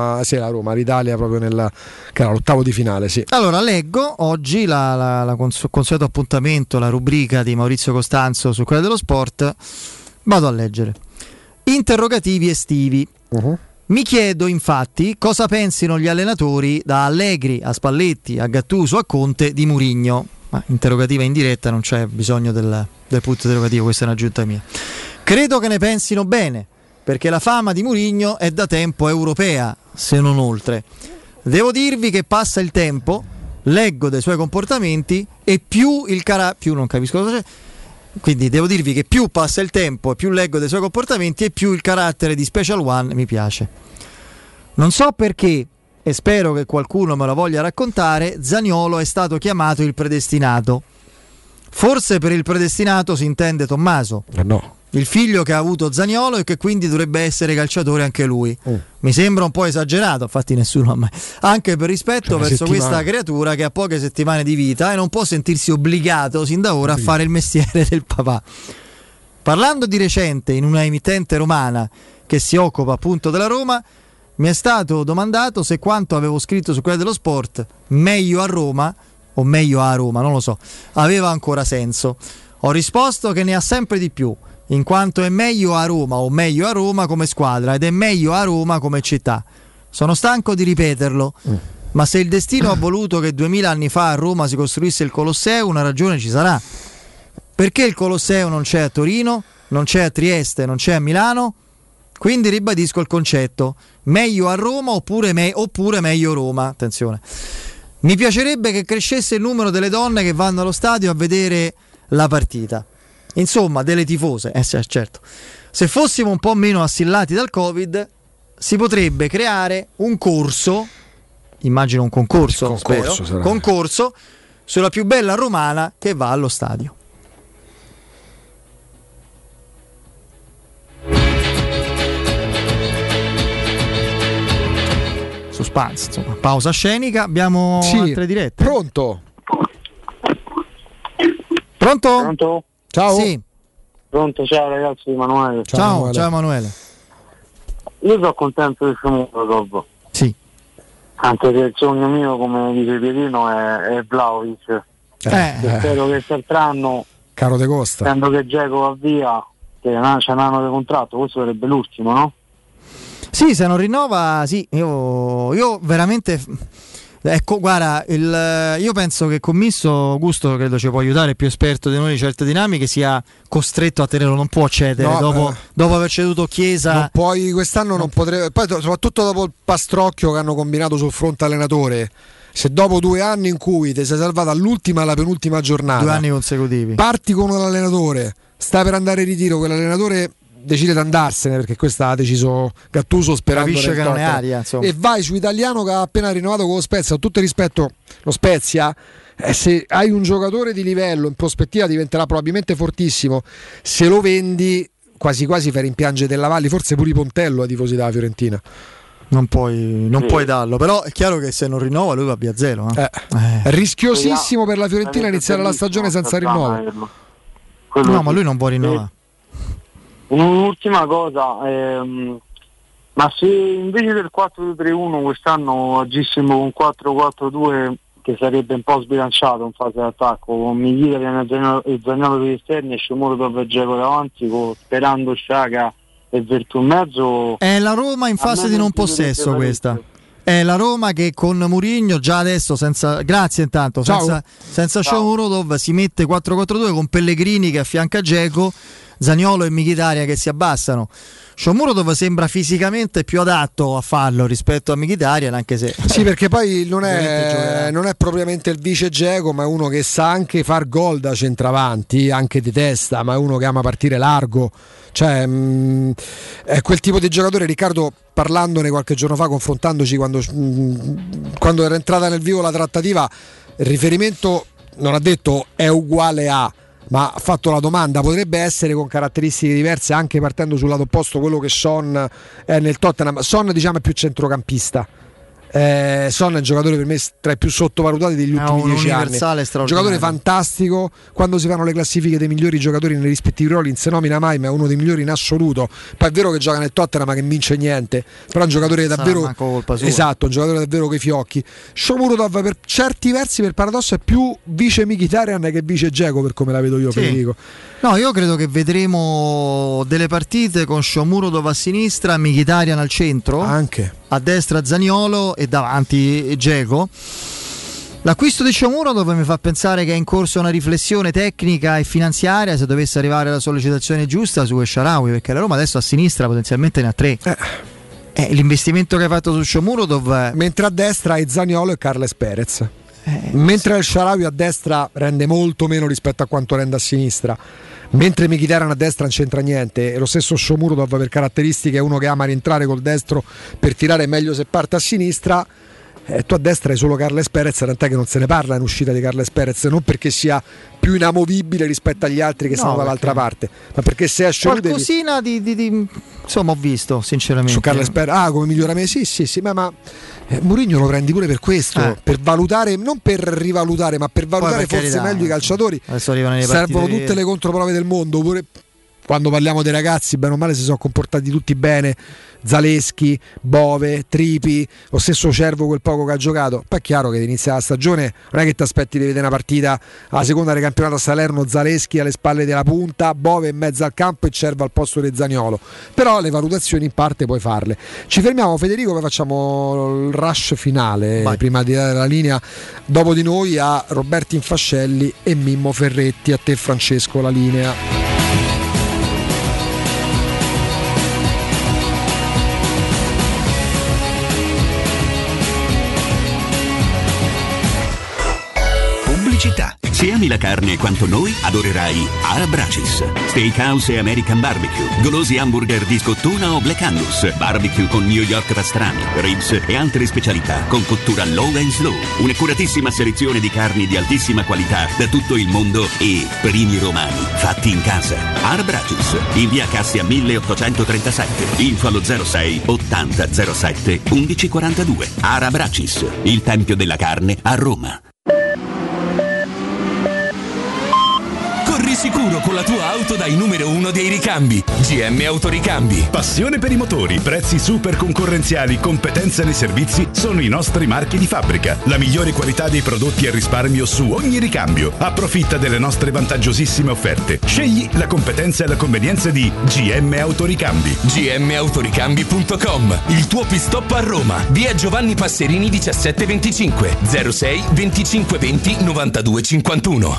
l'Italia proprio che era l'ottavo di finale, sì. Allora, leggo oggi la consueto appuntamento, la rubrica di Maurizio Costanzo su quella dello sport. Vado a leggere. Interrogativi estivi. Mi chiedo infatti cosa pensino gli allenatori, da Allegri a Spalletti a Gattuso a Conte, di Mourinho. Ma interrogativa in diretta, non c'è bisogno del punto interrogativo, questa è un'aggiunta mia. Credo che ne pensino bene, perché la fama di Mourinho è da tempo europea, se non oltre. Devo dirvi che passa il tempo, leggo dei suoi comportamenti e più non capisco cosa c'è. Quindi devo dirvi che più passa il tempo e più leggo dei suoi comportamenti e più il carattere di Special One mi piace. Non so perché, e spero che qualcuno me lo voglia raccontare, Zaniolo è stato chiamato il predestinato. Forse per il predestinato si intende Tommaso, il figlio che ha avuto Zaniolo e che quindi dovrebbe essere calciatore anche lui. Mi sembra un po' esagerato, infatti nessuno a me, anche per rispetto verso questa creatura che ha poche settimane di vita e non può sentirsi obbligato sin da ora a fare il mestiere del papà. Parlando di recente in una emittente romana che si occupa appunto della Roma, mi è stato domandato se quanto avevo scritto su quella dello sport, meglio a Roma o meglio a Roma, non lo so, aveva ancora senso. Ho risposto che ne ha sempre di più, in quanto è meglio a Roma o meglio a Roma come squadra ed è meglio a Roma come città. Sono stanco di ripeterlo, ma se il destino ha voluto che 2000 anni fa a Roma si costruisse il Colosseo, una ragione ci sarà. Perché il Colosseo non c'è a Torino, non c'è a Trieste, non c'è a Milano? Quindi ribadisco il concetto, meglio a Roma oppure meglio Roma. Attenzione. Mi piacerebbe che crescesse il numero delle donne che vanno allo stadio a vedere la partita. Insomma, delle tifose, certo. Se fossimo un po' meno assillati dal Covid, si potrebbe creare un corso, immagino un concorso sulla più bella romana che va allo stadio. Suspense, insomma, pausa scenica, abbiamo altre dirette. Pronto? Ciao. Sì. Pronto, ciao ragazzi, Emanuele. Ciao Emanuele. Io sono contento del suo dopo. Sì. Anche se il sogno mio, come dice Pierino, è Vlahovic. Spero che quest'anno, caro De Costa, essendo che Dzeko va via, che c'è un anno di contratto, questo sarebbe l'ultimo, no? Sì, se non rinnova, sì, io veramente. Ecco, guarda, io penso che Commisso, Augusto credo ci può aiutare, più esperto di noi di certe dinamiche, sia costretto a tenerlo, non può cedere dopo aver ceduto Chiesa. Non puoi, quest'anno non potrebbe, poi soprattutto dopo il pastrocchio che hanno combinato sul fronte allenatore. Se dopo 2 anni in cui ti sei salvato all'ultima e alla penultima giornata, 2 anni consecutivi, parti con un allenatore, sta per andare in ritiro, quell'allenatore decide di andarsene perché questa ha deciso Gattuso sperando capisce che non è aria, e vai su Italiano che ha appena rinnovato con lo Spezia. Con tutto il rispetto, lo Spezia, se hai un giocatore di livello in prospettiva diventerà probabilmente fortissimo, se lo vendi quasi quasi fai rimpiangere della Valli, forse pure i Pontello ai tifosi della Fiorentina. Non puoi darlo, però è chiaro che se non rinnova lui va via zero. È rischiosissimo per la Fiorentina iniziare la stagione senza rinnovo. No, ma lui non può rinnovare. Un'ultima cosa, ma se invece del 4-3-1 quest'anno agissimo con 4-4-2, che sarebbe un po' sbilanciato in fase d'attacco con Mkhitaryan e Zaniolo per gli esterni e Shomurodov e Dzeko davanti, sperando Sciaga e Vertù in mezzo. È la Roma in fase di non possesso questa. È la Roma che con Mourinho già adesso grazie intanto, senza Shomurodov si mette 4-4-2 con Pellegrini che affianca Dzeko, Zaniolo e Mkhitaryan che si abbassano. Shomurodov sembra fisicamente più adatto a farlo rispetto a Mkhitaryan, anche se sì, perché poi non è propriamente il vice Dzeko, ma è uno che sa anche far gol da centravanti, anche di testa, ma è uno che ama partire largo, cioè è quel tipo di giocatore. Riccardo, parlandone qualche giorno fa, confrontandoci quando era entrata nel vivo la trattativa, il riferimento non ha detto è uguale a, ma ha fatto la domanda, potrebbe essere con caratteristiche diverse anche partendo sul lato opposto quello che Son è nel Tottenham. Son diciamo è più centrocampista, Son è un giocatore per me tra i più sottovalutati degli ultimi 10 anni, un giocatore fantastico. Quando si fanno le classifiche dei migliori giocatori nei rispettivi ruoli non si nomina mai, ma è uno dei migliori in assoluto. Poi è vero che gioca nel Tottenham ma che vince niente, però è un giocatore davvero esatto, un giocatore davvero coi fiocchi. Shomurodov per certi versi, per paradosso, è più vice Mkhitaryan che vice Dzeko, per come la vedo io, Federico. No, io credo che vedremo delle partite con Shomurodov a sinistra, Mkhitaryan al centro, anche a destra Zaniolo e davanti Dzeko. L'acquisto di Shomurodov mi fa pensare che è in corso una riflessione tecnica e finanziaria, se dovesse arrivare la sollecitazione giusta, su El Shaarawy, perché la Roma adesso a sinistra potenzialmente ne ha 3. L'investimento che hai fatto su Shomurodov, mentre a destra hai Zaniolo e Carles Perez. Mentre El Shaarawy a destra rende molto meno rispetto a quanto rende a sinistra, mentre Mkhitaryan a destra non c'entra niente, e lo stesso Shomurodov per caratteristiche è uno che ama rientrare col destro per tirare meglio se parte a sinistra. Tu a destra hai solo Carles Perez, tant'è che non se ne parla in uscita di Carles Perez, non perché sia più inamovibile rispetto agli altri che sono dall'altra parte, ma perché se esce qualcosina di insomma ho visto sinceramente su Carles Perez come miglioramento, sì, ma Mourinho lo prendi pure per questo, per valutare, non per rivalutare, ma per valutare forse meglio i calciatori. Servono tutte le controprove del mondo, pure quando parliamo dei ragazzi, bene o male si sono comportati tutti bene, Zaleschi, Bove, Tripi, lo stesso Cervo quel poco che ha giocato. Poi è chiaro che inizia la stagione, non è che ti aspetti di vedere una partita alla seconda del campionato a Salerno, Zaleschi alle spalle della punta, Bove in mezzo al campo e Cervo al posto di Zaniolo, però le valutazioni in parte puoi farle. Ci fermiamo, Federico, poi facciamo il rush finale. Vai. Prima di dare la linea dopo di noi a Roberto Infascelli e Mimmo Ferretti. A te Francesco la linea. Se ami la carne quanto noi, adorerai Arabracis. Steakhouse e American Barbecue, golosi hamburger di scottuna o Black Angus, barbecue con New York pastrami, ribs e altre specialità con cottura low and slow. Un'accuratissima selezione di carni di altissima qualità da tutto il mondo e primi romani fatti in casa. Arabracis, in via Cassia 1837, info allo 06 80 07 1142. Arabracis, il tempio della carne a Roma. Corri sicuro con la tua auto dai numero 1 dei ricambi. GM Autoricambi. Passione per i motori, prezzi super concorrenziali, competenza nei servizi sono i nostri marchi di fabbrica. La migliore qualità dei prodotti e risparmio su ogni ricambio. Approfitta delle nostre vantaggiosissime offerte. Scegli la competenza e la convenienza di GM Autoricambi. gmautoricambi.com. Il tuo pit stop a Roma. Via Giovanni Passerini 1725 06 25 20 92 51.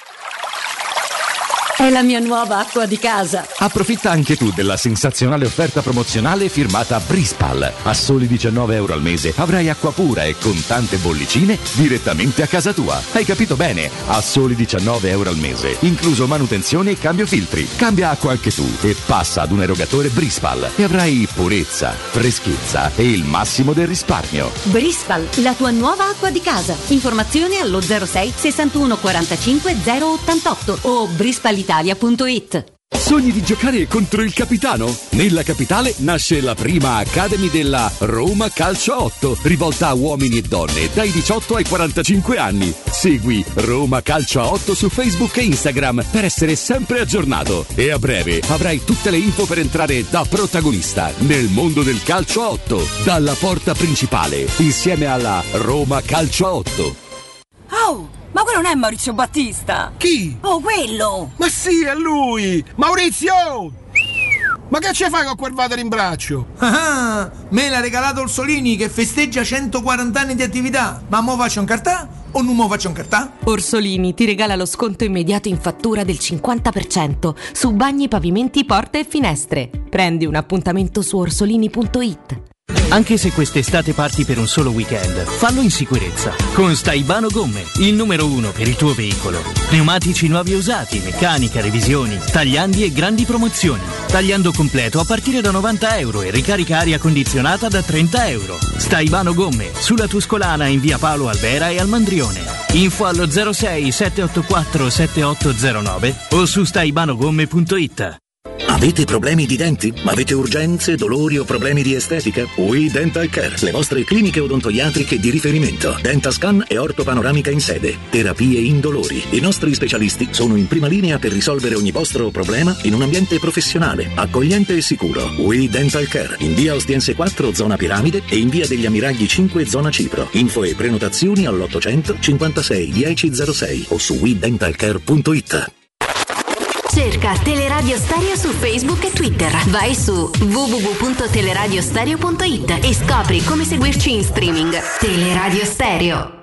È la mia nuova acqua di casa. Approfitta anche tu della sensazionale offerta promozionale firmata Brispal. A soli €19 al mese avrai acqua pura e con tante bollicine direttamente a casa tua. Hai capito bene? A soli €19 al mese, incluso manutenzione e cambio filtri. Cambia acqua anche tu e passa ad un erogatore Brispal e avrai purezza, freschezza e il massimo del risparmio. Brispal, la tua nuova acqua di casa. Informazioni allo 06 61 45 088 o brispalitalia.it. Sogni di giocare contro il capitano? Nella capitale nasce la prima Academy della Roma Calcio 8, rivolta a uomini e donne dai 18 ai 45 anni. Segui Roma Calcio 8 su Facebook e Instagram per essere sempre aggiornato. E a breve avrai tutte le info per entrare da protagonista nel mondo del calcio 8, dalla porta principale, insieme alla Roma Calcio 8. Oh, ma quello non è Maurizio Battista? Chi? Oh, quello! Ma sì, è lui! Maurizio! Ma che ci fai con quel water in braccio? Ah, me l'ha regalato Orsolini che festeggia 140 anni di attività. Ma mo faccio un cartà o non mo faccio un cartà? Orsolini ti regala lo sconto immediato in fattura del 50% su bagni, pavimenti, porte e finestre. Prendi un appuntamento su orsolini.it. Anche se quest'estate parti per un solo weekend, fallo in sicurezza. Con Staibano Gomme, il numero 1 per il tuo veicolo. Pneumatici nuovi e usati, meccanica, revisioni, tagliandi e grandi promozioni. Tagliando completo a partire da €90 e ricarica aria condizionata da €30. Staibano Gomme, sulla Tuscolana in via Paolo Albera e al Mandrione. Info allo 06 784 7809 o su staibanogomme.it. Avete problemi di denti? Avete urgenze, dolori o problemi di estetica? We Dental Care, le vostre cliniche odontoiatriche di riferimento. Dentascan e ortopanoramica in sede. Terapie indolori. I nostri specialisti sono in prima linea per risolvere ogni vostro problema in un ambiente professionale, accogliente e sicuro. We Dental Care, in via Ostiense 4, zona Piramide, e in via degli Ammiragli 5, zona Cipro. Info e prenotazioni all'800 56 1006 o su wedentalcare.it. Cerca Teleradio Stereo su Facebook e Twitter. Vai su www.teleradiostereo.it e scopri come seguirci in streaming. Teleradio Stereo.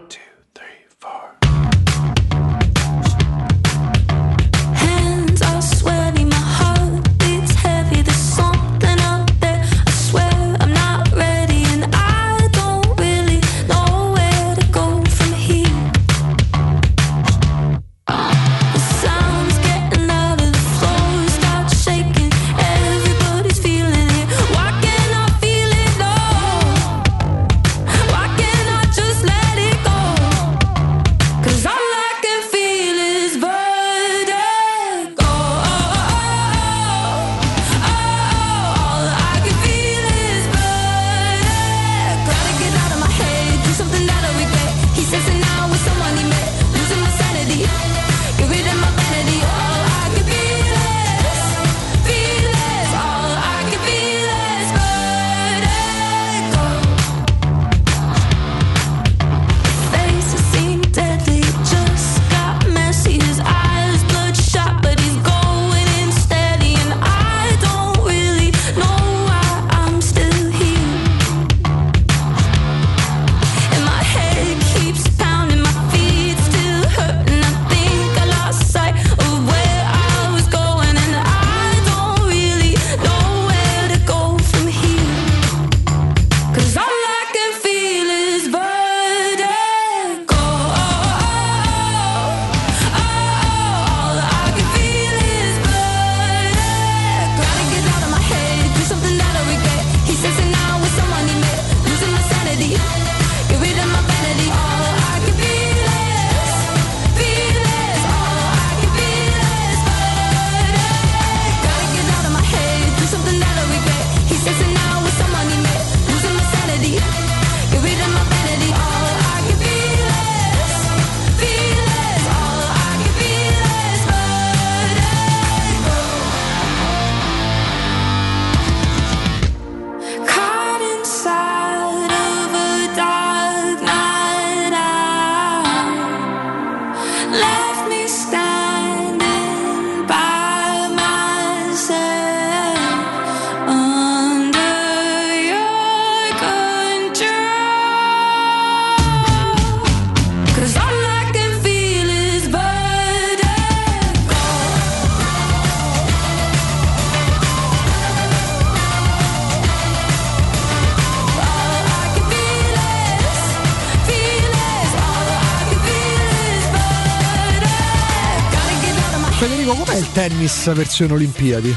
Federico, com'è il tennis versione Olimpiadi?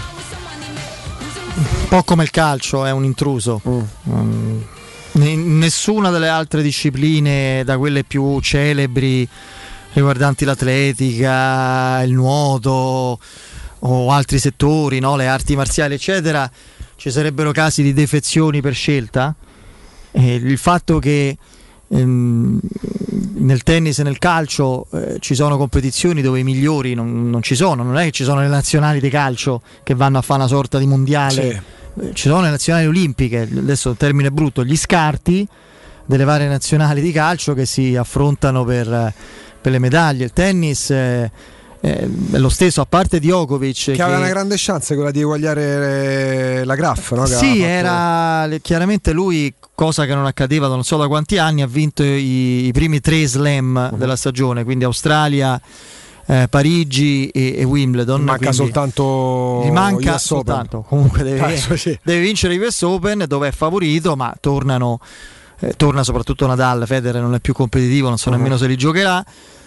Un po' come il calcio, è un intruso. Nessuna delle altre discipline, da quelle più celebri riguardanti l'atletica, il nuoto o altri settori, no? Le arti marziali eccetera, ci sarebbero casi di defezioni per scelta. Il fatto che nel tennis e nel calcio ci sono competizioni dove i migliori non ci sono, non è che ci sono le nazionali di calcio che vanno a fare una sorta di mondiale, sì. Ci sono le nazionali olimpiche, adesso un termine brutto, gli scarti delle varie nazionali di calcio che si affrontano per le medaglie. Il tennis è lo stesso, a parte Djokovic che aveva una grande chance quella di eguagliare la Graf, no? Sì, era chiaramente lui, cosa che non accadeva da non so da quanti anni, ha vinto i primi 3 slam della stagione, quindi Australia, Parigi e Wimbledon. Manca soltanto, gli manca soltanto, comunque deve vincere i US Open, dove è favorito, ma torna soprattutto Nadal. Federer non è più competitivo, non so nemmeno se li giocherà,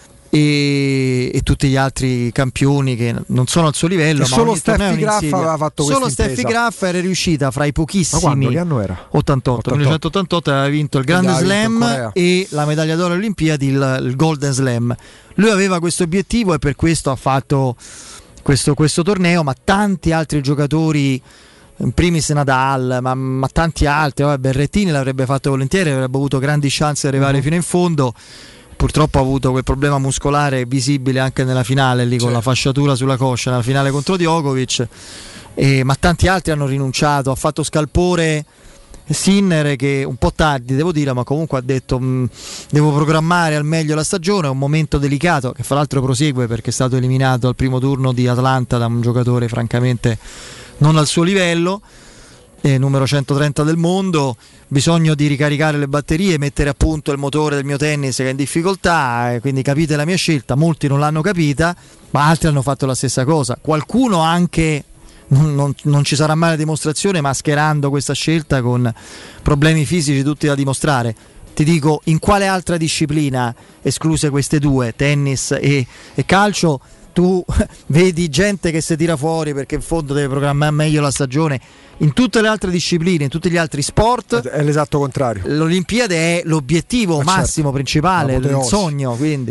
e tutti gli altri campioni che non sono al suo livello. E ma solo Steffi Graf aveva fatto questa solo Steffi Graf era riuscita fra i pochissimi. Ma quando? Che anno era? 1988 aveva vinto il Grande Slam e la medaglia d'oro alle Olimpiadi, il Golden Slam. Lui aveva questo obiettivo e per questo ha fatto questo torneo, ma tanti altri giocatori, in primis Nadal, ma tanti altri, Berrettini l'avrebbe fatto volentieri, avrebbe avuto grandi chance di arrivare fino in fondo. Purtroppo ha avuto quel problema muscolare visibile anche nella finale lì, con la fasciatura sulla coscia nella finale contro Djokovic, ma tanti altri hanno rinunciato. Ha fatto scalpore Sinner, che un po' tardi devo dire, ma comunque ha detto devo programmare al meglio la stagione, è un momento delicato, che fra l'altro prosegue perché è stato eliminato al primo turno di Atlanta da un giocatore francamente non al suo livello, numero 130 del mondo. Bisogno di ricaricare le batterie, mettere a punto il motore del mio tennis che è in difficoltà, quindi capite la mia scelta. Molti non l'hanno capita, ma altri hanno fatto la stessa cosa. Qualcuno anche, non ci sarà mai la dimostrazione, mascherando questa scelta con problemi fisici tutti da dimostrare. Ti dico, in quale altra disciplina, escluse queste due, tennis e calcio, tu vedi gente che si tira fuori perché in fondo deve programmare meglio la stagione? In tutte le altre discipline, in tutti gli altri sport è l'esatto contrario. L'Olimpiade è l'obiettivo massimo, principale, il sogno, quindi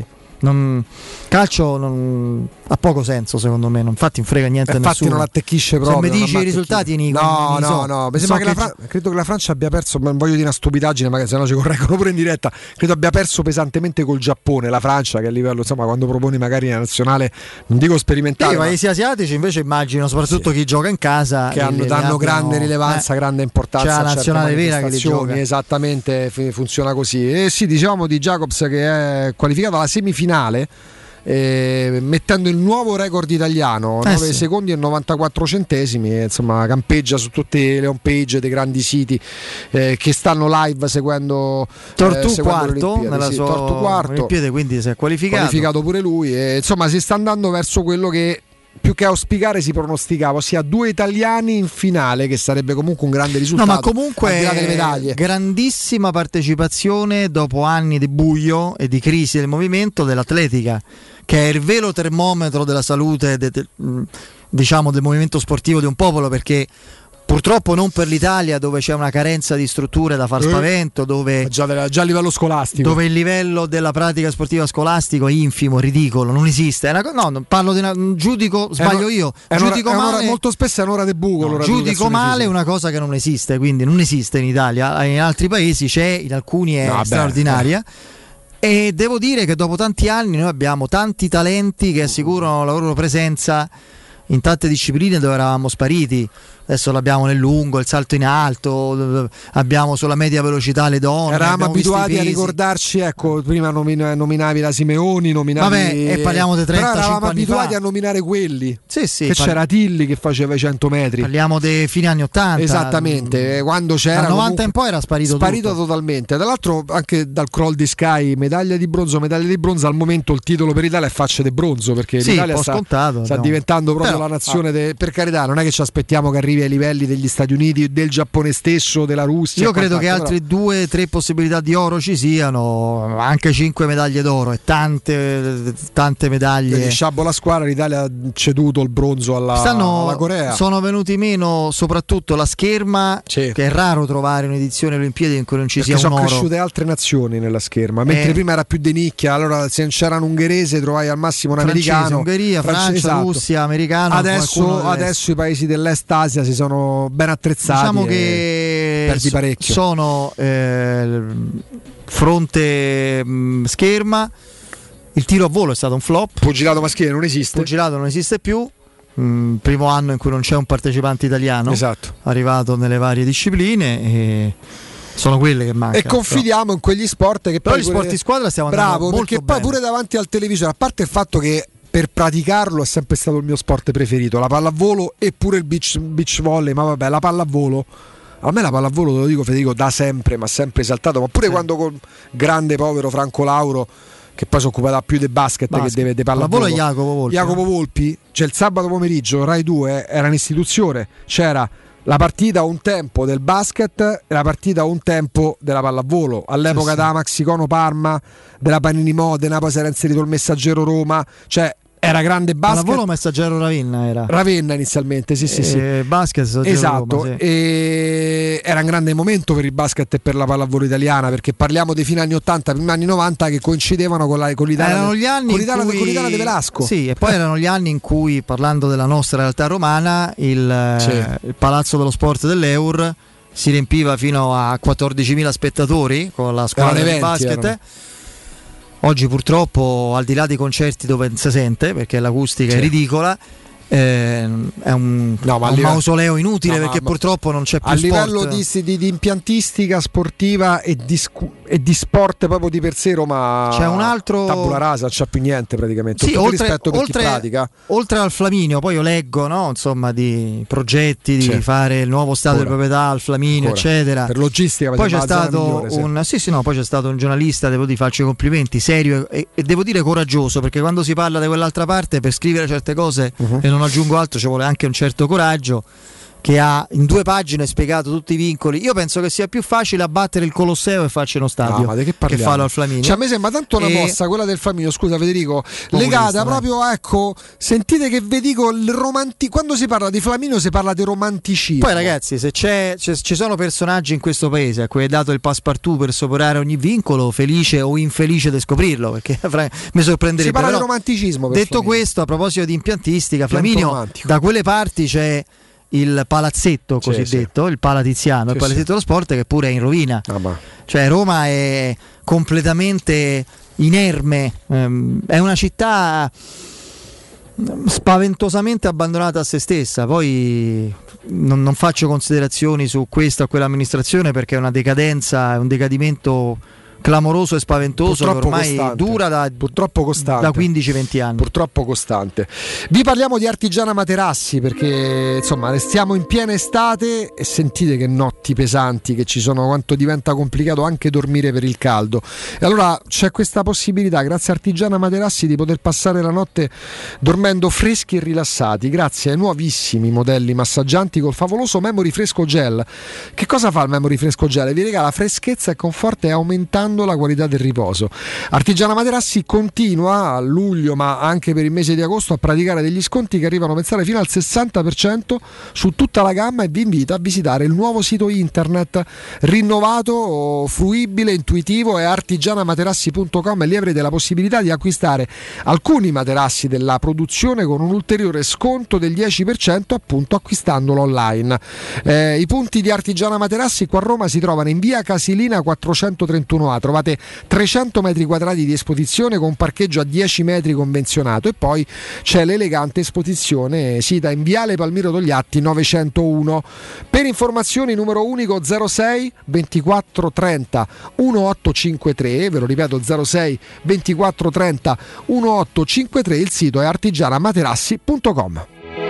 calcio ha poco senso secondo me, infatti non frega niente a nessuno. Infatti non attecchisce proprio. Se mi dici i risultati, Nico, no, mi sembra che credo che la Francia abbia perso, non voglio dire una stupidaggine, magari se no ci correggono pure in diretta, credo abbia perso pesantemente col Giappone, la Francia, che a livello, insomma, quando proponi magari una nazionale, non dico sperimentale, i paesi asiatici invece immagino, soprattutto chi gioca in casa, che danno grande rilevanza, grande importanza, c'è la nazionale vera che li gioca. Esattamente, funziona così. E sì, diciamo di Jacobs che è qualificato alla semifinale, mettendo il nuovo record italiano, 9 secondi e 94 centesimi, insomma campeggia su tutte le home page dei grandi siti che stanno live seguendo Tortù quarto nella sua Tortù quarto Olimpiade, quindi si è qualificato pure lui, insomma si sta andando verso quello che più che auspicare si pronosticava, ossia 2 italiani in finale, che sarebbe comunque un grande risultato. No, ma comunque al di là delle medaglie, grandissima partecipazione dopo anni di buio e di crisi del movimento dell'atletica, che è il vero termometro della salute diciamo del movimento sportivo di un popolo, perché purtroppo non per l'Italia, dove c'è una carenza di strutture da far spavento, dove già a livello scolastico, dove il livello della pratica sportiva scolastico è infimo, ridicolo, non esiste. Non parlo di giudico, sbaglio io. Giudico male, molto spesso è un'ora de buco. Giudico male è una cosa che non esiste, quindi non esiste in Italia. In altri paesi c'è, in alcuni è straordinaria. E devo dire che dopo tanti anni noi abbiamo tanti talenti che assicurano la loro presenza in tante discipline dove eravamo spariti. Adesso l'abbiamo nel lungo, il salto in alto, abbiamo sulla media velocità le donne. Eravamo abituati a ricordarci, ecco, prima nominavi la Simeoni, e parliamo dei 30, però eravamo abituati a nominare quelli. Sì, che c'era Tilli che faceva i 100 metri. Parliamo dei fine anni 80. Esattamente, quando c'era dal 90 in poi era sparito totalmente. Tra l'altro anche dal crawl di Sky, medaglia di bronzo, al momento il titolo per l'Italia è faccia di bronzo, perché l'Italia sta diventando proprio la nazione per carità, non è che ci aspettiamo che arrivi ai livelli degli Stati Uniti, del Giappone stesso, della Russia. Io credo che altre 2-3 possibilità di oro ci siano, anche 5 medaglie d'oro e tante medaglie. Sciabo la squadra, l'Italia ha ceduto il bronzo alla Corea. Sono venuti meno soprattutto la scherma, che è raro trovare un'edizione Olimpiadi in cui non ci sia un oro. Sono cresciute altre nazioni nella scherma, mentre prima era più di nicchia. Allora se non c'era un ungherese trovai al massimo un americano, Ungheria, Francia, Russia, americano. Adesso i paesi dell'Est Asia si sono ben attrezzati, diciamo che perdi parecchio. Sono fronte scherma. Il tiro a volo è stato un flop. Pugilato maschile non esiste più. Primo anno in cui non c'è un partecipante italiano, esatto, arrivato nelle varie discipline, sono quelle che mancano. E confidiamo in quegli sport che però poi gli sport di squadra stiamo andando bravo, molto perché bene. poi pure davanti al televisore, a parte il fatto che per praticarlo è sempre stato il mio sport preferito, la pallavolo e pure il beach volley, ma vabbè, la pallavolo, a me la pallavolo, te lo dico Federico, da sempre, ma sempre esaltato, ma pure quando con grande povero Franco Lauro, che poi si occupa più di basket che deve di pallavolo, Jacopo Volpi, cioè il sabato pomeriggio Rai 2 era un'istituzione, c'era la partita a un tempo del basket e la partita a un tempo della pallavolo. All'epoca da Maxicono Parma, della Panini Modena, poi si era inserito il Messaggero Roma, cioè era grande basket. Pallavolo Messaggero Ravenna era. Ravenna inizialmente, sì. Basket esatto. Roma, sì. E era un grande momento per il basket e per la pallavolo italiana, perché parliamo dei fine anni 80, primi anni 90 che coincidevano con l'Italia. Erano gli anni con l'Italia di Velasco. Sì, e poi erano gli anni in cui, parlando della nostra realtà romana, il Palazzo dello Sport dell'Eur si riempiva fino a 14.000 spettatori con la squadra di basket. Oggi purtroppo, al di là dei concerti dove si sente, perché l'acustica è ridicola, è un mausoleo inutile, perché purtroppo non c'è più a sport. livello di impiantistica sportiva e di sport proprio di per sé Roma c'è un altro tabula rasa, non c'è più niente praticamente. Sì, rispetto per chi pratica. Oltre al Flaminio, poi io leggo, no, insomma, di progetti di fare il nuovo stadio di proprietà al Flaminio, eccetera. Per logistica, poi c'è stato poi c'è stato un giornalista, devo dire, faccio i complimenti, serio e devo dire coraggioso, perché quando si parla di quell'altra parte, per scrivere certe cose, e non aggiungo altro, ci vuole anche un certo coraggio, che ha in 2 pagine spiegato tutti i vincoli. Io penso che sia più facile abbattere il Colosseo e farci uno stadio che farlo al Flaminio. Cioè, a me sembra tanto una mossa quella del Flaminio, scusa Federico, legata proprio, ecco, sentite che vi dico, quando si parla di Flaminio si parla di romanticismo. Poi ragazzi, se ci sono personaggi in questo paese a cui è dato il passepartout per superare ogni vincolo, felice o infelice di scoprirlo, perché mi sorprenderebbe. Si parla di romanticismo. Detto questo, a proposito di impiantistica, Flaminio, da quelle parti c'è il palazzetto cosiddetto, il Palatiziano, il palazzetto dello sport, che pure è in rovina. Cioè Roma è completamente inerme, è una città spaventosamente abbandonata a se stessa. Poi non faccio considerazioni su questa o quell'amministrazione, perché è una decadenza, è un decadimento clamoroso e spaventoso, purtroppo che ormai costante. Dura purtroppo costante. Da 15-20 anni. Purtroppo costante. Vi parliamo di Artigiana Materassi, perché insomma stiamo in piena estate e sentite che notti pesanti che ci sono, quanto diventa complicato anche dormire per il caldo. E allora c'è questa possibilità, grazie a Artigiana Materassi, di poter passare la notte dormendo freschi e rilassati, grazie ai nuovissimi modelli massaggianti col favoloso Memory Fresco Gel. Che cosa fa il Memory Fresco Gel? Vi regala freschezza e conforto, e aumentando la qualità del riposo. Artigiana Materassi continua a luglio, ma anche per il mese di agosto, a praticare degli sconti che arrivano a pensare fino al 60% su tutta la gamma, e vi invita a visitare il nuovo sito internet rinnovato, fruibile, intuitivo, è artigianamaterassi.com, e lì avrete la possibilità di acquistare alcuni materassi della produzione con un ulteriore sconto del 10%, appunto acquistandolo online. I punti di Artigiana Materassi qua a Roma si trovano in via Casilina 431A, trovate 300 metri quadrati di esposizione con parcheggio a 10 metri convenzionato, e poi c'è l'elegante esposizione sita in viale Palmiro Togliatti 901. Per informazioni numero unico 06 24 30 1853, ve lo ripeto 06 24 30 1853, il sito è artigianamaterassi.com.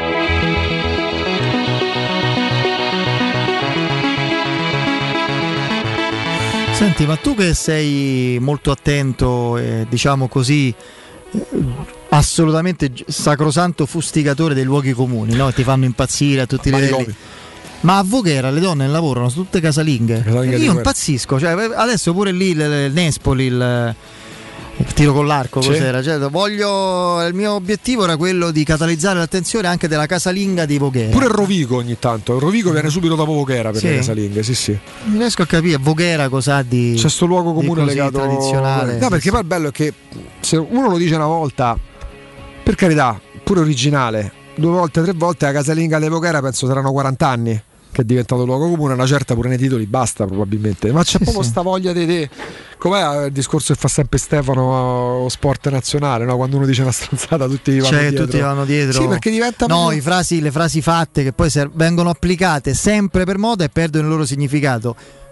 Senti, ma tu che sei molto attento, diciamo così, assolutamente sacrosanto fustigatore dei luoghi comuni, no? Ti fanno impazzire a tutti i livelli. Ma a Voghera le donne lavorano, sono tutte casalinghe. Io impazzisco, cioè, adesso pure lì il Nespoli, il tiro con l'arco, cos'era? Cioè, il mio obiettivo era quello di catalizzare l'attenzione anche della casalinga di Voghera. Pure il Rovigo ogni tanto. Il Rovigo viene subito dopo Voghera per le casalinghe, sì. Non riesco a capire Voghera cos'ha di. C'è sto luogo comune legato tradizionale. No, perché poi il bello è che se uno lo dice una volta, per carità, pure originale, 2 volte, 3 volte, la casalinga di Voghera penso saranno 40 anni che è diventato luogo comune, una certa pure nei titoli basta probabilmente, ma c'è proprio sta voglia di com'è il discorso che fa sempre Stefano, sport nazionale, no? Quando uno dice una stronzata tutti vanno dietro. Sì, perché diventa le frasi fatte che poi vengono applicate sempre per moda e perdono il loro significato.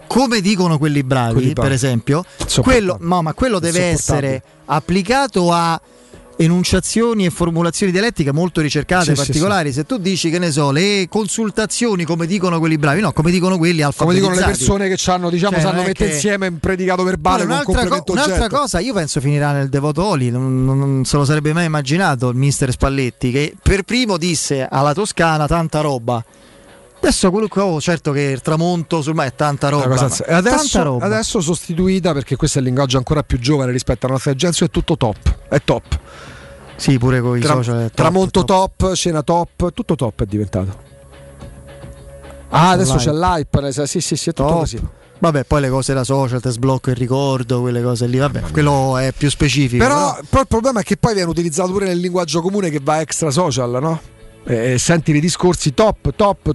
come dicono quelli bravi, per esempio, quello deve essere applicato a enunciazioni e formulazioni dialettiche molto ricercate, particolari. Se tu dici, che ne so, le consultazioni come dicono quelli bravi, no, come dicono quelli alfabetizzati, come dicono le persone che hanno, diciamo, sanno mettere insieme un predicato verbale con un complemento un'altra cosa, io penso finirà nel Devoto Oli, non se lo sarebbe mai immaginato il mister Spalletti, che per primo disse alla Toscana tanta roba. Adesso certo che il tramonto sul mare è tanta roba. Adesso sostituita, perché questo è il linguaggio ancora più giovane rispetto alla nostra generazione, è tutto top. È top. Sì, pure con i social. Top, tramonto top, cena top, tutto top è diventato. Adesso c'è l'hype, sì, è tutto così. Vabbè, poi le cose da social, te sblocco il ricordo, quelle cose lì, vabbè, quello è più specifico. Però il problema è che poi viene utilizzato pure nel linguaggio comune che va extra social, no? Senti i discorsi top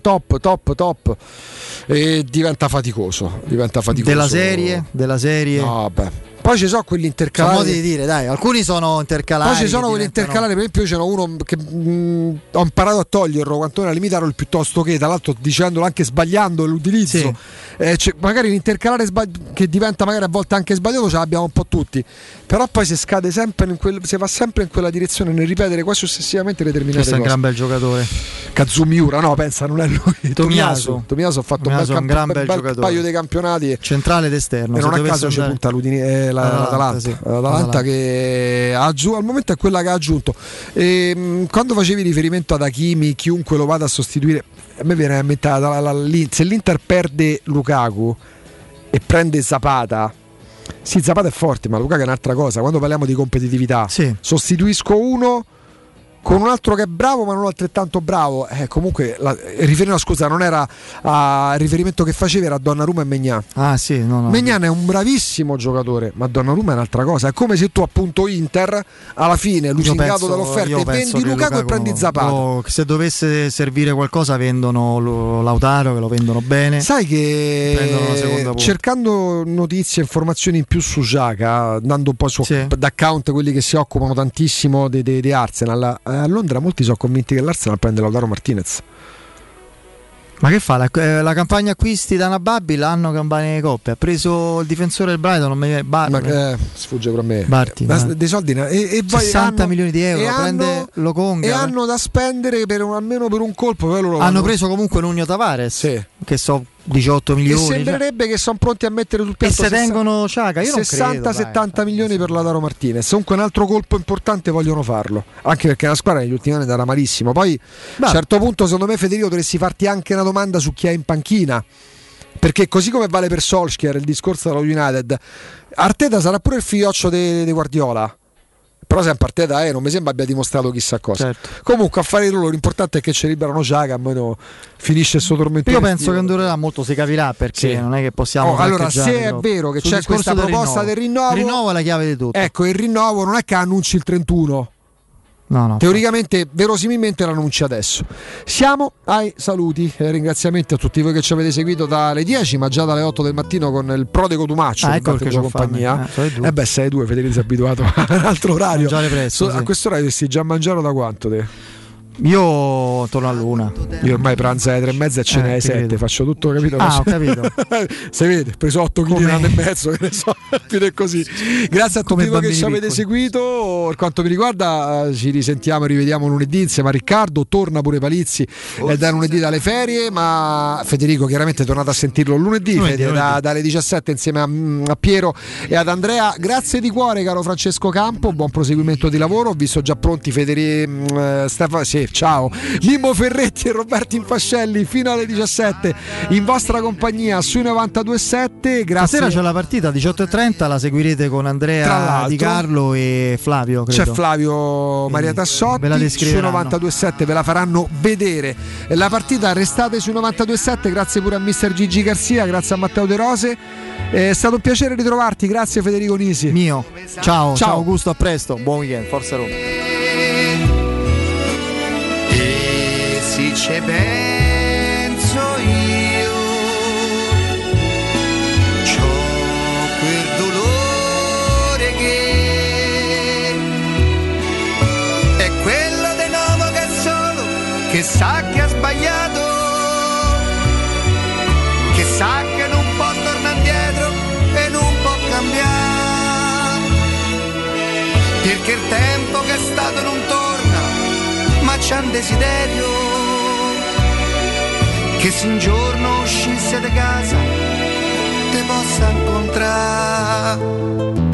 e diventa faticoso. Della serie? No, vabbè. Poi ci sono quelli intercalari. Sono modi di dire, dai, alcuni sono intercalari. Poi ci sono quelli intercalari, per esempio, io c'era uno che ho imparato a toglierlo, quantomeno a limitarlo il piuttosto che, tra l'altro dicendolo anche sbagliando l'utilizzo. Sì. Magari l'intercalare che diventa magari a volte anche sbagliato ce l'abbiamo un po' tutti. Però poi si scade sempre si va sempre in quella direzione nel ripetere quasi ossessivamente determinate cose. Questo è un gran bel giocatore. Kazumiura, no, pensa, non è lui. Tomiyasu ha fatto un bel paio di campionati. Centrale ed esterno. E non a caso c'è punta l'Atalanta che al momento è quella che ha aggiunto. Quando facevi riferimento ad Hakimi, chiunque lo vada a sostituire, a me viene in mente se l'Inter perde Lukaku e prende Zapata. Sì, Zapata è forte, ma Lukaku è un'altra cosa. Quando parliamo di competitività, sostituisco uno con un altro che è bravo ma non altrettanto bravo, comunque non era il riferimento che facevi, era Donnarumma e Maignan. Maignan è un bravissimo giocatore, ma Donnarumma è un'altra cosa. È come se tu appunto Inter alla fine lusingato dall'offerta vendi Lukaku e prendi Zapata. Se dovesse servire qualcosa vendono Lautaro, che lo vendono bene. Sai che cercando notizie e informazioni in più su Xhaka, andando un po' su d'account quelli che si occupano tantissimo di Arsenal, a Londra molti sono convinti che l'Arsenal prende Lautaro Martinez. Ma che fa? La campagna acquisti da Nababi l'hanno campagna di coppia. Ha preso il difensore del Brighton, non mi sfugge per me. Dei soldi e 60 milioni di euro, prende Lokonga. E hanno da spendere almeno per un colpo. Hanno preso comunque Nuno Tavares, che so 18 milioni. E sembrerebbe che sono pronti a mettere sul piatto. E se tengono Xhaka, io 60-70 milioni per Lautaro Martinez. Comunque un altro colpo importante vogliono farlo, anche perché la squadra negli ultimi anni andava malissimo. Poi a un certo punto, secondo me, Federico, dovresti farti anche una domanda su chi è in panchina, perché così come vale per Solskjaer il discorso dello United, Arteta sarà pure il figlioccio di Guardiola. Però sempre Arteta non mi sembra abbia dimostrato chissà cosa. Comunque a fare loro l'importante è che ci liberano Xhaka, almeno finisce il suo tormento. Io penso che durerà molto, si capirà, perché non è che possiamo allora, se è vero che c'è questa proposta del rinnovo, il rinnovo è la chiave di tutto. Ecco, il rinnovo non è che annunci il 31. No. Teoricamente, verosimilmente l'annunci adesso. Siamo ai saluti e ringraziamenti a tutti voi che ci avete seguito dalle 10, ma già dalle 8 del mattino con il Prodigo Tumaccio, ecco che compagnia. Sei due, Federico, sei abituato a un altro orario. Presto, a questo orario si già mangiato da quanto te? Io torno all'1. Io ormai pranzo alle 3:30 e ce ne hai 7. Faccio tutto, capito? Ho capito. Si vede, preso 8 kg in un anno e mezzo, che ne so, più di così. Grazie a tutti voi che ci avete seguito. Per quanto mi riguarda, ci risentiamo e rivediamo lunedì insieme a Riccardo. Torna pure Palizzi da lunedì dalle ferie, ma Federico chiaramente è tornato a sentirlo lunedì. Dalle 17 insieme a Piero e ad Andrea. Grazie di cuore, caro Francesco Campo, buon proseguimento di lavoro. Ho visto già pronti Stefano, ciao, Mimmo Ferretti e Roberto Infascelli fino alle 17 in vostra compagnia sui 92.7. Grazie. Stasera c'è la partita 18:30, la seguirete con Andrea Di Carlo e Flavio, credo. C'è Flavio Maria Tassotti sui 92.7, ve la faranno vedere la partita. Restate sui 92.7. Grazie pure a Mister Gigi Garcia, grazie a Matteo De Rose, è stato un piacere ritrovarti. Grazie Federico Nisi. Mio. Ciao Augusto, a presto, buon weekend, forza Roma. Se ci penso io, c'ho quel dolore che è quello di nuovo che solo, che sa che ha sbagliato, che sa che non può tornare. che il tempo che è stato non torna, ma c'è un desiderio che se un giorno uscisse da casa te possa incontrare.